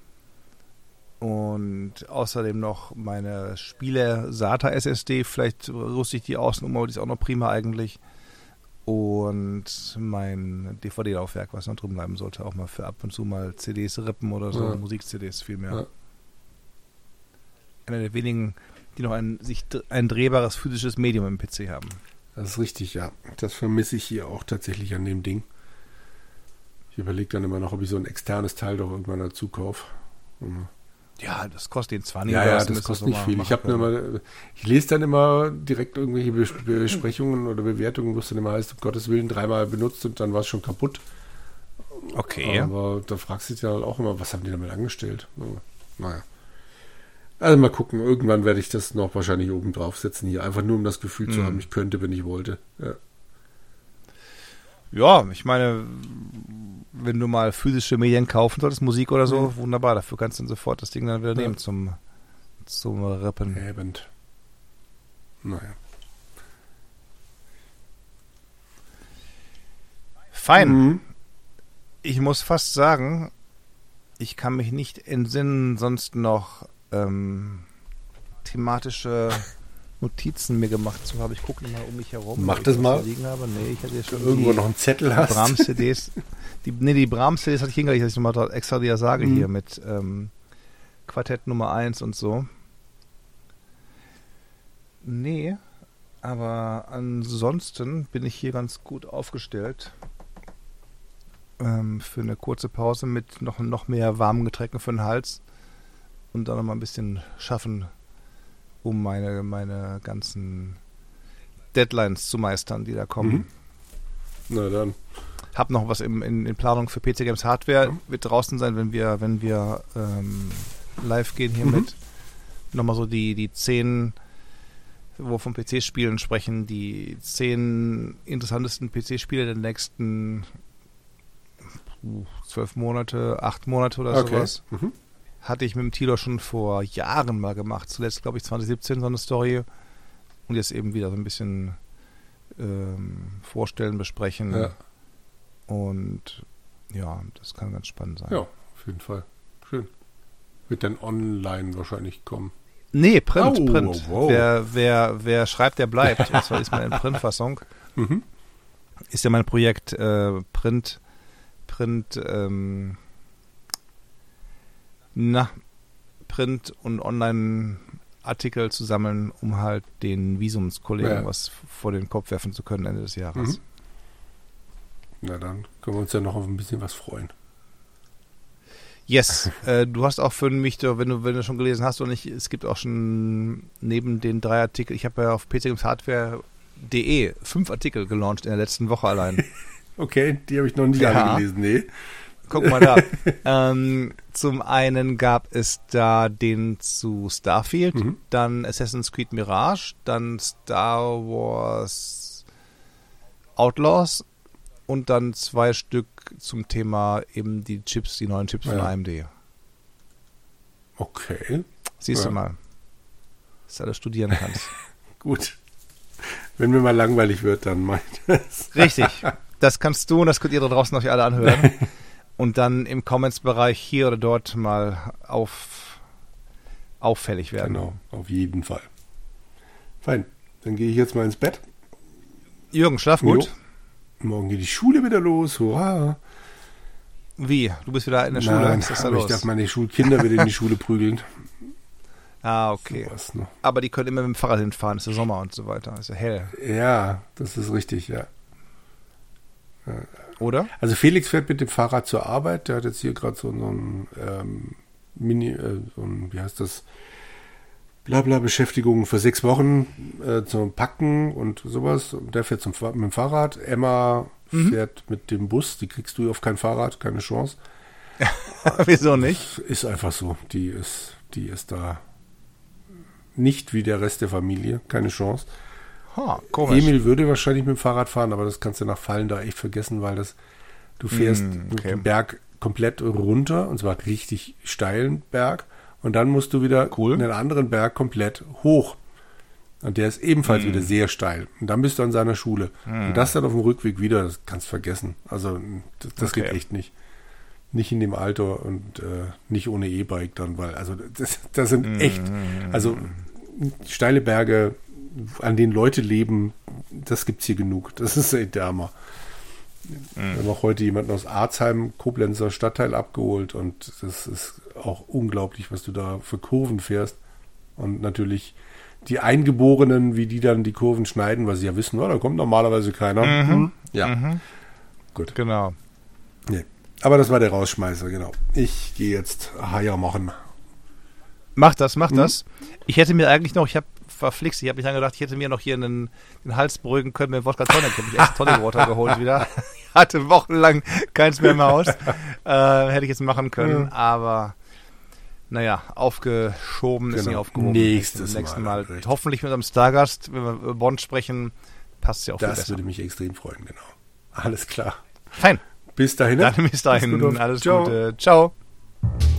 Und außerdem noch meine Spiele-SATA-S S D. Vielleicht rüste ich die außen um, aber die ist auch noch prima eigentlich. Und mein D V D-Laufwerk, was noch drin bleiben sollte, auch mal für ab und zu mal C Ds rippen oder so, ja. Musik-C Ds vielmehr. Ja. Einer der wenigen, die noch ein, sich, ein drehbares physisches Medium im P C haben. Das ist richtig, ja. Das vermisse ich hier auch tatsächlich an dem Ding. Ich überlege dann immer noch, ob ich so ein externes Teil doch irgendwann dazu kaufe. Mhm. Ja, das kostet den zwanzig. Ja, ja, das kostet nicht viel. Ich, hab nur immer, ich lese dann immer direkt irgendwelche Besprechungen oder Bewertungen, wo es dann immer heißt, um Gottes Willen, dreimal benutzt und dann war es schon kaputt. Okay. Aber da fragst du dich dann auch immer, was haben die damit angestellt? Naja. Also mal gucken, irgendwann werde ich das noch wahrscheinlich oben drauf setzen hier, einfach nur um das Gefühl zu haben, ich könnte, wenn ich wollte. Ja. Ja, ich meine, wenn du mal physische Medien kaufen solltest, Musik oder so, mhm. wunderbar, dafür kannst du dann sofort das Ding dann wieder ja. nehmen zum, zum Rippen. Ebend. Naja. Fein. Mhm. Ich muss fast sagen, ich kann mich nicht entsinnen, sonst noch ähm, thematische Notizen mir gemacht zu haben. Ich gucke mal um mich herum. Mach das mal. Liegen habe. Nee, ich hatte schon irgendwo die, noch einen Zettel hast. Brahms-C Ds. Die, nee, die Brahms-C Ds hatte ich hingelegt, dass ich nochmal extra dir sage mhm. hier mit ähm, Quartett Nummer eins und so. Nee, aber ansonsten bin ich hier ganz gut aufgestellt ähm, für eine kurze Pause mit noch, noch mehr warmen Getränken für den Hals und dann nochmal ein bisschen schaffen, um meine, meine ganzen Deadlines zu meistern, die da kommen. Mhm. Na dann. Hab noch was im, in, in Planung für P C Games Hardware. Mhm. Wird draußen sein, wenn wir, wenn wir ähm, live gehen hier mhm. mit. Nochmal so die, die zehn, wo wir vom P C-Spielen sprechen, die zehn interessantesten P C-Spiele der nächsten zwölf Monate, acht Monate oder okay. sowas. Mhm. Hatte ich mit dem Tilo schon vor Jahren mal gemacht. Zuletzt, glaube ich, zwanzig siebzehn so eine Story. Und jetzt eben wieder so ein bisschen ähm, vorstellen, besprechen. Ja. Und ja, das kann ganz spannend sein. Ja, auf auf jeden Fall. Schön. Wird dann online wahrscheinlich kommen. Nee, Print, oh, Print. Wow. Wer, wer, wer schreibt, der bleibt. Und zwar ist mal in Printfassung. Mhm. Ist ja mein Projekt äh, Print, Print, ähm, na, Print und Online-Artikel zu sammeln, um halt den Visumskollegen ja. was vor den Kopf werfen zu können Ende des Jahres. Mhm. Na dann können wir uns ja noch auf ein bisschen was freuen. Yes, äh, du hast auch für mich, wenn du, wenn du schon gelesen hast und ich, es gibt auch schon neben den drei Artikeln, ich habe ja auf p c games hardware punkt de fünf Artikel gelauncht in der letzten Woche allein. Okay, die habe ich noch nicht ja. alle gelesen, nee. Guck mal da. ähm, zum einen gab es da den zu Starfield, mhm. dann Assassin's Creed Mirage, dann Star Wars Outlaws und dann zwei Stück zum Thema eben die Chips, die neuen Chips ja. von A M D. Okay. Siehst ja. du mal, dass du alles studieren kannst. Gut. Wenn mir mal langweilig wird, dann mach ich das. Richtig. Das kannst du und das könnt ihr da draußen euch alle anhören. Und dann im Comments-Bereich hier oder dort mal auf, auffällig werden. Genau, auf jeden Fall. Fein. Dann gehe ich jetzt mal ins Bett. Jürgen, schlaf gut. Jo. Morgen geht die Schule wieder los. Hurra. Wie? Du bist wieder in der Schule? Nein, Was ist da aber los? Ich darf meine Schulkinder wieder in die Schule prügeln. Ah, okay. So aber die können immer mit dem Fahrrad hinfahren. Es ist ja Sommer und so weiter. Es ist ja hell. Ja, das ist richtig, ja. Oder? Also Felix fährt mit dem Fahrrad zur Arbeit. Der hat jetzt hier gerade so, so ein ähm, Mini, äh, so ein, wie heißt das, Blabla-Beschäftigung für sechs Wochen äh, zum Packen und sowas. Und der fährt zum, mit dem Fahrrad. Emma mhm. fährt mit dem Bus. Die kriegst du auf kein Fahrrad, keine Chance. Wieso nicht? Ist einfach so. Die ist, die ist da nicht wie der Rest der Familie. Keine Chance. Ha, komisch. Emil würde wahrscheinlich mit dem Fahrrad fahren, aber das kannst du nach Fallen da echt vergessen, weil das du fährst mm, okay. mit dem Berg komplett runter, und zwar richtig steilen Berg, und dann musst du wieder cool. einen anderen Berg komplett hoch. Und der ist ebenfalls mm. wieder sehr steil. Und dann bist du an seiner Schule. Mm. Und das dann auf dem Rückweg wieder, das kannst du vergessen. Also das, das okay. geht echt nicht. Nicht in dem Alter und äh, nicht ohne E-Bike dann, weil also das, das sind mm. echt, also steile Berge, an denen Leute leben, das gibt's hier genug. Das ist echt der Hammer. Mhm. Wir haben auch heute jemanden aus Arzheim, Koblenzer Stadtteil, abgeholt, und das ist auch unglaublich, was du da für Kurven fährst. Und natürlich die Eingeborenen, wie die dann die Kurven schneiden, weil sie ja wissen, oh, da kommt normalerweise keiner. Mhm. Ja. Mhm. Gut. Genau. Nee. Aber das war der Rausschmeißer, genau. Ich gehe jetzt Haier machen. Mach das, mach mhm. das. Ich hätte mir eigentlich noch, ich habe verflixt, ich habe mich dann gedacht, ich hätte mir noch hier einen, den Hals beruhigen können mit Wodka Tonic. Ich habe mich echt Tonic Water geholt wieder. Ich hatte wochenlang keins mehr im Haus. Äh, hätte ich jetzt machen können, ja. aber naja, aufgeschoben genau. ist nicht aufgehoben. Nächstes nächsten Mal. Mal. Hoffentlich mit unserem Stargast, wenn wir über Bond sprechen, passt es ja auch viel besser. Das würde mich extrem freuen, genau. Alles klar. Fein. Bis dahin. Dann bis dahin. Alles Ciao. Gute. Ciao.